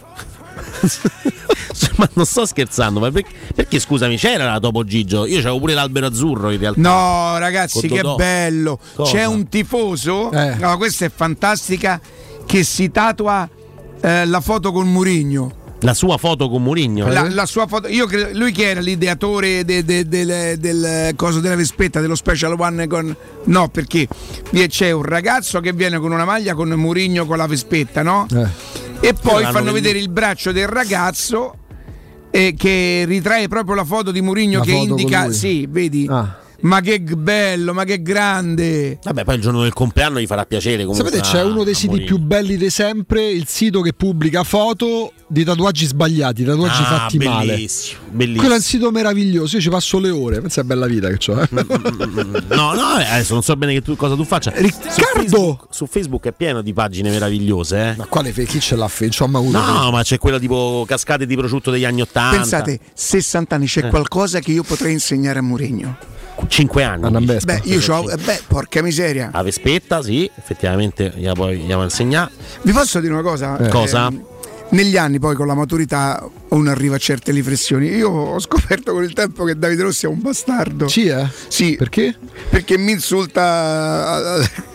Ma non sto scherzando, ma perché scusami, c'era la Topo Gigio? Io c'avevo pure l'albero azzurro in realtà. No, ragazzi, che bello. Cosa? C'è un tifoso, no, questa è fantastica, che si tatua la foto con Mourinho. La sua foto con Mourinho? La sua foto. Io credo, lui che era l'ideatore del coso della Vespetta, dello Special One con. No, perché c'è un ragazzo che viene con una maglia con Mourinho con la Vespetta, no? E poi fanno vedere il braccio del ragazzo che ritrae proprio la foto di Mourinho che indica. Sì, vedi. Ma che bello, ma che grande. Vabbè, poi il giorno del compleanno gli farà piacere. Sapete, c'è uno dei siti più belli di sempre, il sito che pubblica foto di tatuaggi sbagliati, tatuaggi fatti male. Bellissimo. Quello è un sito meraviglioso, io ci passo le ore, pensa è bella vita che c'ho. No, adesso non so bene cosa tu faccia. Riccardo! Su Facebook è pieno di pagine meravigliose, Ma quale chi ce l'ha fatto? No, ma c'è quella tipo cascate di prosciutto degli anni 80. Pensate, 60 anni, c'è qualcosa che io potrei insegnare a Mourinho. 5 anni. Beh, io c'ho, porca miseria. A Vespetta, sì, effettivamente poi andiamo a insegnare. Vi posso dire una cosa? Cosa? Negli anni poi con la maturità uno arriva a certe riflessioni. Io ho scoperto con il tempo che Davide Rossi è un bastardo. Sì. Perché? Perché mi insulta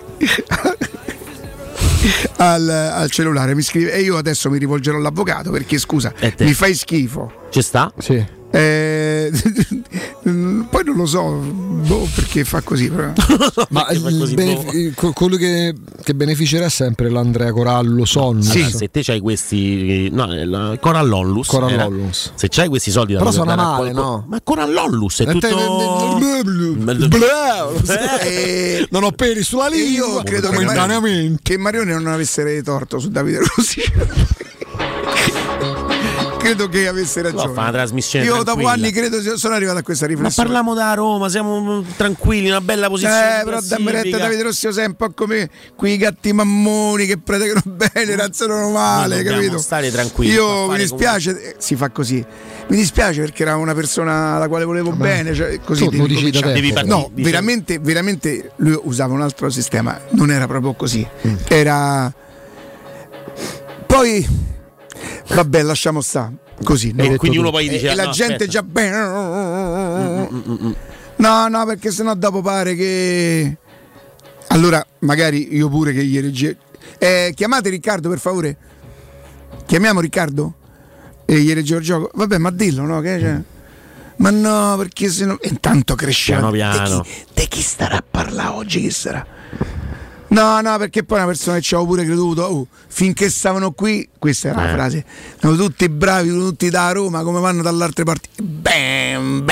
al cellulare, mi scrive e io adesso mi rivolgerò all'avvocato perché scusa, mi fai schifo. Ci sta? Sì. Poi non lo so perché fa così però. Ma quello che beneficerà è sempre l'Andrea Corallo Sonno. Sì. Se te c'hai questi Corallollus, se c'hai questi soldi da però suona male, no? Ma Corallollus è tutto non ho peli sulla lingua. Io credo che Marione non avesse torto su Davide Rossi. Credo che avesse ragione. Fa una trasmissione io tranquilla. dopo anni credo sono arrivato a questa riflessione. Ma parliamo da Roma, siamo tranquilli, una bella posizione. Però dammi retta, Davide Rossi è un po' come quei gatti mammoni che predicano bene, razzolano male, capito? Stare tranquilli. Io mi dispiace, si fa così. Mi dispiace perché era una persona alla quale volevo bene, cioè, così devi partire. No, veramente lui usava un altro sistema, non era proprio così. Era poi vabbè, lasciamo stare così. E quindi uno poi dice e la gente già bene. No, perché sennò dopo pare che allora magari io pure che ieri chiamate Riccardo per favore. Chiamiamo Riccardo e ieri il gioco. Vabbè, ma dillo, no? Che c'è? Ma no, perché sennò intanto cresciamo. Piano. Di chi starà a parlare oggi? Chi sarà? No, perché poi una persona che ci avevo pure creduto, finché stavano qui, questa era la frase, erano tutti bravi, tutti da Roma, come vanno dall'altre parti. Bam.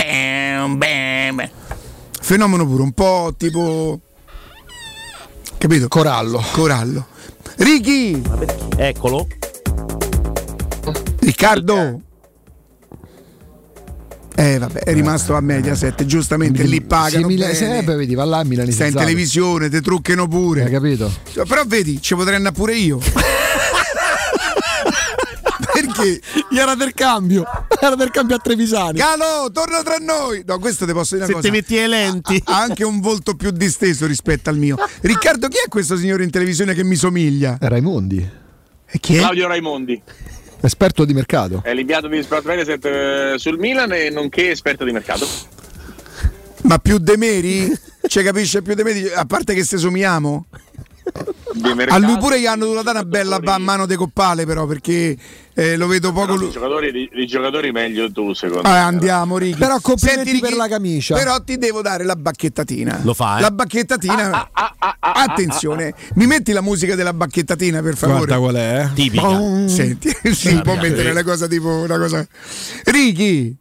Fenomeno pure, un po' tipo, capito? Corallo. Ricky! Eccolo. Riccardo! Vabbè, è rimasto a Mediaset, giustamente lì pagano bene. Vedi, va là a Milano. Stai in televisione, te truccano pure. Hai capito? Però vedi, ci potrei andare pure io. Perché? Era del cambio a Trevisani. Calo, torna tra noi. No, questo ti posso dire una cosa. Se ti metti le lenti. Ha anche un volto più disteso rispetto al mio. Riccardo, chi è questo signore in televisione che mi somiglia? Raimondi. E chi è? Claudio Raimondi. Esperto di mercato. È l'inviato di Sport Mediaset sul Milan e nonché esperto di mercato. Ma più de Meri? Ci capisce più de Meri? A parte che se somiamo? A lui pure gli hanno dovuto dare una bella mano de coppale però perché lo vedo poco. I giocatori meglio tu secondo me. Andiamo Ricky. Però complimenti per la camicia. Però ti devo dare la bacchettatina. Lo fa, La bacchettatina. Attenzione, mi metti la musica della bacchettatina per favore. Guarda qual è? Tipica. Senti, sì, può mettere le cose tipo una cosa. Ricky.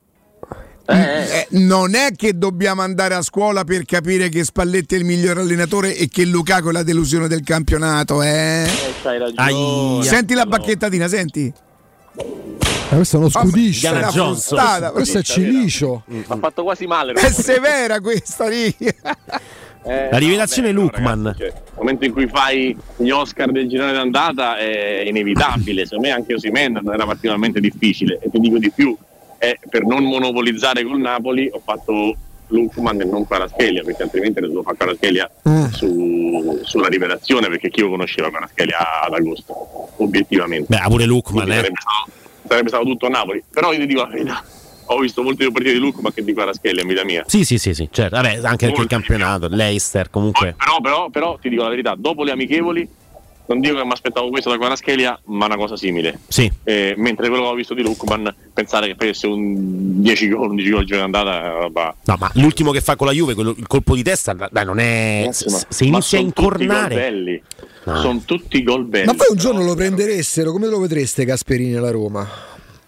Non è che dobbiamo andare a scuola per capire che Spalletti è il miglior allenatore e che Lukaku è la delusione del campionato, C'hai ragione. Senti la bacchettatina, senti. Questo è uno scudiscio. Questo è cilicio. Mi ha fatto quasi male. È severa questa lì. La rivelazione Lookman. Nel momento in cui fai gli Oscar del girone d'andata è inevitabile. Secondo me anche Osimhen non era particolarmente difficile. E ti dico di più. Per non monopolizzare col Napoli ho fatto Lookman e non Kvaratskhelia, perché altrimenti ne dovevo fare Kvaratskhelia sulla rivelazione, perché chi lo conosceva Kvaratskhelia ad agosto, obiettivamente. Beh, pure Lookman sarebbe stato tutto a Napoli, però io ti dico la verità, ho visto molte più partite di Lookman che di Kvaratskhelia in vita mia. Sì, certo. Vabbè, anche il campionato, l'Eister comunque. Però ti dico la verità, dopo le amichevoli non dico che mi aspettavo questo da Kvaratskhelia, ma una cosa simile. Sì. Mentre quello che ho visto di Lookman, pensare che facesse un 10 gol, 11 gol giorno andata. No, ma l'ultimo che fa con la Juve, il colpo di testa, dai, non è. Se inizia a incornare. Sono tutti gol belli. Ma poi un giorno lo prenderessero, come lo vedreste Gasperini alla Roma?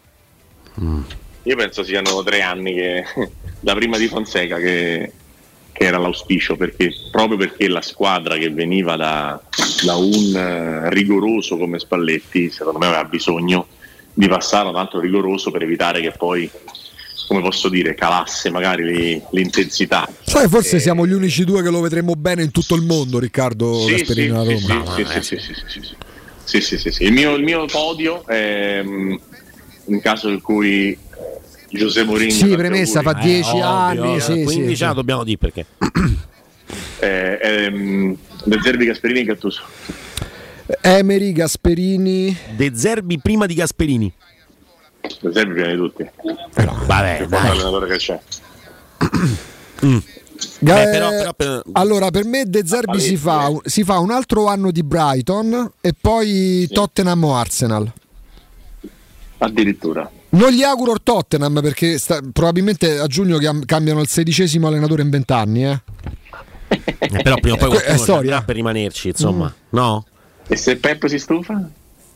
Io penso siano 3 anni che da prima di Fonseca che che era l'auspicio, proprio perché la squadra che veniva da un rigoroso come Spalletti, secondo me aveva bisogno di passare a un altro rigoroso per evitare che poi, come posso dire, calasse magari l'intensità. Sai, forse siamo gli unici due che lo vedremo bene in tutto il mondo, Riccardo Gasperini alla Roma. Sì. Il mio podio è in caso in cui José Mourinho, sì, premessa, fa 10 anni, 15 anni dobbiamo dire perché. De Zerbi, Gasperini e Gattuso. Emery, Gasperini. De Zerbi prima di Gasperini. De Zerbi prima di tutti. Vabbè, dai. L'allenatore che c'è. Allora, per me De Zerbi si fa un altro anno di Brighton e poi Tottenham o Arsenal. Addirittura. Non gli auguro il Tottenham perché probabilmente a giugno cambiano il 16° allenatore in 20 anni. Però prima o poi qualcuno storia per rimanerci, insomma. No? E se Pep si stufa?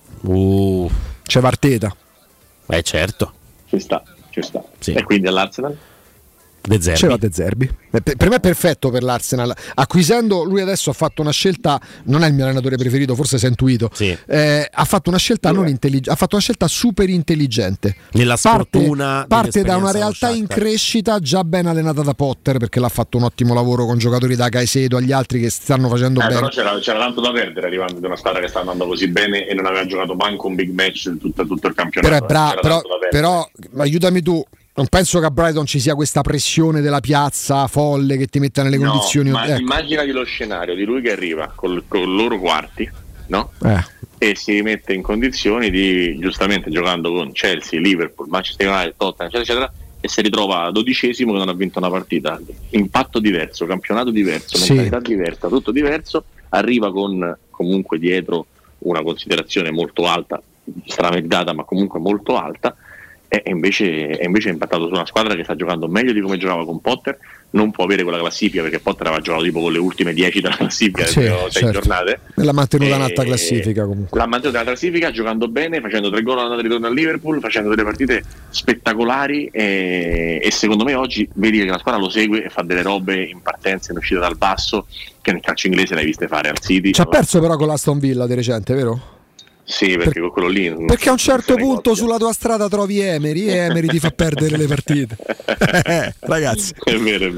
C'è Arteta. Certo. Ci sta. Sì. E quindi all'Arsenal? De Zerbi. C'era De Zerbi. Per me è perfetto per l'Arsenal. Acquisendo, lui adesso ha fatto una scelta, non è il mio allenatore preferito, forse si è intuito. Sì. Ha fatto una scelta non intelligente, ha fatto una scelta super intelligente. Nella sfortuna parte da una realtà in crescita già ben allenata da Potter, perché l'ha fatto un ottimo lavoro con giocatori da Caicedo agli altri che stanno facendo bene. Però c'era tanto da perdere arrivando da una squadra che sta andando così bene e non aveva giocato manco un big match tutto il campionato. Però aiutami tu. Non penso che a Brighton ci sia questa pressione della piazza folle che ti metta nelle condizioni. Ma immaginati lo scenario di lui che arriva con loro quarti, no? E si mette in condizioni di, giustamente giocando con Chelsea, Liverpool, Manchester United, Tottenham, eccetera, e si ritrova 12° che non ha vinto una partita. Impatto diverso, campionato diverso, mentalità diversa, tutto diverso. Arriva con comunque dietro una considerazione molto alta, stramezzata, ma comunque molto alta. E invece è impattato su una squadra che sta giocando meglio di come giocava con Potter. Non può avere quella classifica perché Potter aveva giocato tipo con le ultime 10 della classifica, 6 giornate, e l'ha mantenuta in alta classifica comunque. L'ha mantenuta in alta classifica giocando bene, facendo 3 gol all'andata e ritorno al Liverpool, facendo delle partite spettacolari e secondo me oggi vedi che la squadra lo segue e fa delle robe in partenza, in uscita dal basso, che nel calcio inglese l'hai viste fare al City. Ci ha perso però con l'Aston Villa di recente, vero? Sì, perché con quello lì. Perché a un certo punto sulla tua strada trovi Emery e Emery ti fa perdere le partite. Ragazzi. È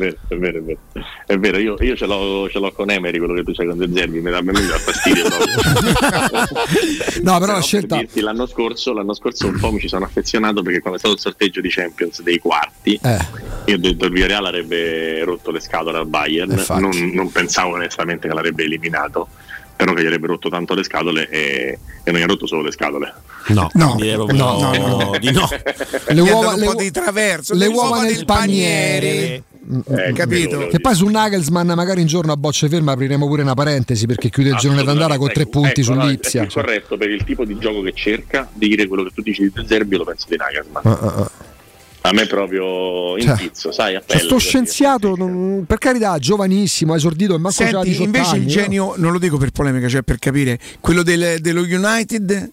vero. Io ce l'ho con Emery, quello che tu c'hai con De Zerbi, mi dà fastidio. No, però la scelta. Per dirti, l'anno scorso un po' mi ci sono affezionato perché quando è stato il sorteggio di Champions dei quarti, io ho detto il Villarreal avrebbe rotto le scatole al Bayern. Non pensavo onestamente che l'avrebbe eliminato. Però che gli avrebbe rotto tanto le scatole e non gli ha rotto solo le scatole. No. Le uova, un po' di traverso, le uova nel paniere. Capito? Che poi su Nagelsmann magari un giorno a bocce ferme apriremo pure una parentesi perché chiude il girone d'andata con 3 punti sull'Ipsia. È più corretto per il tipo di gioco che cerca di dire quello che tu dici di De Zerbi, lo penso di Nagelsmann. A me proprio in pizzo, sai, a pelle. Sto scienziato, per carità, giovanissimo, ha esordito e manco c'ha 18 invece anni, il genio, non lo dico per polemica, cioè per capire, quello dello United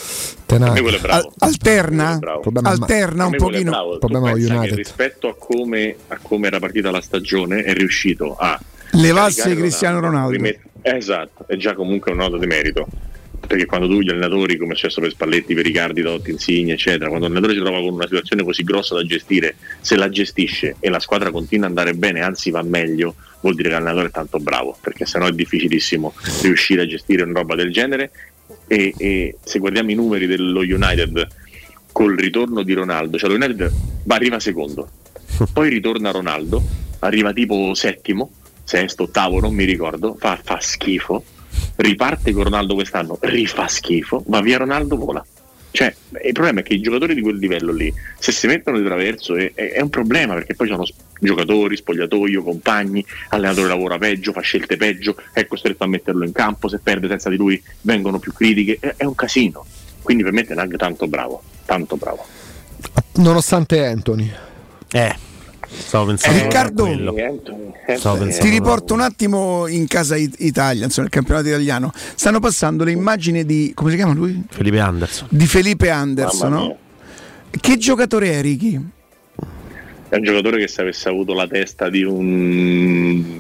alterna un pochino. Il problema United. Rispetto a come era partita la stagione è riuscito a levarsi Cristiano Ronaldo. Esatto, è già comunque un nodo di merito. Perché quando tu gli allenatori, come è successo per Spalletti, per Riccardi, Totti, Insigne, eccetera, quando l'allenatore si trova con una situazione così grossa da gestire, se la gestisce e la squadra continua ad andare bene, anzi va meglio, vuol dire che l'allenatore è tanto bravo, perché sennò è difficilissimo riuscire a gestire una roba del genere. E se guardiamo i numeri dello United col ritorno di Ronaldo, cioè lo United arriva secondo, poi ritorna Ronaldo, arriva tipo settimo, sesto, ottavo, non mi ricordo, fa schifo. Riparte con Ronaldo quest'anno, rifà schifo, va via Ronaldo, vola. Cioè, il problema è che i giocatori di quel livello lì, se si mettono di traverso è un problema, perché poi sono giocatori, spogliatoio, compagni, allenatore lavora peggio, fa scelte peggio, è costretto a metterlo in campo, se perde senza di lui vengono più critiche, è un casino. Quindi per me Ten tanto bravo. Nonostante Anthony. Stavo pensando Riccardo, ti riporto un attimo in casa Italia, insomma, il campionato italiano. Stanno passando le immagini di, come si chiama lui? Felipe Anderson. Di Felipe Anderson, no? Che giocatore è, Ricky? è un giocatore che se avesse avuto la testa di un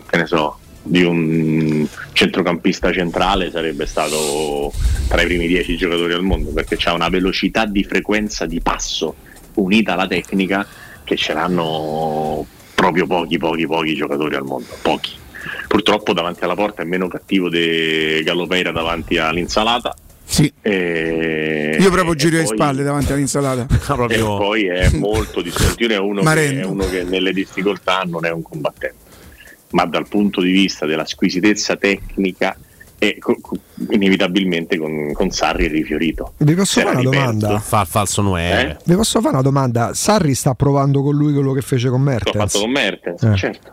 centrocampista centrale sarebbe stato tra i primi 10 giocatori al mondo, perché c'ha una velocità di frequenza di passo unita alla tecnica che ce l'hanno proprio pochi giocatori al mondo, pochi. Purtroppo davanti alla porta è meno cattivo di Gallopeira davanti all'insalata. Sì. Io proprio giro le spalle davanti all'insalata. E poi è molto discontinuo, è uno che nelle difficoltà non è un combattente, ma dal punto di vista della squisitezza tecnica è inevitabilmente con Sarri è rifiorito. Vi posso fare una domanda? Fa il falso Noè. Vi posso fare una domanda? Sarri sta provando con lui quello che fece con Mertens? L'ho fatto con Mertens, certo.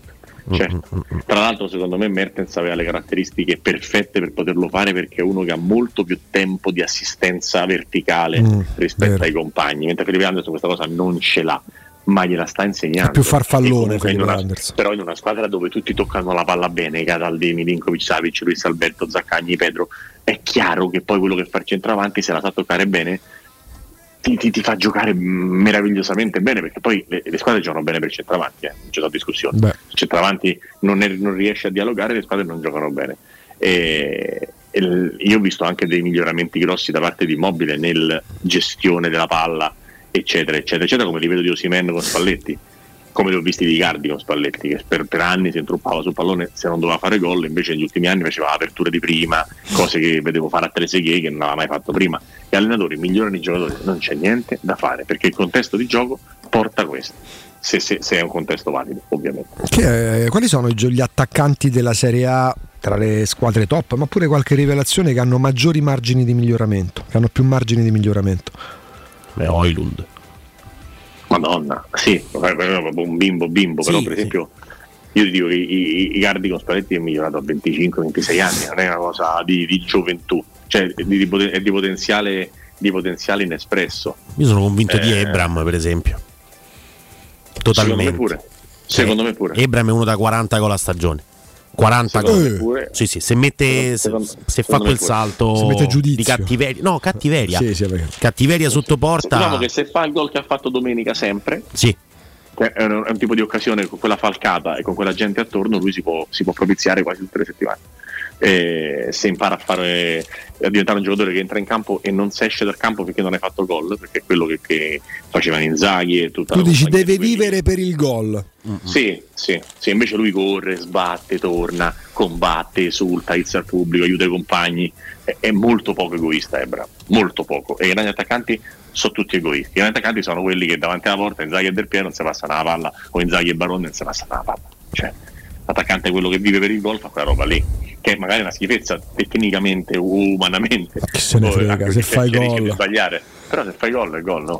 Tra l'altro secondo me Mertens aveva le caratteristiche perfette per poterlo fare, perché è uno che ha molto più tempo di assistenza verticale rispetto ai compagni, mentre Felipe Anderson questa cosa non ce l'ha, ma gliela sta insegnando. È più farfallone però in una squadra dove tutti toccano la palla bene, Cataldi, Milinkovic, Savic, Luis Alberto, Zaccagni, Pedro, è chiaro che poi quello che fa il centravanti, se la sa toccare bene, ti fa giocare meravigliosamente bene, perché poi le squadre giocano bene per il centravanti, non c'è stata discussione. Il centravanti non riesce a dialogare, le squadre non giocano bene. Io ho visto anche dei miglioramenti grossi da parte di Immobile nel gestione della palla, eccetera, come li vedo di Osimhen con Spalletti, come li ho visti di Icardi con Spalletti, che per anni si intruppava sul pallone se non doveva fare gol, invece negli ultimi anni faceva aperture di prima, cose che vedevo fare a Trezeguet che non aveva mai fatto prima. Gli allenatori migliorano i giocatori, non c'è niente da fare, perché il contesto di gioco porta questo, se è un contesto valido, ovviamente. Quali sono gli attaccanti della Serie A tra le squadre top, ma pure qualche rivelazione, che hanno maggiori margini di miglioramento, che hanno più margini di miglioramento? Højlund. Madonna, sì, un bimbo, però per esempio io ti dico che Icardi con Spalletti è migliorato a 25-26 anni, non è una cosa di gioventù, cioè è di potenziale inespresso. Io sono convinto di Ebram, per esempio, totalmente. Secondo me pure. Ebram è uno da 40 con la stagione. 40 gol. Sì, se fa quel salto di cattiveria. No, cattiveria. Cattiveria sotto porta. Diciamo che se fa il gol che ha fatto domenica sempre. Sì. È un tipo di occasione con quella falcata e con quella gente attorno, lui si può propiziare quasi tutte le settimane. Se impara a diventare un giocatore che entra in campo e non si esce dal campo perché non hai fatto gol, perché è quello che facevano Inzaghi e tutta tu dici deve vivere per il gol. Sì, invece lui corre, sbatte, torna, combatte, esulta, izza al pubblico, aiuta i compagni, è molto poco egoista Ebra, molto poco, e i grandi attaccanti sono tutti egoisti. I grandi attaccanti sono quelli che davanti alla porta Inzaghi e Del Piero non si passano la palla, o Inzaghi e Barone non si passano la palla, cioè l'attaccante è quello che vive per il gol, fa quella roba lì, che è magari una schifezza tecnicamente o umanamente, che se ne frega, se fai gol sbagliare, però se fai gol è gol, no?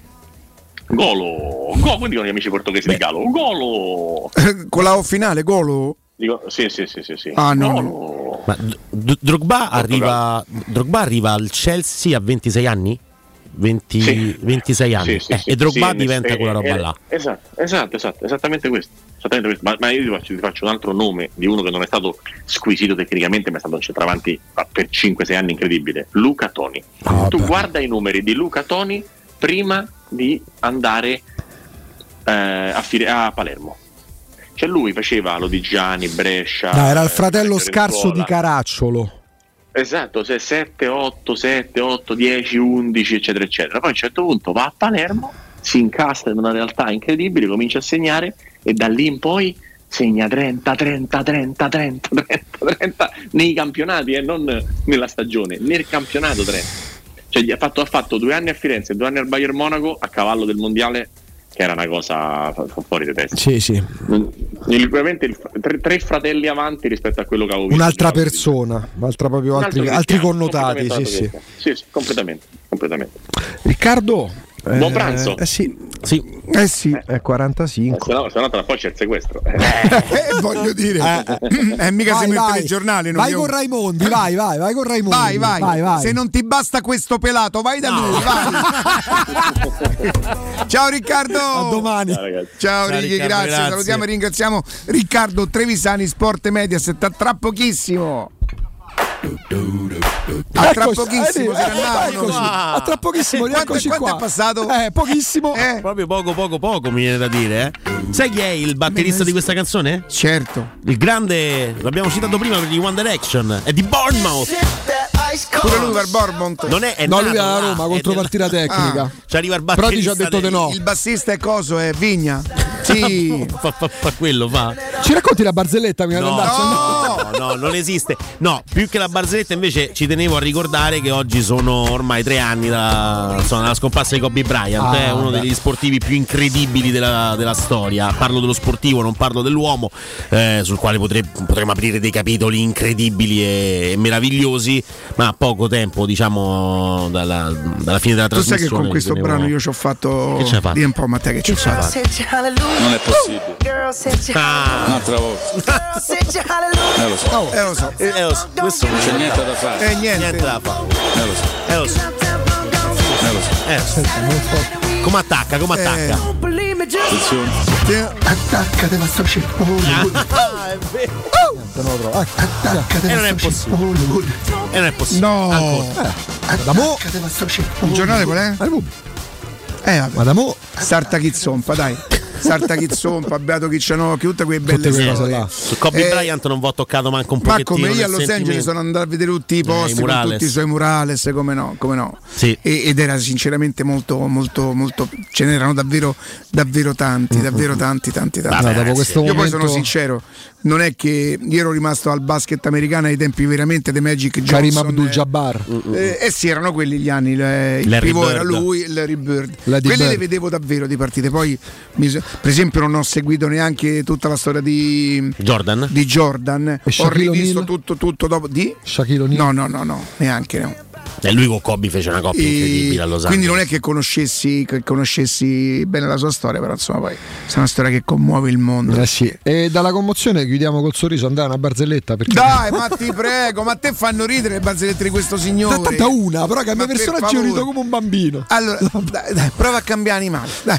Golo, come dicono gli amici portoghesi di Galo, golo con la O finale, golo? Dico, sì. Ah, no. Ma Drogba arriva al Chelsea a 26 anni? 26 anni e Drogba diventa quella roba là. Esatto, esattamente questo. Ma io ti faccio un altro nome di uno che non è stato squisito tecnicamente, ma è stato un centravanti per 5-6 anni incredibile, Luca Toni. Tu guarda i numeri di Luca Toni prima di andare a Palermo. Cioè lui faceva Lodigiani, Brescia. Era il fratello scarso di Caracciolo. Esatto, 7, 8, 10, 11, eccetera, eccetera. Poi a un certo punto va a Palermo, si incastra in una realtà incredibile, comincia a segnare e da lì in poi segna 30 nei campionati, non nella stagione, nel campionato 30. Cioè ha fatto 2 anni a Firenze, 2 anni al Bayern Monaco a cavallo del mondiale, che era una cosa fuori di testa. Sì. Veramente 3 fratelli avanti rispetto a quello che avevo visto. Un'altra persona, altri connotati, sì. Sì, completamente. Riccardo, buon pranzo. Sì, è 45. Se no tra poi c'è il sequestro. Voglio dire, mica si mette nei giornali. Vai con Raimondi, vai con Raimondi. Vai. Se non ti basta questo pelato, vai da lui. Vai. Ciao Riccardo. A domani. Ciao Ricky, grazie. Salutiamo e ringraziamo Riccardo Trevisani, Sport Mediaset. Tra pochissimo. Tra pochissimo se ne andavano. Tra pochissimo, rieccoci qua. Quanto è passato? Pochissimo. Proprio poco mi viene da dire. Sai chi è il batterista di questa canzone? Certo. Il grande, l'abbiamo citato prima per gli One Direction, è di Bournemouth. Pure lui per Bournemouth. Non è no, lui è a Roma, contropartita tecnica. Ci arriva il batterista. Però ti ci ha detto di no. Il bassista è coso, è Vigna. Sì. fa quello, fa. Ci racconti la barzelletta? No, non esiste. No, più che la barzelletta invece ci tenevo a ricordare che oggi sono ormai 3 anni dalla scomparsa di Kobe Bryant, è uno degli sportivi più incredibili della storia. Parlo dello sportivo, non parlo dell'uomo, sul quale potremmo aprire dei capitoli incredibili e meravigliosi, ma a poco tempo, diciamo, dalla fine della trasmissione. Tu sai che con questo brano io ci ho fatto di un po', ma te che ci hai fatto? Non è possibile. Un'altra volta. Lo so. Questo non c'è niente da fare. Niente da fare. Lo so. Come attacca? Attenzione. Attaccate ma sto è vero. Attaccate non è possibile. No. Adamo. Il giornale qual è? Vabbè. Adamo. Sarta Chizzompa, dai. Sarta Chizzompa, Beato Chiccianocchi, tutte quelle belle cose là. Su Kobe Bryant non vi ho toccato manco un pochettino. Ma come io a Los Angeles sono andato a vedere tutti i posti con tutti i suoi murales, come no. Sì. Ed era sinceramente molto, ce n'erano davvero tanti. No, dopo questo io momento... poi sono sincero, non è che io ero rimasto al basket americano ai tempi veramente dei Magic Johnson, Karim Abdul-Jabbar. Sì, erano quelli gli anni, il pivot era lui, il Larry Bird. Quelli le vedevo davvero di partite. Poi per esempio non ho seguito neanche tutta la storia di Jordan. Ho rivisto tutto dopo di Shaquille O'Neal. No, neanche no. E lui con Kobe fece una coppia incredibile a Los Angeles. Quindi non è che conoscessi bene la sua storia, però insomma poi è una storia che commuove il mondo. Sì. E dalla commozione chiudiamo col sorriso, andare una barzelletta perché... Dai, ma ti prego, ma te fanno ridere le barzellette di questo signore. Tanta una, però cambia personaggio, io rido come un bambino. Allora, dai, prova a cambiare animale, dai.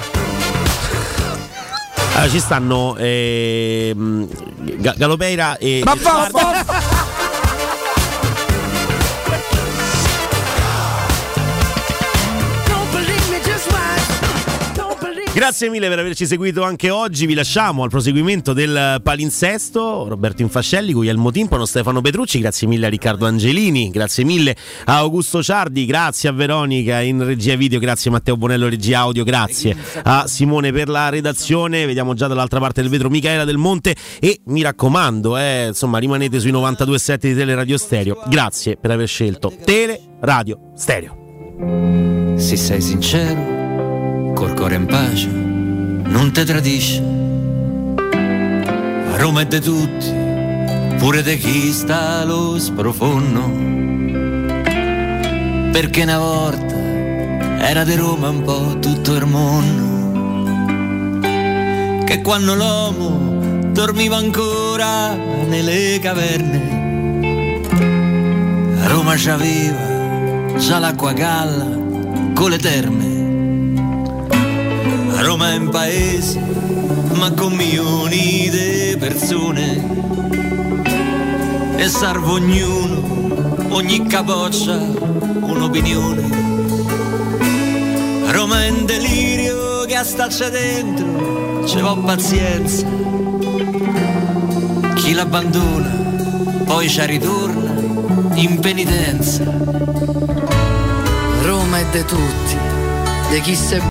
Allora, ci stanno Galopeira e... Ma va! Grazie mille per averci seguito anche oggi. Vi lasciamo al proseguimento del palinsesto. Roberto Infascelli, Guglielmo Timpano, Stefano Petrucci. Grazie mille a Riccardo Angelini. Grazie mille a Augusto Ciardi. Grazie a Veronica in regia video. Grazie a Matteo Bonello regia audio. Grazie a Simone per la redazione. Vediamo già dall'altra parte del vetro Micaela Del Monte. E mi raccomando, insomma, rimanete sui 92.7 di Teleradio Stereo. Grazie per aver scelto Teleradio Stereo. Se sei sincero, col cuore in pace, non te tradisce. Roma è de tutti, pure de chi sta allo sprofondo, perché una volta era di Roma un po' tutto il mondo, che quando l'uomo dormiva ancora nelle caverne, Roma c'aveva già l'acqua galla con le terme. Roma è un paese, ma con milioni di persone, e serve ognuno, ogni capoccia, un'opinione. Roma è un delirio che a starci dentro ci va pazienza. Chi l'abbandona poi ci ritorna in penitenza. Roma è de tutti, di chi se